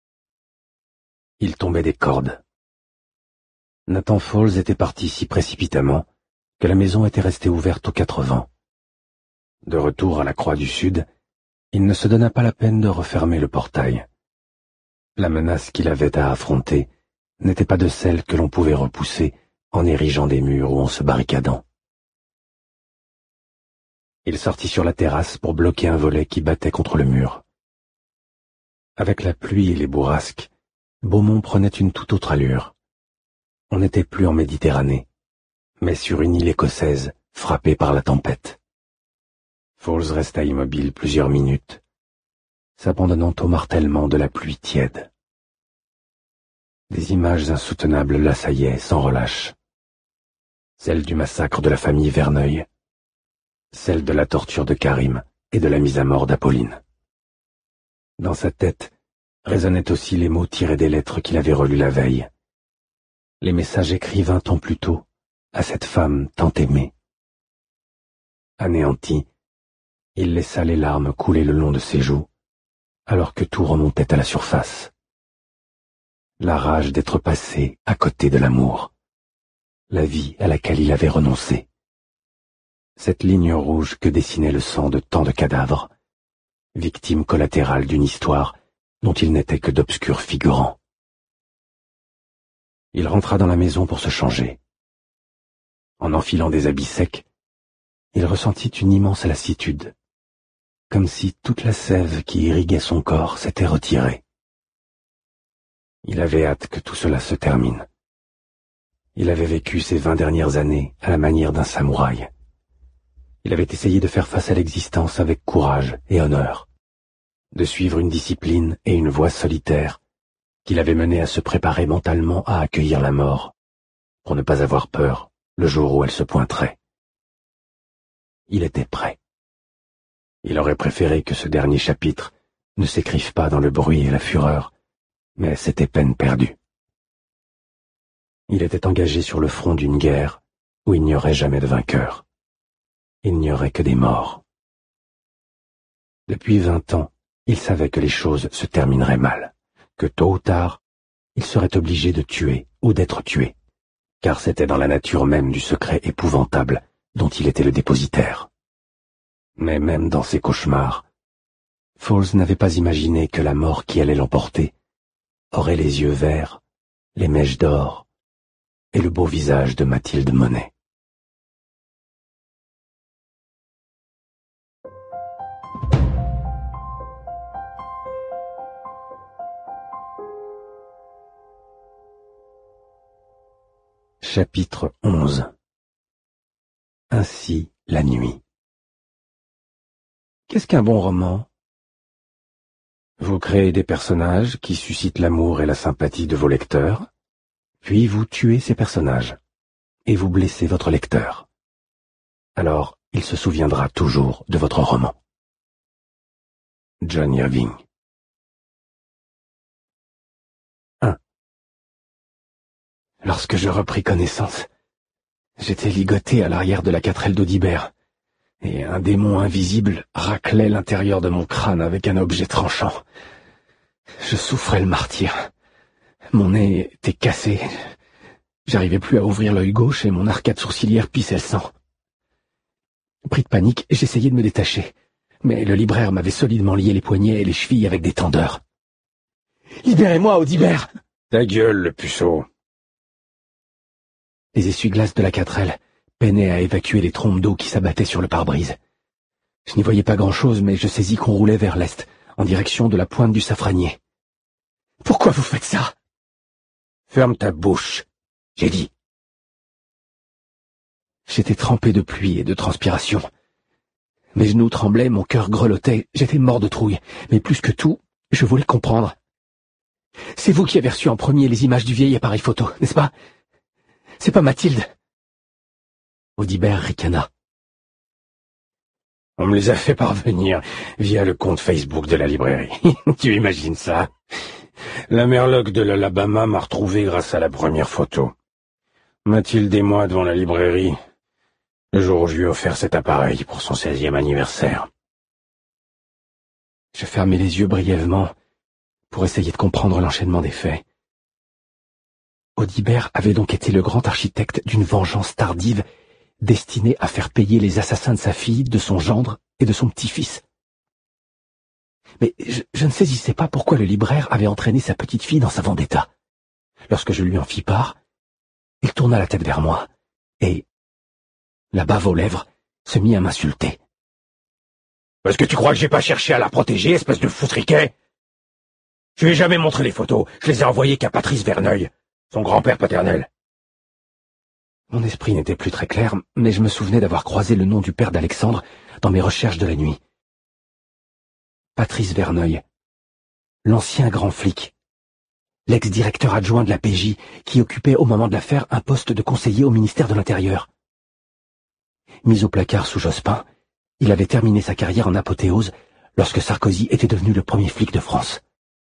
C: Il tombait des cordes. Nathan Falls était parti si précipitamment que la maison était restée ouverte aux 4 vents. De retour à la Croix du Sud, il ne se donna pas la peine de refermer le portail. La menace qu'il avait à affronter n'était pas de celles que l'on pouvait repousser en érigeant des murs ou en se barricadant. Il sortit sur la terrasse pour bloquer un volet qui battait contre le mur. Avec la pluie et les bourrasques, Beaumont prenait une toute autre allure. On n'était plus en Méditerranée, mais sur une île écossaise frappée par la tempête. Falls resta immobile plusieurs minutes, s'abandonnant au martèlement de la pluie tiède. Des images insoutenables l'assaillaient sans relâche. Celle du massacre de la famille Verneuil, celle de la torture de Karim et de la mise à mort d'Apolline. Dans sa tête résonnaient aussi les mots tirés des lettres qu'il avait relues la veille. Les messages écrits 20 ans plus tôt à cette femme tant aimée. Anéanti, il laissa les larmes couler le long de ses joues, alors que tout remontait à la surface. La rage d'être passé à côté de l'amour, la vie à laquelle il avait renoncé. Cette ligne rouge que dessinait le sang de tant de cadavres, victime collatérale d'une histoire dont il n'était que d'obscurs figurants. Il rentra dans la maison pour se changer. En enfilant des habits secs, il ressentit une immense lassitude, comme si toute la sève qui irriguait son corps s'était retirée. Il avait hâte que tout cela se termine. Il avait vécu ces 20 dernières années à la manière d'un samouraï. Il avait essayé de faire face à l'existence avec courage et honneur, de suivre une discipline et une voie solitaire qui l'avait mené à se préparer mentalement à accueillir la mort, pour ne pas avoir peur le jour où elle se pointerait. Il était prêt. Il aurait préféré que ce dernier chapitre ne s'écrive pas dans le bruit et la fureur, mais c'était peine perdue. Il était engagé sur le front d'une guerre où il n'y aurait jamais de vainqueur. Il n'y aurait que des morts. Depuis 20 ans, il savait que les choses se termineraient mal, que tôt ou tard, il serait obligé de tuer ou d'être tué, car c'était dans la nature même du secret épouvantable dont il était le dépositaire. Mais même dans ses cauchemars, Fawles n'avait pas imaginé que la mort qui allait l'emporter aurait les yeux verts, les mèches d'or et le beau visage de Mathilde Monet. Chapitre 11. Ainsi la nuit. Qu'est-ce qu'un bon roman? Vous créez des personnages qui suscitent l'amour et la sympathie de vos lecteurs, puis vous tuez ces personnages, et vous blessez votre lecteur. Alors, il se souviendra toujours de votre roman. John Irving. 1. Lorsque je repris connaissance, j'étais ligoté à l'arrière de la 4L d'Audibert, et un démon invisible raclait l'intérieur de mon crâne avec un objet tranchant. Je souffrais le martyre. Mon nez était cassé. J'arrivais plus à ouvrir l'œil gauche et mon arcade sourcilière pissait le sang. Pris de panique, j'essayais de me détacher, mais le libraire m'avait solidement lié les poignets et les chevilles avec des tendeurs. « Libérez-moi, Audibert !»«
A: Ta gueule, le puceau !»
C: Les essuie-glaces de la 4L peinaient à évacuer les trombes d'eau qui s'abattaient sur le pare-brise. Je n'y voyais pas grand-chose, mais je saisis qu'on roulait vers l'est, en direction de la pointe du Safranier. « Pourquoi vous faites ça ?»«
A: Ferme ta bouche, j'ai dit. »
C: J'étais trempé de pluie et de transpiration. Mes genoux tremblaient, mon cœur grelottait, j'étais mort de trouille, mais plus que tout, je voulais comprendre. « C'est vous qui avez reçu en premier les images du vieil appareil photo, n'est-ce pas ? C'est pas Mathilde ?» Audibert ricana.
A: On me les a fait parvenir via le compte Facebook de la librairie. Tu imagines ça? La Merloc de l'Alabama m'a retrouvé grâce à la première photo. Mathilde et moi devant la librairie, le jour où je lui ai offert cet appareil pour son 16e anniversaire.
C: Je fermai les yeux brièvement pour essayer de comprendre l'enchaînement des faits. Audibert avait donc été le grand architecte d'une vengeance tardive destinée à faire payer les assassins de sa fille, de son gendre et de son petit-fils. Mais je ne saisissais pas pourquoi le libraire avait entraîné sa petite-fille dans sa vendetta. Lorsque je lui en fis part, il tourna la tête vers moi et, la bave aux lèvres, se mit à m'insulter.
A: « Est-ce que tu crois que j'ai pas cherché à la protéger, espèce de foutriquet? Je lui ai jamais montré les photos, je les ai envoyées qu'à Patrice Verneuil, son grand-père paternel. »
C: Mon esprit n'était plus très clair, mais je me souvenais d'avoir croisé le nom du père d'Alexandre dans mes recherches de la nuit. Patrice Verneuil, l'ancien grand flic, l'ex-directeur adjoint de la PJ qui occupait au moment de l'affaire un poste de conseiller au ministère de l'Intérieur. Mis au placard sous Jospin, il avait terminé sa carrière en apothéose lorsque Sarkozy était devenu le premier flic de France.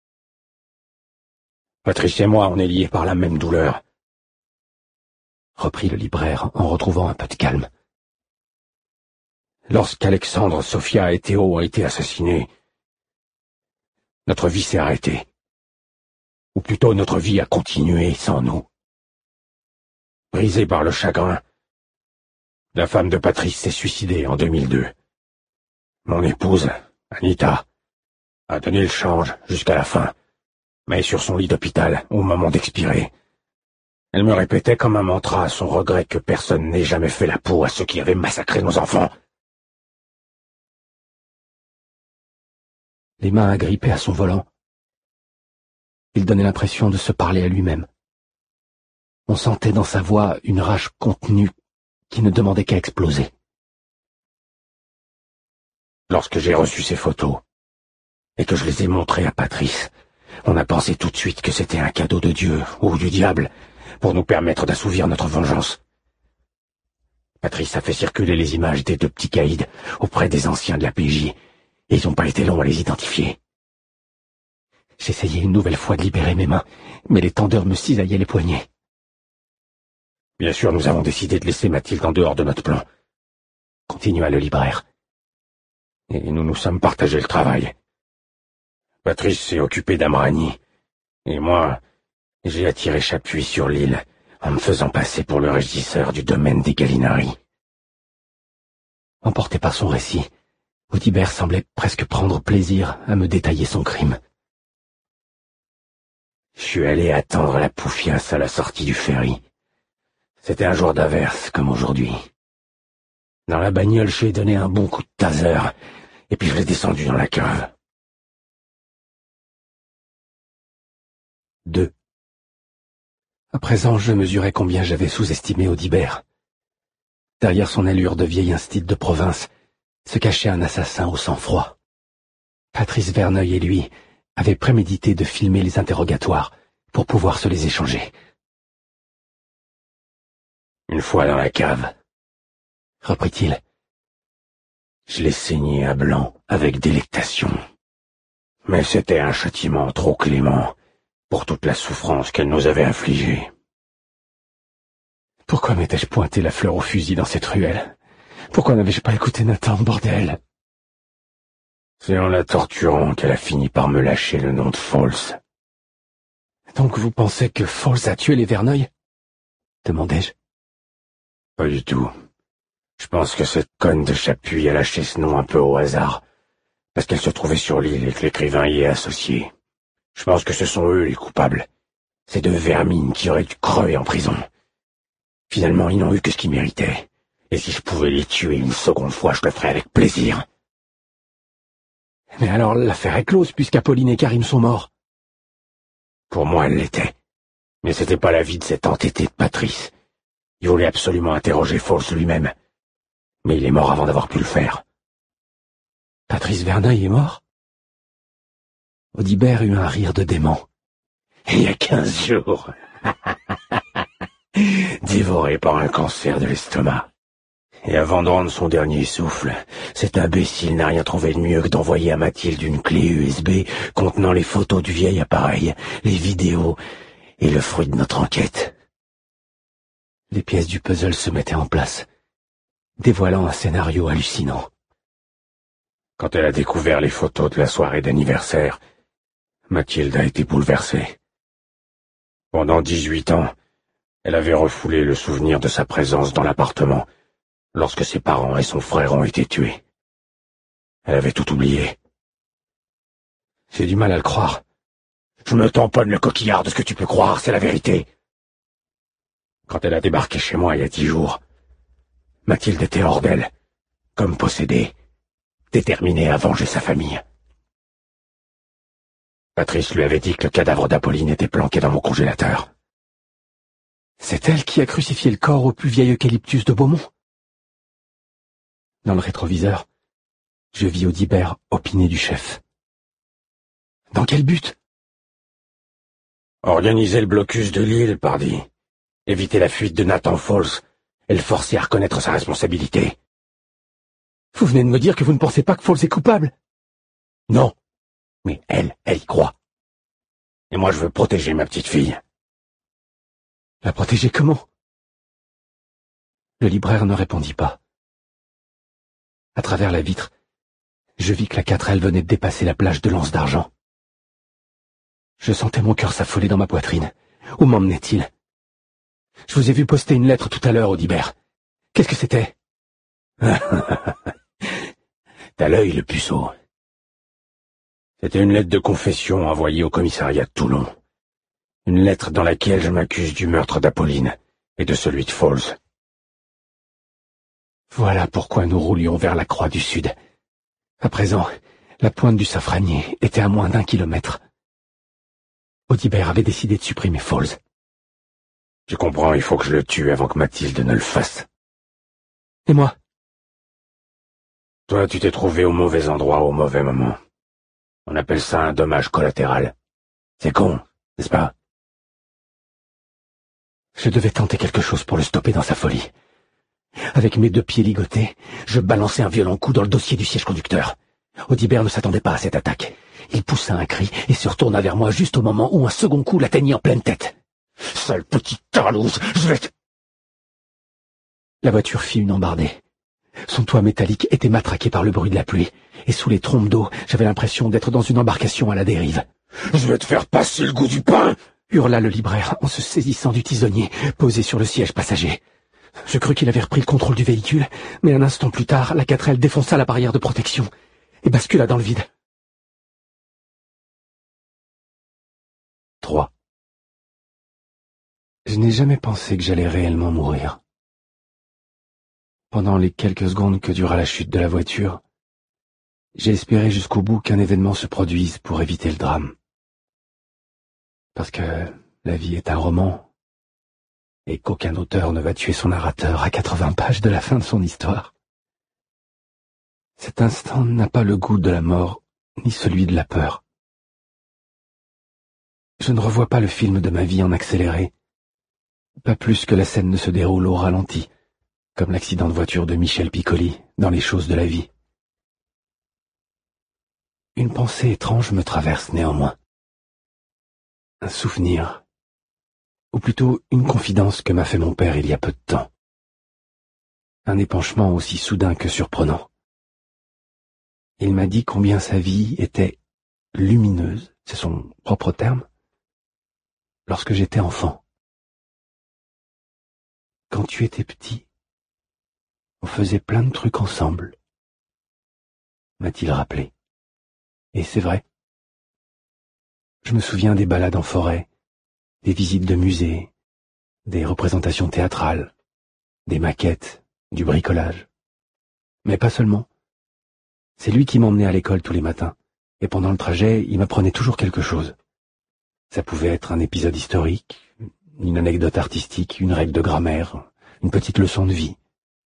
A: Patrice et moi, on est liés par la même douleur,
C: reprit le libraire en retrouvant un peu de calme.
A: Lorsqu'Alexandre, Sophia et Théo ont été assassinés, notre vie s'est arrêtée. Ou plutôt notre vie a continué sans nous. Brisée par le chagrin, la femme de Patrice s'est suicidée en 2002. Mon épouse, Anita, a donné le change jusqu'à la fin, mais sur son lit d'hôpital au moment d'expirer. Elle me répétait comme un mantra son regret que personne n'ait jamais fait la peau à ceux qui avaient massacré nos enfants.
C: Les mains agrippées à son volant, il donnait l'impression de se parler à lui-même. On sentait dans sa voix une rage contenue qui ne demandait qu'à exploser. Lorsque j'ai reçu ces photos, et que je les ai montrées à Patrice, on a pensé tout de suite que c'était un cadeau de Dieu, ou du diable, pour nous permettre d'assouvir notre vengeance. Patrice a fait circuler les images des 2 petits caïds auprès des anciens de la PJ, et ils n'ont pas été longs à les identifier. J'essayais une nouvelle fois de libérer mes mains, mais les tendeurs me cisaillaient les poignets. Bien sûr, nous avons décidé de laisser Mathilde en dehors de notre plan, continua le libraire. Et nous nous sommes partagés le travail. Patrice s'est occupé d'Amrani, et moi, j'ai attiré Chapuis sur l'île, en me faisant passer pour le régisseur du domaine des Gallinari. Emporté par son récit, Audibert semblait presque prendre plaisir à me détailler son crime. Je suis allé attendre la Poufiasse à la sortie du ferry. C'était un jour d'averse, comme aujourd'hui. Dans la bagnole, je lui ai donné un bon coup de taser, et puis je l'ai descendu dans la cave. 2. À présent, je mesurais combien j'avais sous-estimé Audibert. Derrière son allure de vieil instit de province se cachait un assassin au sang-froid. Patrice Verneuil et lui avaient prémédité de filmer les interrogatoires pour pouvoir se les échanger. Une fois dans la cave, reprit-il, je l'ai saigné à blanc avec délectation. Mais c'était un châtiment trop clément pour toute la souffrance qu'elle nous avait infligée. Pourquoi m'étais-je pointé la fleur au fusil dans cette ruelle? Pourquoi n'avais-je pas écouté Nathan, bordel? C'est en la torturant qu'elle a fini par me lâcher le nom de Fawles. Donc vous pensez que Fawles a tué les Verneuil? Demandai-je. Pas du tout. Je pense que cette conne de Chapuis a lâché ce nom un peu au hasard, parce qu'elle se trouvait sur l'île et que l'écrivain y est associé. Je pense que ce sont eux les coupables. Ces 2 vermines qui auraient dû crever en prison. Finalement, ils n'ont eu que ce qu'ils méritaient. Et si je pouvais les tuer une seconde fois, je le ferais avec plaisir. Mais alors l'affaire est close, puisqu'Apolline et Karim sont morts. Pour moi, elle l'était. Mais c'était pas l'avis de cet entêté de Patrice. Il voulait absolument interroger Fawles lui-même. Mais il est mort avant d'avoir pu le faire. Patrice Verneuil est mort? Audibert eut un rire de dément. Il y a 15 jours. Dévoré par un cancer de l'estomac. Et avant de rendre son dernier souffle, cet imbécile n'a rien trouvé de mieux que d'envoyer à Mathilde une clé USB contenant les photos du vieil appareil, les vidéos et le fruit de notre enquête. Les pièces du puzzle se mettaient en place, dévoilant un scénario hallucinant. Quand elle a découvert les photos de la soirée d'anniversaire, Mathilde a été bouleversée. Pendant 18 ans, elle avait refoulé le souvenir de sa présence dans l'appartement lorsque ses parents et son frère ont été tués. Elle avait tout oublié. J'ai du mal à le croire. Je me tamponne le coquillard de ce que tu peux croire, c'est la vérité. Quand elle a débarqué chez moi il y a 10 jours, Mathilde était hors d'elle, comme possédée, déterminée à venger sa famille. Patrice lui avait dit que le cadavre d'Apolline était planqué dans mon congélateur. C'est elle qui a crucifié le corps au plus vieil eucalyptus de Beaumont. Dans le rétroviseur, je vis Audibert opiner du chef. Dans quel but? Organiser le blocus de l'île, pardi. Éviter la fuite de Nathan Fawles et le forcer à reconnaître sa responsabilité. Vous venez de me dire que vous ne pensez pas que Fawles est coupable? Non. Mais elle y croit. Et moi je veux protéger ma petite fille. La protéger comment? Le libraire ne répondit pas. À travers la vitre, je vis que la 4L venait de dépasser la plage de l'Anse d'Argent. Je sentais mon cœur s'affoler dans ma poitrine. Où m'emmenait-il? Je vous ai vu poster une lettre tout à l'heure, Audibert. Qu'est-ce que c'était? T'as l'œil, le puceau. C'était une lettre de confession envoyée au commissariat de Toulon. Une lettre dans laquelle je m'accuse du meurtre d'Apolline et de celui de Fawles. Voilà pourquoi nous roulions vers la Croix du Sud. À présent, la pointe du Safranier était à moins d'1 kilomètre. Audibert avait décidé de supprimer Fawles. Je comprends, il faut que je le tue avant que Mathilde ne le fasse. Et moi? Toi, tu t'es trouvé au mauvais endroit au mauvais moment. On appelle ça un dommage collatéral. C'est con, n'est-ce pas?
A: Je devais tenter quelque chose pour le stopper dans sa folie. Avec mes 2 pieds ligotés, je balançai un violent coup dans le dossier du siège conducteur. Audibert ne s'attendait pas à cette attaque. Il poussa un cri et se retourna vers moi juste au moment où un second coup l'atteignit en pleine tête. « Sale petite tarlouse, je vais te... » La voiture fit une embardée. Son toit métallique était matraqué par le bruit de la pluie, et sous les trompes d'eau, j'avais l'impression d'être dans une embarcation à la dérive.
C: « Je vais te faire passer le goût du pain !»
A: hurla le libraire en se saisissant du tisonnier posé sur le siège passager. Je crus qu'il avait repris le contrôle du véhicule, mais un instant plus tard, la 4L défonça la barrière de protection et bascula dans le vide. 3. Je n'ai jamais pensé que j'allais réellement mourir. Pendant les quelques secondes que dura la chute de la voiture, j'ai espéré jusqu'au bout qu'un événement se produise pour éviter le drame. Parce que la vie est un roman, et qu'aucun auteur ne va tuer son narrateur à 80 pages de la fin de son histoire. Cet instant n'a pas le goût de la mort, ni celui de la peur. Je ne revois pas le film de ma vie en accéléré, pas plus que la scène ne se déroule au ralenti, comme l'accident de voiture de Michel Piccoli dans Les choses de la vie. Une pensée étrange me traverse néanmoins. Un souvenir, ou plutôt une confidence que m'a fait mon père il y a peu de temps. Un épanchement aussi soudain que surprenant. Il m'a dit combien sa vie était lumineuse, c'est son propre terme, lorsque j'étais enfant. Quand tu étais petit, on faisait plein de trucs ensemble, m'a-t-il rappelé. Et c'est vrai. Je me souviens des balades en forêt, des visites de musées, des représentations théâtrales, des maquettes, du bricolage. Mais pas seulement. C'est lui qui m'emmenait à l'école tous les matins, et pendant le trajet, il m'apprenait toujours quelque chose. Ça pouvait être un épisode historique, une anecdote artistique, une règle de grammaire, une petite leçon de vie.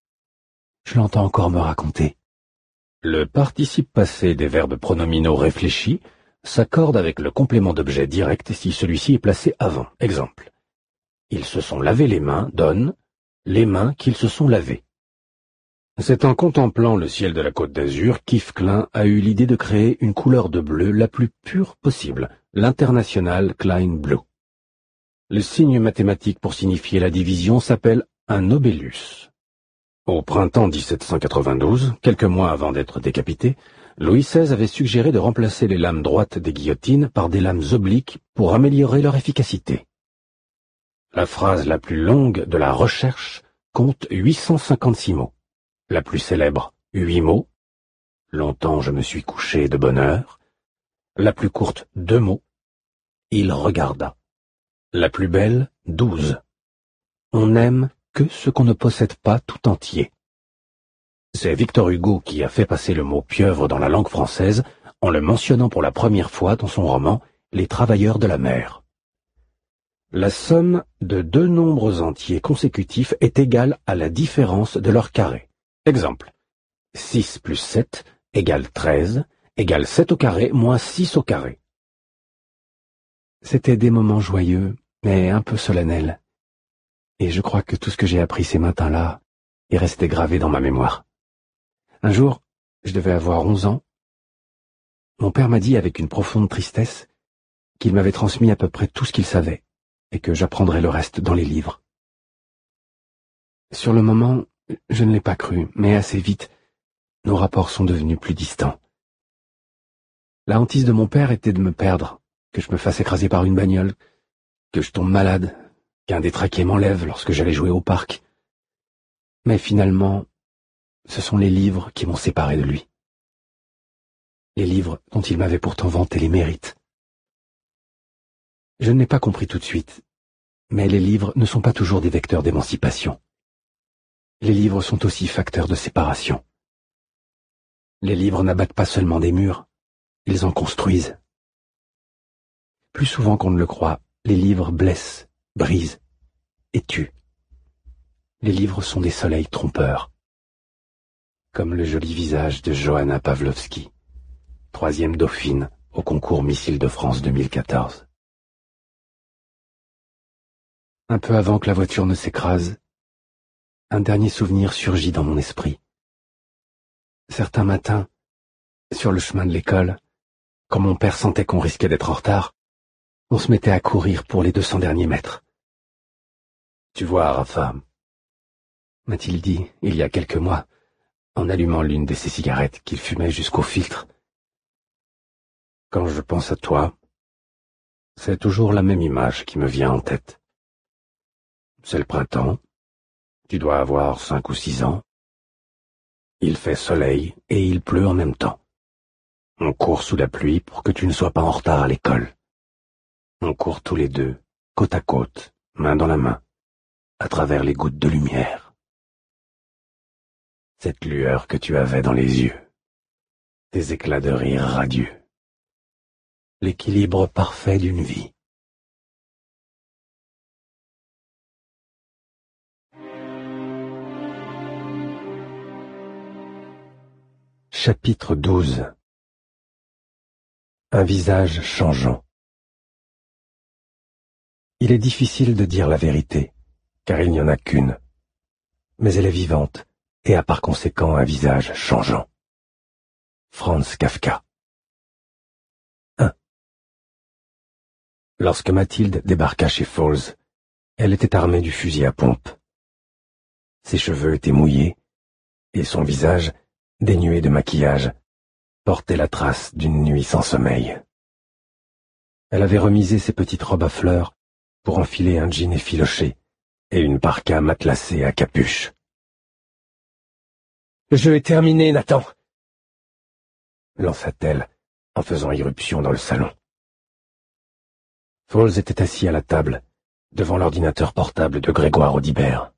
A: Je l'entends encore me raconter.
C: Le participe passé des verbes pronominaux réfléchis s'accorde avec le complément d'objet direct si celui-ci est placé avant. Exemple. Ils se sont lavé les mains donne les mains qu'ils se sont lavées. C'est en contemplant le ciel de la Côte d'Azur qu'Yves Klein a eu l'idée de créer une couleur de bleu la plus pure possible, l'International Klein Blue. Le signe mathématique pour signifier la division s'appelle un obélus. Au printemps 1792, quelques mois avant d'être décapité, Louis XVI avait suggéré de remplacer les lames droites des guillotines par des lames obliques pour améliorer leur efficacité. La phrase la plus longue de la recherche compte 856 mots. La plus célèbre, 8 mots. Longtemps je me suis couché de bonne heure. La plus courte, 2 mots. Il regarda. La plus belle, 12. On n'aime que ce qu'on ne possède pas tout entier. C'est Victor Hugo qui a fait passer le mot pieuvre dans la langue française en le mentionnant pour la première fois dans son roman Les travailleurs de la mer. La somme de 2 nombres entiers consécutifs est égale à la différence de leur carré. Exemple. 6 plus 7 égale 13 égale 7 au carré moins 6 au carré.
A: C'était des moments joyeux, mais un peu solennels. Et je crois que tout ce que j'ai appris ces matins-là est resté gravé dans ma mémoire. Un jour, je devais avoir 11 ans. Mon père m'a dit avec une profonde tristesse qu'il m'avait transmis à peu près tout ce qu'il savait et que j'apprendrais le reste dans les livres. Sur le moment, je ne l'ai pas cru, mais assez vite, nos rapports sont devenus plus distants. La hantise de mon père était de me perdre, que je me fasse écraser par une bagnole, que je tombe malade, qu'un détraqué m'enlève lorsque j'allais jouer au parc. Mais finalement, ce sont les livres qui m'ont séparé de lui. Les livres dont il m'avait pourtant vanté les mérites. Je ne l'ai pas compris tout de suite, mais les livres ne sont pas toujours des vecteurs d'émancipation. Les livres sont aussi facteurs de séparation. Les livres n'abattent pas seulement des murs, ils en construisent. Plus souvent qu'on ne le croit, les livres blessent, brisent et tuent. Les livres sont des soleils trompeurs.
C: comme le joli visage de Johanna Pawlowski, 3e dauphine au concours Missile de France 2014. Un peu avant que la voiture ne s'écrase, un dernier souvenir surgit dans mon esprit. Certains matins, sur le chemin de l'école, quand mon père sentait qu'on risquait d'être en retard, on se mettait à courir pour les 200 derniers mètres. « Tu vois, Rafa, » m'a-t-il dit il y a quelques mois, en allumant l'une de ses cigarettes qu'il fumait jusqu'au filtre. « Quand je pense à toi, c'est toujours la même image qui me vient en tête. C'est le printemps, tu dois avoir 5 ou 6 ans. Il fait soleil et il pleut en même temps. On court sous la pluie pour que tu ne sois pas en retard à l'école. On court tous les deux, côte à côte, main dans la main, à travers les gouttes de lumière. Cette lueur que tu avais dans les yeux, tes éclats de rire radieux, l'équilibre parfait d'une vie. Chapitre 12. Un visage changeant. Il est difficile de dire la vérité, car il n'y en a qu'une. Mais elle est vivante, et a par conséquent un visage changeant. Franz Kafka. 1. Lorsque Mathilde débarqua chez Falls, elle était armée du fusil à pompe. Ses cheveux étaient mouillés, et son visage, dénué de maquillage, portait la trace d'une nuit sans sommeil. Elle avait remisé ses petites robes à fleurs pour enfiler un jean effiloché et une parka matelassée à capuche. « Le jeu est terminé, Nathan !» lança-t-elle en faisant irruption dans le salon. Falls était assis à la table, devant l'ordinateur portable de Grégoire Audibert.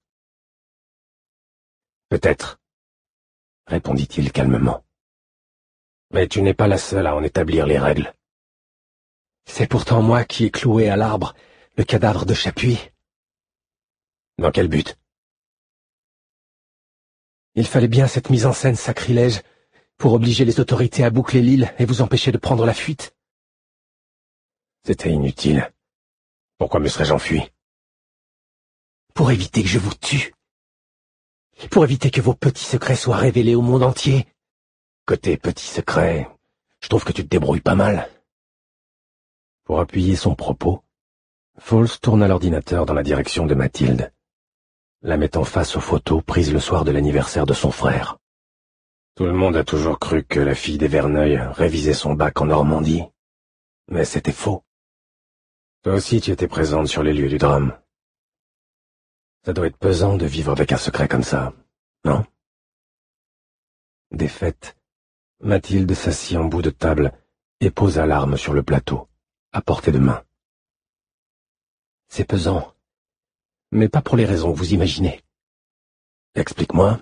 C: « Peut-être, » répondit-il calmement. « Mais tu n'es pas la seule à en établir les règles. »« C'est pourtant moi qui ai cloué à l'arbre le cadavre de Chapuis. »« Dans quel but ?»« Il fallait bien cette mise en scène sacrilège pour obliger les autorités à boucler l'île et vous empêcher de prendre la fuite. »« C'était inutile. Pourquoi me serais-je enfui ?»« Pour éviter que je vous tue. Pour éviter que vos petits secrets soient révélés au monde entier. » Côté petits secrets, je trouve que tu te débrouilles pas mal. Pour appuyer son propos, Falls tourna l'ordinateur dans la direction de Mathilde, la mettant face aux photos prises le soir de l'anniversaire de son frère. Tout le monde a toujours cru que la fille des Verneuil révisait son bac en Normandie, mais c'était faux. Toi aussi tu étais présente sur les lieux du drame. Ça doit être pesant de vivre avec un secret comme ça, non? Défaite, Mathilde s'assit en bout de table et posa l'arme sur le plateau, à portée de main. C'est pesant, mais pas pour les raisons que vous imaginez. Explique-moi.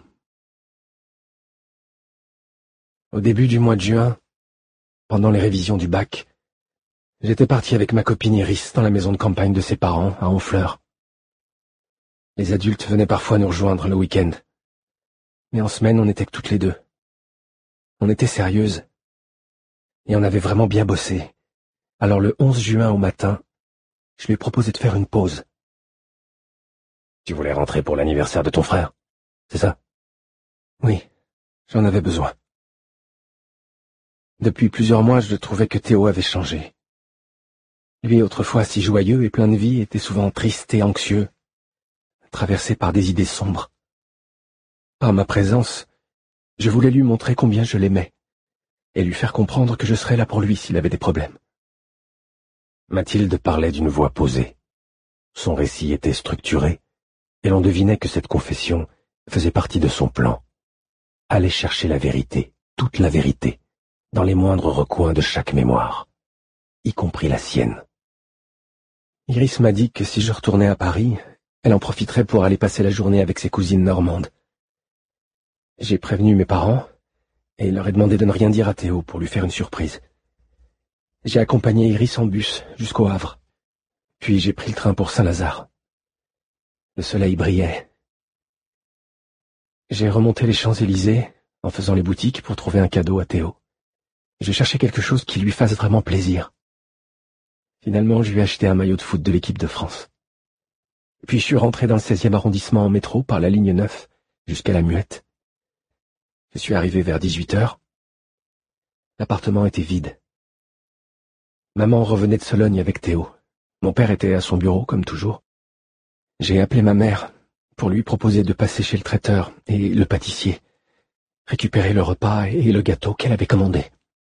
C: Au début du mois de juin, pendant les révisions du bac, j'étais parti avec ma copine Iris dans la maison de campagne de ses parents, à Honfleur. Les adultes venaient parfois nous rejoindre le week-end, mais en semaine on n'était que toutes les deux. On était sérieuses, et on avait vraiment bien bossé. Alors le 11 juin au matin, je lui ai proposé de faire une pause. Tu voulais rentrer pour l'anniversaire de ton frère, c'est ça? Oui, j'en avais besoin. Depuis plusieurs mois, je trouvais que Théo avait changé. Lui, autrefois si joyeux et plein de vie, était souvent triste et anxieux, traversé par des idées sombres. Par ma présence, je voulais lui montrer combien je l'aimais, et lui faire comprendre que je serais là pour lui s'il avait des problèmes. Mathilde parlait d'une voix posée. Son récit était structuré, et l'on devinait que cette confession faisait partie de son plan. Aller chercher la vérité, toute la vérité, dans les moindres recoins de chaque mémoire, y compris la sienne. Iris m'a dit que si je retournais à Paris, elle en profiterait pour aller passer la journée avec ses cousines normandes. J'ai prévenu mes parents, et leur ai demandé de ne rien dire à Théo pour lui faire une surprise. J'ai accompagné Iris en bus jusqu'au Havre, puis j'ai pris le train pour Saint-Lazare. Le soleil brillait. J'ai remonté les Champs-Élysées, en faisant les boutiques pour trouver un cadeau à Théo. Je cherchais quelque chose qui lui fasse vraiment plaisir. Finalement, je lui ai acheté un maillot de foot de l'équipe de France. Puis je suis rentré dans le 16e arrondissement en métro par la ligne 9 jusqu'à la Muette. Je suis arrivé vers 18h. L'appartement était vide. Maman revenait de Sologne avec Théo. Mon père était à son bureau, comme toujours. J'ai appelé ma mère pour lui proposer de passer chez le traiteur et le pâtissier, récupérer le repas et le gâteau qu'elle avait commandé.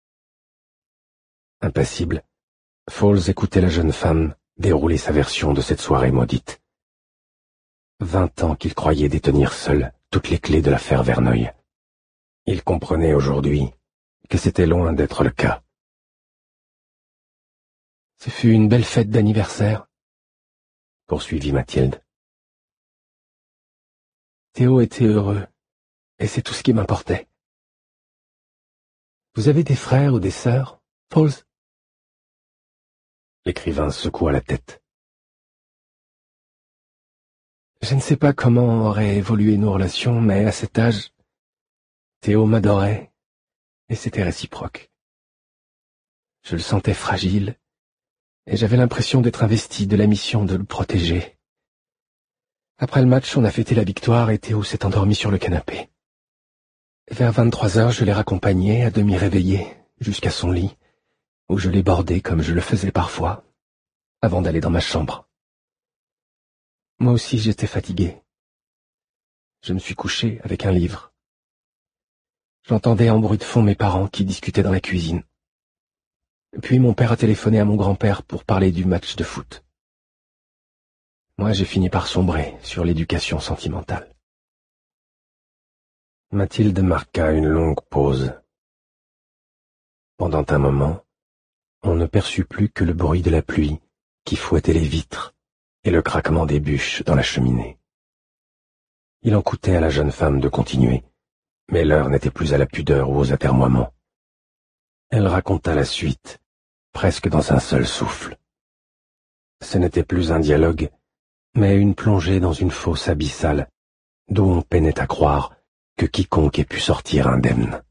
C: Impassible, Falls écoutait la jeune femme dérouler sa version de cette soirée maudite. 20 ans qu'il croyait détenir seul toutes les clés de l'affaire Verneuil. Il comprenait aujourd'hui que c'était loin d'être le cas. Ce fut une belle fête d'anniversaire, poursuivit Mathilde. Théo était heureux, et c'est tout ce qui m'importait. Vous avez des frères ou des sœurs, Falls? L'écrivain secoua la tête. Je ne sais pas comment auraient évolué nos relations, mais à cet âge, Théo m'adorait, et c'était réciproque. Je le sentais fragile, et j'avais l'impression d'être investi de la mission de le protéger. Après le match, on a fêté la victoire et Théo s'est endormi sur le canapé. Vers 23h, je l'ai raccompagné, à demi réveillé, jusqu'à son lit, où je l'ai bordé comme je le faisais parfois, avant d'aller dans ma chambre. Moi aussi, j'étais fatigué. Je me suis couché avec un livre. J'entendais en bruit de fond mes parents qui discutaient dans la cuisine. Puis mon père a téléphoné à mon grand-père pour parler du match de foot. Moi, j'ai fini par sombrer sur l'éducation sentimentale. Mathilde marqua une longue pause. Pendant un moment, on ne perçut plus que le bruit de la pluie qui fouettait les vitres et le craquement des bûches dans la cheminée. Il en coûtait à la jeune femme de continuer, mais l'heure n'était plus à la pudeur ou aux atermoiements. Elle raconta la suite, presque dans un seul souffle. Ce n'était plus un dialogue, mais une plongée dans une fosse abyssale, d'où on peinait à croire que quiconque ait pu sortir indemne.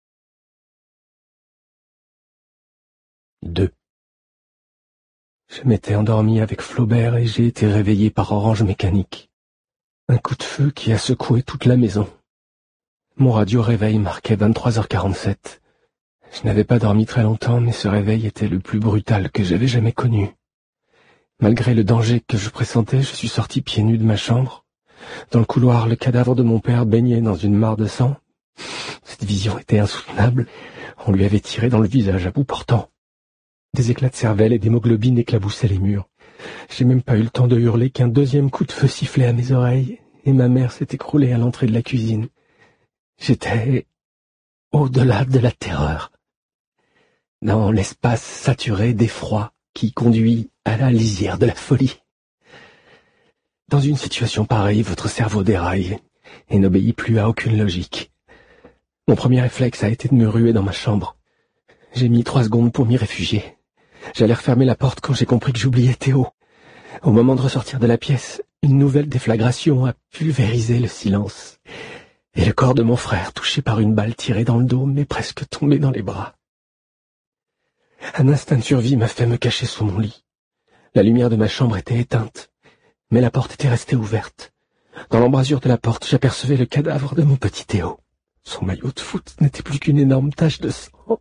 C: 2. Je m'étais endormi avec Flaubert et j'ai été réveillé par Orange Mécanique. Un coup de feu qui a secoué toute la maison. Mon radio-réveil marquait 23h47. Je n'avais pas dormi très longtemps, mais ce réveil était le plus brutal que j'avais jamais connu. Malgré le danger que je pressentais, je suis sorti pieds nus de ma chambre. Dans le couloir, le cadavre de mon père baignait dans une mare de sang. Cette vision était insoutenable. On lui avait tiré dans le visage à bout portant. Des éclats de cervelle et d'hémoglobine éclaboussaient les murs. J'ai même pas eu le temps de hurler qu'un deuxième coup de feu sifflait à mes oreilles, et ma mère s'est écroulée à l'entrée de la cuisine. J'étais au-delà de la terreur, dans l'espace saturé d'effroi qui conduit à la lisière de la folie. Dans une situation pareille, votre cerveau déraille et n'obéit plus à aucune logique. Mon premier réflexe a été de me ruer dans ma chambre. J'ai mis 3 secondes pour m'y réfugier. J'allais refermer la porte quand j'ai compris que j'oubliais Théo. Au moment de ressortir de la pièce, une nouvelle déflagration a pulvérisé le silence. Et le corps de mon frère, touché par une balle tirée dans le dos, m'est presque tombé dans les bras. Un instinct de survie m'a fait me cacher sous mon lit. La lumière de ma chambre était éteinte, mais la porte était restée ouverte. Dans l'embrasure de la porte, j'apercevais le cadavre de mon petit Théo. Son maillot de foot n'était plus qu'une énorme tache de sang.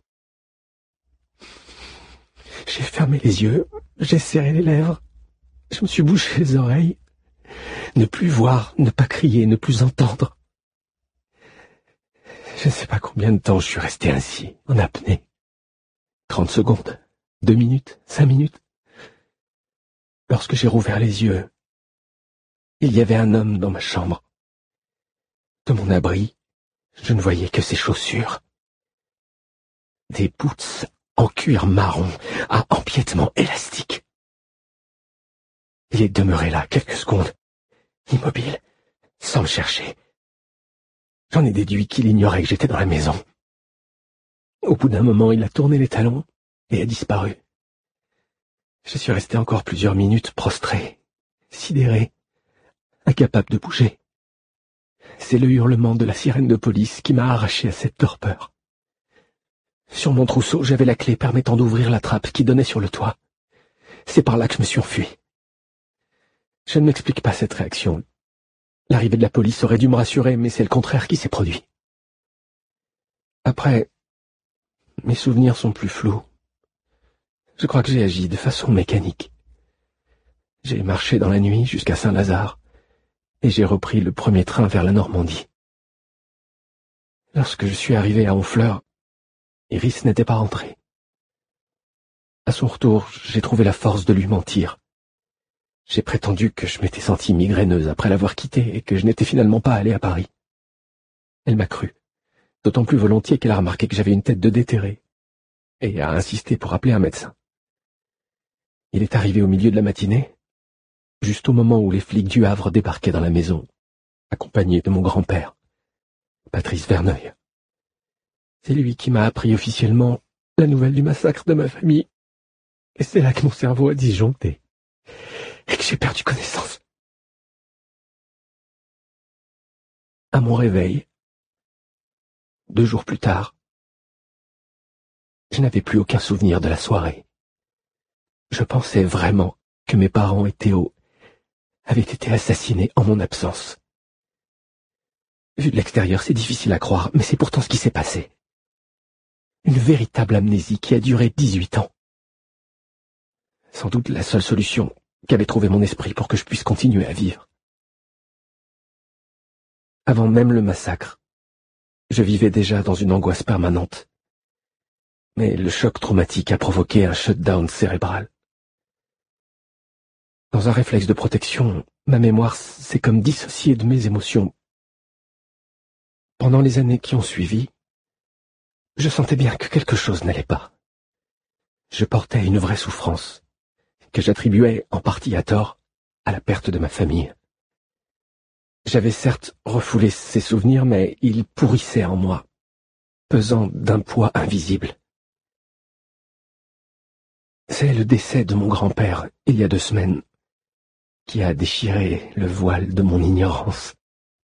C: J'ai fermé les yeux, j'ai serré les lèvres, je me suis bouché les oreilles. Ne plus voir, ne pas crier, ne plus entendre. Je ne sais pas combien de temps je suis resté ainsi, en apnée. 30 secondes, 2 minutes, 5 minutes. Lorsque j'ai rouvert les yeux, il y avait un homme dans ma chambre. De mon abri, je ne voyais que ses chaussures. Des boots en cuir marron à empiètement élastique. Il est demeuré là quelques secondes, immobile, sans me chercher. J'en ai déduit qu'il ignorait que j'étais dans la maison. Au bout d'un moment, il a tourné les talons et a disparu. Je suis resté encore plusieurs minutes prostré, sidéré, incapable de bouger. C'est le hurlement de la sirène de police qui m'a arraché à cette torpeur. Sur mon trousseau, j'avais la clé permettant d'ouvrir la trappe qui donnait sur le toit. C'est par là que je me suis enfui. Je ne m'explique pas cette réaction. L'arrivée de la police aurait dû me rassurer, mais c'est le contraire qui s'est produit. Après, mes souvenirs sont plus flous. Je crois que j'ai agi de façon mécanique. J'ai marché dans la nuit jusqu'à Saint-Lazare, et j'ai repris le premier train vers la Normandie. Lorsque je suis arrivé à Honfleur, Iris n'était pas rentrée. À son retour, j'ai trouvé la force de lui mentir. J'ai prétendu que je m'étais sentie migraineuse après l'avoir quittée et que je n'étais finalement pas allé à Paris. Elle m'a cru, d'autant plus volontiers qu'elle a remarqué que j'avais une tête de déterré, et a insisté pour appeler un médecin. Il est arrivé au milieu de la matinée, juste au moment où les flics du Havre débarquaient dans la maison, accompagnés de mon grand-père, Patrice Verneuil. C'est lui qui m'a appris officiellement la nouvelle du massacre de ma famille, et c'est là que mon cerveau a disjoncté, et que j'ai perdu connaissance. À mon réveil, 2 jours plus tard, je n'avais plus aucun souvenir de la soirée. Je pensais vraiment que mes parents et Théo avaient été assassinés en mon absence. Vu de l'extérieur, c'est difficile à croire, mais c'est pourtant ce qui s'est passé. Une véritable amnésie qui a duré 18 ans. Sans doute la seule solution qu'avait trouvée mon esprit pour que je puisse continuer à vivre. Avant même le massacre, je vivais déjà dans une angoisse permanente. Mais le choc traumatique a provoqué un shutdown cérébral. Dans un réflexe de protection, ma mémoire s'est comme dissociée de mes émotions. Pendant les années qui ont suivi, je sentais bien que quelque chose n'allait pas. Je portais une vraie souffrance, que j'attribuais, en partie à tort, à la perte de ma famille. J'avais certes refoulé ces souvenirs, mais ils pourrissaient en moi, pesant d'un poids invisible. C'est le décès de mon grand-père, il y a 2 semaines, qui a déchiré le voile de mon ignorance.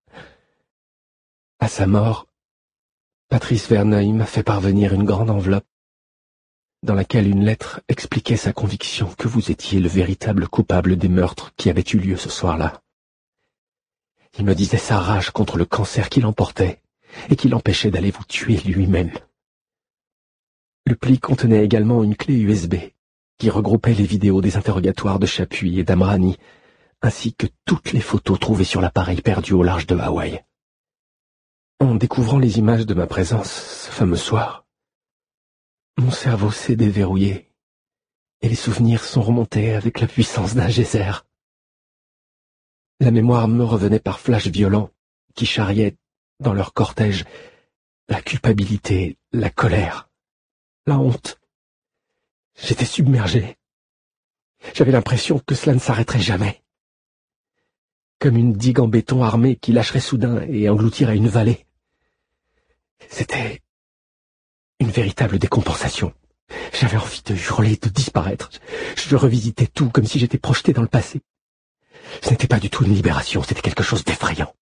C: À sa mort, Patrice Verneuil m'a fait parvenir une grande enveloppe dans laquelle une lettre expliquait sa conviction que vous étiez le véritable coupable des meurtres qui avaient eu lieu ce soir-là. Il me disait sa rage contre le cancer qui l'emportait et qui l'empêchait d'aller vous tuer lui-même. Le pli contenait également une clé USB qui regroupait les vidéos des interrogatoires de Chapuis et d'Amrani, ainsi que toutes les photos trouvées sur l'appareil perdu au large de Hawaï. En découvrant les images de ma présence ce fameux soir, mon cerveau s'est déverrouillé et les souvenirs sont remontés avec la puissance d'un geyser. La mémoire me revenait par flashs violents qui charriaient dans leur cortège la culpabilité, la colère, la honte. J'étais submergé. J'avais l'impression que cela ne s'arrêterait jamais. Comme une digue en béton armée qui lâcherait soudain et engloutirait une vallée. C'était une véritable décompensation. J'avais envie de hurler, de disparaître. Je revisitais tout comme si j'étais projeté dans le passé. Ce n'était pas du tout une libération, c'était quelque chose d'effrayant.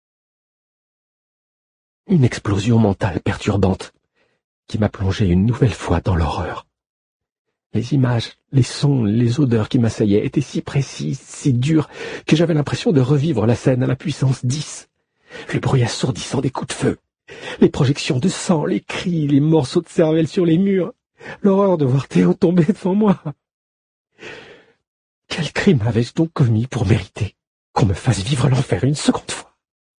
C: Une explosion mentale perturbante qui m'a plongé une nouvelle fois dans l'horreur. Les images, les sons, les odeurs qui m'assaillaient étaient si précis, si durs, que j'avais l'impression de revivre la scène à la puissance 10. Le bruit assourdissant des coups de feu, les projections de sang, les cris, les morceaux de cervelle sur les murs, l'horreur de voir Théo tomber devant moi. Quel crime avais-je donc commis pour mériter qu'on me fasse vivre l'enfer une seconde fois?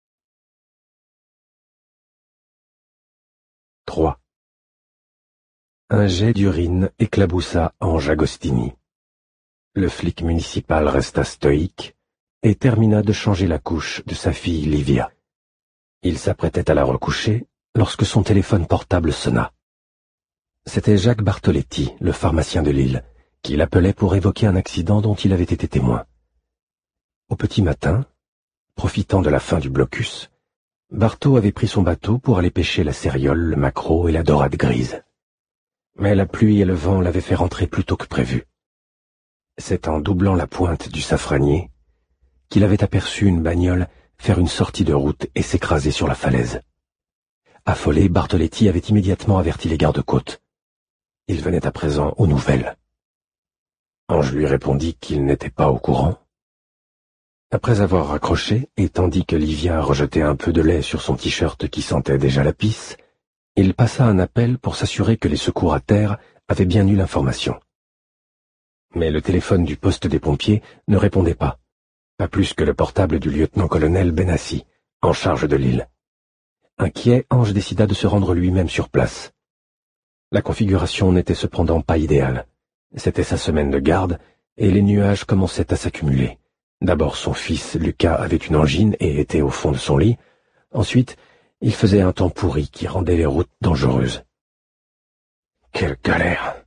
A: 3. Un jet d'urine éclaboussa Ange Agostini. Le flic municipal resta stoïque et termina de changer la couche de sa fille Livia. Il s'apprêtait à la recoucher lorsque son téléphone portable sonna. C'était Jacques Bartoletti, le pharmacien de Lille, qui l'appelait pour évoquer un accident dont il avait été témoin. Au petit matin, profitant de la fin du blocus, Bartho avait pris son bateau pour aller pêcher la céréole, le maquereau et la dorade grise. Mais la pluie et le vent l'avaient fait rentrer plus tôt que prévu. C'est en doublant la pointe du safranier qu'il avait aperçu une bagnole
C: faire une sortie de route et s'écraser sur la falaise. Affolé, Bartoletti avait immédiatement averti les gardes-côtes. Il venait à présent aux nouvelles. Ange lui répondit qu'il n'était pas au courant. Après avoir raccroché, et tandis que Livia rejetait un peu de lait sur son t-shirt qui sentait déjà la pisse, il passa un appel pour s'assurer que les secours à terre avaient bien eu l'information. Mais le téléphone du poste des pompiers ne répondait pas plus que le portable du lieutenant-colonel Benassi, en charge de l'île. Inquiet, Ange décida de se rendre lui-même sur place. La configuration n'était cependant pas idéale. C'était sa semaine de garde, et les nuages commençaient à s'accumuler. D'abord son fils, Lucas, avait une angine et était au fond de son lit. Ensuite, il faisait un temps pourri qui rendait les routes dangereuses. Quelle galère!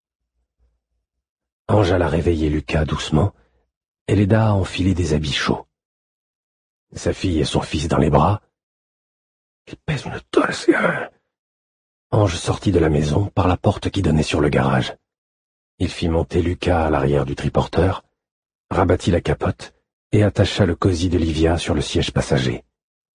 C: Ange alla réveiller Lucas doucement et l'aida à enfiler des habits chauds. Sa fille et son fils dans les bras. Il pèse une tonne, c'est un... Ange sortit de la maison par la porte qui donnait sur le garage. Il fit monter Lucas à l'arrière du triporteur, rabattit la capote et attacha le cosy de Livia sur le siège passager.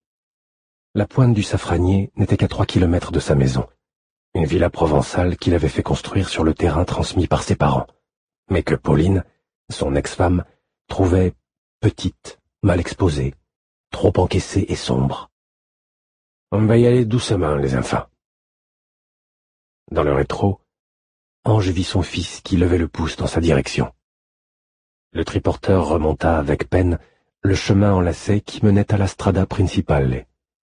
C: La pointe du Safranier n'était qu'à 3 kilomètres de sa maison, une villa provençale qu'il avait fait construire sur le terrain transmis par ses parents, mais que Pauline, son ex-femme, trouvait petite, mal exposée, trop encaissée et sombre. On va y aller doucement, les enfants. Dans le rétro, Ange vit son fils qui levait le pouce dans sa direction. Le triporteur remonta avec peine le chemin en lacet qui menait à la strada principale.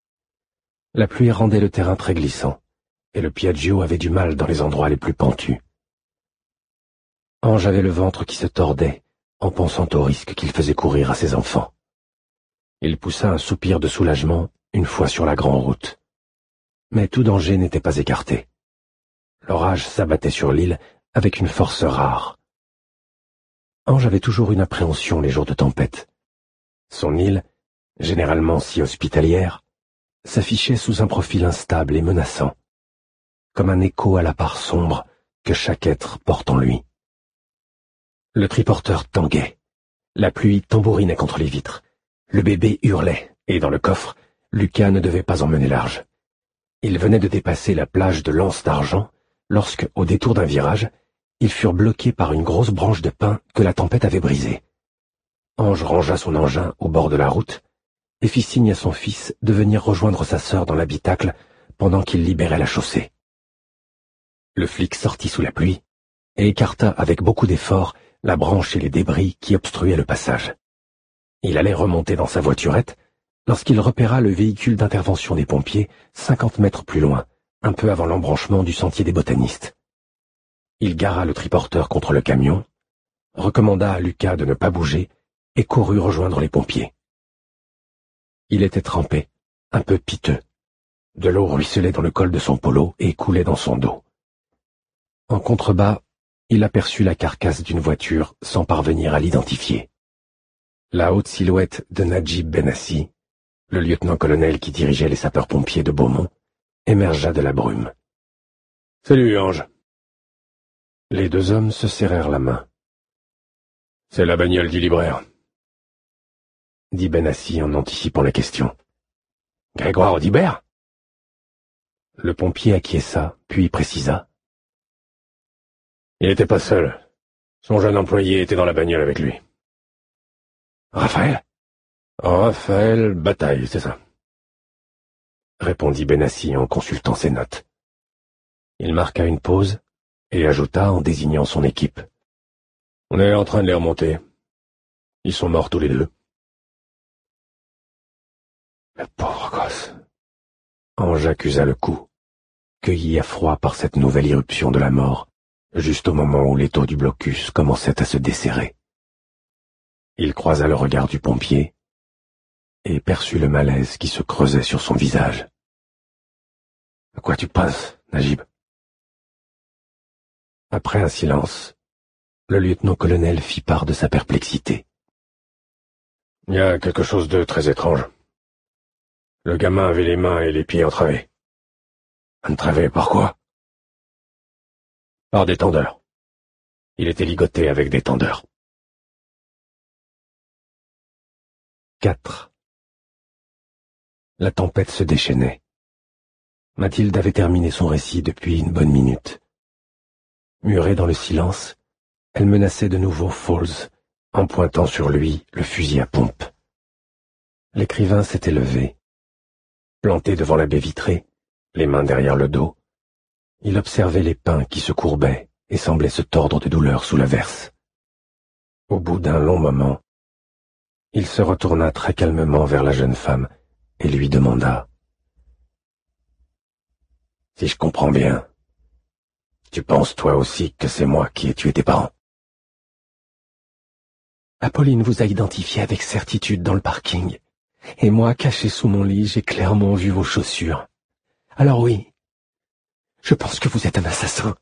C: La pluie rendait le terrain très glissant, et le Piaggio avait du mal dans les endroits les plus pentus. Ange avait le ventre qui se tordait, en pensant au risque qu'il faisait courir à ses enfants. Il poussa un soupir de soulagement une fois sur la grande route. Mais tout danger n'était pas écarté. L'orage s'abattait sur l'île avec une force rare. Ange avait toujours une appréhension les jours de tempête. Son île, généralement si hospitalière, s'affichait sous un profil instable et menaçant, comme un écho à la part sombre que chaque être porte en lui. Le triporteur tanguait. La pluie tambourinait contre les vitres. Le bébé hurlait, et dans le coffre, Lucas ne devait pas en mener large. Il venait de dépasser la plage de l'Anse d'Argent, lorsque, au détour d'un virage, ils furent bloqués par une grosse branche de pin que la tempête avait brisée. Ange rangea son engin au bord de la route et fit signe à son fils de venir rejoindre sa sœur dans l'habitacle pendant qu'il libérait la chaussée. Le flic sortit sous la pluie et écarta avec beaucoup d'efforts la branche et les débris qui obstruaient le passage. Il allait remonter dans sa voiturette lorsqu'il repéra le véhicule d'intervention des pompiers 50 mètres plus loin, un peu avant l'embranchement du sentier des botanistes. Il gara le triporteur contre le camion, recommanda à Lucas de ne pas bouger et courut rejoindre les pompiers. Il était trempé, un peu piteux. De l'eau ruisselait dans le col de son polo et coulait dans son dos. En contrebas, il aperçut la carcasse d'une voiture sans parvenir à l'identifier. La haute silhouette de Najib Benassi, le lieutenant-colonel qui dirigeait les sapeurs-pompiers de Beaumont, émergea de la brume. « Salut, Ange !» Les deux hommes se serrèrent la main. « C'est la bagnole du libraire », dit Benassi en anticipant la question. « Grégoire Audibert ?» Le pompier acquiesça, puis précisa. « Il n'était pas seul. Son jeune employé était dans la bagnole avec lui. »« Raphaël ?»« Raphaël Bataille, c'est ça. » répondit Benassi en consultant ses notes. Il marqua une pause et ajouta en désignant son équipe. « On est en train de les remonter. Ils sont morts tous les deux. » Le pauvre gosse. Ange accusa le coup, cueilli à froid par cette nouvelle irruption de la mort, juste au moment où l'étau du blocus commençait à se desserrer. Il croisa le regard du pompier et perçut le malaise qui se creusait sur son visage. « À quoi tu penses, Najib ?» Après un silence, le lieutenant-colonel fit part de sa perplexité. « Il y a quelque chose de très étrange. Le gamin avait les mains et les pieds entravés. »« Entravés par quoi ?»« Par des tendeurs. Il était ligoté avec des tendeurs. » 4. La tempête se déchaînait. Mathilde avait terminé son récit depuis une bonne minute. Murée dans le silence, elle menaçait de nouveau Fawles, en pointant sur lui le fusil à pompe. L'écrivain s'était levé. Planté devant la baie vitrée, les mains derrière le dos, il observait les pins qui se courbaient et semblaient se tordre de douleur sous l'averse. Au bout d'un long moment, il se retourna très calmement vers la jeune femme et lui demanda « Si je comprends bien, tu penses toi aussi que c'est moi qui ai tué tes parents ?» Apolline vous a identifié avec certitude dans le parking, et moi, caché sous mon lit, j'ai clairement vu vos chaussures. Alors oui, je pense que vous êtes un assassin.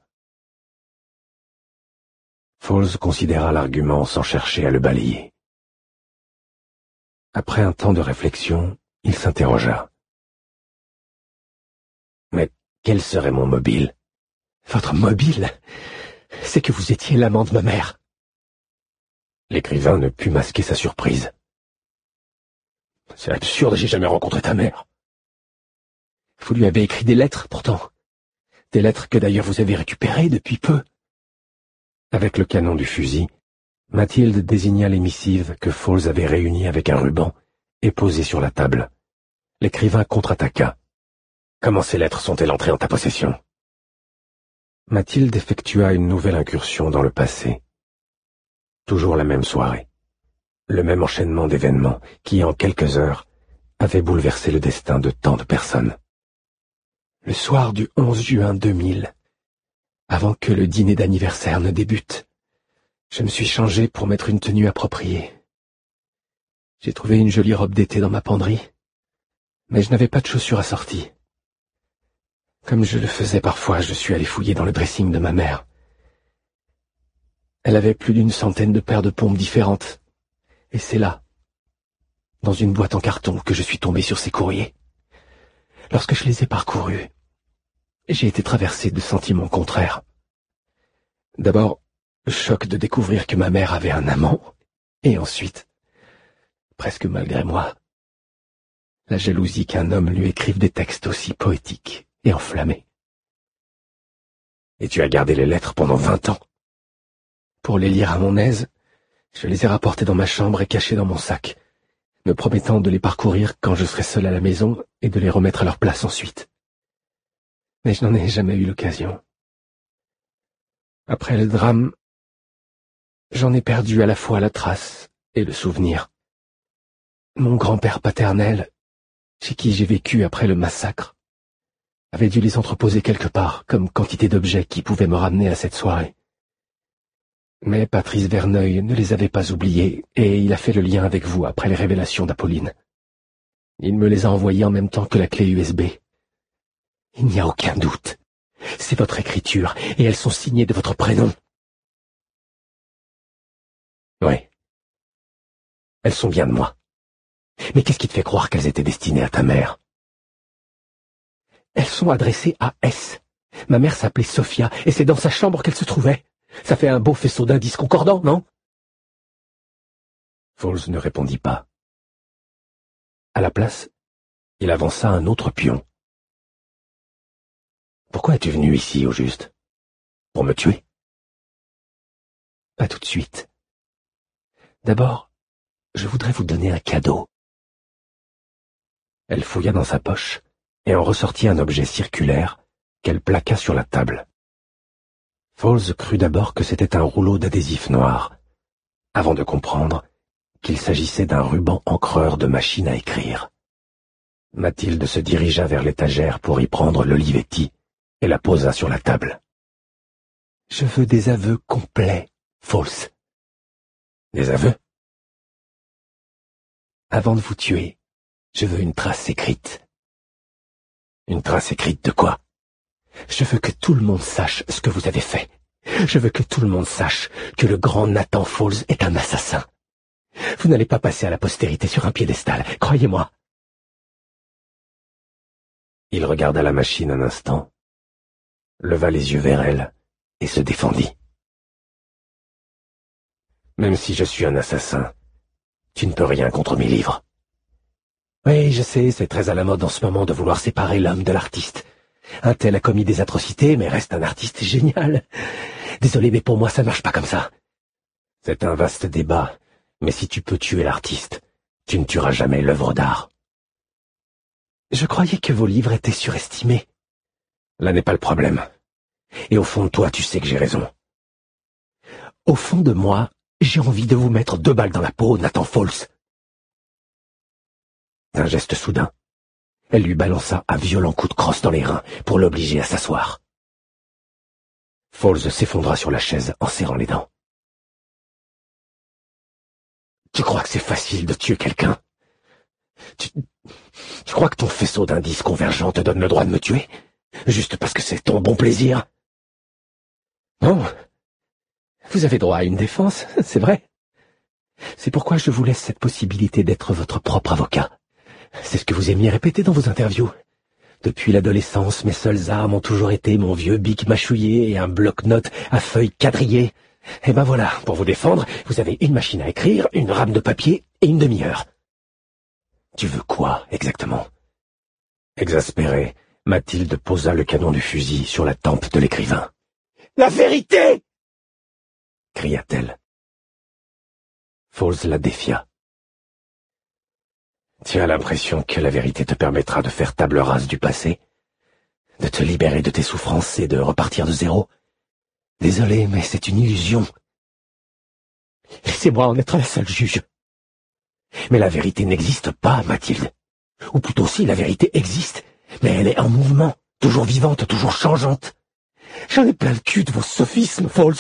C: Fawles considéra l'argument sans chercher à le balayer. Après un temps de réflexion, il s'interrogea. « Mais quel serait mon mobile ?»« Votre mobile, c'est que vous étiez l'amant de ma mère. » L'écrivain ne put masquer sa surprise. « C'est absurde, j'ai jamais rencontré ta mère. » « Vous lui avez écrit des lettres, pourtant. Des lettres que d'ailleurs vous avez récupérées depuis peu. » Avec le canon du fusil, Mathilde désigna les missives que Fawles avait réunies avec un ruban et posées sur la table. L'écrivain contre-attaqua. « Comment ces lettres sont-elles entrées en ta possession ?» Mathilde effectua une nouvelle incursion dans le passé. Toujours la même soirée. Le même enchaînement d'événements qui, en quelques heures, avait bouleversé le destin de tant de personnes. Le soir du 11 juin 2000, avant que le dîner d'anniversaire ne débute, je me suis changé pour mettre une tenue appropriée. J'ai trouvé une jolie robe d'été dans ma penderie, mais je n'avais pas de chaussures assorties. Comme je le faisais parfois, je suis allé fouiller dans le dressing de ma mère. Elle avait plus d'100 de paires de pompes différentes, et c'est là, dans une boîte en carton, que je suis tombé sur ces courriers. Lorsque je les ai parcourus, j'ai été traversé de sentiments contraires. D'abord, le choc de découvrir que ma mère avait un amant, et ensuite, presque malgré moi, la jalousie qu'un homme lui écrive des textes aussi poétiques et enflammés. Et tu as gardé les lettres pendant 20 ans. Pour les lire à mon aise, je les ai rapportées dans ma chambre et cachées dans mon sac, me promettant de les parcourir quand je serai seul à la maison et de les remettre à leur place ensuite. Mais je n'en ai jamais eu l'occasion. Après le drame, j'en ai perdu à la fois la trace et le souvenir. Mon grand-père paternel, chez qui j'ai vécu après le massacre, avait dû les entreposer quelque part comme quantité d'objets qui pouvaient me ramener à cette soirée. Mais Patrice Verneuil ne les avait pas oubliés, et il a fait le lien avec vous après les révélations d'Apolline. Il me les a envoyés en même temps que la clé USB. Il n'y a aucun doute. C'est votre écriture, et elles sont signées de votre prénom. Oui. Elles sont bien de moi. Mais qu'est-ce qui te fait croire qu'elles étaient destinées à ta mère? Elles sont adressées à S. Ma mère s'appelait Sophia, et c'est dans sa chambre qu'elle se trouvait. Ça fait un beau faisceau d'indices concordants, non? Fawles ne répondit pas. À la place, il avança un autre pion. Pourquoi es-tu venu ici, au juste? Pour me tuer? Pas tout de suite. D'abord, je voudrais vous donner un cadeau. Elle fouilla dans sa poche et en ressortit un objet circulaire qu'elle plaqua sur la table. Fawles crut d'abord que c'était un rouleau d'adhésif noir, avant de comprendre qu'il s'agissait d'un ruban encreur de machine à écrire. Mathilde se dirigea vers l'étagère pour y prendre l'Olivetti et la posa sur la table. « Je veux des aveux complets, Fawles. »« Des aveux ?»« Avant de vous tuer, je veux une trace écrite. »« Une trace écrite de quoi ? » Je veux que tout le monde sache ce que vous avez fait. Je veux que tout le monde sache que le grand Nathan Fawles est un assassin. Vous n'allez pas passer à la postérité sur un piédestal, croyez-moi. Il regarda la machine un instant, leva les yeux vers elle et se défendit. Même si je suis un assassin, tu ne peux rien contre mes livres. Oui, je sais, c'est très à la mode en ce moment de vouloir séparer l'homme de l'artiste. Un tel a commis des atrocités, mais reste un artiste génial. Désolé, mais pour moi, ça ne marche pas comme ça. C'est un vaste débat, mais si tu peux tuer l'artiste, tu ne tueras jamais l'œuvre d'art. Je croyais que vos livres étaient surestimés. Là n'est pas le problème. Et au fond de toi, tu sais que j'ai raison. Au fond de moi, j'ai envie de vous mettre 2 balles dans la peau, Nathan Fowles. D'un geste soudain, elle lui balança un violent coup de crosse dans les reins pour l'obliger à s'asseoir. Fowles s'effondra sur la chaise en serrant les dents. Tu crois que c'est facile de tuer quelqu'un? Tu crois que ton faisceau d'indices convergents te donne le droit de me tuer? Juste parce que c'est ton bon plaisir? Bon, vous avez droit à une défense, c'est vrai. C'est pourquoi je vous laisse cette possibilité d'être votre propre avocat. C'est ce que vous aimiez répéter dans vos interviews. Depuis l'adolescence, mes seules armes ont toujours été mon vieux bic mâchouillé et un bloc-notes à feuilles quadrillées. Et ben voilà, pour vous défendre, vous avez une machine à écrire, une rame de papier et une demi-heure. Tu veux quoi, exactement? Exaspérée, Mathilde posa le canon du fusil sur la tempe de l'écrivain. « La vérité !» cria-t-elle. Fowles la défia. « Tu as l'impression que la vérité te permettra de faire table rase du passé, de te libérer de tes souffrances et de repartir de zéro? Désolé, mais c'est une illusion. Laissez-moi en être la seule juge. Mais la vérité n'existe pas, Mathilde. Ou plutôt si, la vérité existe, mais elle est en mouvement, toujours vivante, toujours changeante. J'en ai plein le cul de vos sophismes, Fowles.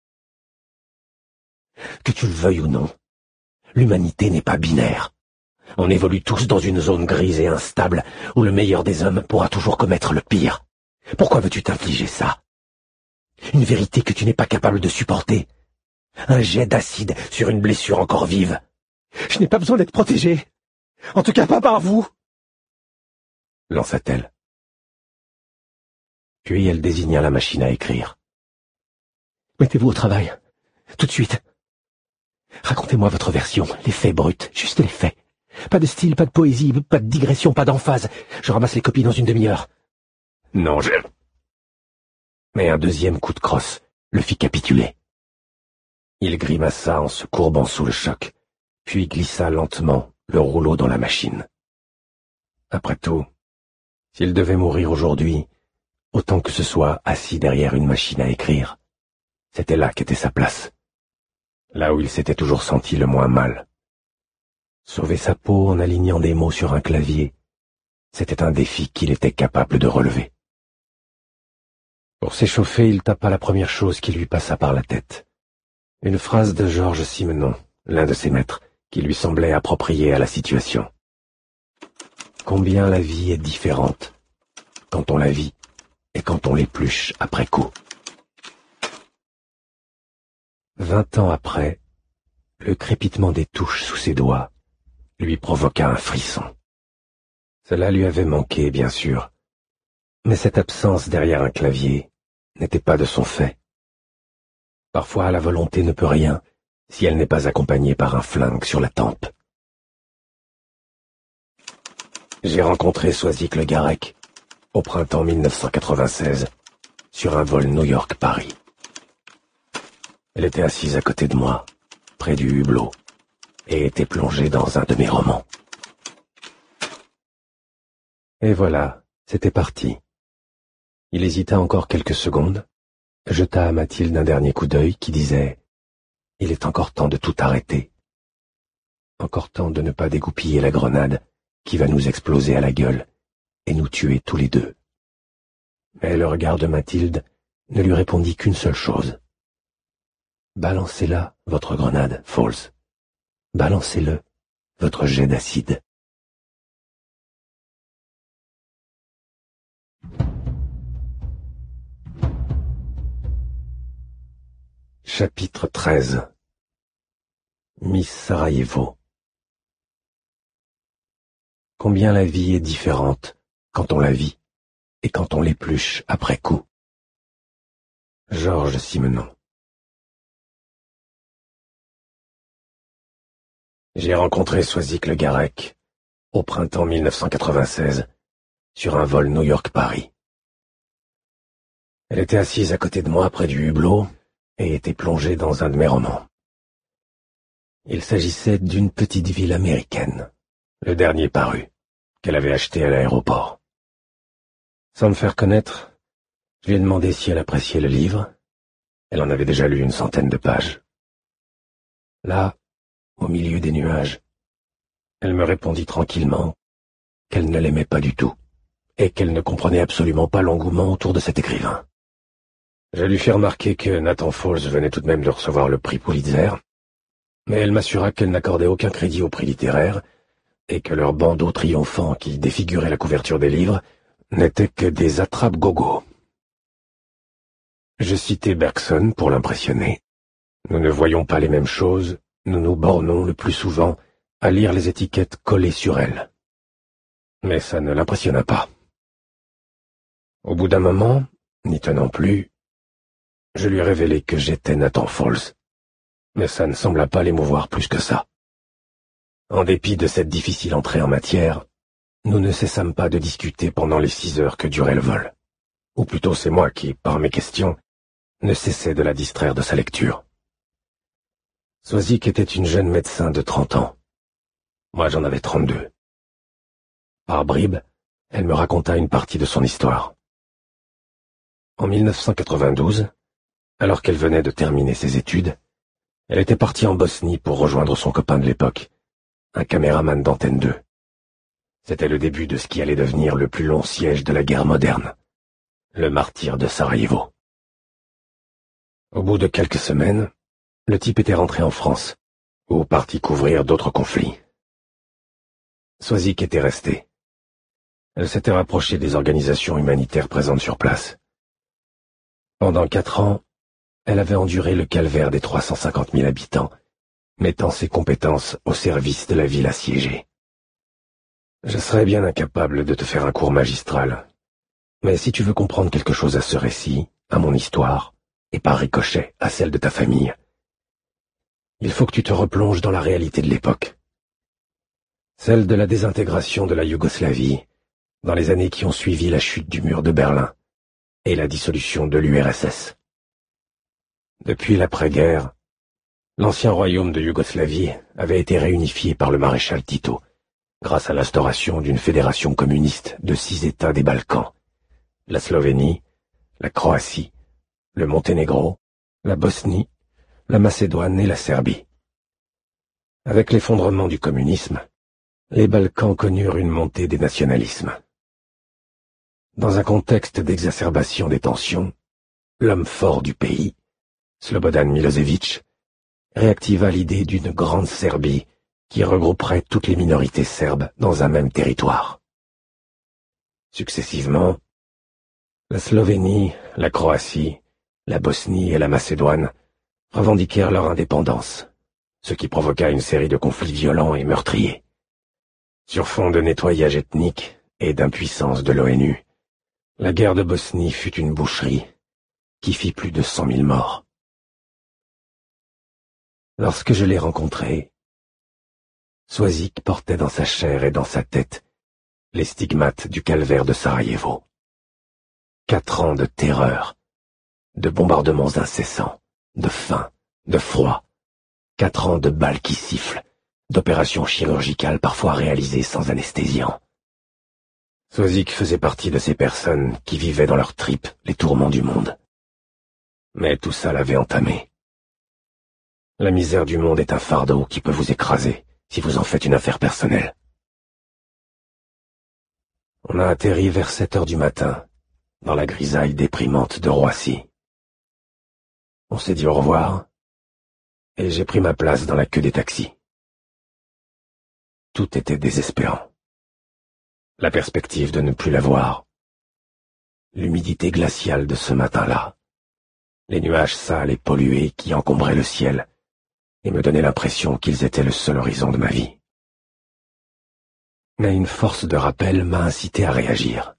C: Que tu le veuilles ou non, l'humanité n'est pas binaire. On évolue tous dans une zone grise et instable où le meilleur des hommes pourra toujours commettre le pire. Pourquoi veux-tu t'infliger ça? Une vérité que tu n'es pas capable de supporter. Un jet d'acide sur une blessure encore vive. Je n'ai pas besoin d'être protégé. En tout cas pas par vous. Lança-t-elle. Puis elle désigna la machine à écrire. Mettez-vous au travail. Tout de suite. Racontez-moi votre version, les faits bruts, juste les faits. Pas de style, pas de poésie, pas de digression, pas d'emphase. Je ramasse les copies dans une demi-heure. Non, Mais un deuxième coup de crosse le fit capituler. Il grimaça en se courbant sous le choc, puis glissa lentement le rouleau dans la machine. Après tout, s'il devait mourir aujourd'hui, autant que ce soit assis derrière une machine à écrire, c'était là qu'était sa place. Là où il s'était toujours senti le moins mal. Sauver sa peau en alignant des mots sur un clavier, c'était un défi qu'il était capable de relever. Pour s'échauffer, il tapa la première chose qui lui passa par la tête. Une phrase de Georges Simenon, l'un de ses maîtres, qui lui semblait appropriée à la situation. Combien la vie est différente quand on la vit et quand on l'épluche après coup. 20 ans après, le crépitement des touches sous ses doigts lui provoqua un frisson. Cela lui avait manqué, bien sûr, mais cette absence derrière un clavier n'était pas de son fait. Parfois, la volonté ne peut rien si elle n'est pas accompagnée par un flingue sur la tempe. J'ai rencontré Soisic Le Garec au printemps 1996 sur un vol New York-Paris. Elle était assise à côté de moi, près du hublot, et était plongée dans un de mes romans. Et voilà, c'était parti. Il hésita encore quelques secondes, jeta à Mathilde un dernier coup d'œil qui disait « Il est encore temps de tout arrêter. Encore temps de ne pas dégoupiller la grenade qui va nous exploser à la gueule et nous tuer tous les deux. » Mais le regard de Mathilde ne lui répondit qu'une seule chose. « Balancez-la, votre grenade, Fowles. Balancez-le, votre jet d'acide. » Chapitre 13. Miss Sarajevo. Combien la vie est différente quand on la vit et quand on l'épluche après coup. Georges Simenon. J'ai rencontré Soisic Le Garec au printemps 1996, sur un vol New York-Paris. Elle était assise à côté de moi près du hublot et était plongée dans un de mes romans. Il s'agissait d'une petite ville américaine, le dernier paru, qu'elle avait acheté à l'aéroport. Sans me faire connaître, je lui ai demandé si elle appréciait le livre. Elle en avait déjà lu une centaine de pages. Là, au milieu des nuages, elle me répondit tranquillement qu'elle ne l'aimait pas du tout et qu'elle ne comprenait absolument pas l'engouement autour de cet écrivain. Je lui fis remarquer que Nathan Falls venait tout de même de recevoir le prix Pulitzer, mais elle m'assura qu'elle n'accordait aucun crédit au prix littéraire et que leurs bandeaux triomphants qui défiguraient la couverture des livres n'étaient que des attrape-gogo. Je citai Bergson pour l'impressionner. Nous ne voyons pas les mêmes choses, nous nous bornons le plus souvent à lire les étiquettes collées sur elles. Mais ça ne l'impressionna pas. Au bout d'un moment, n'y tenant plus, je lui révélai que j'étais Nathan Falls, mais ça ne sembla pas l'émouvoir plus que ça. En dépit de cette difficile entrée en matière, nous ne cessâmes pas de discuter pendant les 6 heures que durait le vol. Ou plutôt c'est moi qui, par mes questions, ne cessais de la distraire de sa lecture. Swazik était une jeune médecin de 30 ans. Moi j'en avais 32. Par bribes, elle me raconta une partie de son histoire. En 1992, alors qu'elle venait de terminer ses études, elle était partie en Bosnie pour rejoindre son copain de l'époque, un caméraman d'Antenne 2. C'était le début de ce qui allait devenir le plus long siège de la guerre moderne, le martyre de Sarajevo. Au bout de quelques semaines, le type était rentré en France, ou parti couvrir d'autres conflits. Swazik était restée. Elle s'était rapprochée des organisations humanitaires présentes sur place. Pendant 4 ans, elle avait enduré le calvaire des 350 000 habitants, mettant ses compétences au service de la ville assiégée. Je serais bien incapable de te faire un cours magistral, mais si tu veux comprendre quelque chose à ce récit, à mon histoire, et par ricochet à celle de ta famille, il faut que tu te replonges dans la réalité de l'époque. Celle de la désintégration de la Yougoslavie, dans les années qui ont suivi la chute du mur de Berlin et la dissolution de l'URSS. Depuis l'après-guerre, l'ancien royaume de Yougoslavie avait été réunifié par le maréchal Tito, grâce à l'instauration d'une fédération communiste de 6 États des Balkans, la Slovénie, la Croatie, le Monténégro, la Bosnie, la Macédoine et la Serbie. Avec l'effondrement du communisme, les Balkans connurent une montée des nationalismes. Dans un contexte d'exacerbation des tensions, l'homme fort du pays, Slobodan Milošević, réactiva l'idée d'une grande Serbie qui regrouperait toutes les minorités serbes dans un même territoire. Successivement, la Slovénie, la Croatie, la Bosnie et la Macédoine revendiquèrent leur indépendance, ce qui provoqua une série de conflits violents et meurtriers. Sur fond de nettoyage ethnique et d'impuissance de l'ONU, la guerre de Bosnie fut une boucherie qui fit plus de 100 000 morts. Lorsque je l'ai rencontré, Swazik portait dans sa chair et dans sa tête les stigmates du calvaire de Sarajevo. 4 ans de terreur, de bombardements incessants, de faim, de froid, 4 ans de balles qui sifflent, d'opérations chirurgicales parfois réalisées sans anesthésiant. Swazik faisait partie de ces personnes qui vivaient dans leurs tripes les tourments du monde. Mais tout ça l'avait entamé. La misère du monde est un fardeau qui peut vous écraser si vous en faites une affaire personnelle. On a atterri vers 7 heures du matin, dans la grisaille déprimante de Roissy. On s'est dit au revoir, et j'ai pris ma place dans la queue des taxis. Tout était désespérant. La perspective de ne plus la voir, l'humidité glaciale de ce matin-là, les nuages sales et pollués qui encombraient le ciel et me donnaient l'impression qu'ils étaient le seul horizon de ma vie. Mais une force de rappel m'a incité à réagir.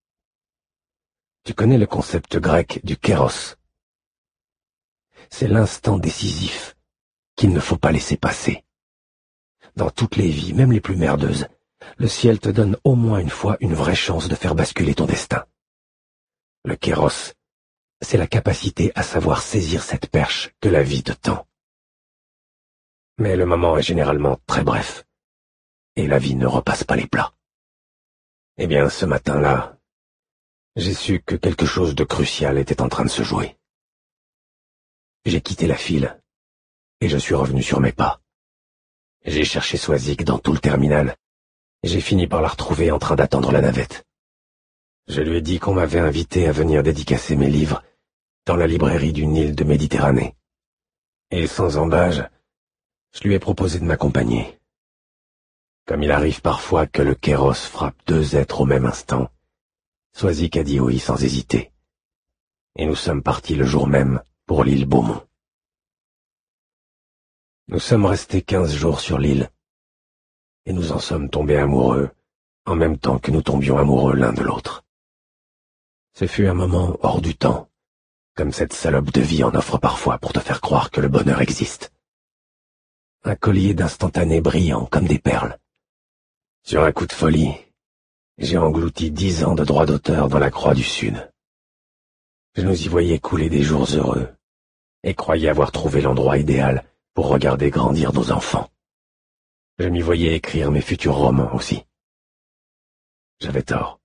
C: Tu connais le concept grec du kéros. C'est l'instant décisif qu'il ne faut pas laisser passer. Dans toutes les vies, même les plus merdeuses, le ciel te donne au moins une fois une vraie chance de faire basculer ton destin. Le kéros, c'est la capacité à savoir saisir cette perche que la vie te tend. Mais le moment est généralement très bref, et la vie ne repasse pas les plats. Eh bien, ce matin-là, j'ai su que quelque chose de crucial était en train de se jouer. J'ai quitté la file, et je suis revenu sur mes pas. J'ai cherché Swazik dans tout le terminal, et j'ai fini par la retrouver en train d'attendre la navette. Je lui ai dit qu'on m'avait invité à venir dédicacer mes livres dans la librairie d'une île de Méditerranée. Et sans embâge, je lui ai proposé de m'accompagner. Comme il arrive parfois que le kéros frappe deux êtres au même instant, Swazik a dit oui sans hésiter. Et nous sommes partis le jour même pour l'île Beaumont. Nous sommes restés 15 jours sur l'île, et nous en sommes tombés amoureux, en même temps que nous tombions amoureux l'un de l'autre. Ce fut un moment hors du temps, comme cette salope de vie en offre parfois pour te faire croire que le bonheur existe. Un collier d'instantanés brillants comme des perles. Sur un coup de folie, j'ai englouti 10 ans de droit d'auteur dans la Croix du Sud. Je nous y voyais couler des jours heureux, et croyais avoir trouvé l'endroit idéal pour regarder grandir nos enfants. Je m'y voyais écrire mes futurs romans aussi. J'avais tort.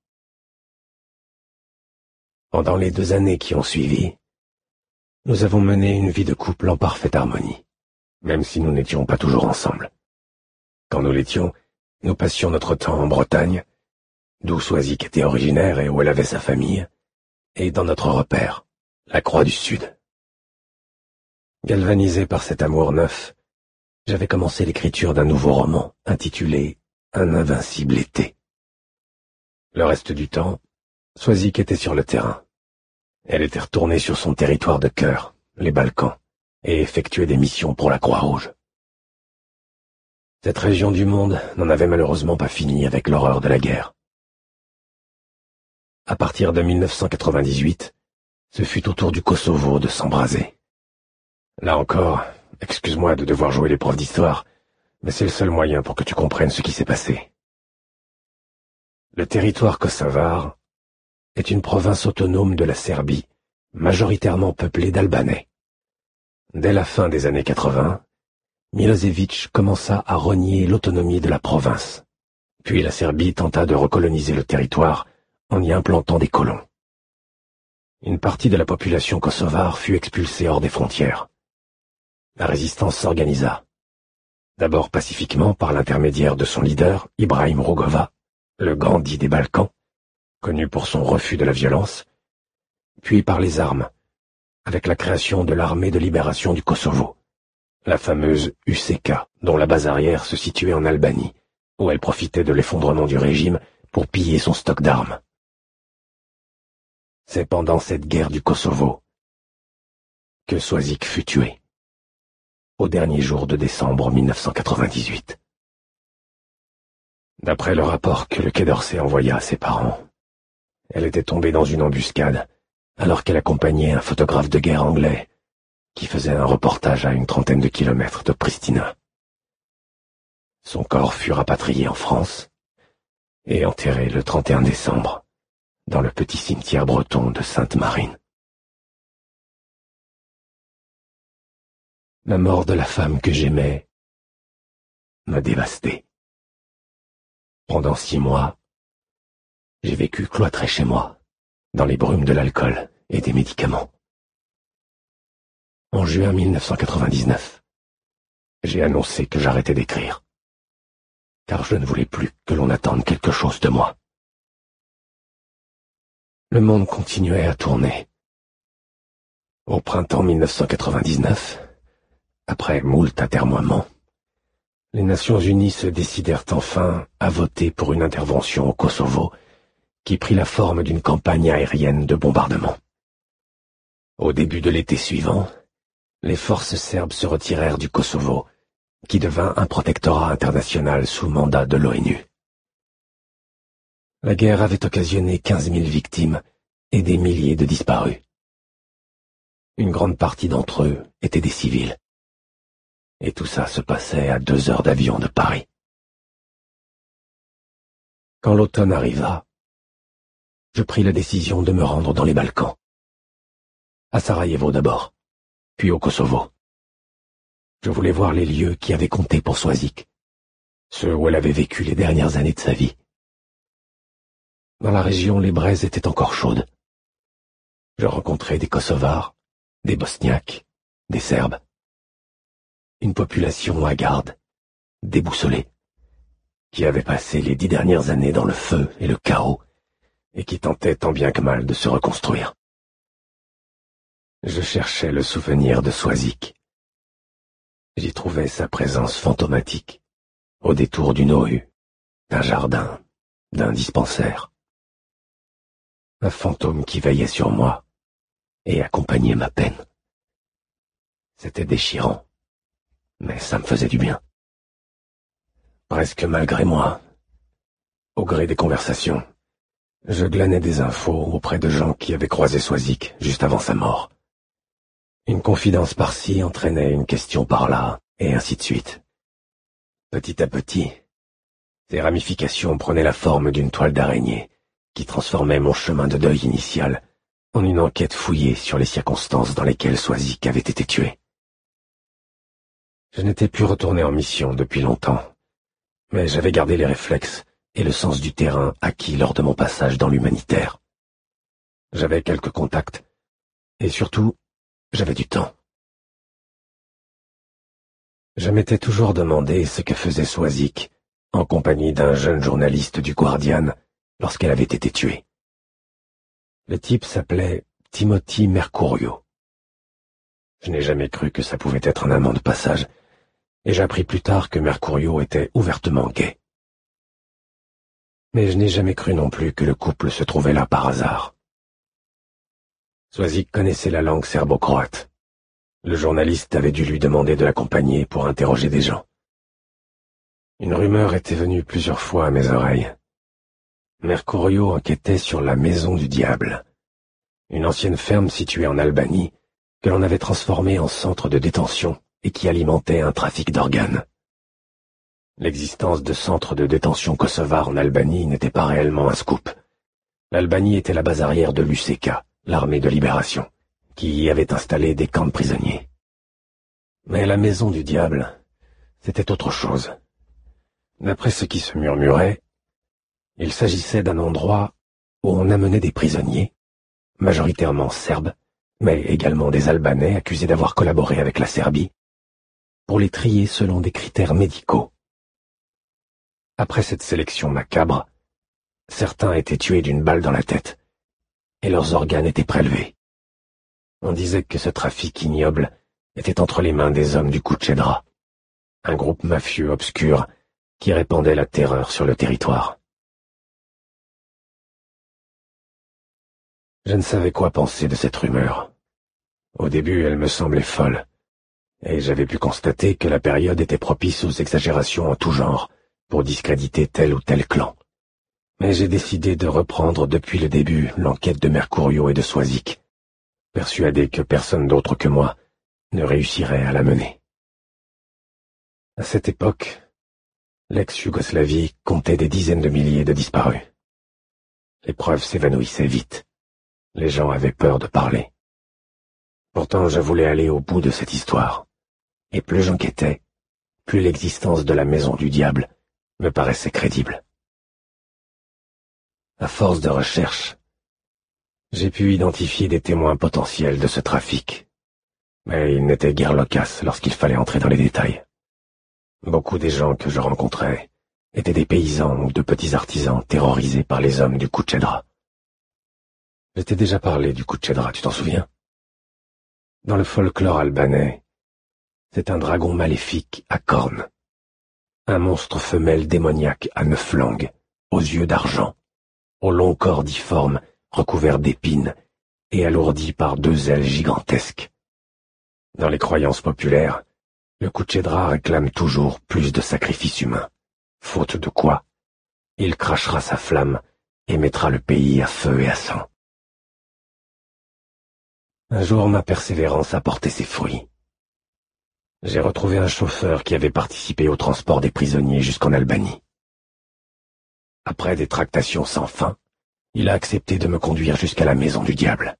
C: Pendant les 2 années qui ont suivi, nous avons mené une vie de couple en parfaite harmonie, même si nous n'étions pas toujours ensemble. Quand nous l'étions, nous passions notre temps en Bretagne, d'où Swazik était originaire et où elle avait sa famille, et dans notre repère, la Croix du Sud. Galvanisé par cet amour neuf, j'avais commencé l'écriture d'un nouveau roman intitulé « Un invincible été ». Le reste du temps, Swazik était sur le terrain. Elle était retournée sur son territoire de cœur, les Balkans, et effectuait des missions pour la Croix-Rouge. Cette région du monde n'en avait malheureusement pas fini avec l'horreur de la guerre. À partir de 1998, ce fut au tour du Kosovo de s'embraser. Là encore, excuse-moi de devoir jouer les profs d'histoire, mais c'est le seul moyen pour que tu comprennes ce qui s'est passé. Le territoire kosovar est une province autonome de la Serbie, majoritairement peuplée d'Albanais. Dès la fin des années 80, Milosevic commença à renier l'autonomie de la province. Puis la Serbie tenta de recoloniser le territoire en y implantant des colons. Une partie de la population kosovare fut expulsée hors des frontières. La résistance s'organisa. D'abord pacifiquement par l'intermédiaire de son leader, Ibrahim Rugova, le Gandhi des Balkans, connu pour son refus de la violence, puis par les armes, avec la création de l'armée de libération du Kosovo, la fameuse UÇK, dont la base arrière se situait en Albanie, où elle profitait de l'effondrement du régime pour piller son stock d'armes. C'est pendant cette guerre du Kosovo que Swazik fut tué, au dernier jour de décembre 1998. D'après le rapport que le Quai d'Orsay envoya à ses parents, elle était tombée dans une embuscade alors qu'elle accompagnait un photographe de guerre anglais qui faisait un reportage à une 30aine de kilomètres de Pristina. Son corps fut rapatrié en France et enterré le 31 décembre dans le petit cimetière breton de Sainte-Marine. La mort de la femme que j'aimais m'a dévasté. Pendant 6 mois, j'ai vécu cloîtré chez moi, dans les brumes de l'alcool et des médicaments. En juin 1999, j'ai annoncé que j'arrêtais d'écrire, car je ne voulais plus que l'on attende quelque chose de moi. Le monde continuait à tourner. Au printemps 1999, après moult atermoiements, les Nations Unies se décidèrent enfin à voter pour une intervention au Kosovo qui prit la forme d'une campagne aérienne de bombardement. Au début de l'été suivant, les forces serbes se retirèrent du Kosovo, qui devint un protectorat international sous mandat de l'ONU. La guerre avait occasionné 15 000 victimes et des milliers de disparus. Une grande partie d'entre eux étaient des civils. Et tout ça se passait à 2 heures d'avion de Paris. Quand l'automne arriva, je pris la décision de me rendre dans les Balkans. À Sarajevo d'abord, puis au Kosovo. Je voulais voir les lieux qui avaient compté pour Soazic, ceux où elle avait vécu les dernières années de sa vie. Dans la région, les braises étaient encore chaudes. Je rencontrais des Kosovars, des Bosniaques, des Serbes. Une population hagarde, déboussolée, qui avait passé les 10 dernières années dans le feu et le chaos, et qui tentait tant bien que mal de se reconstruire. Je cherchais le souvenir de Soazic. J'y trouvais sa présence fantomatique, au détour d'une rue, d'un jardin, d'un dispensaire. Un fantôme qui veillait sur moi et accompagnait ma peine. C'était déchirant, mais ça me faisait du bien. Presque malgré moi, au gré des conversations, je glanais des infos auprès de gens qui avaient croisé Soazic juste avant sa mort. Une confidence par-ci entraînait une question par-là, et ainsi de suite. Petit à petit, ces ramifications prenaient la forme d'une toile d'araignée qui transformait mon chemin de deuil initial en une enquête fouillée sur les circonstances dans lesquelles Soazic avait été tué. Je n'étais plus retourné en mission depuis longtemps, mais j'avais gardé les réflexes et le sens du terrain acquis lors de mon passage dans l'humanitaire. J'avais quelques contacts, et surtout, j'avais du temps. Je m'étais toujours demandé ce que faisait Soazic en compagnie d'un jeune journaliste du Guardian lorsqu'elle avait été tuée. Le type s'appelait Timothy Mercurio. Je n'ai jamais cru que ça pouvait être un amant de passage, et j'appris plus tard que Mercurio était ouvertement gay. Mais je n'ai jamais cru non plus que le couple se trouvait là par hasard. Soazic connaissait la langue serbo-croate. Le journaliste avait dû lui demander de l'accompagner pour interroger des gens. Une rumeur était venue plusieurs fois à mes oreilles. Mercurio enquêtait sur la Maison du Diable, une ancienne ferme située en Albanie que l'on avait transformée en centre de détention et qui alimentait un trafic d'organes. L'existence de centres de détention kosovars en Albanie n'était pas réellement un scoop. L'Albanie était la base arrière de l'UÇK, l'armée de libération, qui y avait installé des camps de prisonniers. Mais la Maison du Diable, c'était autre chose. D'après ce qui se murmurait, il s'agissait d'un endroit où on amenait des prisonniers, majoritairement serbes, mais également des Albanais accusés d'avoir collaboré avec la Serbie, pour les trier selon des critères médicaux. Après cette sélection macabre, certains étaient tués d'une balle dans la tête, et leurs organes étaient prélevés. On disait que ce trafic ignoble était entre les mains des hommes du Kuchedra, un groupe mafieux obscur qui répandait la terreur sur le territoire. Je ne savais quoi penser de cette rumeur. Au début, elle me semblait folle, et j'avais pu constater que la période était propice aux exagérations en tout genre pour discréditer tel ou tel clan. Mais j'ai décidé de reprendre depuis le début l'enquête de Mercurio et de Soazic, persuadé que personne d'autre que moi ne réussirait à la mener. À cette époque, l'ex-Yougoslavie comptait des dizaines de milliers de disparus. Les preuves s'évanouissaient vite. Les gens avaient peur de parler. Pourtant, je voulais aller au bout de cette histoire. Et plus j'enquêtais, plus l'existence de la Maison du Diable me paraissait crédible. À force de recherche, j'ai pu identifier des témoins potentiels de ce trafic. Mais ils n'étaient guère loquaces lorsqu'il fallait entrer dans les détails. Beaucoup des gens que je rencontrais étaient des paysans ou de petits artisans terrorisés par les hommes du Kuchedra. Je t'ai déjà parlé du Kuchedra, tu t'en souviens? Dans le folklore albanais, c'est un dragon maléfique à cornes. Un monstre femelle démoniaque à 9 langues, aux yeux d'argent, au long corps difforme, recouvert d'épines et alourdi par 2 ailes gigantesques. Dans les croyances populaires, le Kuchedra réclame toujours plus de sacrifices humains, faute de quoi, il crachera sa flamme et mettra le pays à feu et à sang. Un jour, ma persévérance a porté ses fruits. J'ai retrouvé un chauffeur qui avait participé au transport des prisonniers jusqu'en Albanie. Après des tractations sans fin, il a accepté de me conduire jusqu'à la maison du diable.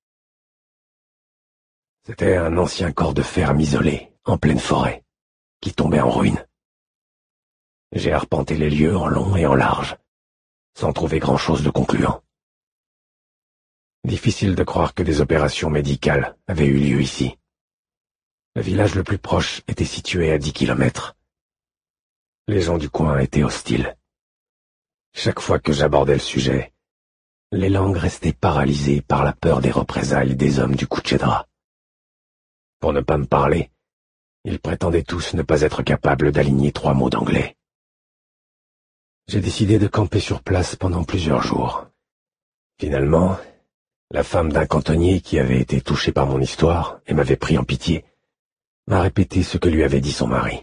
C: C'était un ancien corps de ferme isolé, en pleine forêt, qui tombait en ruine. J'ai arpenté les lieux en long et en large, sans trouver grand-chose de concluant. Difficile de croire que des opérations médicales avaient eu lieu ici. Le village le plus proche était situé à 10 kilomètres. Les gens du coin étaient hostiles. Chaque fois que j'abordais le sujet, les langues restaient paralysées par la peur des représailles des hommes du Kuchedra. Pour ne pas me parler, ils prétendaient tous ne pas être capables d'aligner 3 mots d'anglais. J'ai décidé de camper sur place pendant plusieurs jours. Finalement, la femme d'un cantonnier qui avait été touché par mon histoire et m'avait pris en pitié m'a répété ce que lui avait dit son mari.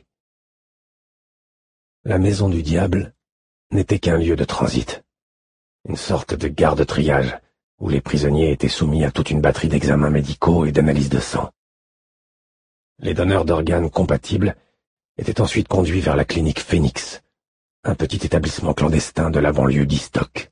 C: La maison du diable n'était qu'un lieu de transit, une sorte de gare de triage où les prisonniers étaient soumis à toute une batterie d'examens médicaux et d'analyses de sang. Les donneurs d'organes compatibles étaient ensuite conduits vers la clinique Phoenix, un petit établissement clandestin de la banlieue d'Eastok.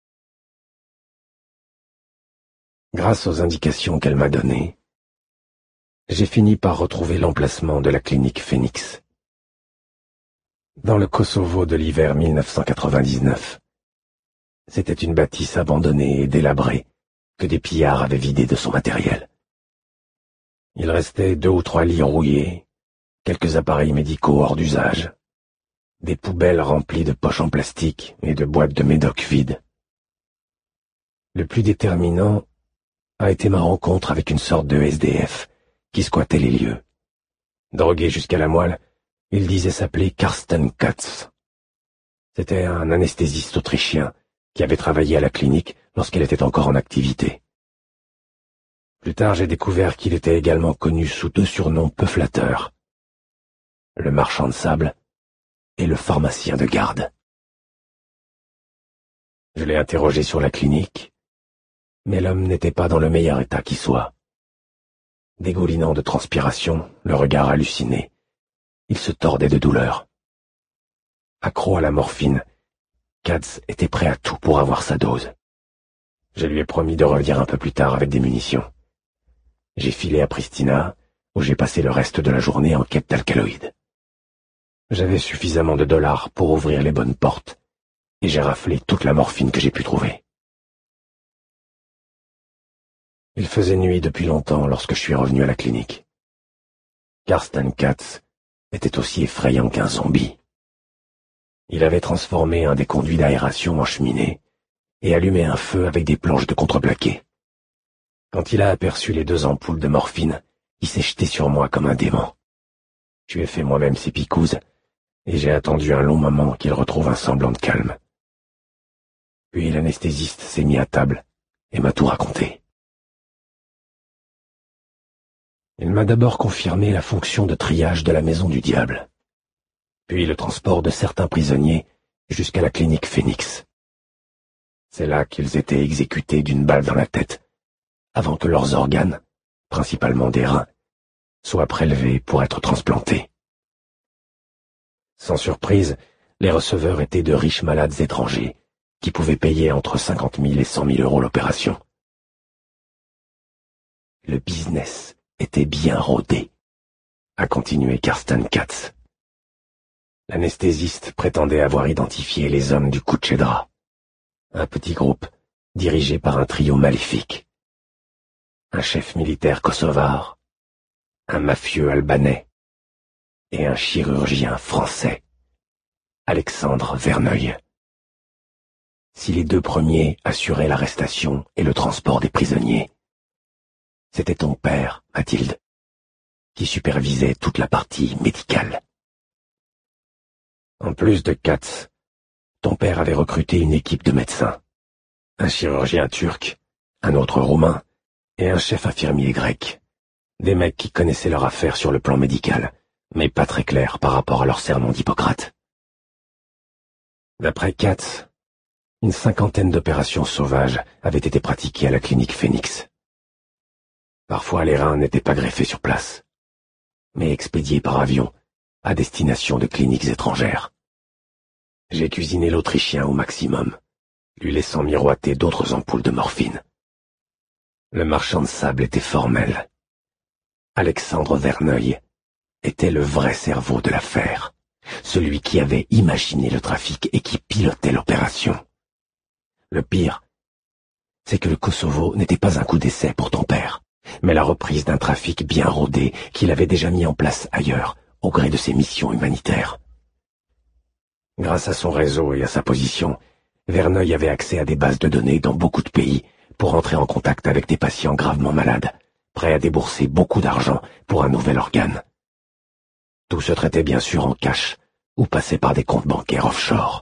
C: Grâce aux indications qu'elle m'a données, j'ai fini par retrouver l'emplacement de la clinique Phoenix. Dans le Kosovo de l'hiver 1999, c'était une bâtisse abandonnée et délabrée que des pillards avaient vidée de son matériel. Il restait 2 ou 3 lits rouillés, quelques appareils médicaux hors d'usage, des poubelles remplies de poches en plastique et de boîtes de médocs vides. Le plus déterminant a été ma rencontre avec une sorte de SDF qui squattait les lieux. Drogué jusqu'à la moelle, il disait s'appeler Carsten Katz. C'était un anesthésiste autrichien qui avait travaillé à la clinique lorsqu'elle était encore en activité. Plus tard, j'ai découvert qu'il était également connu sous 2 surnoms peu flatteurs: le marchand de sable et le pharmacien de garde. Je l'ai interrogé sur la clinique, mais l'homme n'était pas dans le meilleur état qui soit. Dégoulinant de transpiration, le regard halluciné, il se tordait de douleur. Accro à la morphine, Katz était prêt à tout pour avoir sa dose. Je lui ai promis de revenir un peu plus tard avec des munitions. J'ai filé à Pristina, où j'ai passé le reste de la journée en quête d'alcaloïdes. J'avais suffisamment de dollars pour ouvrir les bonnes portes, et j'ai raflé toute la morphine que j'ai pu trouver. Il faisait nuit depuis longtemps lorsque je suis revenu à la clinique. Carsten Katz était aussi effrayant qu'un zombie. Il avait transformé un des conduits d'aération en cheminée et allumé un feu avec des planches de contreplaqué. Quand il a aperçu les 2 ampoules de morphine, il s'est jeté sur moi comme un démon. Je lui ai fait moi-même ses picouzes, et j'ai attendu un long moment qu'il retrouve un semblant de calme. Puis l'anesthésiste s'est mis à table et m'a tout raconté. Il m'a d'abord confirmé la fonction de triage de la maison du diable, puis le transport de certains prisonniers jusqu'à la clinique Phoenix. C'est là qu'ils étaient exécutés d'une balle dans la tête, avant que leurs organes, principalement des reins, soient prélevés pour être transplantés. Sans surprise, les receveurs étaient de riches malades étrangers qui pouvaient payer entre 50 000 et 100 000 euros l'opération. Le business était bien rodé, a continué Carsten Katz. L'anesthésiste prétendait avoir identifié les hommes du Kuchedra, un petit groupe dirigé par un trio maléfique. Un chef militaire kosovar, un mafieux albanais et un chirurgien français, Alexandre Verneuil. Si les 2 premiers assuraient l'arrestation et le transport des prisonniers, c'était ton père, Mathilde, qui supervisait toute la partie médicale. En plus de Katz, ton père avait recruté une équipe de médecins, un chirurgien turc, un autre roumain et un chef infirmier grec. Des mecs qui connaissaient leur affaire sur le plan médical, mais pas très clairs par rapport à leur serment d'Hippocrate. D'après Katz, une 50aine d'opérations sauvages avaient été pratiquées à la clinique Phoenix. Parfois les reins n'étaient pas greffés sur place, mais expédiés par avion à destination de cliniques étrangères. J'ai cuisiné l'Autrichien au maximum, lui laissant miroiter d'autres ampoules de morphine. Le marchand de sable était formel. Alexandre Verneuil était le vrai cerveau de l'affaire, celui qui avait imaginé le trafic et qui pilotait l'opération. Le pire, c'est que le Kosovo n'était pas un coup d'essai pour ton père, mais la reprise d'un trafic bien rodé qu'il avait déjà mis en place ailleurs, au gré de ses missions humanitaires. Grâce à son réseau et à sa position, Verneuil avait accès à des bases de données dans beaucoup de pays pour entrer en contact avec des patients gravement malades, prêts à débourser beaucoup d'argent pour un nouvel organe. Tout se traitait bien sûr en cash ou passait par des comptes bancaires offshore.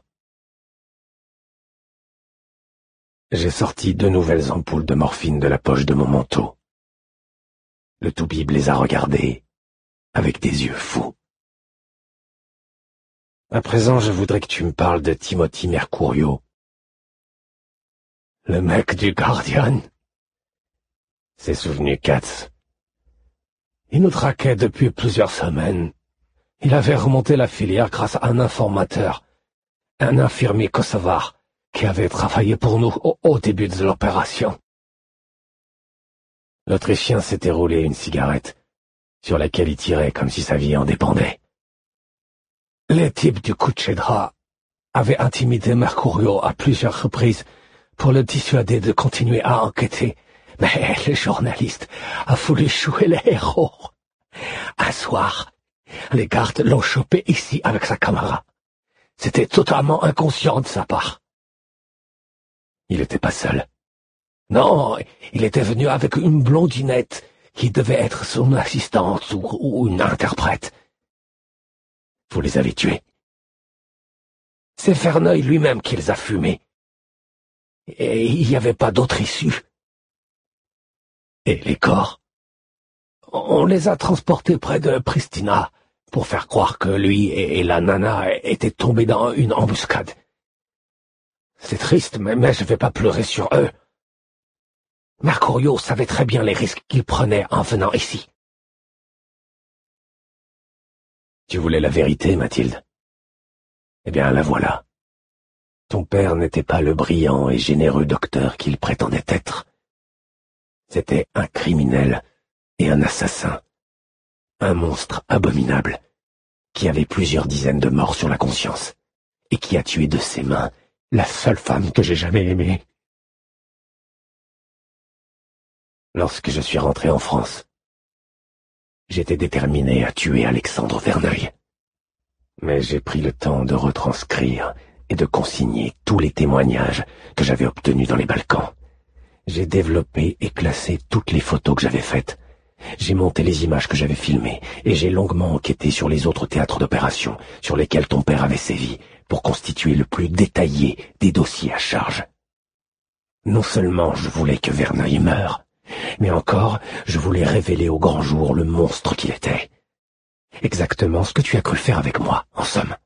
C: J'ai sorti 2 nouvelles ampoules de morphine de la poche de mon manteau. Le toubib les a regardées avec des yeux fous. À présent, je voudrais que tu me parles de Timothy Mercurio. Le mec du Guardian. C'est souvenu Katz. Il nous traquait depuis plusieurs semaines. Il avait remonté la filière grâce à un informateur, un infirmier kosovar, qui avait travaillé pour nous au début de l'opération. L'Autrichien s'était roulé une cigarette, sur laquelle il tirait comme si sa vie en dépendait. Les types du Kuchedra avaient intimidé Mercurio à plusieurs reprises pour le dissuader de continuer à enquêter, mais le journaliste a voulu jouer les héros. Un soir, les gardes l'ont chopé ici avec sa caméra. C'était totalement inconscient de sa part. Il n'était pas seul. Non, il était venu avec une blondinette qui devait être son assistante ou une interprète. Vous les avez tués. C'est Verneuil lui-même qui les a fumés. Et il n'y avait pas d'autre issue. Et les corps? On les a transportés près de Pristina pour faire croire que lui et la nana étaient tombés dans une embuscade. C'est triste, mais je vais pas pleurer sur eux. Mercurio savait très bien les risques qu'il prenait en venant ici. Tu voulais la vérité, Mathilde? Eh bien, la voilà. Ton père n'était pas le brillant et généreux docteur qu'il prétendait être. C'était un criminel et un assassin. Un monstre abominable, qui avait plusieurs dizaines de morts sur la conscience, et qui a tué de ses mains la seule femme que j'ai jamais aimée. Lorsque je suis rentré en France, j'étais déterminé à tuer Alexandre Verneuil. Mais j'ai pris le temps de retranscrire et de consigner tous les témoignages que j'avais obtenus dans les Balkans. J'ai développé et classé toutes les photos que j'avais faites. J'ai monté les images que j'avais filmées et j'ai longuement enquêté sur les autres théâtres d'opération sur lesquels ton père avait sévi pour constituer le plus détaillé des dossiers à charge. Non seulement je voulais que Verneuil meure, mais encore je voulais révéler au grand jour le monstre qu'il était. Exactement ce que tu as cru faire avec moi, en somme.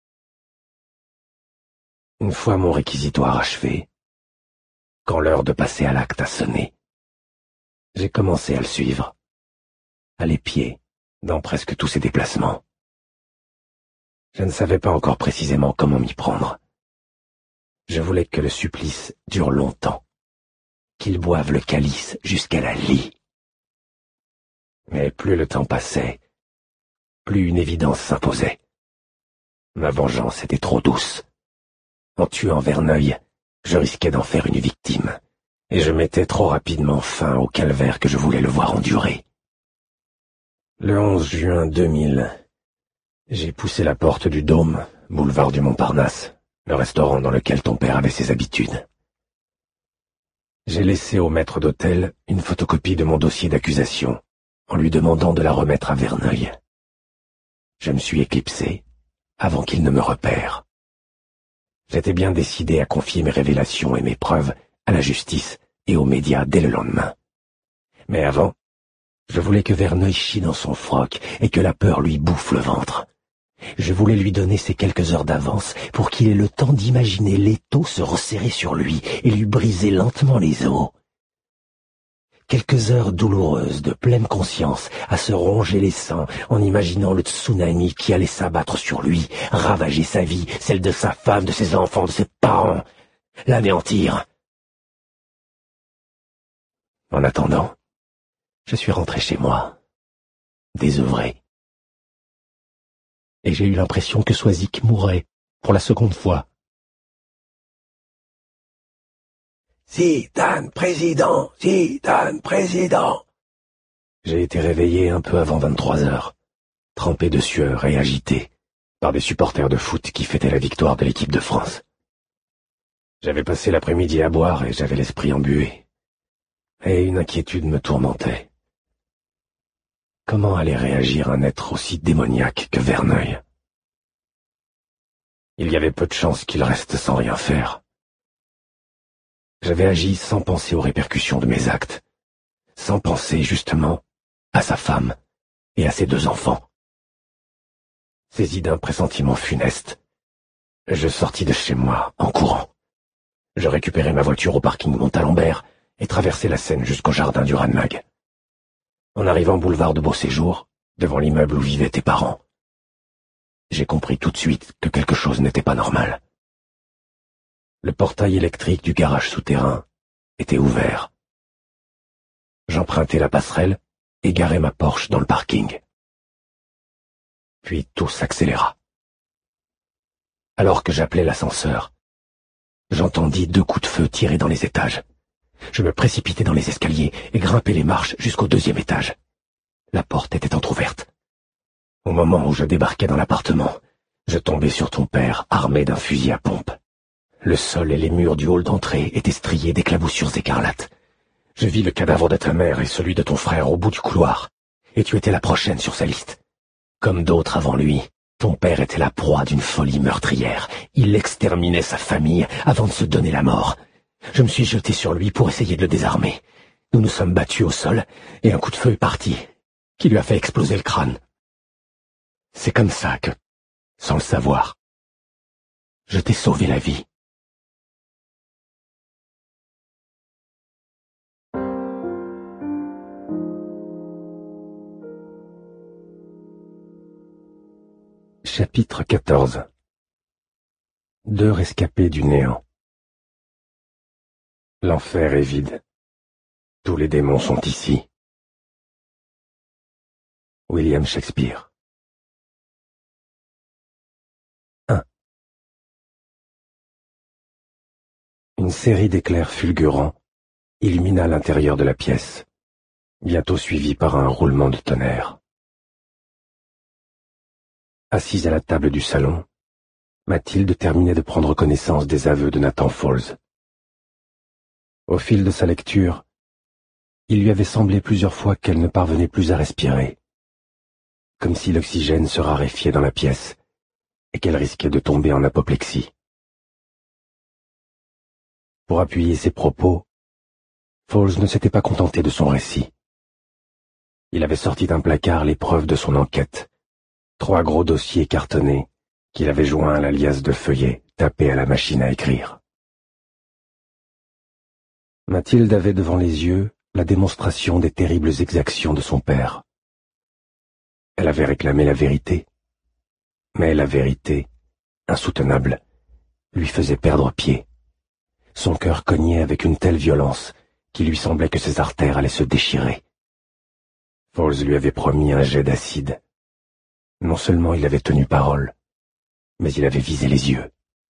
C: Une fois mon réquisitoire achevé, quand l'heure de passer à l'acte a sonné, j'ai commencé à le suivre, à l'épier, dans presque tous ses déplacements. Je ne savais pas encore précisément comment m'y prendre. Je voulais que le supplice dure longtemps, qu'il boive le calice jusqu'à la lie. Mais plus le temps passait, plus une évidence s'imposait. Ma vengeance était trop douce. En tuant Verneuil, je risquais d'en faire une victime, et je mettais trop rapidement fin au calvaire que je voulais le voir endurer. Le 11 juin 2000, j'ai poussé la porte du Dôme, boulevard du Montparnasse, le restaurant dans lequel ton père avait ses habitudes. J'ai laissé au maître d'hôtel une photocopie de mon dossier d'accusation, en lui demandant de la remettre à Verneuil. Je me suis éclipsé avant qu'il ne me repère. J'étais bien décidé à confier mes révélations et mes preuves à la justice et aux médias dès le lendemain. Mais avant, je voulais que Verneuil chie dans son froc et que la peur lui bouffe le ventre. Je voulais lui donner ces quelques heures d'avance pour qu'il ait le temps d'imaginer l'étau se resserrer sur lui et lui briser lentement les os. Quelques heures douloureuses de pleine conscience à se ronger les sangs en imaginant le tsunami qui allait s'abattre sur lui, ravager sa vie, celle de sa femme, de ses enfants, de ses parents, l'anéantir. En attendant, je suis rentré chez moi, désœuvré. Et j'ai eu l'impression que Swazik mourait pour la seconde fois.
A: Zidane président, Zidane président.
C: J'ai été réveillé un peu avant 23 heures, trempé de sueur et agité par des supporters de foot qui fêtaient la victoire de l'équipe de France. J'avais passé l'après-midi à boire et j'avais l'esprit embué. Et une inquiétude me tourmentait. Comment allait réagir un être aussi démoniaque que Verneuil? Il y avait peu de chances qu'il reste sans rien faire. J'avais agi sans penser aux répercussions de mes actes, sans penser, justement, à sa femme et à ses 2 enfants. Saisi d'un pressentiment funeste, je sortis de chez moi en courant. Je récupérai ma voiture au parking Montalembert et traversai la Seine jusqu'au jardin du Ranelagh. En arrivant boulevard de Beauséjour, devant l'immeuble où vivaient tes parents, j'ai compris tout de suite que quelque chose n'était pas normal. Le portail électrique du garage souterrain était ouvert. J'empruntai la passerelle et garai ma Porsche dans le parking. Puis tout s'accéléra. Alors que j'appelais l'ascenseur, j'entendis 2 coups de feu tirés dans les étages. Je me précipitai dans les escaliers et grimpai les marches jusqu'au 2e étage. La porte était entr'ouverte. Au moment où je débarquais dans l'appartement, je tombai sur ton père armé d'un fusil à pompe. Le sol et les murs du hall d'entrée étaient striés d'éclaboussures écarlates. Je vis le cadavre de ta mère et celui de ton frère au bout du couloir, et tu étais la prochaine sur sa liste. Comme d'autres avant lui, ton père était la proie d'une folie meurtrière. Il exterminait sa famille avant de se donner la mort. Je me suis jeté sur lui pour essayer de le désarmer. Nous nous sommes battus au sol, et un coup de feu est parti, qui lui a fait exploser le crâne. C'est comme ça que, sans le savoir, je t'ai sauvé la vie. Chapitre 14. 2 rescapés du néant. L'enfer est vide. Tous les démons sont ici. William Shakespeare. 1. Une série d'éclairs fulgurants illumina l'intérieur de la pièce, bientôt suivi par un roulement de tonnerre. Assise à la table du salon, Mathilde terminait de prendre connaissance des aveux de Nathan Falls. Au fil de sa lecture, il lui avait semblé plusieurs fois qu'elle ne parvenait plus à respirer, comme si l'oxygène se raréfiait dans la pièce et qu'elle risquait de tomber en apoplexie. Pour appuyer ses propos, Falls ne s'était pas contenté de son récit. Il avait sorti d'un placard les preuves de son enquête, 3 gros dossiers cartonnés qu'il avait joints à la liasse de feuillets tapés à la machine à écrire. Mathilde avait devant les yeux la démonstration des terribles exactions de son père. Elle avait réclamé la vérité, mais la vérité, insoutenable, lui faisait perdre pied. Son cœur cognait avec une telle violence qu'il lui semblait que ses artères allaient se déchirer. Falls lui avait promis un jet d'acide. Non seulement il avait tenu parole, mais il avait visé les yeux.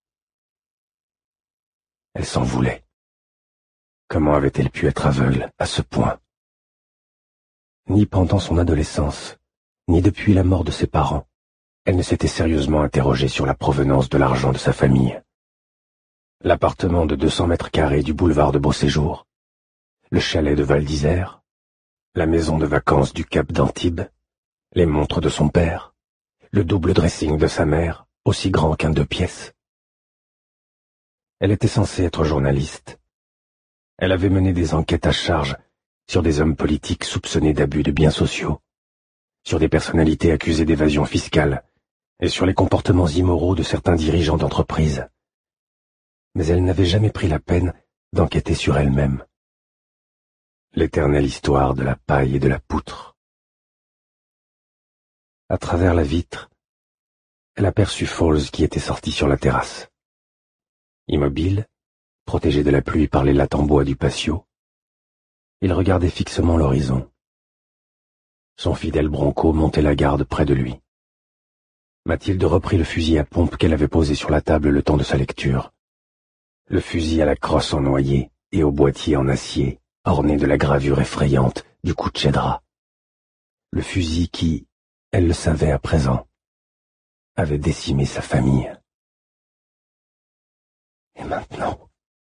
C: Elle s'en voulait. Comment avait-elle pu être aveugle à ce point? Ni pendant son adolescence, ni depuis la mort de ses parents, elle ne s'était sérieusement interrogée sur la provenance de l'argent de sa famille. L'appartement de 200 mètres carrés du boulevard de Beauséjour, le chalet de Val d'Isère, la maison de vacances du Cap d'Antibes, les montres de son père, le double dressing de sa mère, aussi grand qu'un 2 pièces. Elle était censée être journaliste. Elle avait mené des enquêtes à charge sur des hommes politiques soupçonnés d'abus de biens sociaux, sur des personnalités accusées d'évasion fiscale et sur les comportements immoraux de certains dirigeants d'entreprise. Mais elle n'avait jamais pris la peine d'enquêter sur elle-même. L'éternelle histoire de la paille et de la poutre. À travers la vitre, elle aperçut Falls qui était sorti sur la terrasse. Immobile, protégé de la pluie par les lattes en bois du patio. Il regardait fixement l'horizon. Son fidèle Bronco montait la garde près de lui. Mathilde reprit le fusil à pompe qu'elle avait posé sur la table le temps de sa lecture. Le fusil à la crosse en noyer et au boîtier en acier, orné de la gravure effrayante du coup de Chedra. Le fusil qui, elle le savait à présent, avait décimé sa famille. Et maintenant,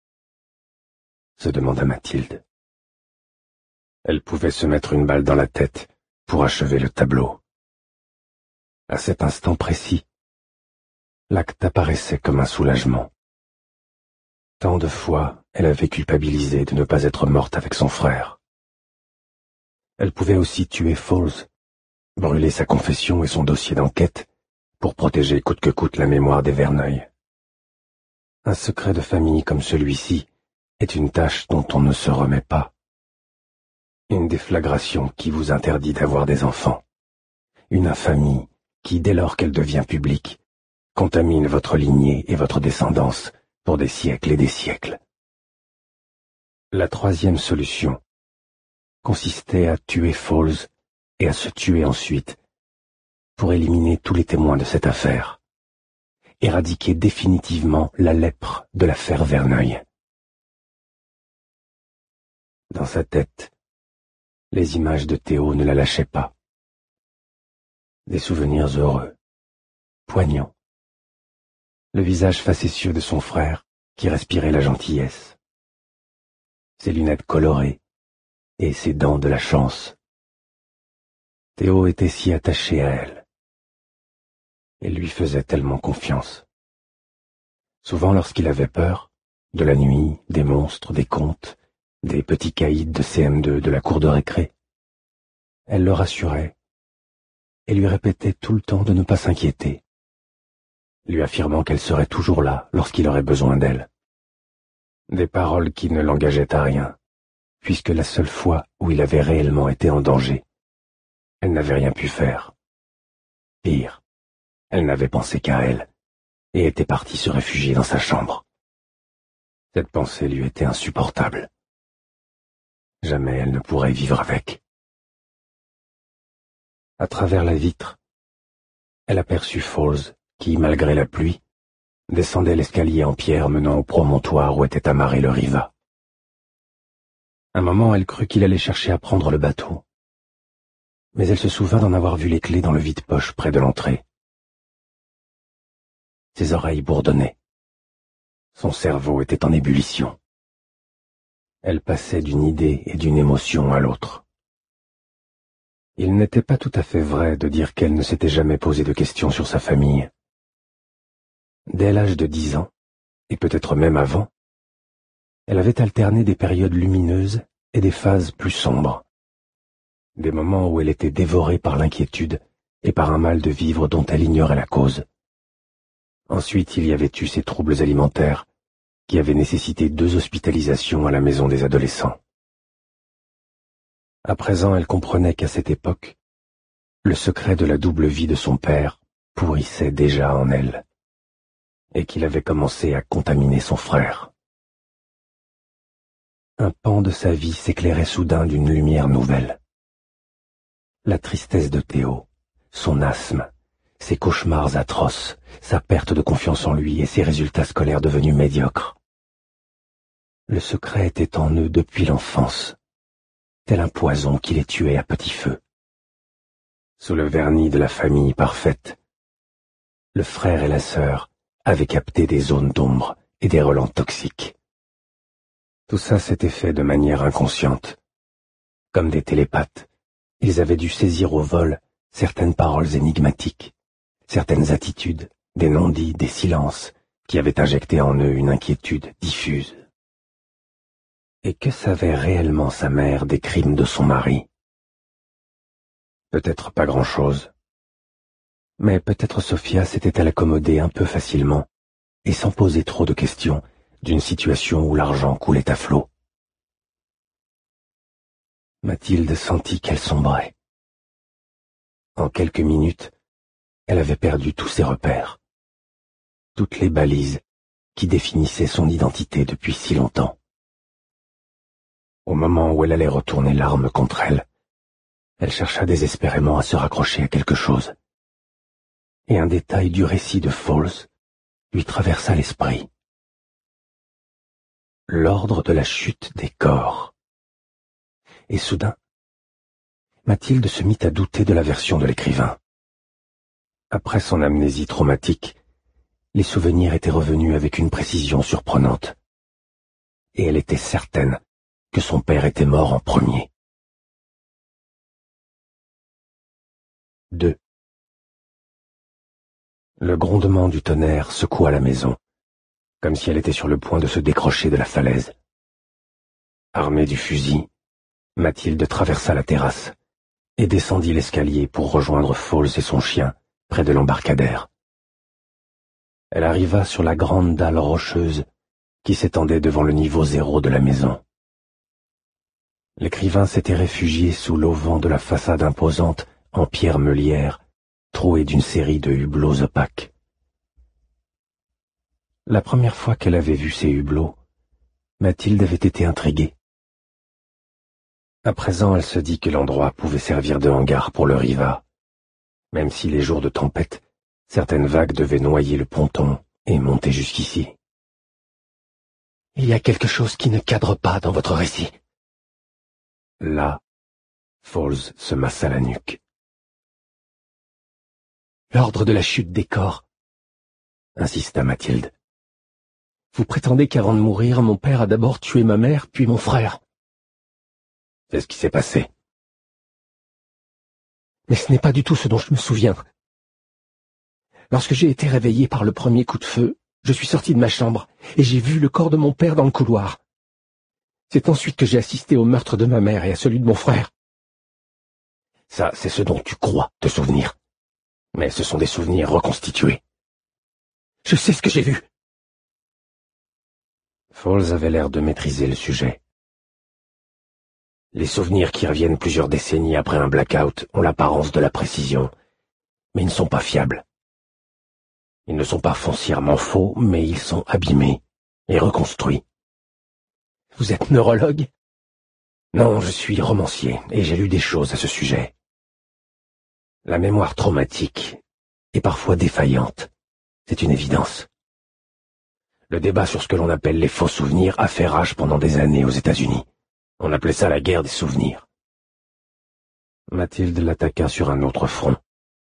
C: se demanda Mathilde. Elle pouvait se mettre une balle dans la tête pour achever le tableau. À cet instant précis, l'acte apparaissait comme un soulagement. Tant de fois, elle avait culpabilisé de ne pas être morte avec son frère. Elle pouvait aussi tuer Falls, brûler sa confession et son dossier d'enquête pour protéger coûte que coûte la mémoire des Verneuil. Un secret de famille comme celui-ci est une tâche dont on ne se remet pas. Une déflagration qui vous interdit d'avoir des enfants. Une infamie qui, dès lors qu'elle devient publique, contamine votre lignée et votre descendance pour des siècles et des siècles. La troisième solution consistait à tuer Falls et à se tuer ensuite pour éliminer tous les témoins de cette affaire, éradiquer définitivement la lèpre de l'affaire Verneuil. Dans sa tête, les images de Théo ne la lâchaient pas. Des souvenirs heureux, poignants. Le visage facétieux de son frère qui respirait la gentillesse. Ses lunettes colorées et ses dents de la chance. Théo était si attaché à elle. Elle lui faisait tellement confiance. Souvent lorsqu'il avait peur, de la nuit, des monstres, des contes, des petits caïds de CM2 de la cour de récré, elle le rassurait et lui répétait tout le temps de ne pas s'inquiéter, lui affirmant qu'elle serait toujours là lorsqu'il aurait besoin d'elle. Des paroles qui ne l'engageaient à rien, puisque la seule fois où il avait réellement été en danger, elle n'avait rien pu faire. Pire, elle n'avait pensé qu'à elle, et était partie se réfugier dans sa chambre. Cette pensée lui était insupportable. Jamais elle ne pourrait vivre avec. À travers la vitre, elle aperçut Falls qui, malgré la pluie, descendait l'escalier en pierre menant au promontoire où était amarré le Riva. Un moment, elle crut qu'il allait chercher à prendre le bateau. Mais elle se souvint d'en avoir vu les clés dans le vide-poche près de l'entrée. Ses oreilles bourdonnaient. Son cerveau était en ébullition. Elle passait d'une idée et d'une émotion à l'autre. Il n'était pas tout à fait vrai de dire qu'elle ne s'était jamais posé de questions sur sa famille. Dès l'âge de 10 ans, et peut-être même avant, elle avait alterné des périodes lumineuses et des phases plus sombres. Des moments où elle était dévorée par l'inquiétude et par un mal de vivre dont elle ignorait la cause. Ensuite, il y avait eu ces troubles alimentaires qui avaient nécessité 2 hospitalisations à la maison des adolescents. À présent, elle comprenait qu'à cette époque, le secret de la double vie de son père pourrissait déjà en elle, et qu'il avait commencé à contaminer son frère. Un pan de sa vie s'éclairait soudain d'une lumière nouvelle. La tristesse de Théo, son asthme, ses cauchemars atroces, sa perte de confiance en lui et ses résultats scolaires devenus médiocres. Le secret était en eux depuis l'enfance, tel un poison qui les tuait à petit feu. Sous le vernis de la famille parfaite, le frère et la sœur avaient capté des zones d'ombre et des relents toxiques. Tout ça s'était fait de manière inconsciente. Comme des télépathes, ils avaient dû saisir au vol certaines paroles énigmatiques, certaines attitudes, des non-dits, des silences, qui avaient injecté en eux une inquiétude diffuse. Et que savait réellement sa mère des crimes de son mari? Peut-être pas grand-chose. Mais peut-être Sophia s'était-elle accommodée un peu facilement, et sans poser trop de questions, d'une situation où l'argent coulait à flot. Mathilde sentit qu'elle sombrait. En quelques minutes, elle avait perdu tous ses repères. Toutes les balises qui définissait son identité depuis si longtemps. Au moment où elle allait retourner l'arme contre elle, elle chercha désespérément à se raccrocher à quelque chose. Et un détail du récit de Falls lui traversa l'esprit. L'ordre de la chute des corps. Et soudain, Mathilde se mit à douter de la version de l'écrivain. Après son amnésie traumatique, les souvenirs étaient revenus avec une précision surprenante. Et elle était certaine que son père était mort en premier. 2. Le grondement du tonnerre secoua la maison, comme si elle était sur le point de se décrocher de la falaise. Armée du fusil, Mathilde traversa la terrasse et descendit l'escalier pour rejoindre Falls et son chien près de l'embarcadère. Elle arriva sur la grande dalle rocheuse qui s'étendait devant le niveau zéro de la maison. L'écrivain s'était réfugié sous l'auvent de la façade imposante en pierre meulière, trouée d'une série de hublots opaques. La première fois qu'elle avait vu ces hublots, Mathilde avait été intriguée. À présent, elle se dit que l'endroit pouvait servir de hangar pour le Riva, même si les jours de tempête, certaines vagues devaient noyer le ponton et monter jusqu'ici. Il y a quelque chose qui ne cadre pas dans votre récit. Là, Falls se massa la nuque. L'ordre de la chute des corps, insista Mathilde. Vous prétendez qu'avant de mourir, mon père a d'abord tué ma mère, puis mon frère. C'est ce qui s'est passé. Mais ce n'est pas du tout ce dont je me souviens. Lorsque j'ai été réveillé par le premier coup de feu, je suis sorti de ma chambre et j'ai vu le corps de mon père dans le couloir. C'est ensuite que j'ai assisté au meurtre de ma mère et à celui de mon frère. Ça, c'est ce dont tu crois te souvenir. Mais ce sont des souvenirs reconstitués. Je sais ce que j'ai vu. Falls avait l'air de maîtriser le sujet. Les souvenirs qui reviennent plusieurs décennies après un blackout ont l'apparence de la précision, mais ils ne sont pas fiables. Ils ne sont pas foncièrement faux, mais ils sont abîmés et reconstruits. Vous êtes neurologue? Non, je suis romancier, et j'ai lu des choses à ce sujet. La mémoire traumatique est parfois défaillante, c'est une évidence. Le débat sur ce que l'on appelle les faux souvenirs a fait rage pendant des années aux États-Unis. On appelait ça la guerre des souvenirs. Mathilde l'attaqua sur un autre front.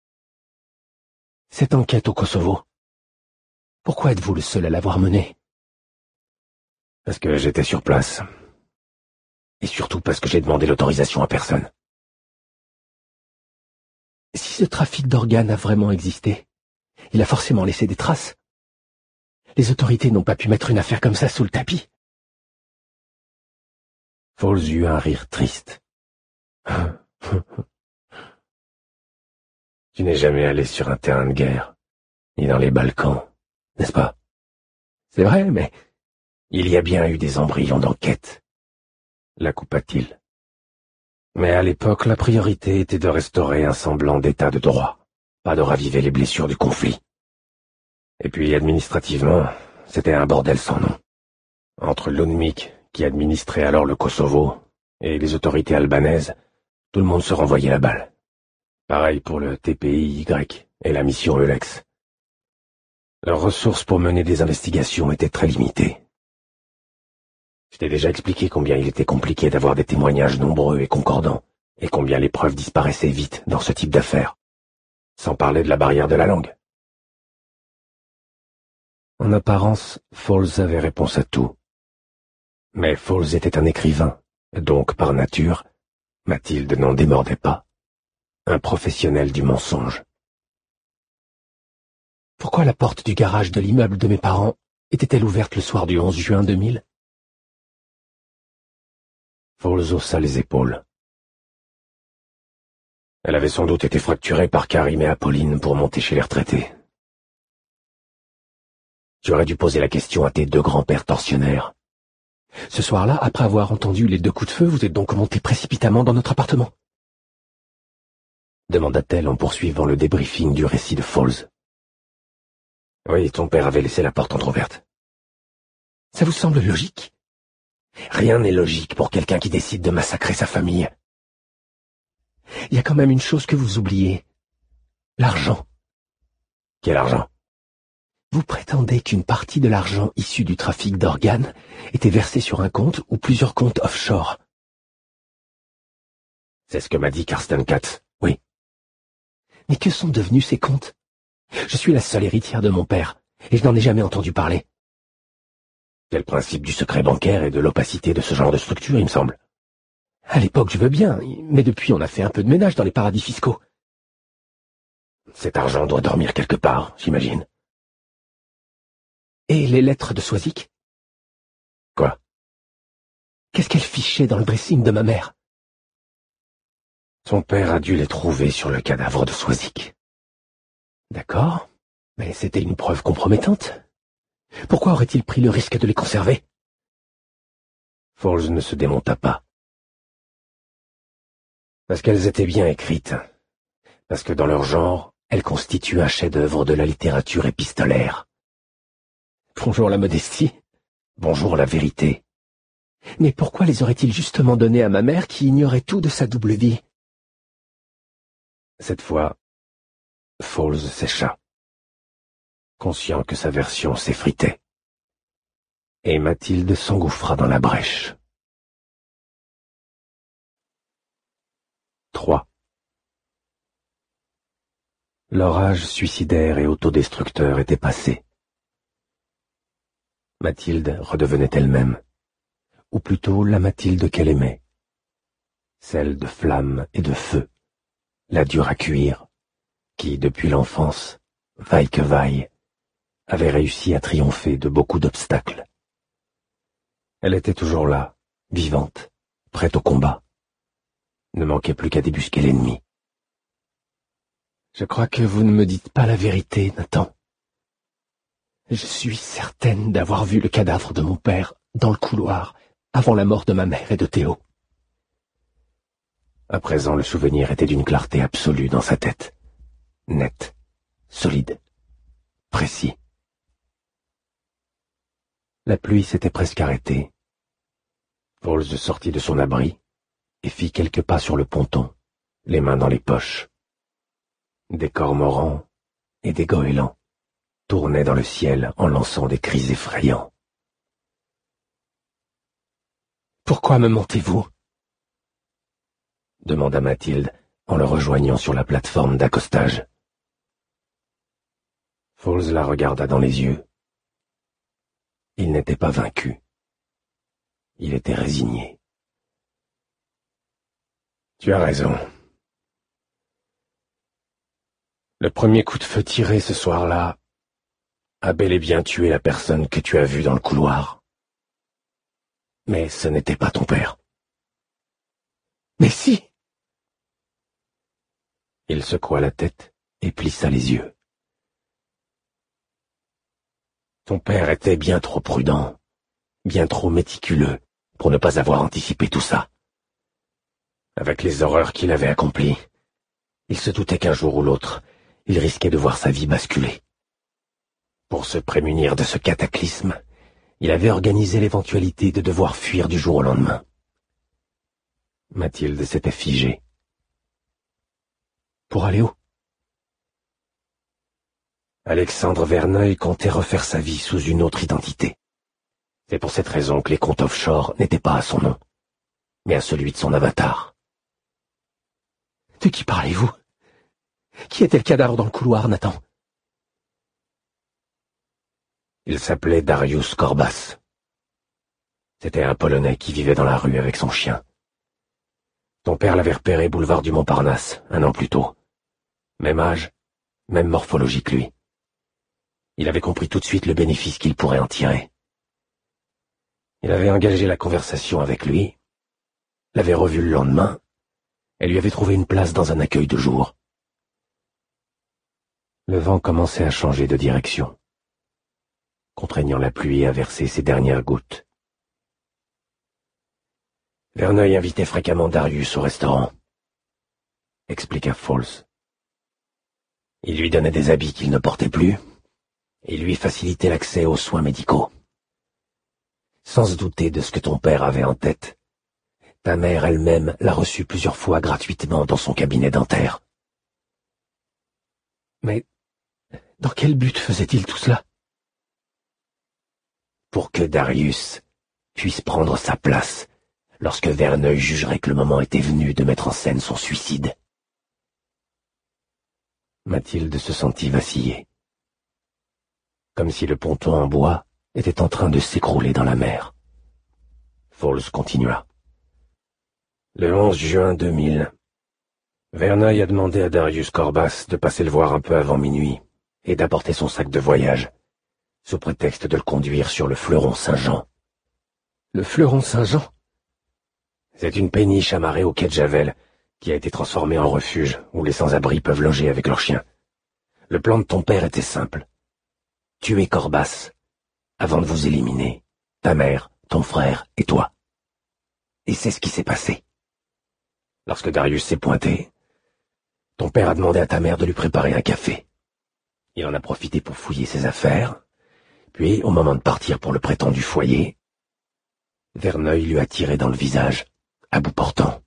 C: Cette enquête au Kosovo, pourquoi êtes-vous le seul à l'avoir menée? Parce que j'étais sur place. Et surtout parce que j'ai demandé l'autorisation à personne. Si ce trafic d'organes a vraiment existé, il a forcément laissé des traces. Les autorités n'ont pas pu mettre une affaire comme ça sous le tapis. Falls eut un rire triste. Tu n'es jamais allé sur un terrain de guerre, ni dans les Balkans, n'est-ce pas? C'est vrai, mais il y a bien eu des embryons d'enquête. La coupa-t-il. Mais à l'époque, la priorité était de restaurer un semblant d'état de droit, pas de raviver les blessures du conflit. Et puis, administrativement, c'était un bordel sans nom. Entre l'UNMIK, qui administrait alors le Kosovo, et les autorités albanaises, tout le monde se renvoyait la balle. Pareil pour le TPIY et la mission Eulex. Leurs ressources pour mener des investigations étaient très limitées. Je t'ai déjà expliqué combien il était compliqué d'avoir des témoignages nombreux et concordants, et combien les preuves disparaissaient vite dans ce type d'affaires, sans parler de la barrière de la langue. En apparence, Falls avait réponse à tout. Mais Falls était un écrivain, donc par nature, Mathilde n'en démordait pas. Un professionnel du mensonge. Pourquoi la porte du garage de l'immeuble de mes parents était-elle ouverte le soir du 11 juin 2000? Falls haussa les épaules. Elle avait sans doute été fracturée par Karim et Apolline pour monter chez les retraités. Tu aurais dû poser la question à tes deux grands-pères tortionnaires. Ce soir-là, après avoir entendu les 2 coups de feu, vous êtes donc monté précipitamment dans notre appartement? Demanda-t-elle en poursuivant le débriefing du récit de Falls. Oui, ton père avait laissé la porte entr'ouverte. Ça vous semble logique? Rien n'est logique pour quelqu'un qui décide de massacrer sa famille. Il y a quand même une chose que vous oubliez. L'argent.
A: Quel argent?
C: Vous prétendez qu'une partie de l'argent issu du trafic d'organes était versée sur un compte ou plusieurs comptes offshore.
A: C'est ce que m'a dit Karsten Katz, oui.
C: Mais que sont devenus ces comptes? Je suis la seule héritière de mon père, et je n'en ai jamais entendu parler.
A: C'est le principe du secret bancaire et de l'opacité de ce genre de structure, il me semble.
C: À l'époque, je veux bien, mais depuis, on a fait un peu de ménage dans les paradis fiscaux.
A: Cet argent doit dormir quelque part, j'imagine.
C: Et les lettres de Swazik?
A: Quoi?
C: Qu'est-ce qu'elle fichait dans le dressing de ma mère?
A: Son père a dû les trouver sur le cadavre de Swazik.
C: D'accord, mais c'était une preuve compromettante. Pourquoi aurait-il pris le risque de les conserver?
A: Falls ne se démonta pas. Parce qu'elles étaient bien écrites. Parce que dans leur genre, elles constituent un chef-d'œuvre de la littérature épistolaire.
C: Bonjour la modestie.
A: Bonjour la vérité.
C: Mais pourquoi les aurait-il justement données à ma mère qui ignorait tout de sa double vie?
A: Cette fois, Falls sécha, conscient que sa version s'effritait. Et Mathilde s'engouffra dans la brèche. 3. L'orage suicidaire et autodestructeur était passé. Mathilde redevenait elle-même, ou plutôt la Mathilde qu'elle aimait, celle de flamme et de feu, la dure à cuire, qui, depuis l'enfance, vaille que vaille, avait réussi à triompher de beaucoup d'obstacles. Elle était toujours là, vivante, prête au combat. Ne manquait plus qu'à débusquer l'ennemi.
C: Je crois que vous ne me dites pas la vérité, Nathan. Je suis certaine d'avoir vu le cadavre de mon père dans le couloir avant la mort de ma mère et de Théo.
A: À présent, le souvenir était d'une clarté absolue dans sa tête. Net, solide, précis. La pluie s'était presque arrêtée. Falls sortit de son abri et fit quelques pas sur le ponton, les mains dans les poches. Des cormorans et des goélands tournaient dans le ciel en lançant des cris effrayants.
C: « Pourquoi me mentez-vous »
A: demanda Mathilde en le rejoignant sur la plateforme d'accostage. Falls la regarda dans les yeux. Il n'était pas vaincu. Il était résigné. Tu as raison. Le premier coup de feu tiré ce soir-là a bel et bien tué la personne que tu as vue dans le couloir. Mais ce n'était pas ton père.
C: Mais si!
A: Il secoua la tête et plissa les yeux. Ton père était bien trop prudent, bien trop méticuleux pour ne pas avoir anticipé tout ça. Avec les horreurs qu'il avait accomplies, il se doutait qu'un jour ou l'autre, il risquait de voir sa vie basculer. Pour se prémunir de ce cataclysme, il avait organisé l'éventualité de devoir fuir du jour au lendemain. Mathilde s'était figée.
C: Pour aller où?
A: Alexandre Verneuil comptait refaire sa vie sous une autre identité. C'est pour cette raison que les comptes offshore n'étaient pas à son nom, mais à celui de son avatar.
C: De qui parlez-vous? Qui était le cadavre dans le couloir, Nathan?
A: Il s'appelait Darius Korbas. C'était un Polonais qui vivait dans la rue avec son chien. Ton père l'avait repéré boulevard du Montparnasse, 1 an plus tôt. Même âge, même morphologie que lui. Il avait compris tout de suite le bénéfice qu'il pourrait en tirer. Il avait engagé la conversation avec lui, l'avait revu le lendemain, et lui avait trouvé une place dans un accueil de jour. Le vent commençait à changer de direction, contraignant la pluie à verser ses dernières gouttes. Verneuil invitait fréquemment Darius au restaurant, expliqua Falls. Il lui donnait des habits qu'il ne portait plus, et lui facilitait l'accès aux soins médicaux.
C: sans se douter de ce que ton père avait en tête. Ta mère elle-même l'a reçu plusieurs fois gratuitement dans son cabinet dentaire. Mais dans quel but faisait-il tout cela? Pour que Darius puisse prendre sa place lorsque Verneuil jugerait que le moment était venu de mettre en scène son suicide. Mathilde se sentit vaciller, comme si le ponton en bois était en train de s'écrouler dans la mer. Fowles continua. Le 11 juin 2000, Verneuil a demandé à Darius Corbas de passer le voir un peu avant minuit et d'apporter son sac de voyage, sous prétexte de le conduire sur le Fleuron Saint-Jean. Le Fleuron Saint-Jean? C'est une péniche amarrée au quai de Javel, qui a été transformée en refuge où les sans-abri peuvent loger avec leurs chiens. Le plan de ton père était simple. Tuer Corbas, avant de vous éliminer, ta mère, ton frère et toi. Et c'est ce qui s'est passé. Lorsque Darius s'est pointé, ton père a demandé à ta mère de lui préparer un café. Il en a profité pour fouiller ses affaires, puis, au moment de partir pour le prétendu foyer, Verneuil lui a tiré dans le visage, à bout portant.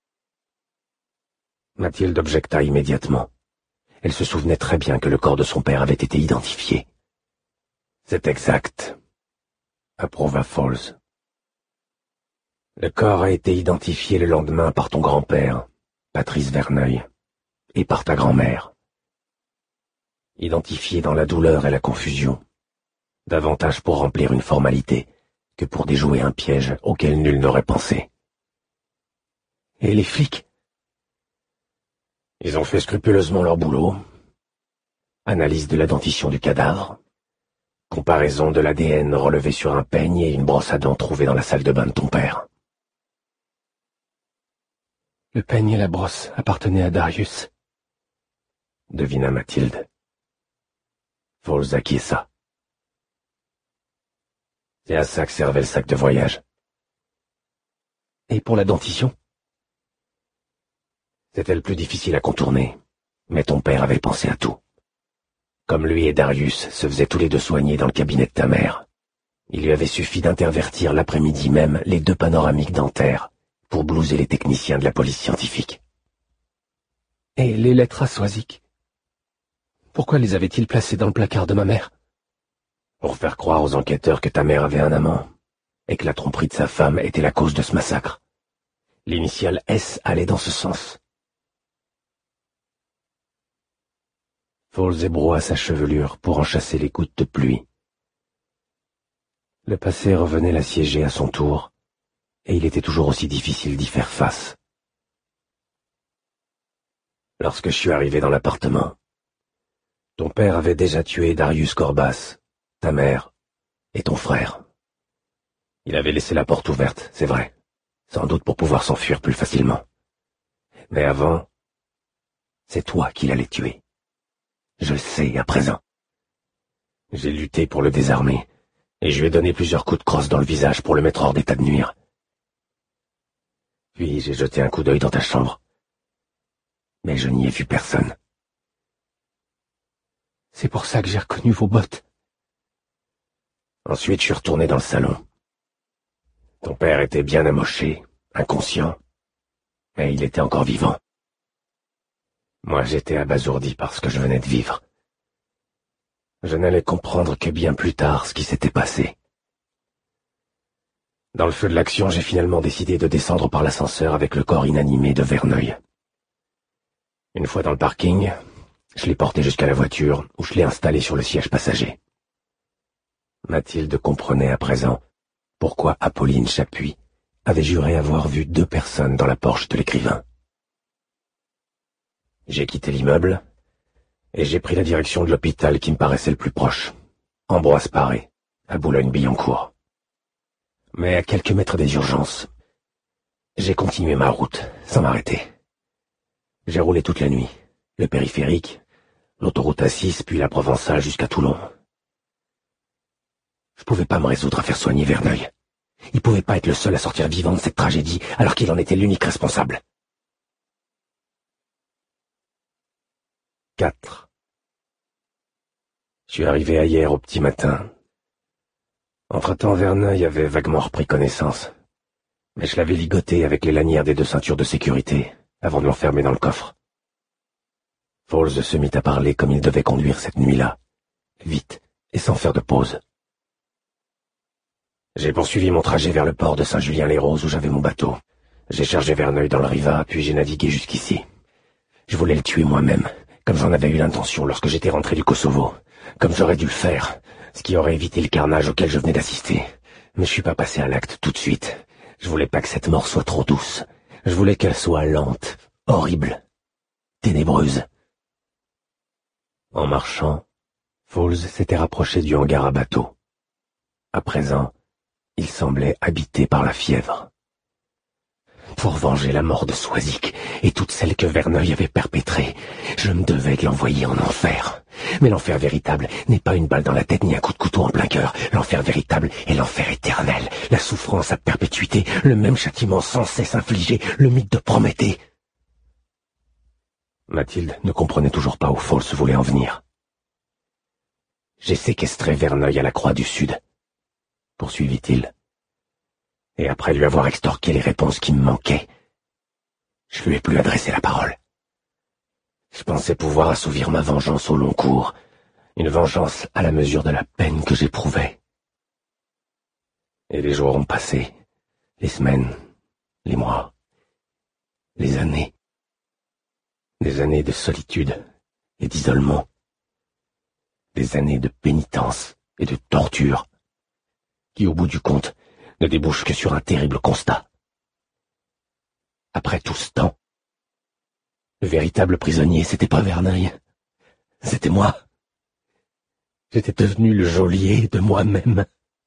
C: Mathilde objecta immédiatement. Elle se souvenait très bien que le corps de son père avait été identifié. C'est exact, approuva Fowles. Le corps a été identifié le lendemain par ton grand-père, Patrice Verneuil, et par ta grand-mère. Identifié dans la douleur et la confusion, davantage pour remplir une formalité que pour déjouer un piège auquel nul n'aurait pensé. Et les flics? Ils ont fait scrupuleusement leur boulot. Analyse de la dentition du cadavre, comparaison de l'ADN relevé sur un peigne et une brosse à dents trouvée dans la salle de bain de ton père. Le peigne et la brosse appartenaient à Darius, devina Mathilde. Fowles acquiesça. C'est à ça que servait le sac de voyage. Et pour la dentition? C'était le plus difficile à contourner, mais ton père avait pensé à tout. Comme lui et Darius se faisaient tous les deux soigner dans le cabinet de ta mère, il lui avait suffi d'intervertir l'après-midi même les 2 panoramiques dentaires pour blouser les techniciens de la police scientifique. Et les lettres à Soisic? Pourquoi les avait-il placées dans le placard de ma mère? Pour faire croire aux enquêteurs que ta mère avait un amant, et que la tromperie de sa femme était la cause de ce massacre. L'initiale S allait dans ce sens. Fowles ébroua sa chevelure pour en chasser les gouttes de pluie. Le passé revenait l'assiéger à son tour, et il était toujours aussi difficile d'y faire face. Lorsque je suis arrivé dans l'appartement, ton père avait déjà tué Darius Corbas, ta mère et ton frère. Il avait laissé la porte ouverte, c'est vrai, sans doute pour pouvoir s'enfuir plus facilement. Mais avant, c'est toi qui l'allais tuer. Je le sais à présent. J'ai lutté pour le désarmer, et je lui ai donné plusieurs coups de crosse dans le visage pour le mettre hors d'état de nuire. Puis j'ai jeté un coup d'œil dans ta chambre. Mais je n'y ai vu personne. C'est pour ça que j'ai reconnu vos bottes. Ensuite, je suis retourné dans le salon. Ton père était bien amoché, inconscient, mais il était encore vivant. Moi, j'étais abasourdi par ce que je venais de vivre. Je n'allais comprendre que bien plus tard ce qui s'était passé. Dans le feu de l'action, j'ai finalement décidé de descendre par l'ascenseur avec le corps inanimé de Verneuil. Une fois dans le parking, je l'ai porté jusqu'à la voiture, où je l'ai installé sur le siège passager. Mathilde comprenait à présent pourquoi Apolline Chapuis avait juré avoir vu 2 personnes dans la Porsche de l'écrivain. J'ai quitté l'immeuble, et j'ai pris la direction de l'hôpital qui me paraissait le plus proche, Ambroise Paré, à Boulogne-Billancourt. Mais à quelques mètres des urgences, j'ai continué ma route, sans m'arrêter. J'ai roulé toute la nuit, le périphérique, l'autoroute A6, puis la Provençale jusqu'à Toulon. Je pouvais pas me résoudre à faire soigner Verneuil. Il pouvait pas être le seul à sortir vivant de cette tragédie, alors qu'il en était l'unique responsable. 4. Je suis arrivé hier au petit matin, Entre-temps, Verneuil avait vaguement repris connaissance. Mais je l'avais ligoté avec les lanières des 2 ceintures de sécurité, avant de l'enfermer dans le coffre. Fawles se mit à parler comme il devait conduire cette nuit-là, vite et sans faire de pause. J'ai poursuivi mon trajet vers le port de Saint-Julien-les-Roses où j'avais mon bateau. J'ai chargé Verneuil dans le Riva, puis j'ai navigué jusqu'ici. Je voulais le tuer moi-même, comme j'en avais eu l'intention lorsque j'étais rentré du Kosovo, comme j'aurais dû le faire, ce qui aurait évité le carnage auquel je venais d'assister. Mais je suis pas passé à l'acte tout de suite. Je voulais pas que cette mort soit trop douce. Je voulais qu'elle soit lente, horrible, ténébreuse. En marchant, Fawles s'était rapproché du hangar à bateau. À présent, il semblait habité par la fièvre. Pour venger la mort de Swazik et toutes celles que Verneuil avait perpétrées, je me devais de l'envoyer en enfer. Mais l'enfer véritable n'est pas une balle dans la tête ni un coup de couteau en plein cœur. L'enfer véritable est l'enfer éternel, la souffrance à perpétuité, le même châtiment sans cesse infligé, le mythe de Prométhée. Mathilde ne comprenait toujours pas où Fawles voulait en venir. J'ai séquestré Verneuil à la Croix du Sud, poursuivit-il. Et après lui avoir extorqué les réponses qui me manquaient, je lui ai plus adressé la parole. Je pensais pouvoir assouvir ma vengeance au long cours, une vengeance à la mesure de la peine que j'éprouvais. Et les jours ont passé, les semaines, les mois, les années. Des années de solitude et d'isolement. Des années de pénitence et de torture, qui au bout du compte ne débouchent que sur un terrible constat. Après tout ce temps, le véritable prisonnier, c'était pas Verneuil, c'était moi. J'étais devenu le geôlier de moi-même.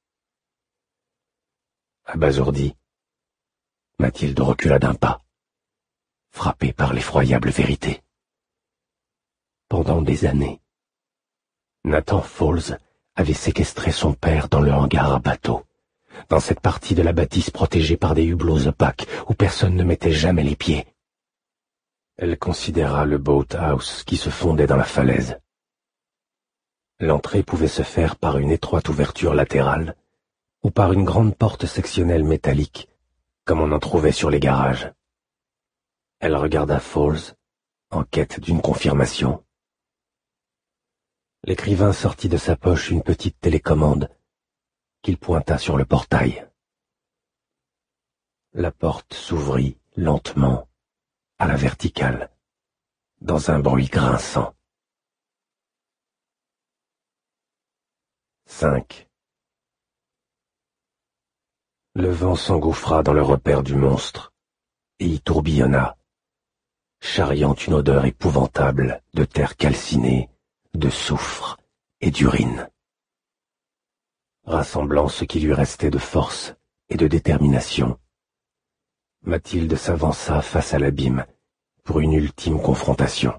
C: Abasourdie, Mathilde recula d'un pas, frappée par l'effroyable vérité. Pendant des années, Nathan Fawles avait séquestré son père dans le hangar à bateau, dans cette partie de la bâtisse protégée par des hublots opaques où personne ne mettait jamais les pieds. Elle considéra le boathouse qui se fondait dans la falaise. L'entrée pouvait se faire par une étroite ouverture latérale ou par une grande porte sectionnelle métallique, comme on en trouvait sur les garages. Elle regarda Fawles, en quête d'une confirmation. L'écrivain sortit de sa poche une petite télécommande qu'il pointa sur le portail. La porte s'ouvrit lentement, à la verticale, dans un bruit grinçant. 5. Le vent s'engouffra dans le repaire du monstre et y tourbillonna, charriant une odeur épouvantable de terre calcinée, de soufre et d'urine. Rassemblant ce qui lui restait de force et de détermination, Mathilde s'avança face à l'abîme pour une ultime confrontation.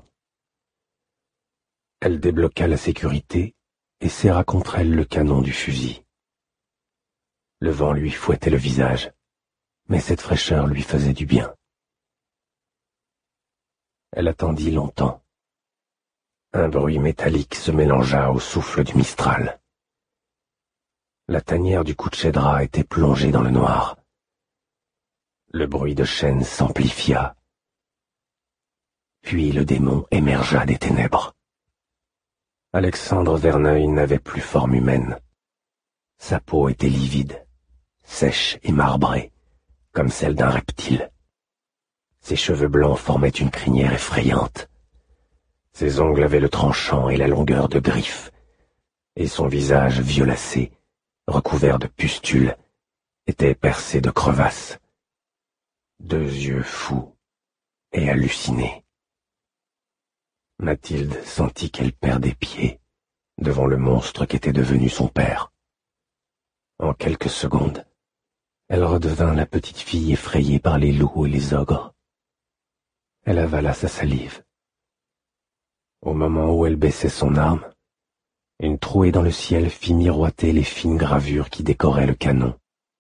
C: Elle débloqua la sécurité et serra contre elle le canon du fusil. Le vent lui fouettait le visage, mais cette fraîcheur lui faisait du bien. Elle attendit longtemps. Un bruit métallique se mélangea au souffle du Mistral. La tanière du coup de chédra était plongée dans le noir. Le bruit de chaîne s'amplifia. Puis le démon émergea des ténèbres. Alexandre Verneuil n'avait plus forme humaine. Sa peau était livide, sèche et marbrée, comme celle d'un reptile. Ses cheveux blancs formaient une crinière effrayante. Ses ongles avaient le tranchant et la longueur de griffes, et son visage violacé, recouvert de pustules, était percé de crevasses. 2 yeux fous et hallucinés. Mathilde sentit qu'elle perdait pied devant le monstre qu'était devenu son père. En quelques secondes, elle redevint la petite fille effrayée par les loups et les ogres. Elle avala sa salive. Au moment où elle baissait son arme, une trouée dans le ciel fit miroiter les fines gravures qui décoraient le canon.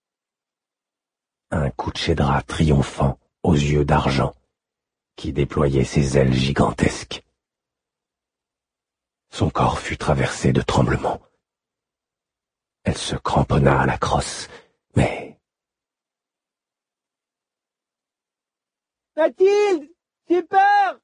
C: Un coup de chédra triomphant aux yeux d'argent qui déployait ses ailes gigantesques. Son corps fut traversé de tremblements. Elle se cramponna à la crosse, mais...
E: Mathilde, j'ai peur!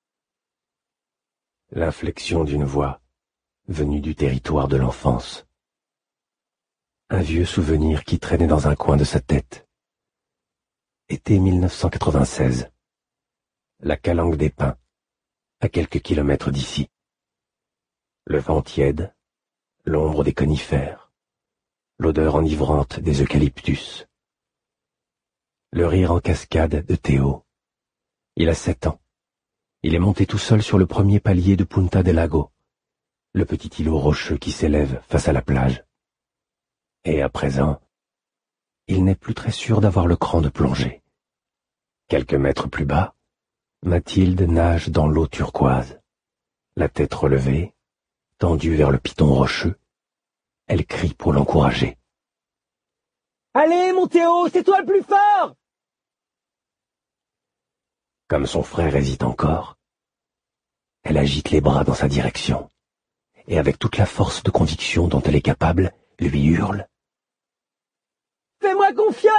C: L'inflexion d'une voix venue du territoire de l'enfance. Un vieux souvenir qui traînait dans un coin de sa tête. Été 1996. La calanque des pins, à quelques kilomètres d'ici. Le vent tiède, l'ombre des conifères, l'odeur enivrante des eucalyptus. Le rire en cascade de Théo. Il a 7 ans. Il est monté tout seul sur le premier palier de Punta del Lago, le petit îlot rocheux qui s'élève face à la plage. Et à présent, il n'est plus très sûr d'avoir le cran de plonger. Quelques mètres plus bas, Mathilde nage dans l'eau turquoise, la tête relevée, tendue vers le piton rocheux. Elle crie pour l'encourager.
E: « Allez, mon Théo, c'est toi le plus fort !»
C: Comme son frère hésite encore, elle agite les bras dans sa direction, et avec toute la force de conviction dont elle est capable, lui hurle.
E: « Fais-moi confiance !»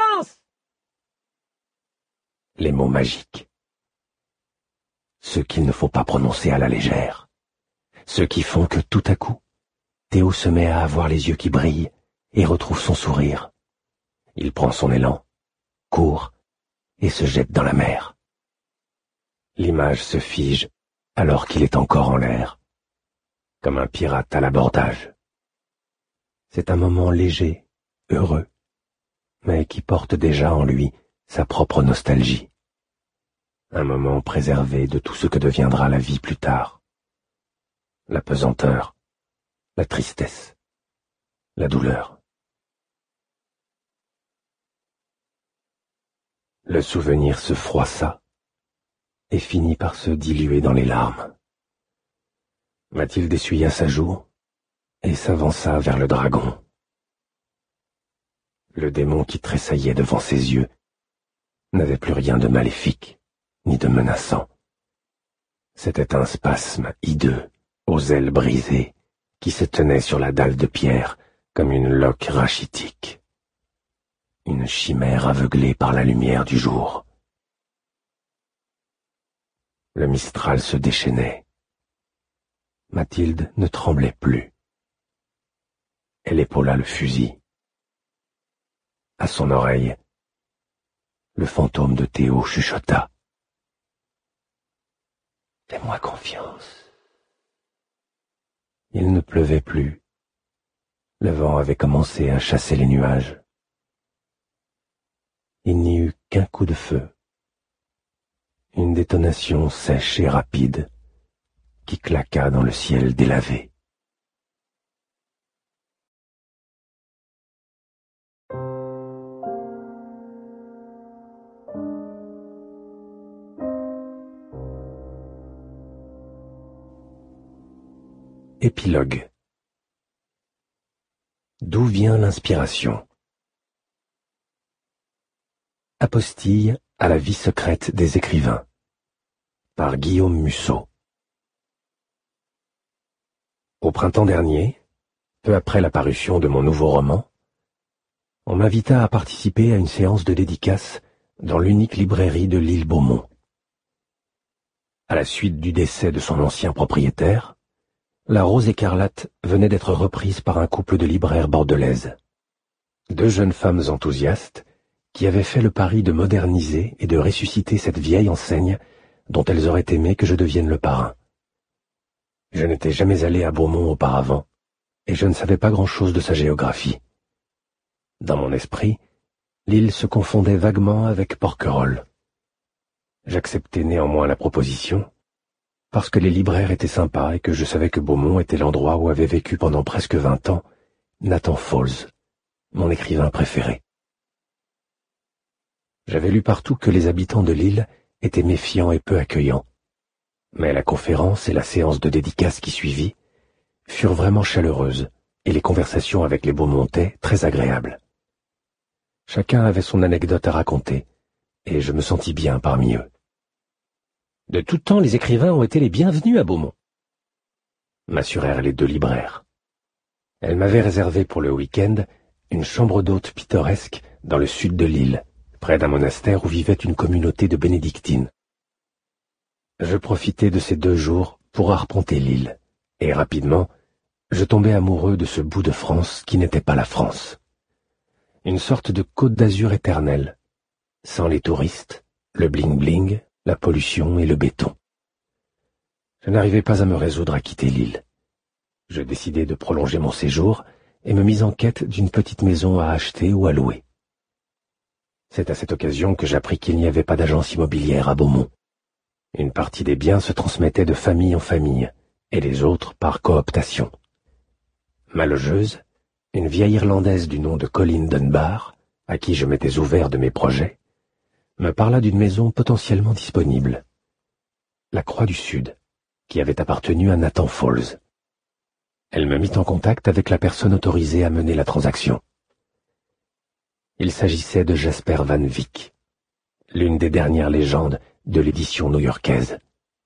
C: Les mots magiques. Ceux qu'il ne faut pas prononcer à la légère. Ceux qui font que tout à coup, Théo se met à avoir les yeux qui brillent et retrouve son sourire. Il prend son élan, court et se jette dans la mer. L'image se fige alors qu'il est encore en l'air, comme un pirate à l'abordage. C'est un moment léger, heureux, mais qui porte déjà en lui sa propre nostalgie. Un moment préservé de tout ce que deviendra la vie plus tard. La pesanteur, la tristesse, la douleur. Le souvenir se froissa et finit par se diluer dans les larmes. Mathilde essuya sa joue et s'avança vers le dragon. Le démon qui tressaillait devant ses yeux n'avait plus rien de maléfique ni de menaçant. C'était un spasme hideux, aux ailes brisées, qui se tenait sur la dalle de pierre comme une loque rachitique. Une chimère aveuglée par la lumière du jour. Le mistral se déchaînait. Mathilde ne tremblait plus. Elle épaula le fusil. À son oreille, le fantôme de Théo chuchota. « Fais-moi confiance. » Il ne pleuvait plus. Le vent avait commencé à chasser les nuages. Il n'y eut qu'un coup de feu. Une détonation sèche et rapide qui claqua dans le ciel délavé. Épilogue. D'où vient l'inspiration? Apostille à la vie secrète des écrivains, par Guillaume Musso. Au printemps dernier, peu après la parution de mon nouveau roman, on m'invita à participer à une séance de dédicace dans l'unique librairie de l'île Beaumont. À la suite du décès de son ancien propriétaire, La Rose écarlate venait d'être reprise par un couple de libraires bordelaises. 2 jeunes femmes enthousiastes qui avaient fait le pari de moderniser et de ressusciter cette vieille enseigne dont elles auraient aimé que je devienne le parrain. Je n'étais jamais allé à Beaumont auparavant, et je ne savais pas grand-chose de sa géographie. Dans mon esprit, l'île se confondait vaguement avec Porquerolles. J'acceptai néanmoins la proposition, parce que les libraires étaient sympas et que je savais que Beaumont était l'endroit où avait vécu pendant presque 20 ans Nathan Falls, mon écrivain préféré. J'avais lu partout que les habitants de l'île étaient méfiants et peu accueillants, mais la conférence et la séance de dédicace qui suivit furent vraiment chaleureuses et les conversations avec les Beaumontais très agréables. Chacun avait son anecdote à raconter, et je me sentis bien parmi eux. De tout temps, les écrivains ont été les bienvenus à Beaumont, m'assurèrent les 2 libraires. Elle m'avait réservé pour le week-end une chambre d'hôte pittoresque dans le sud de l'île, près d'un monastère où vivait une communauté de bénédictines. Je profitais de ces 2 jours pour arpenter l'île, et rapidement, je tombais amoureux de ce bout de France qui n'était pas la France. Une sorte de côte d'Azur éternelle, sans les touristes, le bling-bling, la pollution et le béton. Je n'arrivais pas à me résoudre à quitter l'île. Je décidai de prolonger mon séjour et me mis en quête d'une petite maison à acheter ou à louer. C'est à cette occasion que j'appris qu'il n'y avait pas d'agence immobilière à Beaumont. Une partie des biens se transmettait de famille en famille, et les autres par cooptation. Ma logeuse, une vieille Irlandaise du nom de Colleen Dunbar, à qui je m'étais ouvert de mes projets, me parla d'une maison potentiellement disponible. La Croix du Sud, qui avait appartenu à Nathan Falls. Elle me mit en contact avec la personne autorisée à mener la transaction. Il s'agissait de Jasper Van Wyck, l'une des dernières légendes de l'édition new-yorkaise.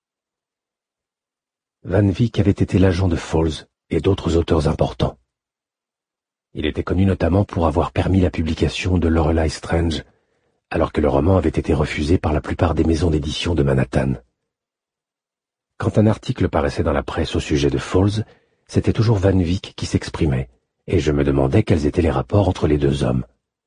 C: Van Wyck avait été l'agent de Falls et d'autres auteurs importants. Il était connu notamment pour avoir permis la publication de Lorelei Strange, alors que le roman avait été refusé par la plupart des maisons d'édition de Manhattan. Quand un article paraissait dans la presse au sujet de Falls, c'était toujours Van Wyck qui s'exprimait, et je me demandais quels étaient les rapports entre les 2 hommes.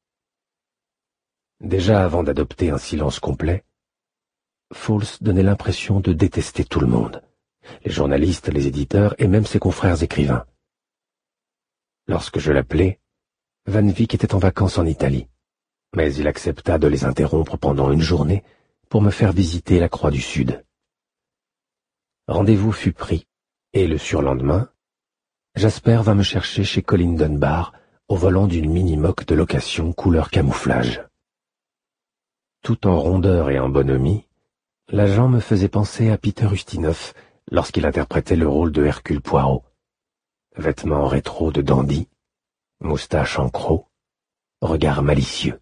C: Déjà avant d'adopter un silence complet, Falls donnait l'impression de détester tout le monde, les journalistes, les éditeurs et même ses confrères écrivains. Lorsque je l'appelai, Van Wyck était en vacances en Italie, mais il accepta de les interrompre pendant une journée pour me faire visiter la Croix du Sud. Rendez-vous fut pris, et le surlendemain, Jasper vint me chercher chez Colleen Dunbar au volant d'une mini-moque de location couleur camouflage. Tout en rondeur et en bonhomie, l'agent me faisait penser à Peter Ustinov lorsqu'il interprétait le rôle de Hercule Poirot. Vêtements rétro de dandy, moustache en croc, regard malicieux.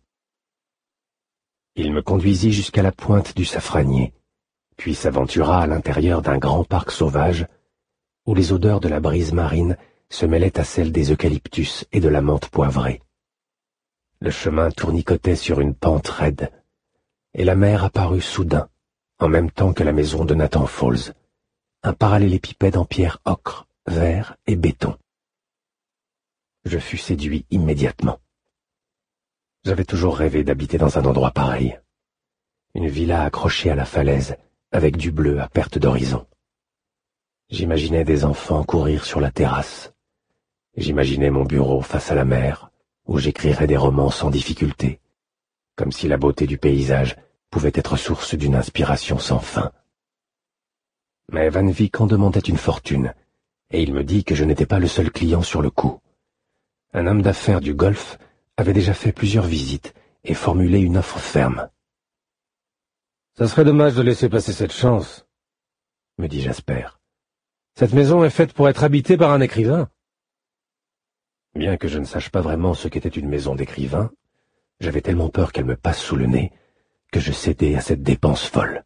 C: Il me conduisit jusqu'à la pointe du Safranier, puis s'aventura à l'intérieur d'un grand parc sauvage où les odeurs de la brise marine se mêlaient à celles des eucalyptus et de la menthe poivrée. Le chemin tournicotait sur une pente raide, et la mer apparut soudain, en même temps que la maison de Nathan Falls, un parallélépipède en pierre ocre, verre et béton. Je fus séduit immédiatement. J'avais toujours rêvé d'habiter dans un endroit pareil. Une villa accrochée à la falaise, avec du bleu à perte d'horizon. J'imaginais des enfants courir sur la terrasse. J'imaginais mon bureau face à la mer, où j'écrirais des romans sans difficulté, comme si la beauté du paysage pouvait être source d'une inspiration sans fin. Mais Van Wyck en demandait une fortune, et il me dit que je n'étais pas le seul client sur le coup. Un homme d'affaires du Golfe avait déjà fait plusieurs visites et formulé une offre ferme.
A: « Ça serait dommage de laisser passer cette chance, » me dit Jasper. « Cette maison est faite pour être habitée par un écrivain. » Bien que je ne sache pas vraiment ce qu'était une maison d'écrivain, j'avais tellement peur qu'elle me passe sous le nez que je cédai à cette dépense folle.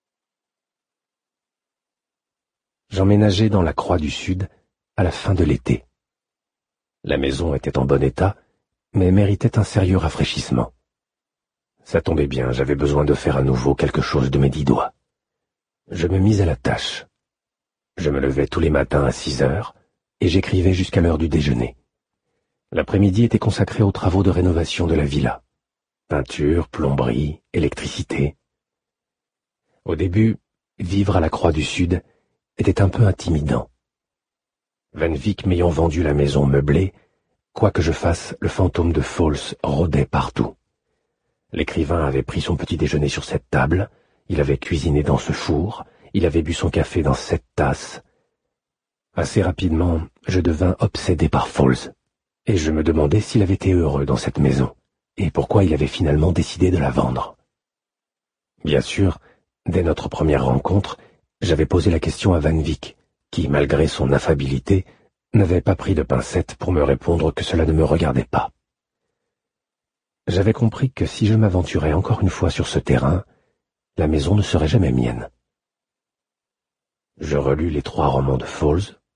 A: J'emménageai dans la Croix du Sud à la fin de l'été. La maison était en bon état, mais méritait un sérieux rafraîchissement. Ça tombait bien, j'avais besoin de faire à nouveau quelque chose de mes 10 doigts. Je me mis à la tâche. Je me levais tous les matins à 6 heures et j'écrivais jusqu'à l'heure du déjeuner. L'après-midi était consacré aux travaux de rénovation de la villa. Peinture, plomberie, électricité. Au début, vivre à la Croix du Sud était un peu intimidant. Van Wyck m'ayant vendu la maison meublée, quoi que je fasse, le fantôme de Falls rôdait partout. L'écrivain avait pris son petit déjeuner sur cette table, il avait cuisiné dans ce four, il avait bu son café dans cette tasse. Assez rapidement, je devins obsédé par Falls, et je me demandais s'il avait été heureux dans cette maison, et pourquoi il avait finalement décidé de la vendre. Bien sûr, dès notre première rencontre, j'avais posé la question à Van Wyck, qui, malgré son affabilité, n'avait pas pris de pincettes pour me répondre que cela ne me regardait pas. J'avais compris que si je m'aventurais encore une fois sur ce terrain, la maison ne serait jamais mienne. Je relus les 3 romans de Falls,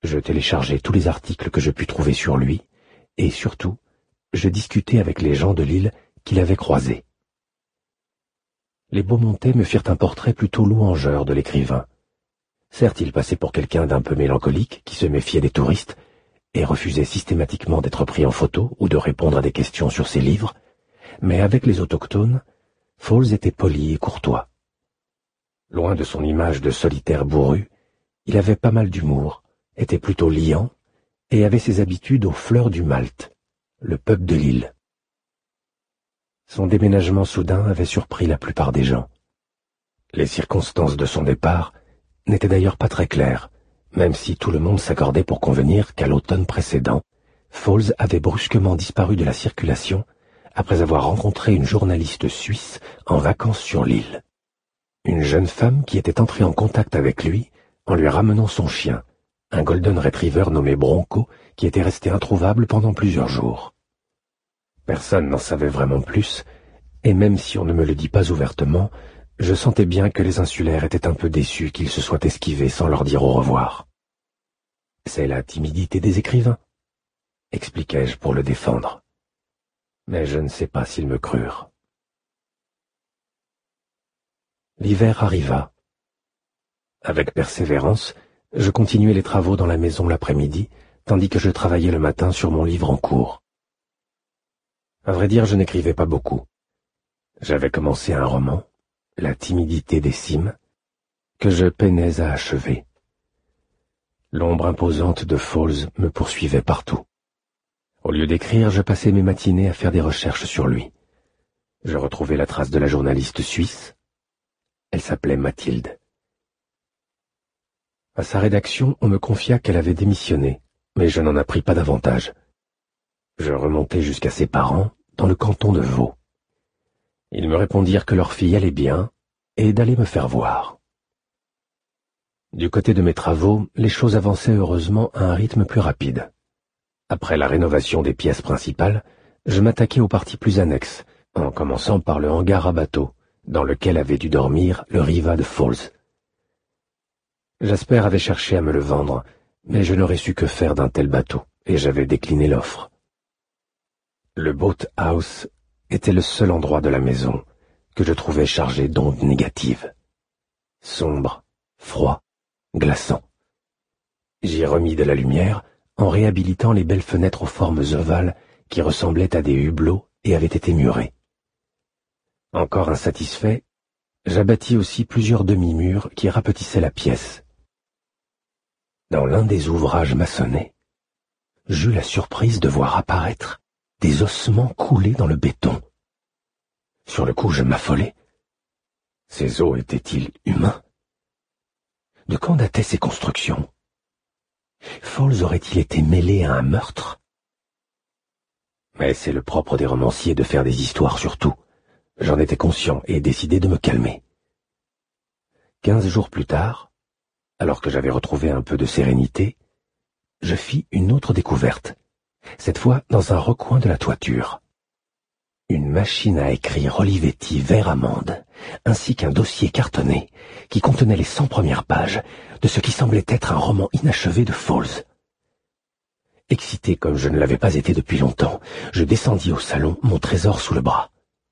C: Je téléchargeais tous les articles que je pus trouver sur lui, et surtout, je discutais avec les gens de l'île qu'il avait croisés. Les Beaumontais me firent un portrait plutôt louangeur de l'écrivain. Certes, il passait pour quelqu'un d'un peu mélancolique, qui se méfiait des touristes, et refusait systématiquement d'être pris en photo ou de répondre à des questions sur ses livres, mais avec les autochtones, Falls était poli et courtois. Loin de son image de solitaire bourru, il avait pas mal d'humour, était plutôt liant, et avait ses habitudes aux fleurs du Malte, le peuple de l'île. Son déménagement soudain avait surpris la plupart des gens. Les circonstances de son départ n'étaient d'ailleurs pas très claires, même si tout le monde s'accordait pour convenir qu'à l'automne précédent, Falls avait brusquement disparu de la circulation après avoir rencontré une journaliste suisse en vacances sur l'île. Une jeune femme qui était entrée en contact avec lui en lui ramenant son chien, un golden retriever nommé Bronco qui était resté introuvable pendant plusieurs jours. Personne n'en savait vraiment plus, et même si on ne me le dit pas ouvertement, je sentais bien que les insulaires étaient un peu déçus qu'ils se soient esquivés sans leur dire au revoir. « C'est la timidité des écrivains », expliquai-je pour le défendre. Mais je ne sais pas s'ils me crurent. L'hiver arriva. Avec persévérance, je continuais les travaux dans la maison l'après-midi, tandis que je travaillais le matin sur mon livre en cours. À vrai dire, je n'écrivais pas beaucoup. J'avais commencé un roman, La timidité des cimes, que je peinais à achever. L'ombre imposante de Falls me poursuivait partout. Au lieu d'écrire, je passais mes matinées à faire des recherches sur lui. Je retrouvais la trace de la journaliste suisse. Elle s'appelait Mathilde. À sa rédaction, on me confia qu'elle avait démissionné, mais je n'en appris pas davantage. Je remontai jusqu'à ses parents, dans le canton de Vaud. Ils me répondirent que leur fille allait bien, et d'aller me faire voir. Du côté de mes travaux, les choses avançaient heureusement à un rythme plus rapide. Après la rénovation des pièces principales, je m'attaquai aux parties plus annexes, en commençant par le hangar à bateaux, dans lequel avait dû dormir le Riva de Falls. Jasper avait cherché à me le vendre, mais je n'aurais su que faire d'un tel bateau, et j'avais décliné l'offre. Le boat house était le seul endroit de la maison que je trouvais chargé d'ondes négatives. Sombre, froid, glaçant. J'y remis de la lumière en réhabilitant les belles fenêtres aux formes ovales qui ressemblaient à des hublots et avaient été murées. Encore insatisfait, j'abattis aussi plusieurs demi-murs qui rapetissaient la pièce. Dans l'un des ouvrages maçonnés, j'eus la surprise de voir apparaître des ossements coulés dans le béton. Sur le coup, je m'affolai. Ces os étaient-ils humains? De quand dataient ces constructions? Falls aurait-il été mêlé à un meurtre? Mais c'est le propre des romanciers de faire des histoires sur tout. J'en étais conscient et décidai de me calmer. 15 jours plus tard, alors que j'avais retrouvé un peu de sérénité, je fis une autre découverte, cette fois dans un recoin de la toiture. Une machine à écrire Olivetti vert amande, ainsi qu'un dossier cartonné qui contenait les 100 premières pages de ce qui semblait être un roman inachevé de Falls. Excité comme je ne l'avais pas été depuis longtemps, je descendis au salon, mon trésor sous le bras.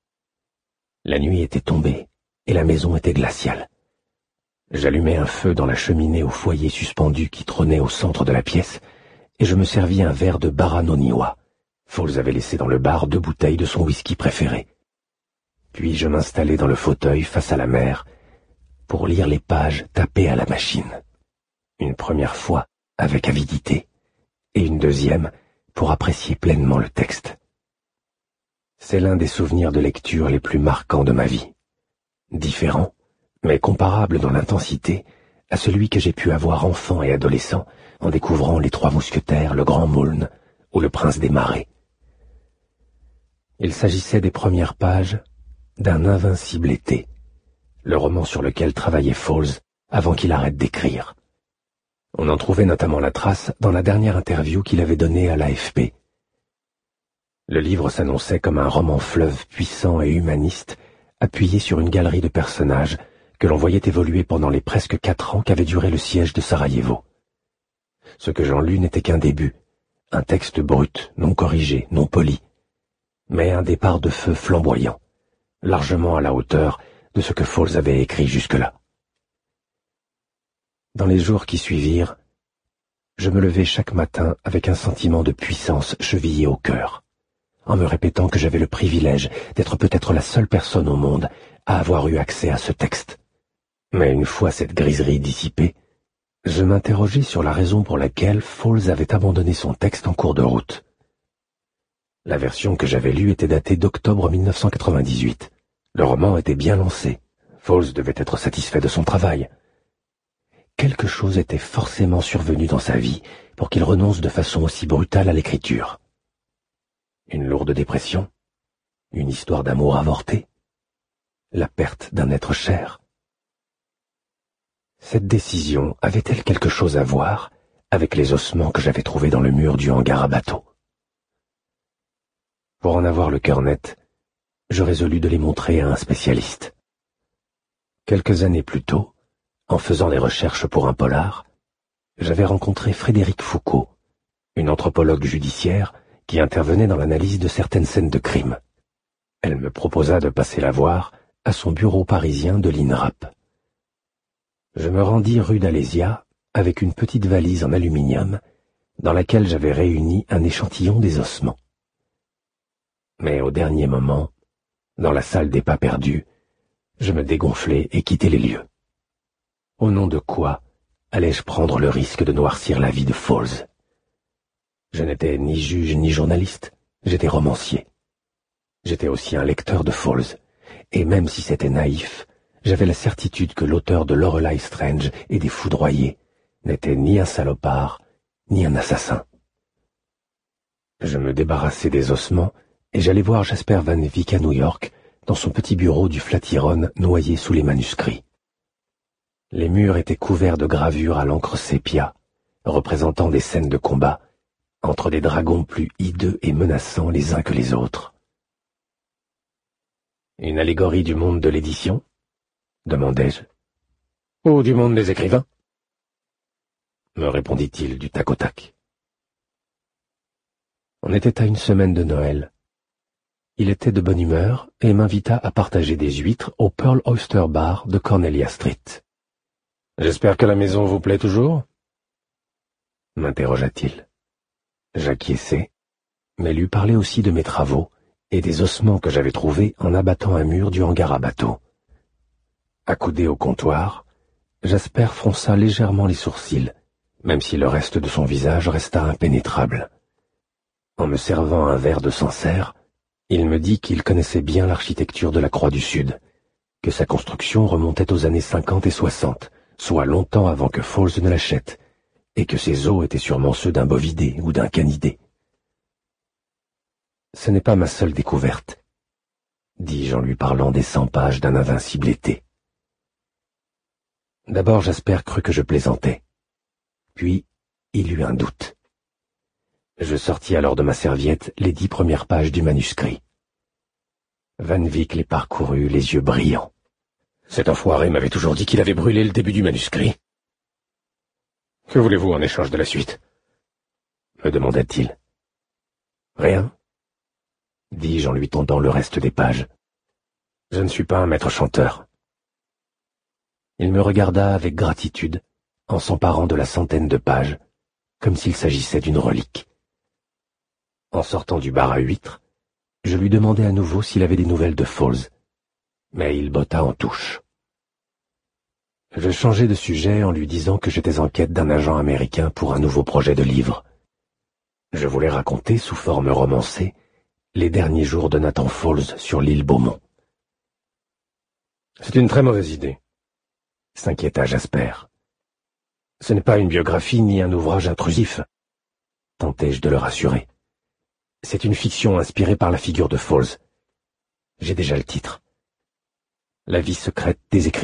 C: La nuit était tombée et la maison était glaciale. J'allumai un feu dans la cheminée au foyer suspendu qui trônait au centre de la pièce et je me servis un verre de Baranoniwa. Falls avait laissé dans le bar 2 bouteilles de son whisky préféré. Puis je m'installai dans le fauteuil face à la mer pour lire les pages tapées à la machine. Une première fois avec avidité et une deuxième pour apprécier pleinement le texte. C'est l'un des souvenirs de lecture les plus marquants de ma vie. Différent, mais comparable dans l'intensité à celui que j'ai pu avoir enfant et adolescent en découvrant Les Trois Mousquetaires, Le Grand Maulne ou Le Prince des Marais. Il s'agissait des premières pages d'Un invincible été, le roman sur lequel travaillait Falls avant qu'il arrête d'écrire. On en trouvait notamment la trace dans la dernière interview qu'il avait donnée à l'AFP. Le livre s'annonçait comme un roman fleuve puissant et humaniste, appuyé sur une galerie de personnages que l'on voyait évoluer pendant les presque 4 ans qu'avait duré le siège de Sarajevo. Ce que j'en lus n'était qu'un début, un texte brut, non corrigé, non poli, mais un départ de feu flamboyant, largement à la hauteur de ce que Fowles avait écrit jusque-là. Dans les jours qui suivirent, je me levai chaque matin avec un sentiment de puissance chevillé au cœur, en me répétant que j'avais le privilège d'être peut-être la seule personne au monde à avoir eu accès à ce texte. Mais une fois cette griserie dissipée, je m'interrogeai sur la raison pour laquelle Fowles avait abandonné son texte en cours de route. La version que j'avais lue était datée d'octobre 1998. Le roman était bien lancé. Fowles devait être satisfait de son travail. Quelque chose était forcément survenu dans sa vie pour qu'il renonce de façon aussi brutale à l'écriture. Une lourde dépression, une histoire d'amour avortée, la perte d'un être cher. Cette décision avait-elle quelque chose à voir avec les ossements que j'avais trouvés dans le mur du hangar à bateau? Pour en avoir le cœur net, je résolus de les montrer à un spécialiste. Quelques années plus tôt, en faisant des recherches pour un polar, j'avais rencontré Frédéric Foucault, une anthropologue judiciaire qui intervenait dans l'analyse de certaines scènes de crime. Elle me proposa de passer la voir à son bureau parisien de l'INRAP. Je me rendis rue d'Alésia avec une petite valise en aluminium dans laquelle j'avais réuni un échantillon des ossements. Mais au dernier moment, dans la salle des pas perdus, je me dégonflai et quittai les lieux. Au nom de quoi allais-je prendre le risque de noircir la vie de Fowles? Je n'étais ni juge ni journaliste, j'étais romancier. J'étais aussi un lecteur de Fowles, et même si c'était naïf, j'avais la certitude que l'auteur de Lorelei Strange et des Foudroyés n'était ni un salopard, ni un assassin. Je me débarrassai des ossements et j'allai voir Jasper Van Wyck à New York, dans son petit bureau du Flatiron noyé sous les manuscrits. Les murs étaient couverts de gravures à l'encre sépia, représentant des scènes de combat, entre des dragons plus hideux et menaçants les uns que les autres. Une allégorie du monde de l'édition? Demandai-je. Ou du monde des écrivains? Me répondit-il du tac au tac. On était à une semaine de Noël. Il était de bonne humeur et m'invita à partager des huîtres au Pearl Oyster Bar de Cornelia Street. « J'espère que la maison vous plaît toujours ?» m'interrogea-t-il. J'acquiesçai, mais lui parlai aussi de mes travaux et des ossements que j'avais trouvés en abattant un mur du hangar à bateau. Accoudé au comptoir, Jasper fronça légèrement les sourcils, même si le reste de son visage resta impénétrable. En me servant un verre de Sancerre, il me dit qu'il connaissait bien l'architecture de la Croix du Sud, que sa construction remontait aux années 50 et 60, soit longtemps avant que Fowles ne l'achète, et que ses os étaient sûrement ceux d'un bovidé ou d'un canidé. « Ce n'est pas ma seule découverte, » dis-je en lui parlant des 100 pages d'un invincible été. D'abord Jasper crut que je plaisantais. Puis il eut un doute. Je sortis alors de ma serviette les 10 premières pages du manuscrit. Van Wyck les parcourut, les yeux brillants. Cet enfoiré m'avait toujours dit qu'il avait brûlé le début du manuscrit. « Que voulez-vous en échange de la suite ?» me demanda-t-il. « Rien, » dis-je en lui tendant le reste des pages. « Je ne suis pas un maître chanteur. » Il me regarda avec gratitude, en s'emparant de la centaine de pages, comme s'il s'agissait d'une relique. En sortant du bar à huîtres, je lui demandai à nouveau s'il avait des nouvelles de Fowles, mais il botta en touche. Je changeai de sujet en lui disant que j'étais en quête d'un agent américain pour un nouveau projet de livre. Je voulais raconter, sous forme romancée, les derniers jours de Nathan Fowles sur l'île Beaumont. « C'est une très mauvaise idée, » s'inquiéta Jasper. « Ce n'est pas une biographie ni un ouvrage intrusif, » tentai-je de le rassurer. « C'est une fiction inspirée par la figure de Fowles. J'ai déjà le titre. La vie secrète des écrivains. »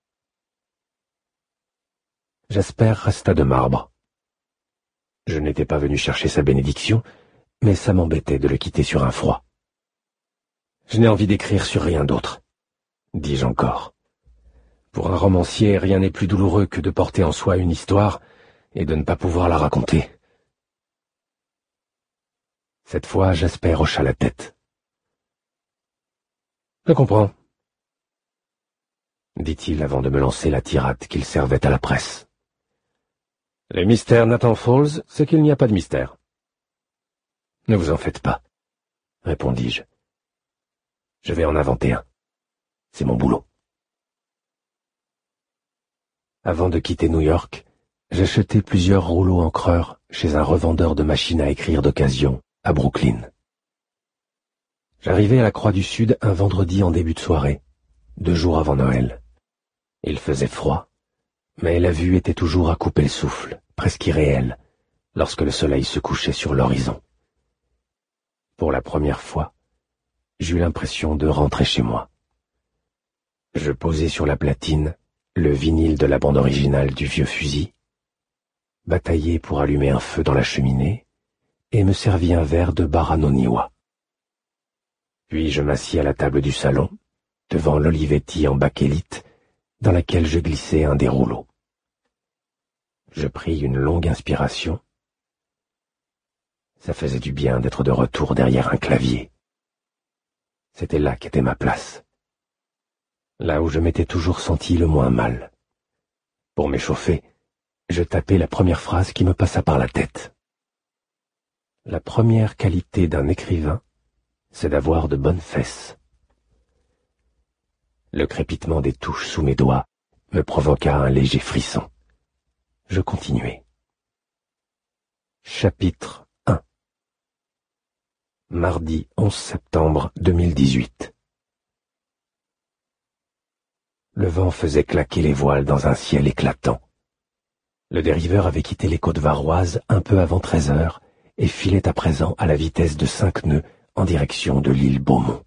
C: Jasper resta de marbre. Je n'étais pas venu chercher sa bénédiction, mais ça m'embêtait de le quitter sur un froid. « Je n'ai envie d'écrire sur rien d'autre, » dis-je encore. Pour un romancier, rien n'est plus douloureux que de porter en soi une histoire et de ne pas pouvoir la raconter. Cette fois, Jasper hocha la tête. « Je comprends, » dit-il avant de me lancer la tirade qu'il servait à la presse. « Le mystère Nathan Falls, c'est qu'il n'y a pas de mystère. »« Ne vous en faites pas, » répondis-je. « Je vais en inventer un. C'est mon boulot. » Avant de quitter New York, j'achetai plusieurs rouleaux encreurs chez un revendeur de machines à écrire d'occasion à Brooklyn. J'arrivai à la Croix-du-Sud un vendredi en début de soirée, 2 jours avant Noël. Il faisait froid, mais la vue était toujours à couper le souffle, presque irréelle, lorsque le soleil se couchait sur l'horizon. Pour la première fois, j'eus l'impression de rentrer chez moi. Je posai sur la platine le vinyle de la bande originale du Vieux Fusil, bataillai pour allumer un feu dans la cheminée et me servis un verre de Baranoniwa. Puis je m'assis à la table du salon, devant l'Olivetti en bakélite, dans laquelle je glissai un des rouleaux. Je pris une longue inspiration. Ça faisait du bien d'être de retour derrière un clavier. C'était là qu'était ma place. Là où je m'étais toujours senti le moins mal. Pour m'échauffer, je tapai la première phrase qui me passa par la tête. La première qualité d'un écrivain, c'est d'avoir de bonnes fesses. Le crépitement des touches sous mes doigts me provoqua un léger frisson. Je continuai. Chapitre 1. Mardi 11 septembre 2018. Le vent faisait claquer les voiles dans un ciel éclatant. Le dériveur avait quitté les côtes varoises un peu avant 13 heures et filait à présent à la vitesse de 5 nœuds en direction de l'île Beaumont.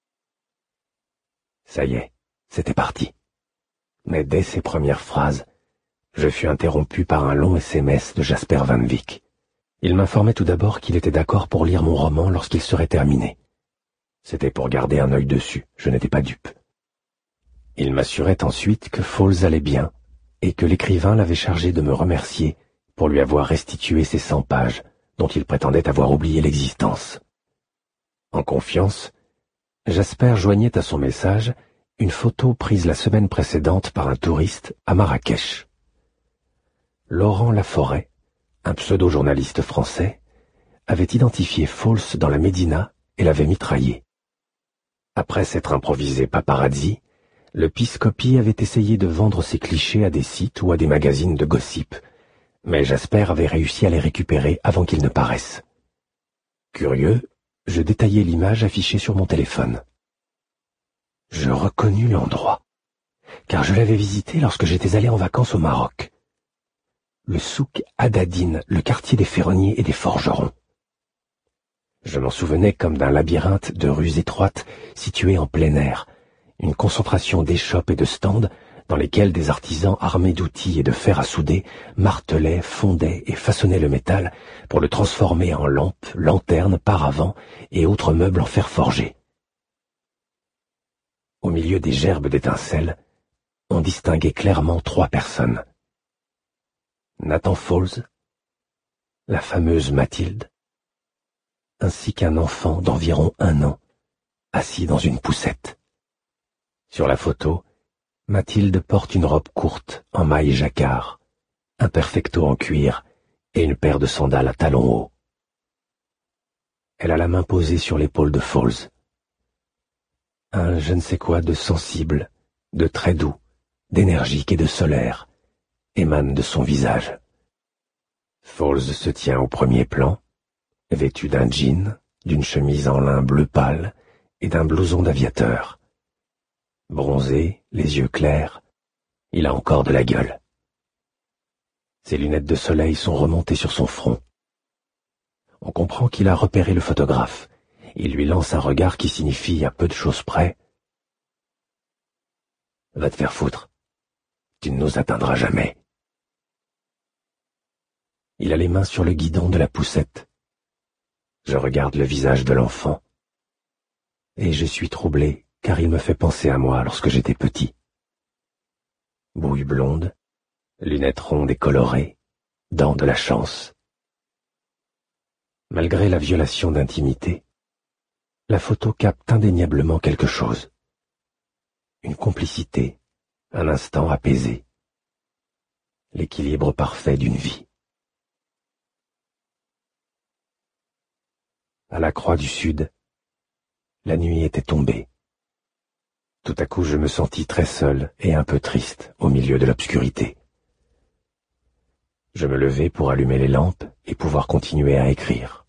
C: Ça y est, c'était parti. Mais dès ses premières phrases, je fus interrompu par un long SMS de Jasper Van Wyck. Il m'informait tout d'abord qu'il était d'accord pour lire mon roman lorsqu'il serait terminé. C'était pour garder un œil dessus, je n'étais pas dupe. Il m'assurait ensuite que Falls allait bien et que l'écrivain l'avait chargé de me remercier pour lui avoir restitué ses 100 pages dont il prétendait avoir oublié l'existence. En confiance, Jasper joignait à son message une photo prise la semaine précédente par un touriste à Marrakech. Laurent Laforêt, un pseudo-journaliste français, avait identifié Falls dans la Médina et l'avait mitraillé. Après s'être improvisé paparazzi, le Piscopi avait essayé de vendre ses clichés à des sites ou à des magazines de gossip, mais Jasper avait réussi à les récupérer avant qu'ils ne paraissent. Curieux, je détaillai l'image affichée sur mon téléphone. Je reconnus l'endroit, car je l'avais visité lorsque j'étais allé en vacances au Maroc. Le souk Adadine, le quartier des ferronniers et des forgerons. Je m'en souvenais comme d'un labyrinthe de rues étroites situées en plein air, une concentration d'échoppes et de stands dans lesquels des artisans armés d'outils et de fer à souder martelaient, fondaient et façonnaient le métal pour le transformer en lampes, lanternes, paravents et autres meubles en fer forgé. Au milieu des gerbes d'étincelles, on distinguait clairement 3 personnes. Nathan Falls, la fameuse Mathilde, ainsi qu'un enfant d'environ 1 an, assis dans une poussette. Sur la photo, Mathilde porte une robe courte en maille jacquard, un perfecto en cuir et une paire de sandales à talons hauts. Elle a la main posée sur l'épaule de Falls. Un je ne sais quoi de sensible, de très doux, d'énergique et de solaire émane de son visage. Falls se tient au premier plan, vêtu d'un jean, d'une chemise en lin bleu pâle et d'un blouson d'aviateur. Bronzé, les yeux clairs, il a encore de la gueule. Ses lunettes de soleil sont remontées sur son front. On comprend qu'il a repéré le photographe. Il lui lance un regard qui signifie à peu de choses près « Va te faire foutre, tu ne nous atteindras jamais ». Il a les mains sur le guidon de la poussette. Je regarde le visage de l'enfant et je suis troublé car il me fait penser à moi lorsque j'étais petit. Bouille blonde, lunettes rondes et colorées,
A: dans de la chance. Malgré la violation d'intimité, la photo capte indéniablement quelque chose. Une complicité, un instant apaisé. L'équilibre parfait d'une vie. À la Croix du Sud, la nuit était tombée. Tout à coup, je me sentis très seul et un peu triste au milieu de l'obscurité. Je me levai pour allumer les lampes et pouvoir continuer à écrire.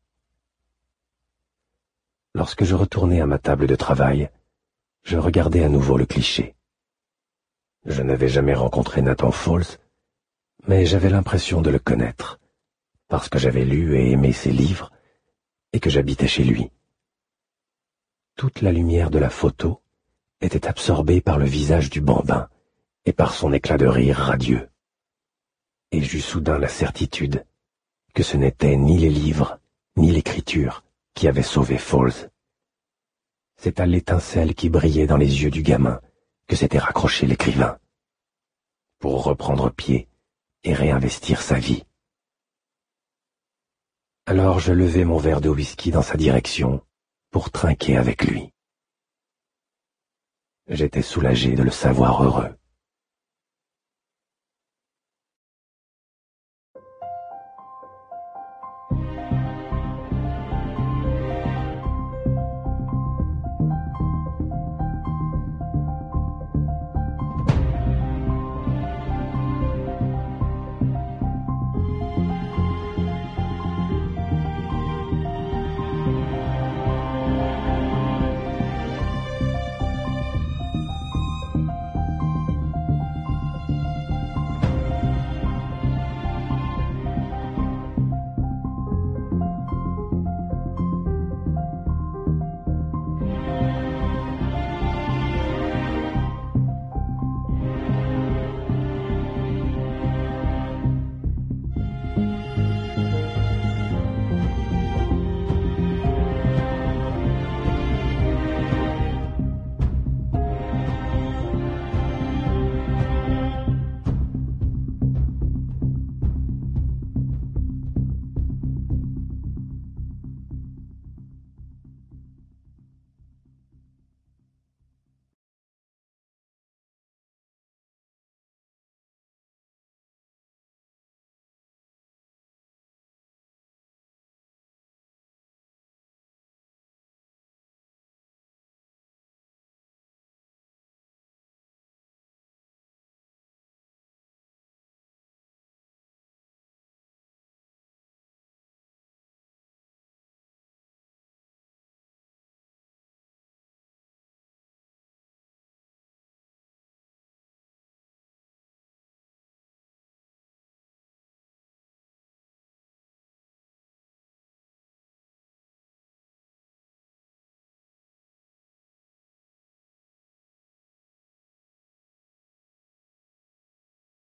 A: Lorsque je retournai à ma table de travail, je regardai à nouveau le cliché. Je n'avais jamais rencontré Nathan Falls, mais j'avais l'impression de le connaître, parce que j'avais lu et aimé ses livres, et que j'habitais chez lui. Toute la lumière de la photo était absorbée par le visage du bambin et par son éclat de rire radieux. Et j'eus soudain la certitude que ce n'étaient ni les livres, ni l'écriture qui avaient sauvé Falls. C'est à l'étincelle qui brillait dans les yeux du gamin que s'était raccroché l'écrivain, pour reprendre pied et réinvestir sa vie. Alors je levai mon verre de whisky dans sa direction pour trinquer avec lui. J'étais soulagé de le savoir heureux.